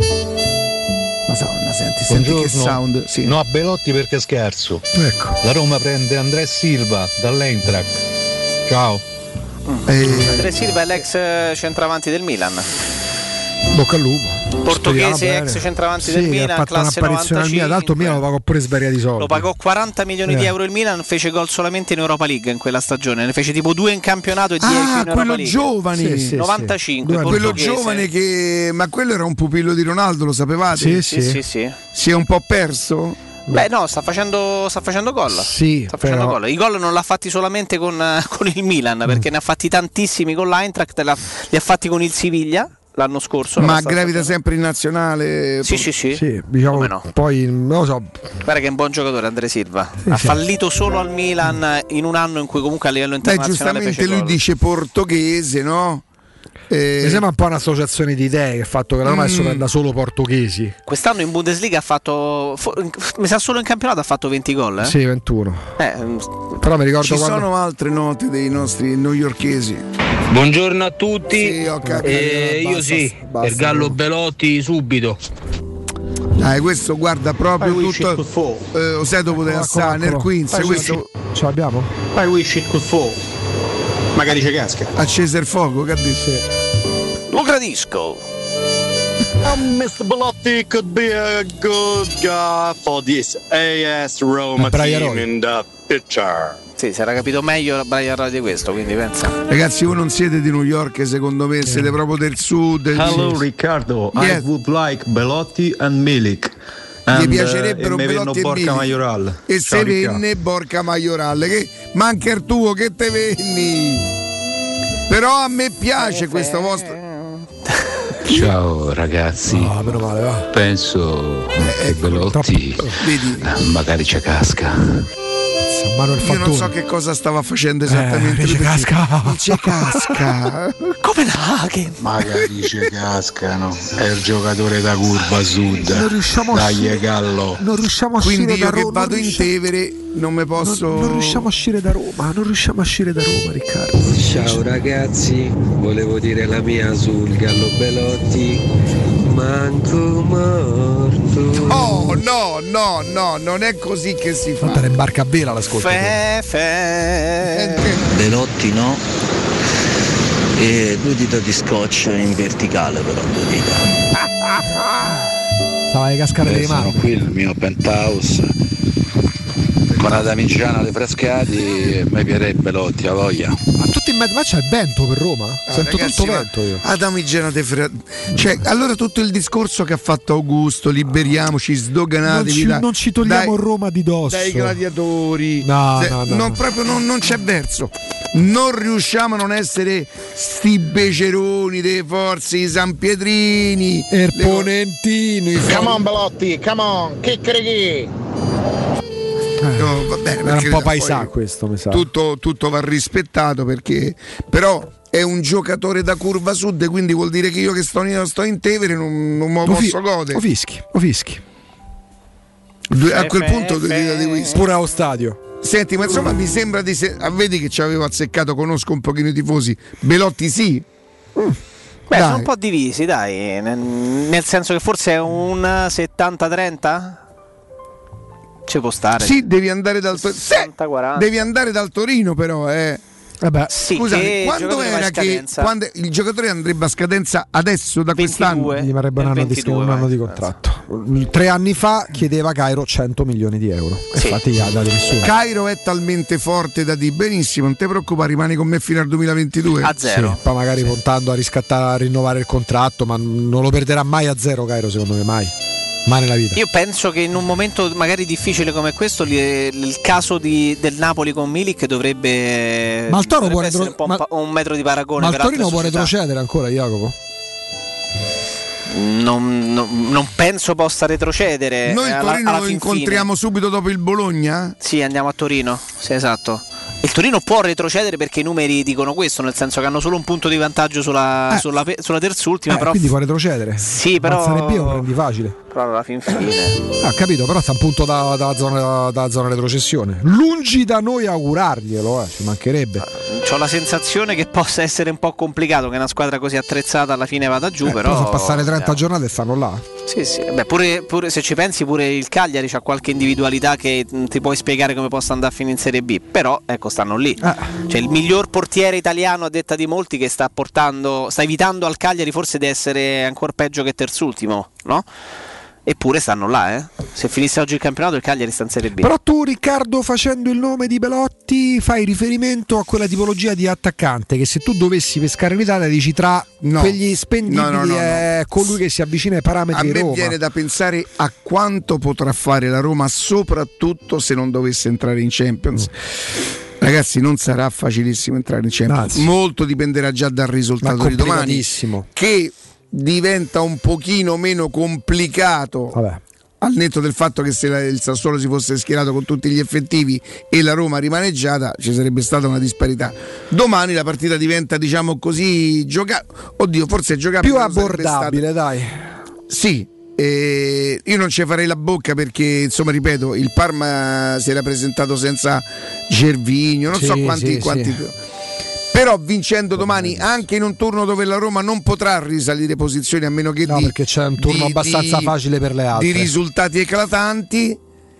Madonna, senti, senti che sound. Sì. No a Belotti perché scherzo. Ecco. La Roma prende André Silva dall'Eintracht. Ciao. Eh. André Silva è l'ex centravanti del Milan. Bocca al lupo. Portoghese, ex centravanti sì, del Milan, ha fatto classe un'apparizione al Milan, d'altro Milan lo pagò pure svariati soldi. Lo pagò quaranta milioni eh. di euro il Milan, fece gol solamente in Europa League in quella stagione, ne fece tipo due in campionato e dieci ah, in Europa quello League. Giovane. Sì, sì, novantacinque. Sì. Quello giovane che ma quello era un pupillo di Ronaldo, lo sapevate? Sì, sì, sì, sì, sì. Si è un po' perso? Beh no, sta facendo sta facendo gol. Sì, sta facendo però... gol. I gol non l'ha fatti solamente con, con il Milan, perché mm. ne ha fatti tantissimi con l'Eintracht, li ha fatti con il Siviglia l'anno scorso. Ma gravita sempre in nazionale? Sì, sì, sì. sì diciamo, no? Poi non lo so. Guarda che è un buon giocatore André Silva. Sì, ha sì. fallito solo al Milan in un anno in cui comunque a livello internazionale Beh, fece giustamente lui gol. dice portoghese, no? Eh... Mi sembra un po' un'associazione di idee, il fatto che la Roma mm. adesso prenda solo portoghesi. Quest'anno in Bundesliga ha fatto, mi sa solo in campionato ha fatto venti gol. Eh? Sì, ventuno. Eh, Però mi ricordo ci quando... sono altre note dei nostri newyorkesi. Buongiorno a tutti. Sì, ho capito. Eh, basta, io sì, basta, per Gallo Belotti subito. Dai, questo guarda proprio Poi tutto. Eh, Oseto poteva stare nel Queens. Poi questo... Ce l'abbiamo? Poi wish it could fall. Magari ci casca. Accese il fuoco, che dice? Lo gradisco. Um, mister Belotti could be a good guy for this A S Roma team in the picture. Sì, si era capito meglio Brian Roy di questo, quindi pensa. Ragazzi, voi non siete di New York, secondo me, siete proprio del sud. Hello Riccardo, yes. I would like Belotti and Milik. Mi piacerebbero uh, Belotti e Borca Milik. Majoral. E se venne Borca Majoral, che manca il tuo che te venni. Però a me piace eh, questo vostro. Ciao ragazzi, oh, meno male, va. Penso eh, che Belotti troppo... magari ci casca. Io non so che cosa stava facendo esattamente. Eh, casca. Dice casca. Come Naghi? Magari ci cascano. È il giocatore da curva sud. Non riusciamo a Dai Gallo. Non riusciamo a Quindi uscire da Roma. Quindi io che Ro- vado in riusciamo... Tevere non mi posso. Non, non riusciamo a uscire da Roma. Non riusciamo a uscire da Roma, Riccardo. Ciao ragazzi, volevo dire la mia sul Gallo Belotti. Manco morto. Oh no, no, no, non è così che si fa. Fatta in barca a vela l'ascolto. Fe, fe. Belotti no. E due dita di scotch in verticale però due dita. Stava di cascare delle mani. Sono qui il mio penthouse. Con la damigiana dei frescati mi piacerebbe Belotti, a voglia. Ma tutti in mezzo, ma c'è il vento per Roma? Ah, sento ragazzi, tanto vento io. Adamigiana dei frescati. Cioè, allora tutto il discorso che ha fatto Augusto, liberiamoci, sdoganatevi. Non ci, da, non ci togliamo dai, Roma di dosso. Dai gladiatori. No, Se, no, no, non, no. Proprio non, non c'è verso. Non riusciamo a non essere sti beceroni dei forze, i San Pietrini, Erponentini. Le... Come on Belotti, come on, che credi? No, va bene, era un po' paesà questo, mi sa. Tutto, tutto va rispettato perché però è un giocatore da curva sud, quindi vuol dire che io che sto in, sto in Tevere non, non me lo posso fi- godere. O fischi, o fischi. Due, a quel punto due dita di whisky. Pure allo stadio. Senti, ma insomma mi sembra di se- ah, vedi che ci avevo azzeccato, conosco un pochino i tifosi. Belotti sì. Mm. Beh, dai. Sono un po' divisi, dai, nel, nel senso che forse è un settanta trenta. Ci può stare. Sì, devi andare dal Torino. sessanta quaranta. Devi andare dal Torino, però, eh. Vabbè. Sì, scusate, quando era che quando il giocatore andrebbe a scadenza adesso da ventidue, quest'anno? Gli varrebbe un, ventidue, un anno di contratto. Tre anni fa chiedeva Cairo cento milioni di euro. Sì. Infatti gli ha dato nessuno. Cairo è talmente forte da dire benissimo, non ti preoccupare, rimani con me fino al duemilaventidue. A zero. Sì, poi magari sì. puntando a riscattare, a rinnovare il contratto, ma non lo perderà mai a zero Cairo, secondo me, mai. Mai nella vita. Io penso che in un momento magari difficile come questo il caso di, del Napoli con Milik dovrebbe, ma il Toro dovrebbe può retro- essere un, po ma, un metro di paragone. Ma il per Torino può società. retrocedere ancora, Jacopo? Non, non, non penso possa retrocedere. Noi il alla, Torino alla lo fin incontriamo fine. subito dopo il Bologna? Sì, andiamo a Torino. Sì, esatto. Il Torino può retrocedere perché i numeri dicono questo, nel senso che hanno solo un punto di vantaggio sulla, eh. sulla, sulla terzultima. Eh, però quindi può retrocedere. Sì, però. Ma Serie B lo prendi facile. Però alla fin fine. Ah, capito, però sta un punto dalla da zona, da zona retrocessione. Lungi da noi augurarglielo, eh, ci mancherebbe. ho la sensazione che possa essere un po' complicato che una squadra così attrezzata alla fine vada giù, eh, però però so passare trenta eh. giornate e stanno là. Sì, sì. Beh, pure, pure se ci pensi, pure il Cagliari c'ha qualche individualità che ti puoi spiegare come possa andare a finire in Serie B, però ecco, stanno lì. Eh. Cioè il miglior portiere italiano, a detta di molti, che sta portando, sta evitando al Cagliari forse di essere ancora peggio che terzultimo, no? Eppure stanno là, eh. Se finisse oggi il campionato il Cagliari sta in Serie B. Però tu, Riccardo, facendo il nome di Belotti, fai riferimento a quella tipologia di attaccante che se tu dovessi pescare in Italia dici tra no. quegli spendibili no, no, no, è no. colui che si avvicina ai parametri di Roma. A me viene da pensare a quanto potrà fare la Roma, soprattutto se non dovesse entrare in Champions. Mm. Ragazzi, non sarà facilissimo entrare in Champions. Anzi. Molto dipenderà già dal risultato di domani, che diventa un pochino meno complicato. Vabbè. Al netto del fatto che se il Sassuolo si fosse schierato con tutti gli effettivi e la Roma rimaneggiata, ci sarebbe stata una disparità. Domani la partita diventa, diciamo così, gioca- oddio, forse è giocabile, più abbordabile, dai. Sì, eh, io non ci farei la bocca perché, insomma, ripeto, il Parma si era presentato senza Gervinho, non sì, so quanti, sì, quanti sì. Però vincendo domani anche in un turno dove la Roma non potrà risalire posizioni, a meno che no, di, perché c'è un turno di, abbastanza di, facile per le altre, di risultati eclatanti,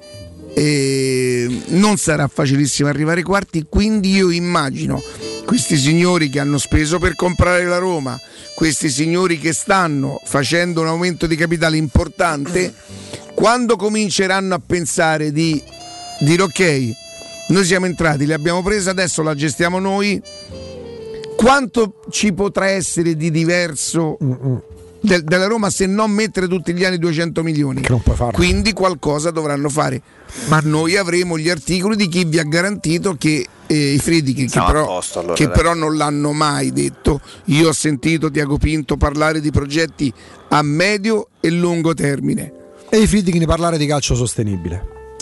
e non sarà facilissimo arrivare ai quarti. Quindi io immagino questi signori che hanno speso per comprare la Roma, questi signori che stanno facendo un aumento di capitale importante, quando cominceranno a pensare di dire ok, noi siamo entrati, li abbiamo presi, adesso la gestiamo noi, quanto ci potrà essere di diverso de- della Roma se non mettere tutti gli anni duecento milioni? Che non puoi farlo. Quindi qualcosa dovranno fare, ma noi avremo gli articoli di chi vi ha garantito che eh, i Friedrich, che, però, posto, allora, che però non l'hanno mai detto. Io ho sentito Tiago Pinto parlare di progetti a medio e lungo termine e i Friedrich ne parlare di calcio sostenibile,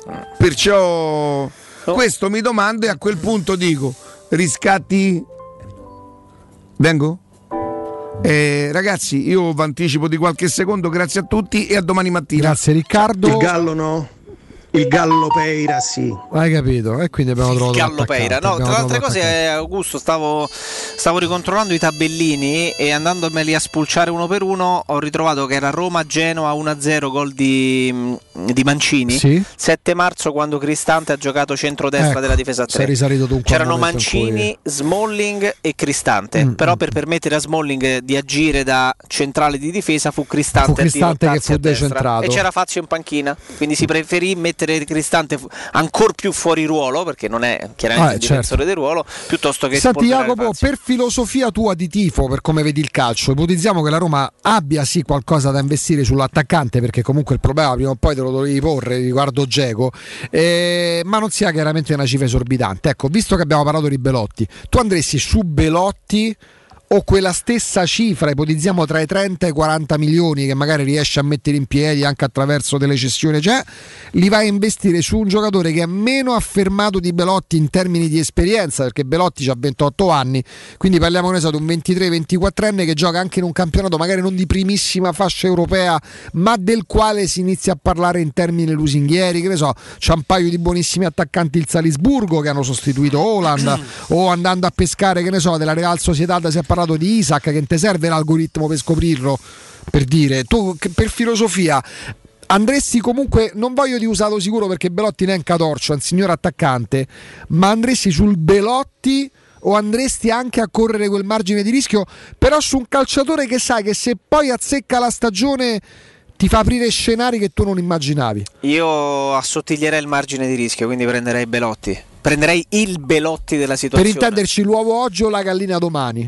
perciò no. Questo mi domando, e a quel punto dico riscatti. Vengo? Eh, ragazzi, io vi anticipo di qualche secondo, grazie a tutti e a domani mattina. Grazie Riccardo. Il Gallo no? Il Gallo Peira sì. Hai capito? E quindi abbiamo trovato il Gallo Peira. No, tra le altre cose, eh, Augusto, stavo, stavo ricontrollando i tabellini e andandomeli a spulciare uno per uno ho ritrovato che era Roma-Genoa uno a zero, gol di, di Mancini, sì. sette marzo, quando Cristante ha giocato centrodestra, ecco, della difesa a tre. C'erano Mancini, cui... Smalling e Cristante, mm, però mm. per permettere a Smalling di agire da centrale di difesa fu Cristante, fu Cristante che fu decentrato e c'era Fazio in panchina, quindi si preferì mettere Cristante ancora più fuori ruolo, perché non è chiaramente ah, il difensore, certo, del ruolo, piuttosto che Senti Jacopo, per filosofia tua di tifo, per come vedi il calcio, ipotizziamo che la Roma abbia sì qualcosa da investire sull'attaccante, perché comunque il problema prima o poi te lo dovevi porre riguardo Dzeko, eh, ma non sia chiaramente una cifra esorbitante. Ecco, visto che abbiamo parlato di Belotti, tu andresti su Belotti o quella stessa cifra, ipotizziamo tra i trenta e i quaranta milioni che magari riesce a mettere in piedi anche attraverso delle cessioni, cioè li vai a investire su un giocatore che è meno affermato di Belotti in termini di esperienza, perché Belotti ha ventotto anni, quindi parliamo ne so, di un ventitré ventiquattrenne che gioca anche in un campionato magari non di primissima fascia europea, ma del quale si inizia a parlare in termini lusinghieri, che ne so, c'è un paio di buonissimi attaccanti il Salisburgo che hanno sostituito Haaland, o andando a pescare, che ne so, della Real Sociedad si è parlato di Isaac, che non ti serve l'algoritmo per scoprirlo, per dire, tu per filosofia andresti comunque, non voglio di usato sicuro perché Belotti non è un catorcio, è un signor attaccante, ma andresti sul Belotti o andresti anche a correre quel margine di rischio, però su un calciatore che sai che se poi azzecca la stagione ti fa aprire scenari che tu non immaginavi? Io assottiglierei il margine di rischio, quindi prenderei Belotti, prenderei il Belotti della situazione. Per intenderci, l'uovo oggi o la gallina domani?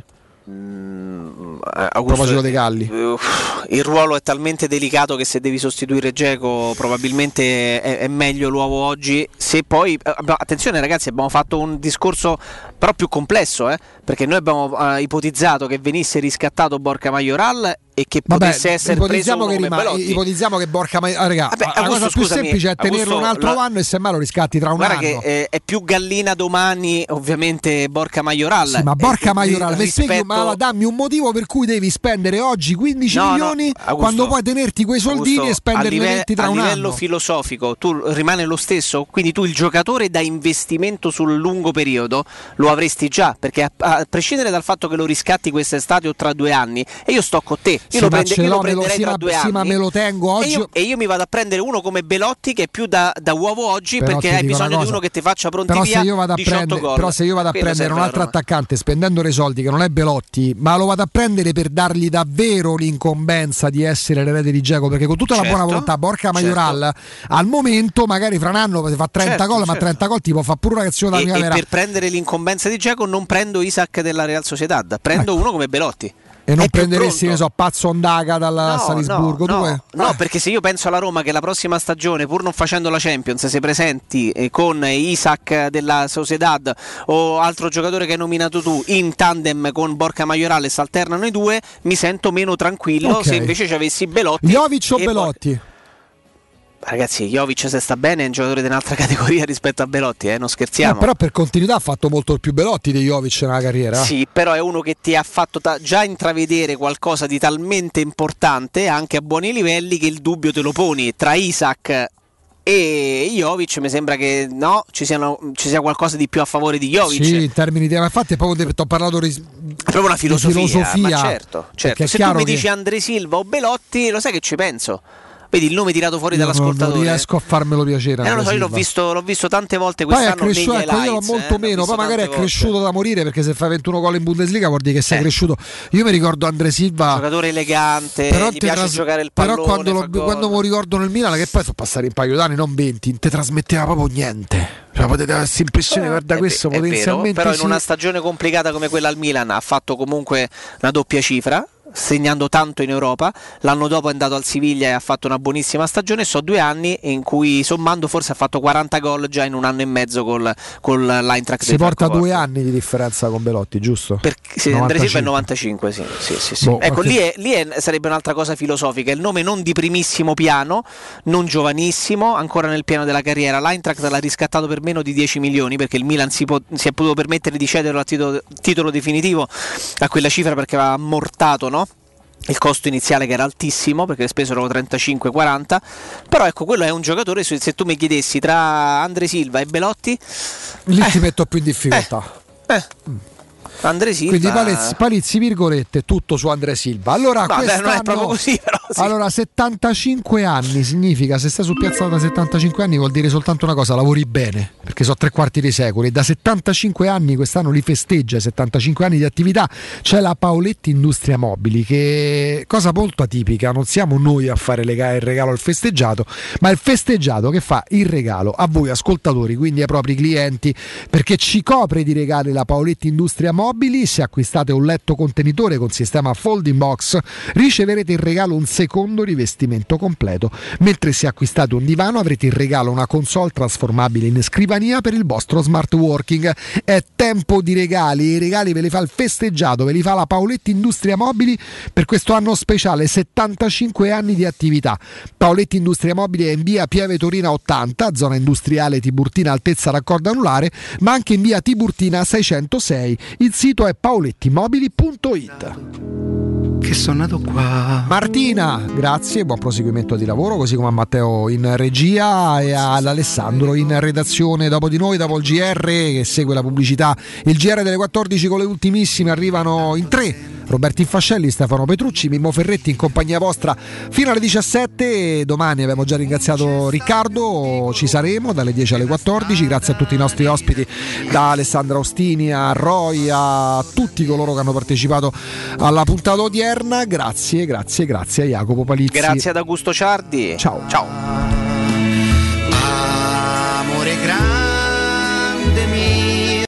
Mm, a proposito dei Galli, il ruolo è talmente delicato che se devi sostituire Dzeko probabilmente è, è meglio l'uovo oggi. Se poi, attenzione ragazzi, abbiamo fatto un discorso però più complesso, eh? Perché noi abbiamo uh, ipotizzato che venisse riscattato Borja Mayoral e che Vabbè, potesse essere preso che come rima- Belotti. ipotizziamo che Borca Maiorala, ah, raga, Vabbè, la Augusto, cosa più scusami, semplice è tenerlo Augusto, un altro la- anno e semmai lo riscatti tra un Guarda anno. che eh, è più gallina domani ovviamente Borca Maiorala. Sì, ma Borca eh, Maiorala, mi rispetto... spieghi, ma dammi un motivo per cui devi spendere oggi quindici No, milioni no, Augusto, quando puoi tenerti quei soldini Augusto, e spenderli a live- venti tra a un livello anno. filosofico tu rimane lo stesso, quindi tu il giocatore da investimento sul lungo periodo lo avresti già, perché a, a prescindere dal fatto che lo riscatti quest'estate o tra due anni, e io sto con te, io Sì, lo, ma prende, ce io lo l'ho, me lo- prenderei sì, tra ma- due sì, anni ma me lo tengo oggi. e io, e io mi vado a prendere uno come Belotti che è più da, da uovo oggi, Però perché ti hai dico una bisogno di cosa. uno che ti faccia pronti Però via se io vado a diciotto prendere, gol. però se io vado a Quello prendere serve un alla altro Roma. attaccante spendendo dei soldi che non è Belotti, ma lo vado a prendere per dargli davvero l'incombenza di essere l'erede di Dzeko, perché con tutta la Certo, buona volontà Borca Majoral al momento magari fra un anno fa trenta Certo, gol, ma certo. trenta gol tipo fa pure un ragazzino da E, e primavera. per prendere l'incombenza di Dzeko non prendo Isaac della Real Sociedad, prendo Ecco. uno come Belotti. E non È più prenderesti, pronto. ne so, Pazzo Ondaga dal No, Salisburgo? no, tu, no, no, perché se io penso alla Roma che la prossima stagione, pur non facendo la Champions, si presenti eh, con Isaac della Sociedad o altro giocatore che hai nominato tu in tandem con Borca Majoral e si alternano i due, mi sento meno tranquillo Ok. se invece ci avessi Belotti. Jovic o e Belotti? Bor- Ragazzi, Jovic se sta bene è un giocatore di un'altra categoria rispetto a Belotti, eh, non scherziamo. Eh, però per continuità ha fatto molto più Belotti di Jovic nella carriera. Sì, però è uno che ti ha fatto ta- già intravedere qualcosa di talmente importante anche a buoni livelli che il dubbio te lo poni tra Isaac e Jovic. Mi sembra che no, ci, siano, ci sia qualcosa di più a favore di Jovic. Sì, in termini di. Ma infatti, è proprio ti ho parlato ris- È proprio una di filosofia, filosofia, ma certo, perché certo. è Se tu chiaro mi che- dici Andre Silva o Belotti, lo sai che ci penso. Vedi il nome tirato fuori Io non, dall'ascoltatore. non riesco a farmelo piacere. Eh, non lo so, io l'ho Silva. visto, l'ho visto tante volte Poi è quest'anno negli cresciuto, ecco, io l'ho highlights, molto eh, l'ho meno, visto poi magari è tante volte. cresciuto da morire, perché se fa ventuno gol in Bundesliga vuol dire che sei Eh. cresciuto. Io mi ricordo Andre Silva, Giocatore elegante, però, gli te piace tras- giocare il pallone. però quando, fa lo, gol. quando mi ricordo nel Milan, che poi sono passati un paio d'anni, non venti, non ti trasmetteva proprio niente. Cioè, potete avere questa impressione, guarda È questo ve- è vero, potenzialmente però in sì. una stagione complicata come quella al Milan ha fatto comunque una doppia cifra, segnando tanto in Europa. L'anno dopo è andato al Siviglia e ha fatto una buonissima stagione. So due anni in cui sommando forse ha fatto quaranta gol già in un anno e mezzo col, col l'Eintracht Si di porta Francoforte. due anni di differenza con Belotti, giusto? Perché, sì, Andrea Silva è novantacinque, sì, sì, sì, sì. Boh, Ecco, qualche- lì, è, lì è- sarebbe un'altra cosa filosofica. Il nome non di primissimo piano, non giovanissimo, ancora nel piano della carriera. L'Eintracht l'ha riscattato per meno di dieci milioni, perché il Milan si, può- si è potuto permettere di cederlo a titolo, titolo definitivo a quella cifra, perché aveva ammortato, no? Il costo iniziale che era altissimo, perché le spese erano trentacinque quaranta. Però ecco, quello è un giocatore, se se tu mi chiedessi tra Andre Silva e Belotti, Lì eh, ti metto più in difficoltà. eh, Andre Silva. Quindi palizzi, palizzi virgolette tutto su Andre Silva. Allora, No, beh, quest'anno, non è proprio così, però sì. allora settantacinque anni significa, se stai sul piazzato da settantacinque anni vuol dire soltanto una cosa: lavori bene, perché sono tre quarti di secolo e da settantacinque anni, quest'anno li festeggia settantacinque anni di attività. C'è la Paoletti Industria Mobili, che cosa molto atipica, non siamo noi a fare le ga- il regalo al festeggiato, ma il festeggiato che fa il regalo a voi ascoltatori, quindi ai propri clienti, perché ci copre di regali la Paoletti Industria Mobili. Se acquistate un letto contenitore con sistema folding box, riceverete in regalo un secondo rivestimento completo, mentre se acquistate un divano avrete in regalo una console trasformabile in scrivania per il vostro smart working. È tempo di regali, i regali ve li fa il festeggiato, ve li fa la Paoletti Industria Mobili per questo anno speciale, settantacinque anni di attività. Paoletti Industria Mobili è in via Pieve Torina ottanta, zona industriale Tiburtina altezza raccordo anulare, ma anche in via Tiburtina seicentosei. Il sito è paolettimobili punto it. Che sono nato qua. Martina, grazie, buon proseguimento di lavoro, così come a Matteo in regia e ad Alessandro in redazione. Dopo di noi, dopo il G R che segue la pubblicità, il G R delle quattordici con le ultimissime arrivano in tre. Roberto Infascelli, Stefano Petrucci, Mimmo Ferretti in compagnia vostra fino alle diciassette. Domani abbiamo già ringraziato Riccardo, ci saremo dalle dieci alle quattordici. Grazie a tutti i nostri ospiti, da Alessandra Ostini a Roy, a tutti coloro che hanno partecipato alla puntata odierna. Grazie, grazie, grazie a Jacopo Palizzi. Grazie ad Augusto Ciardi. Ciao. Ciao. Amore grande.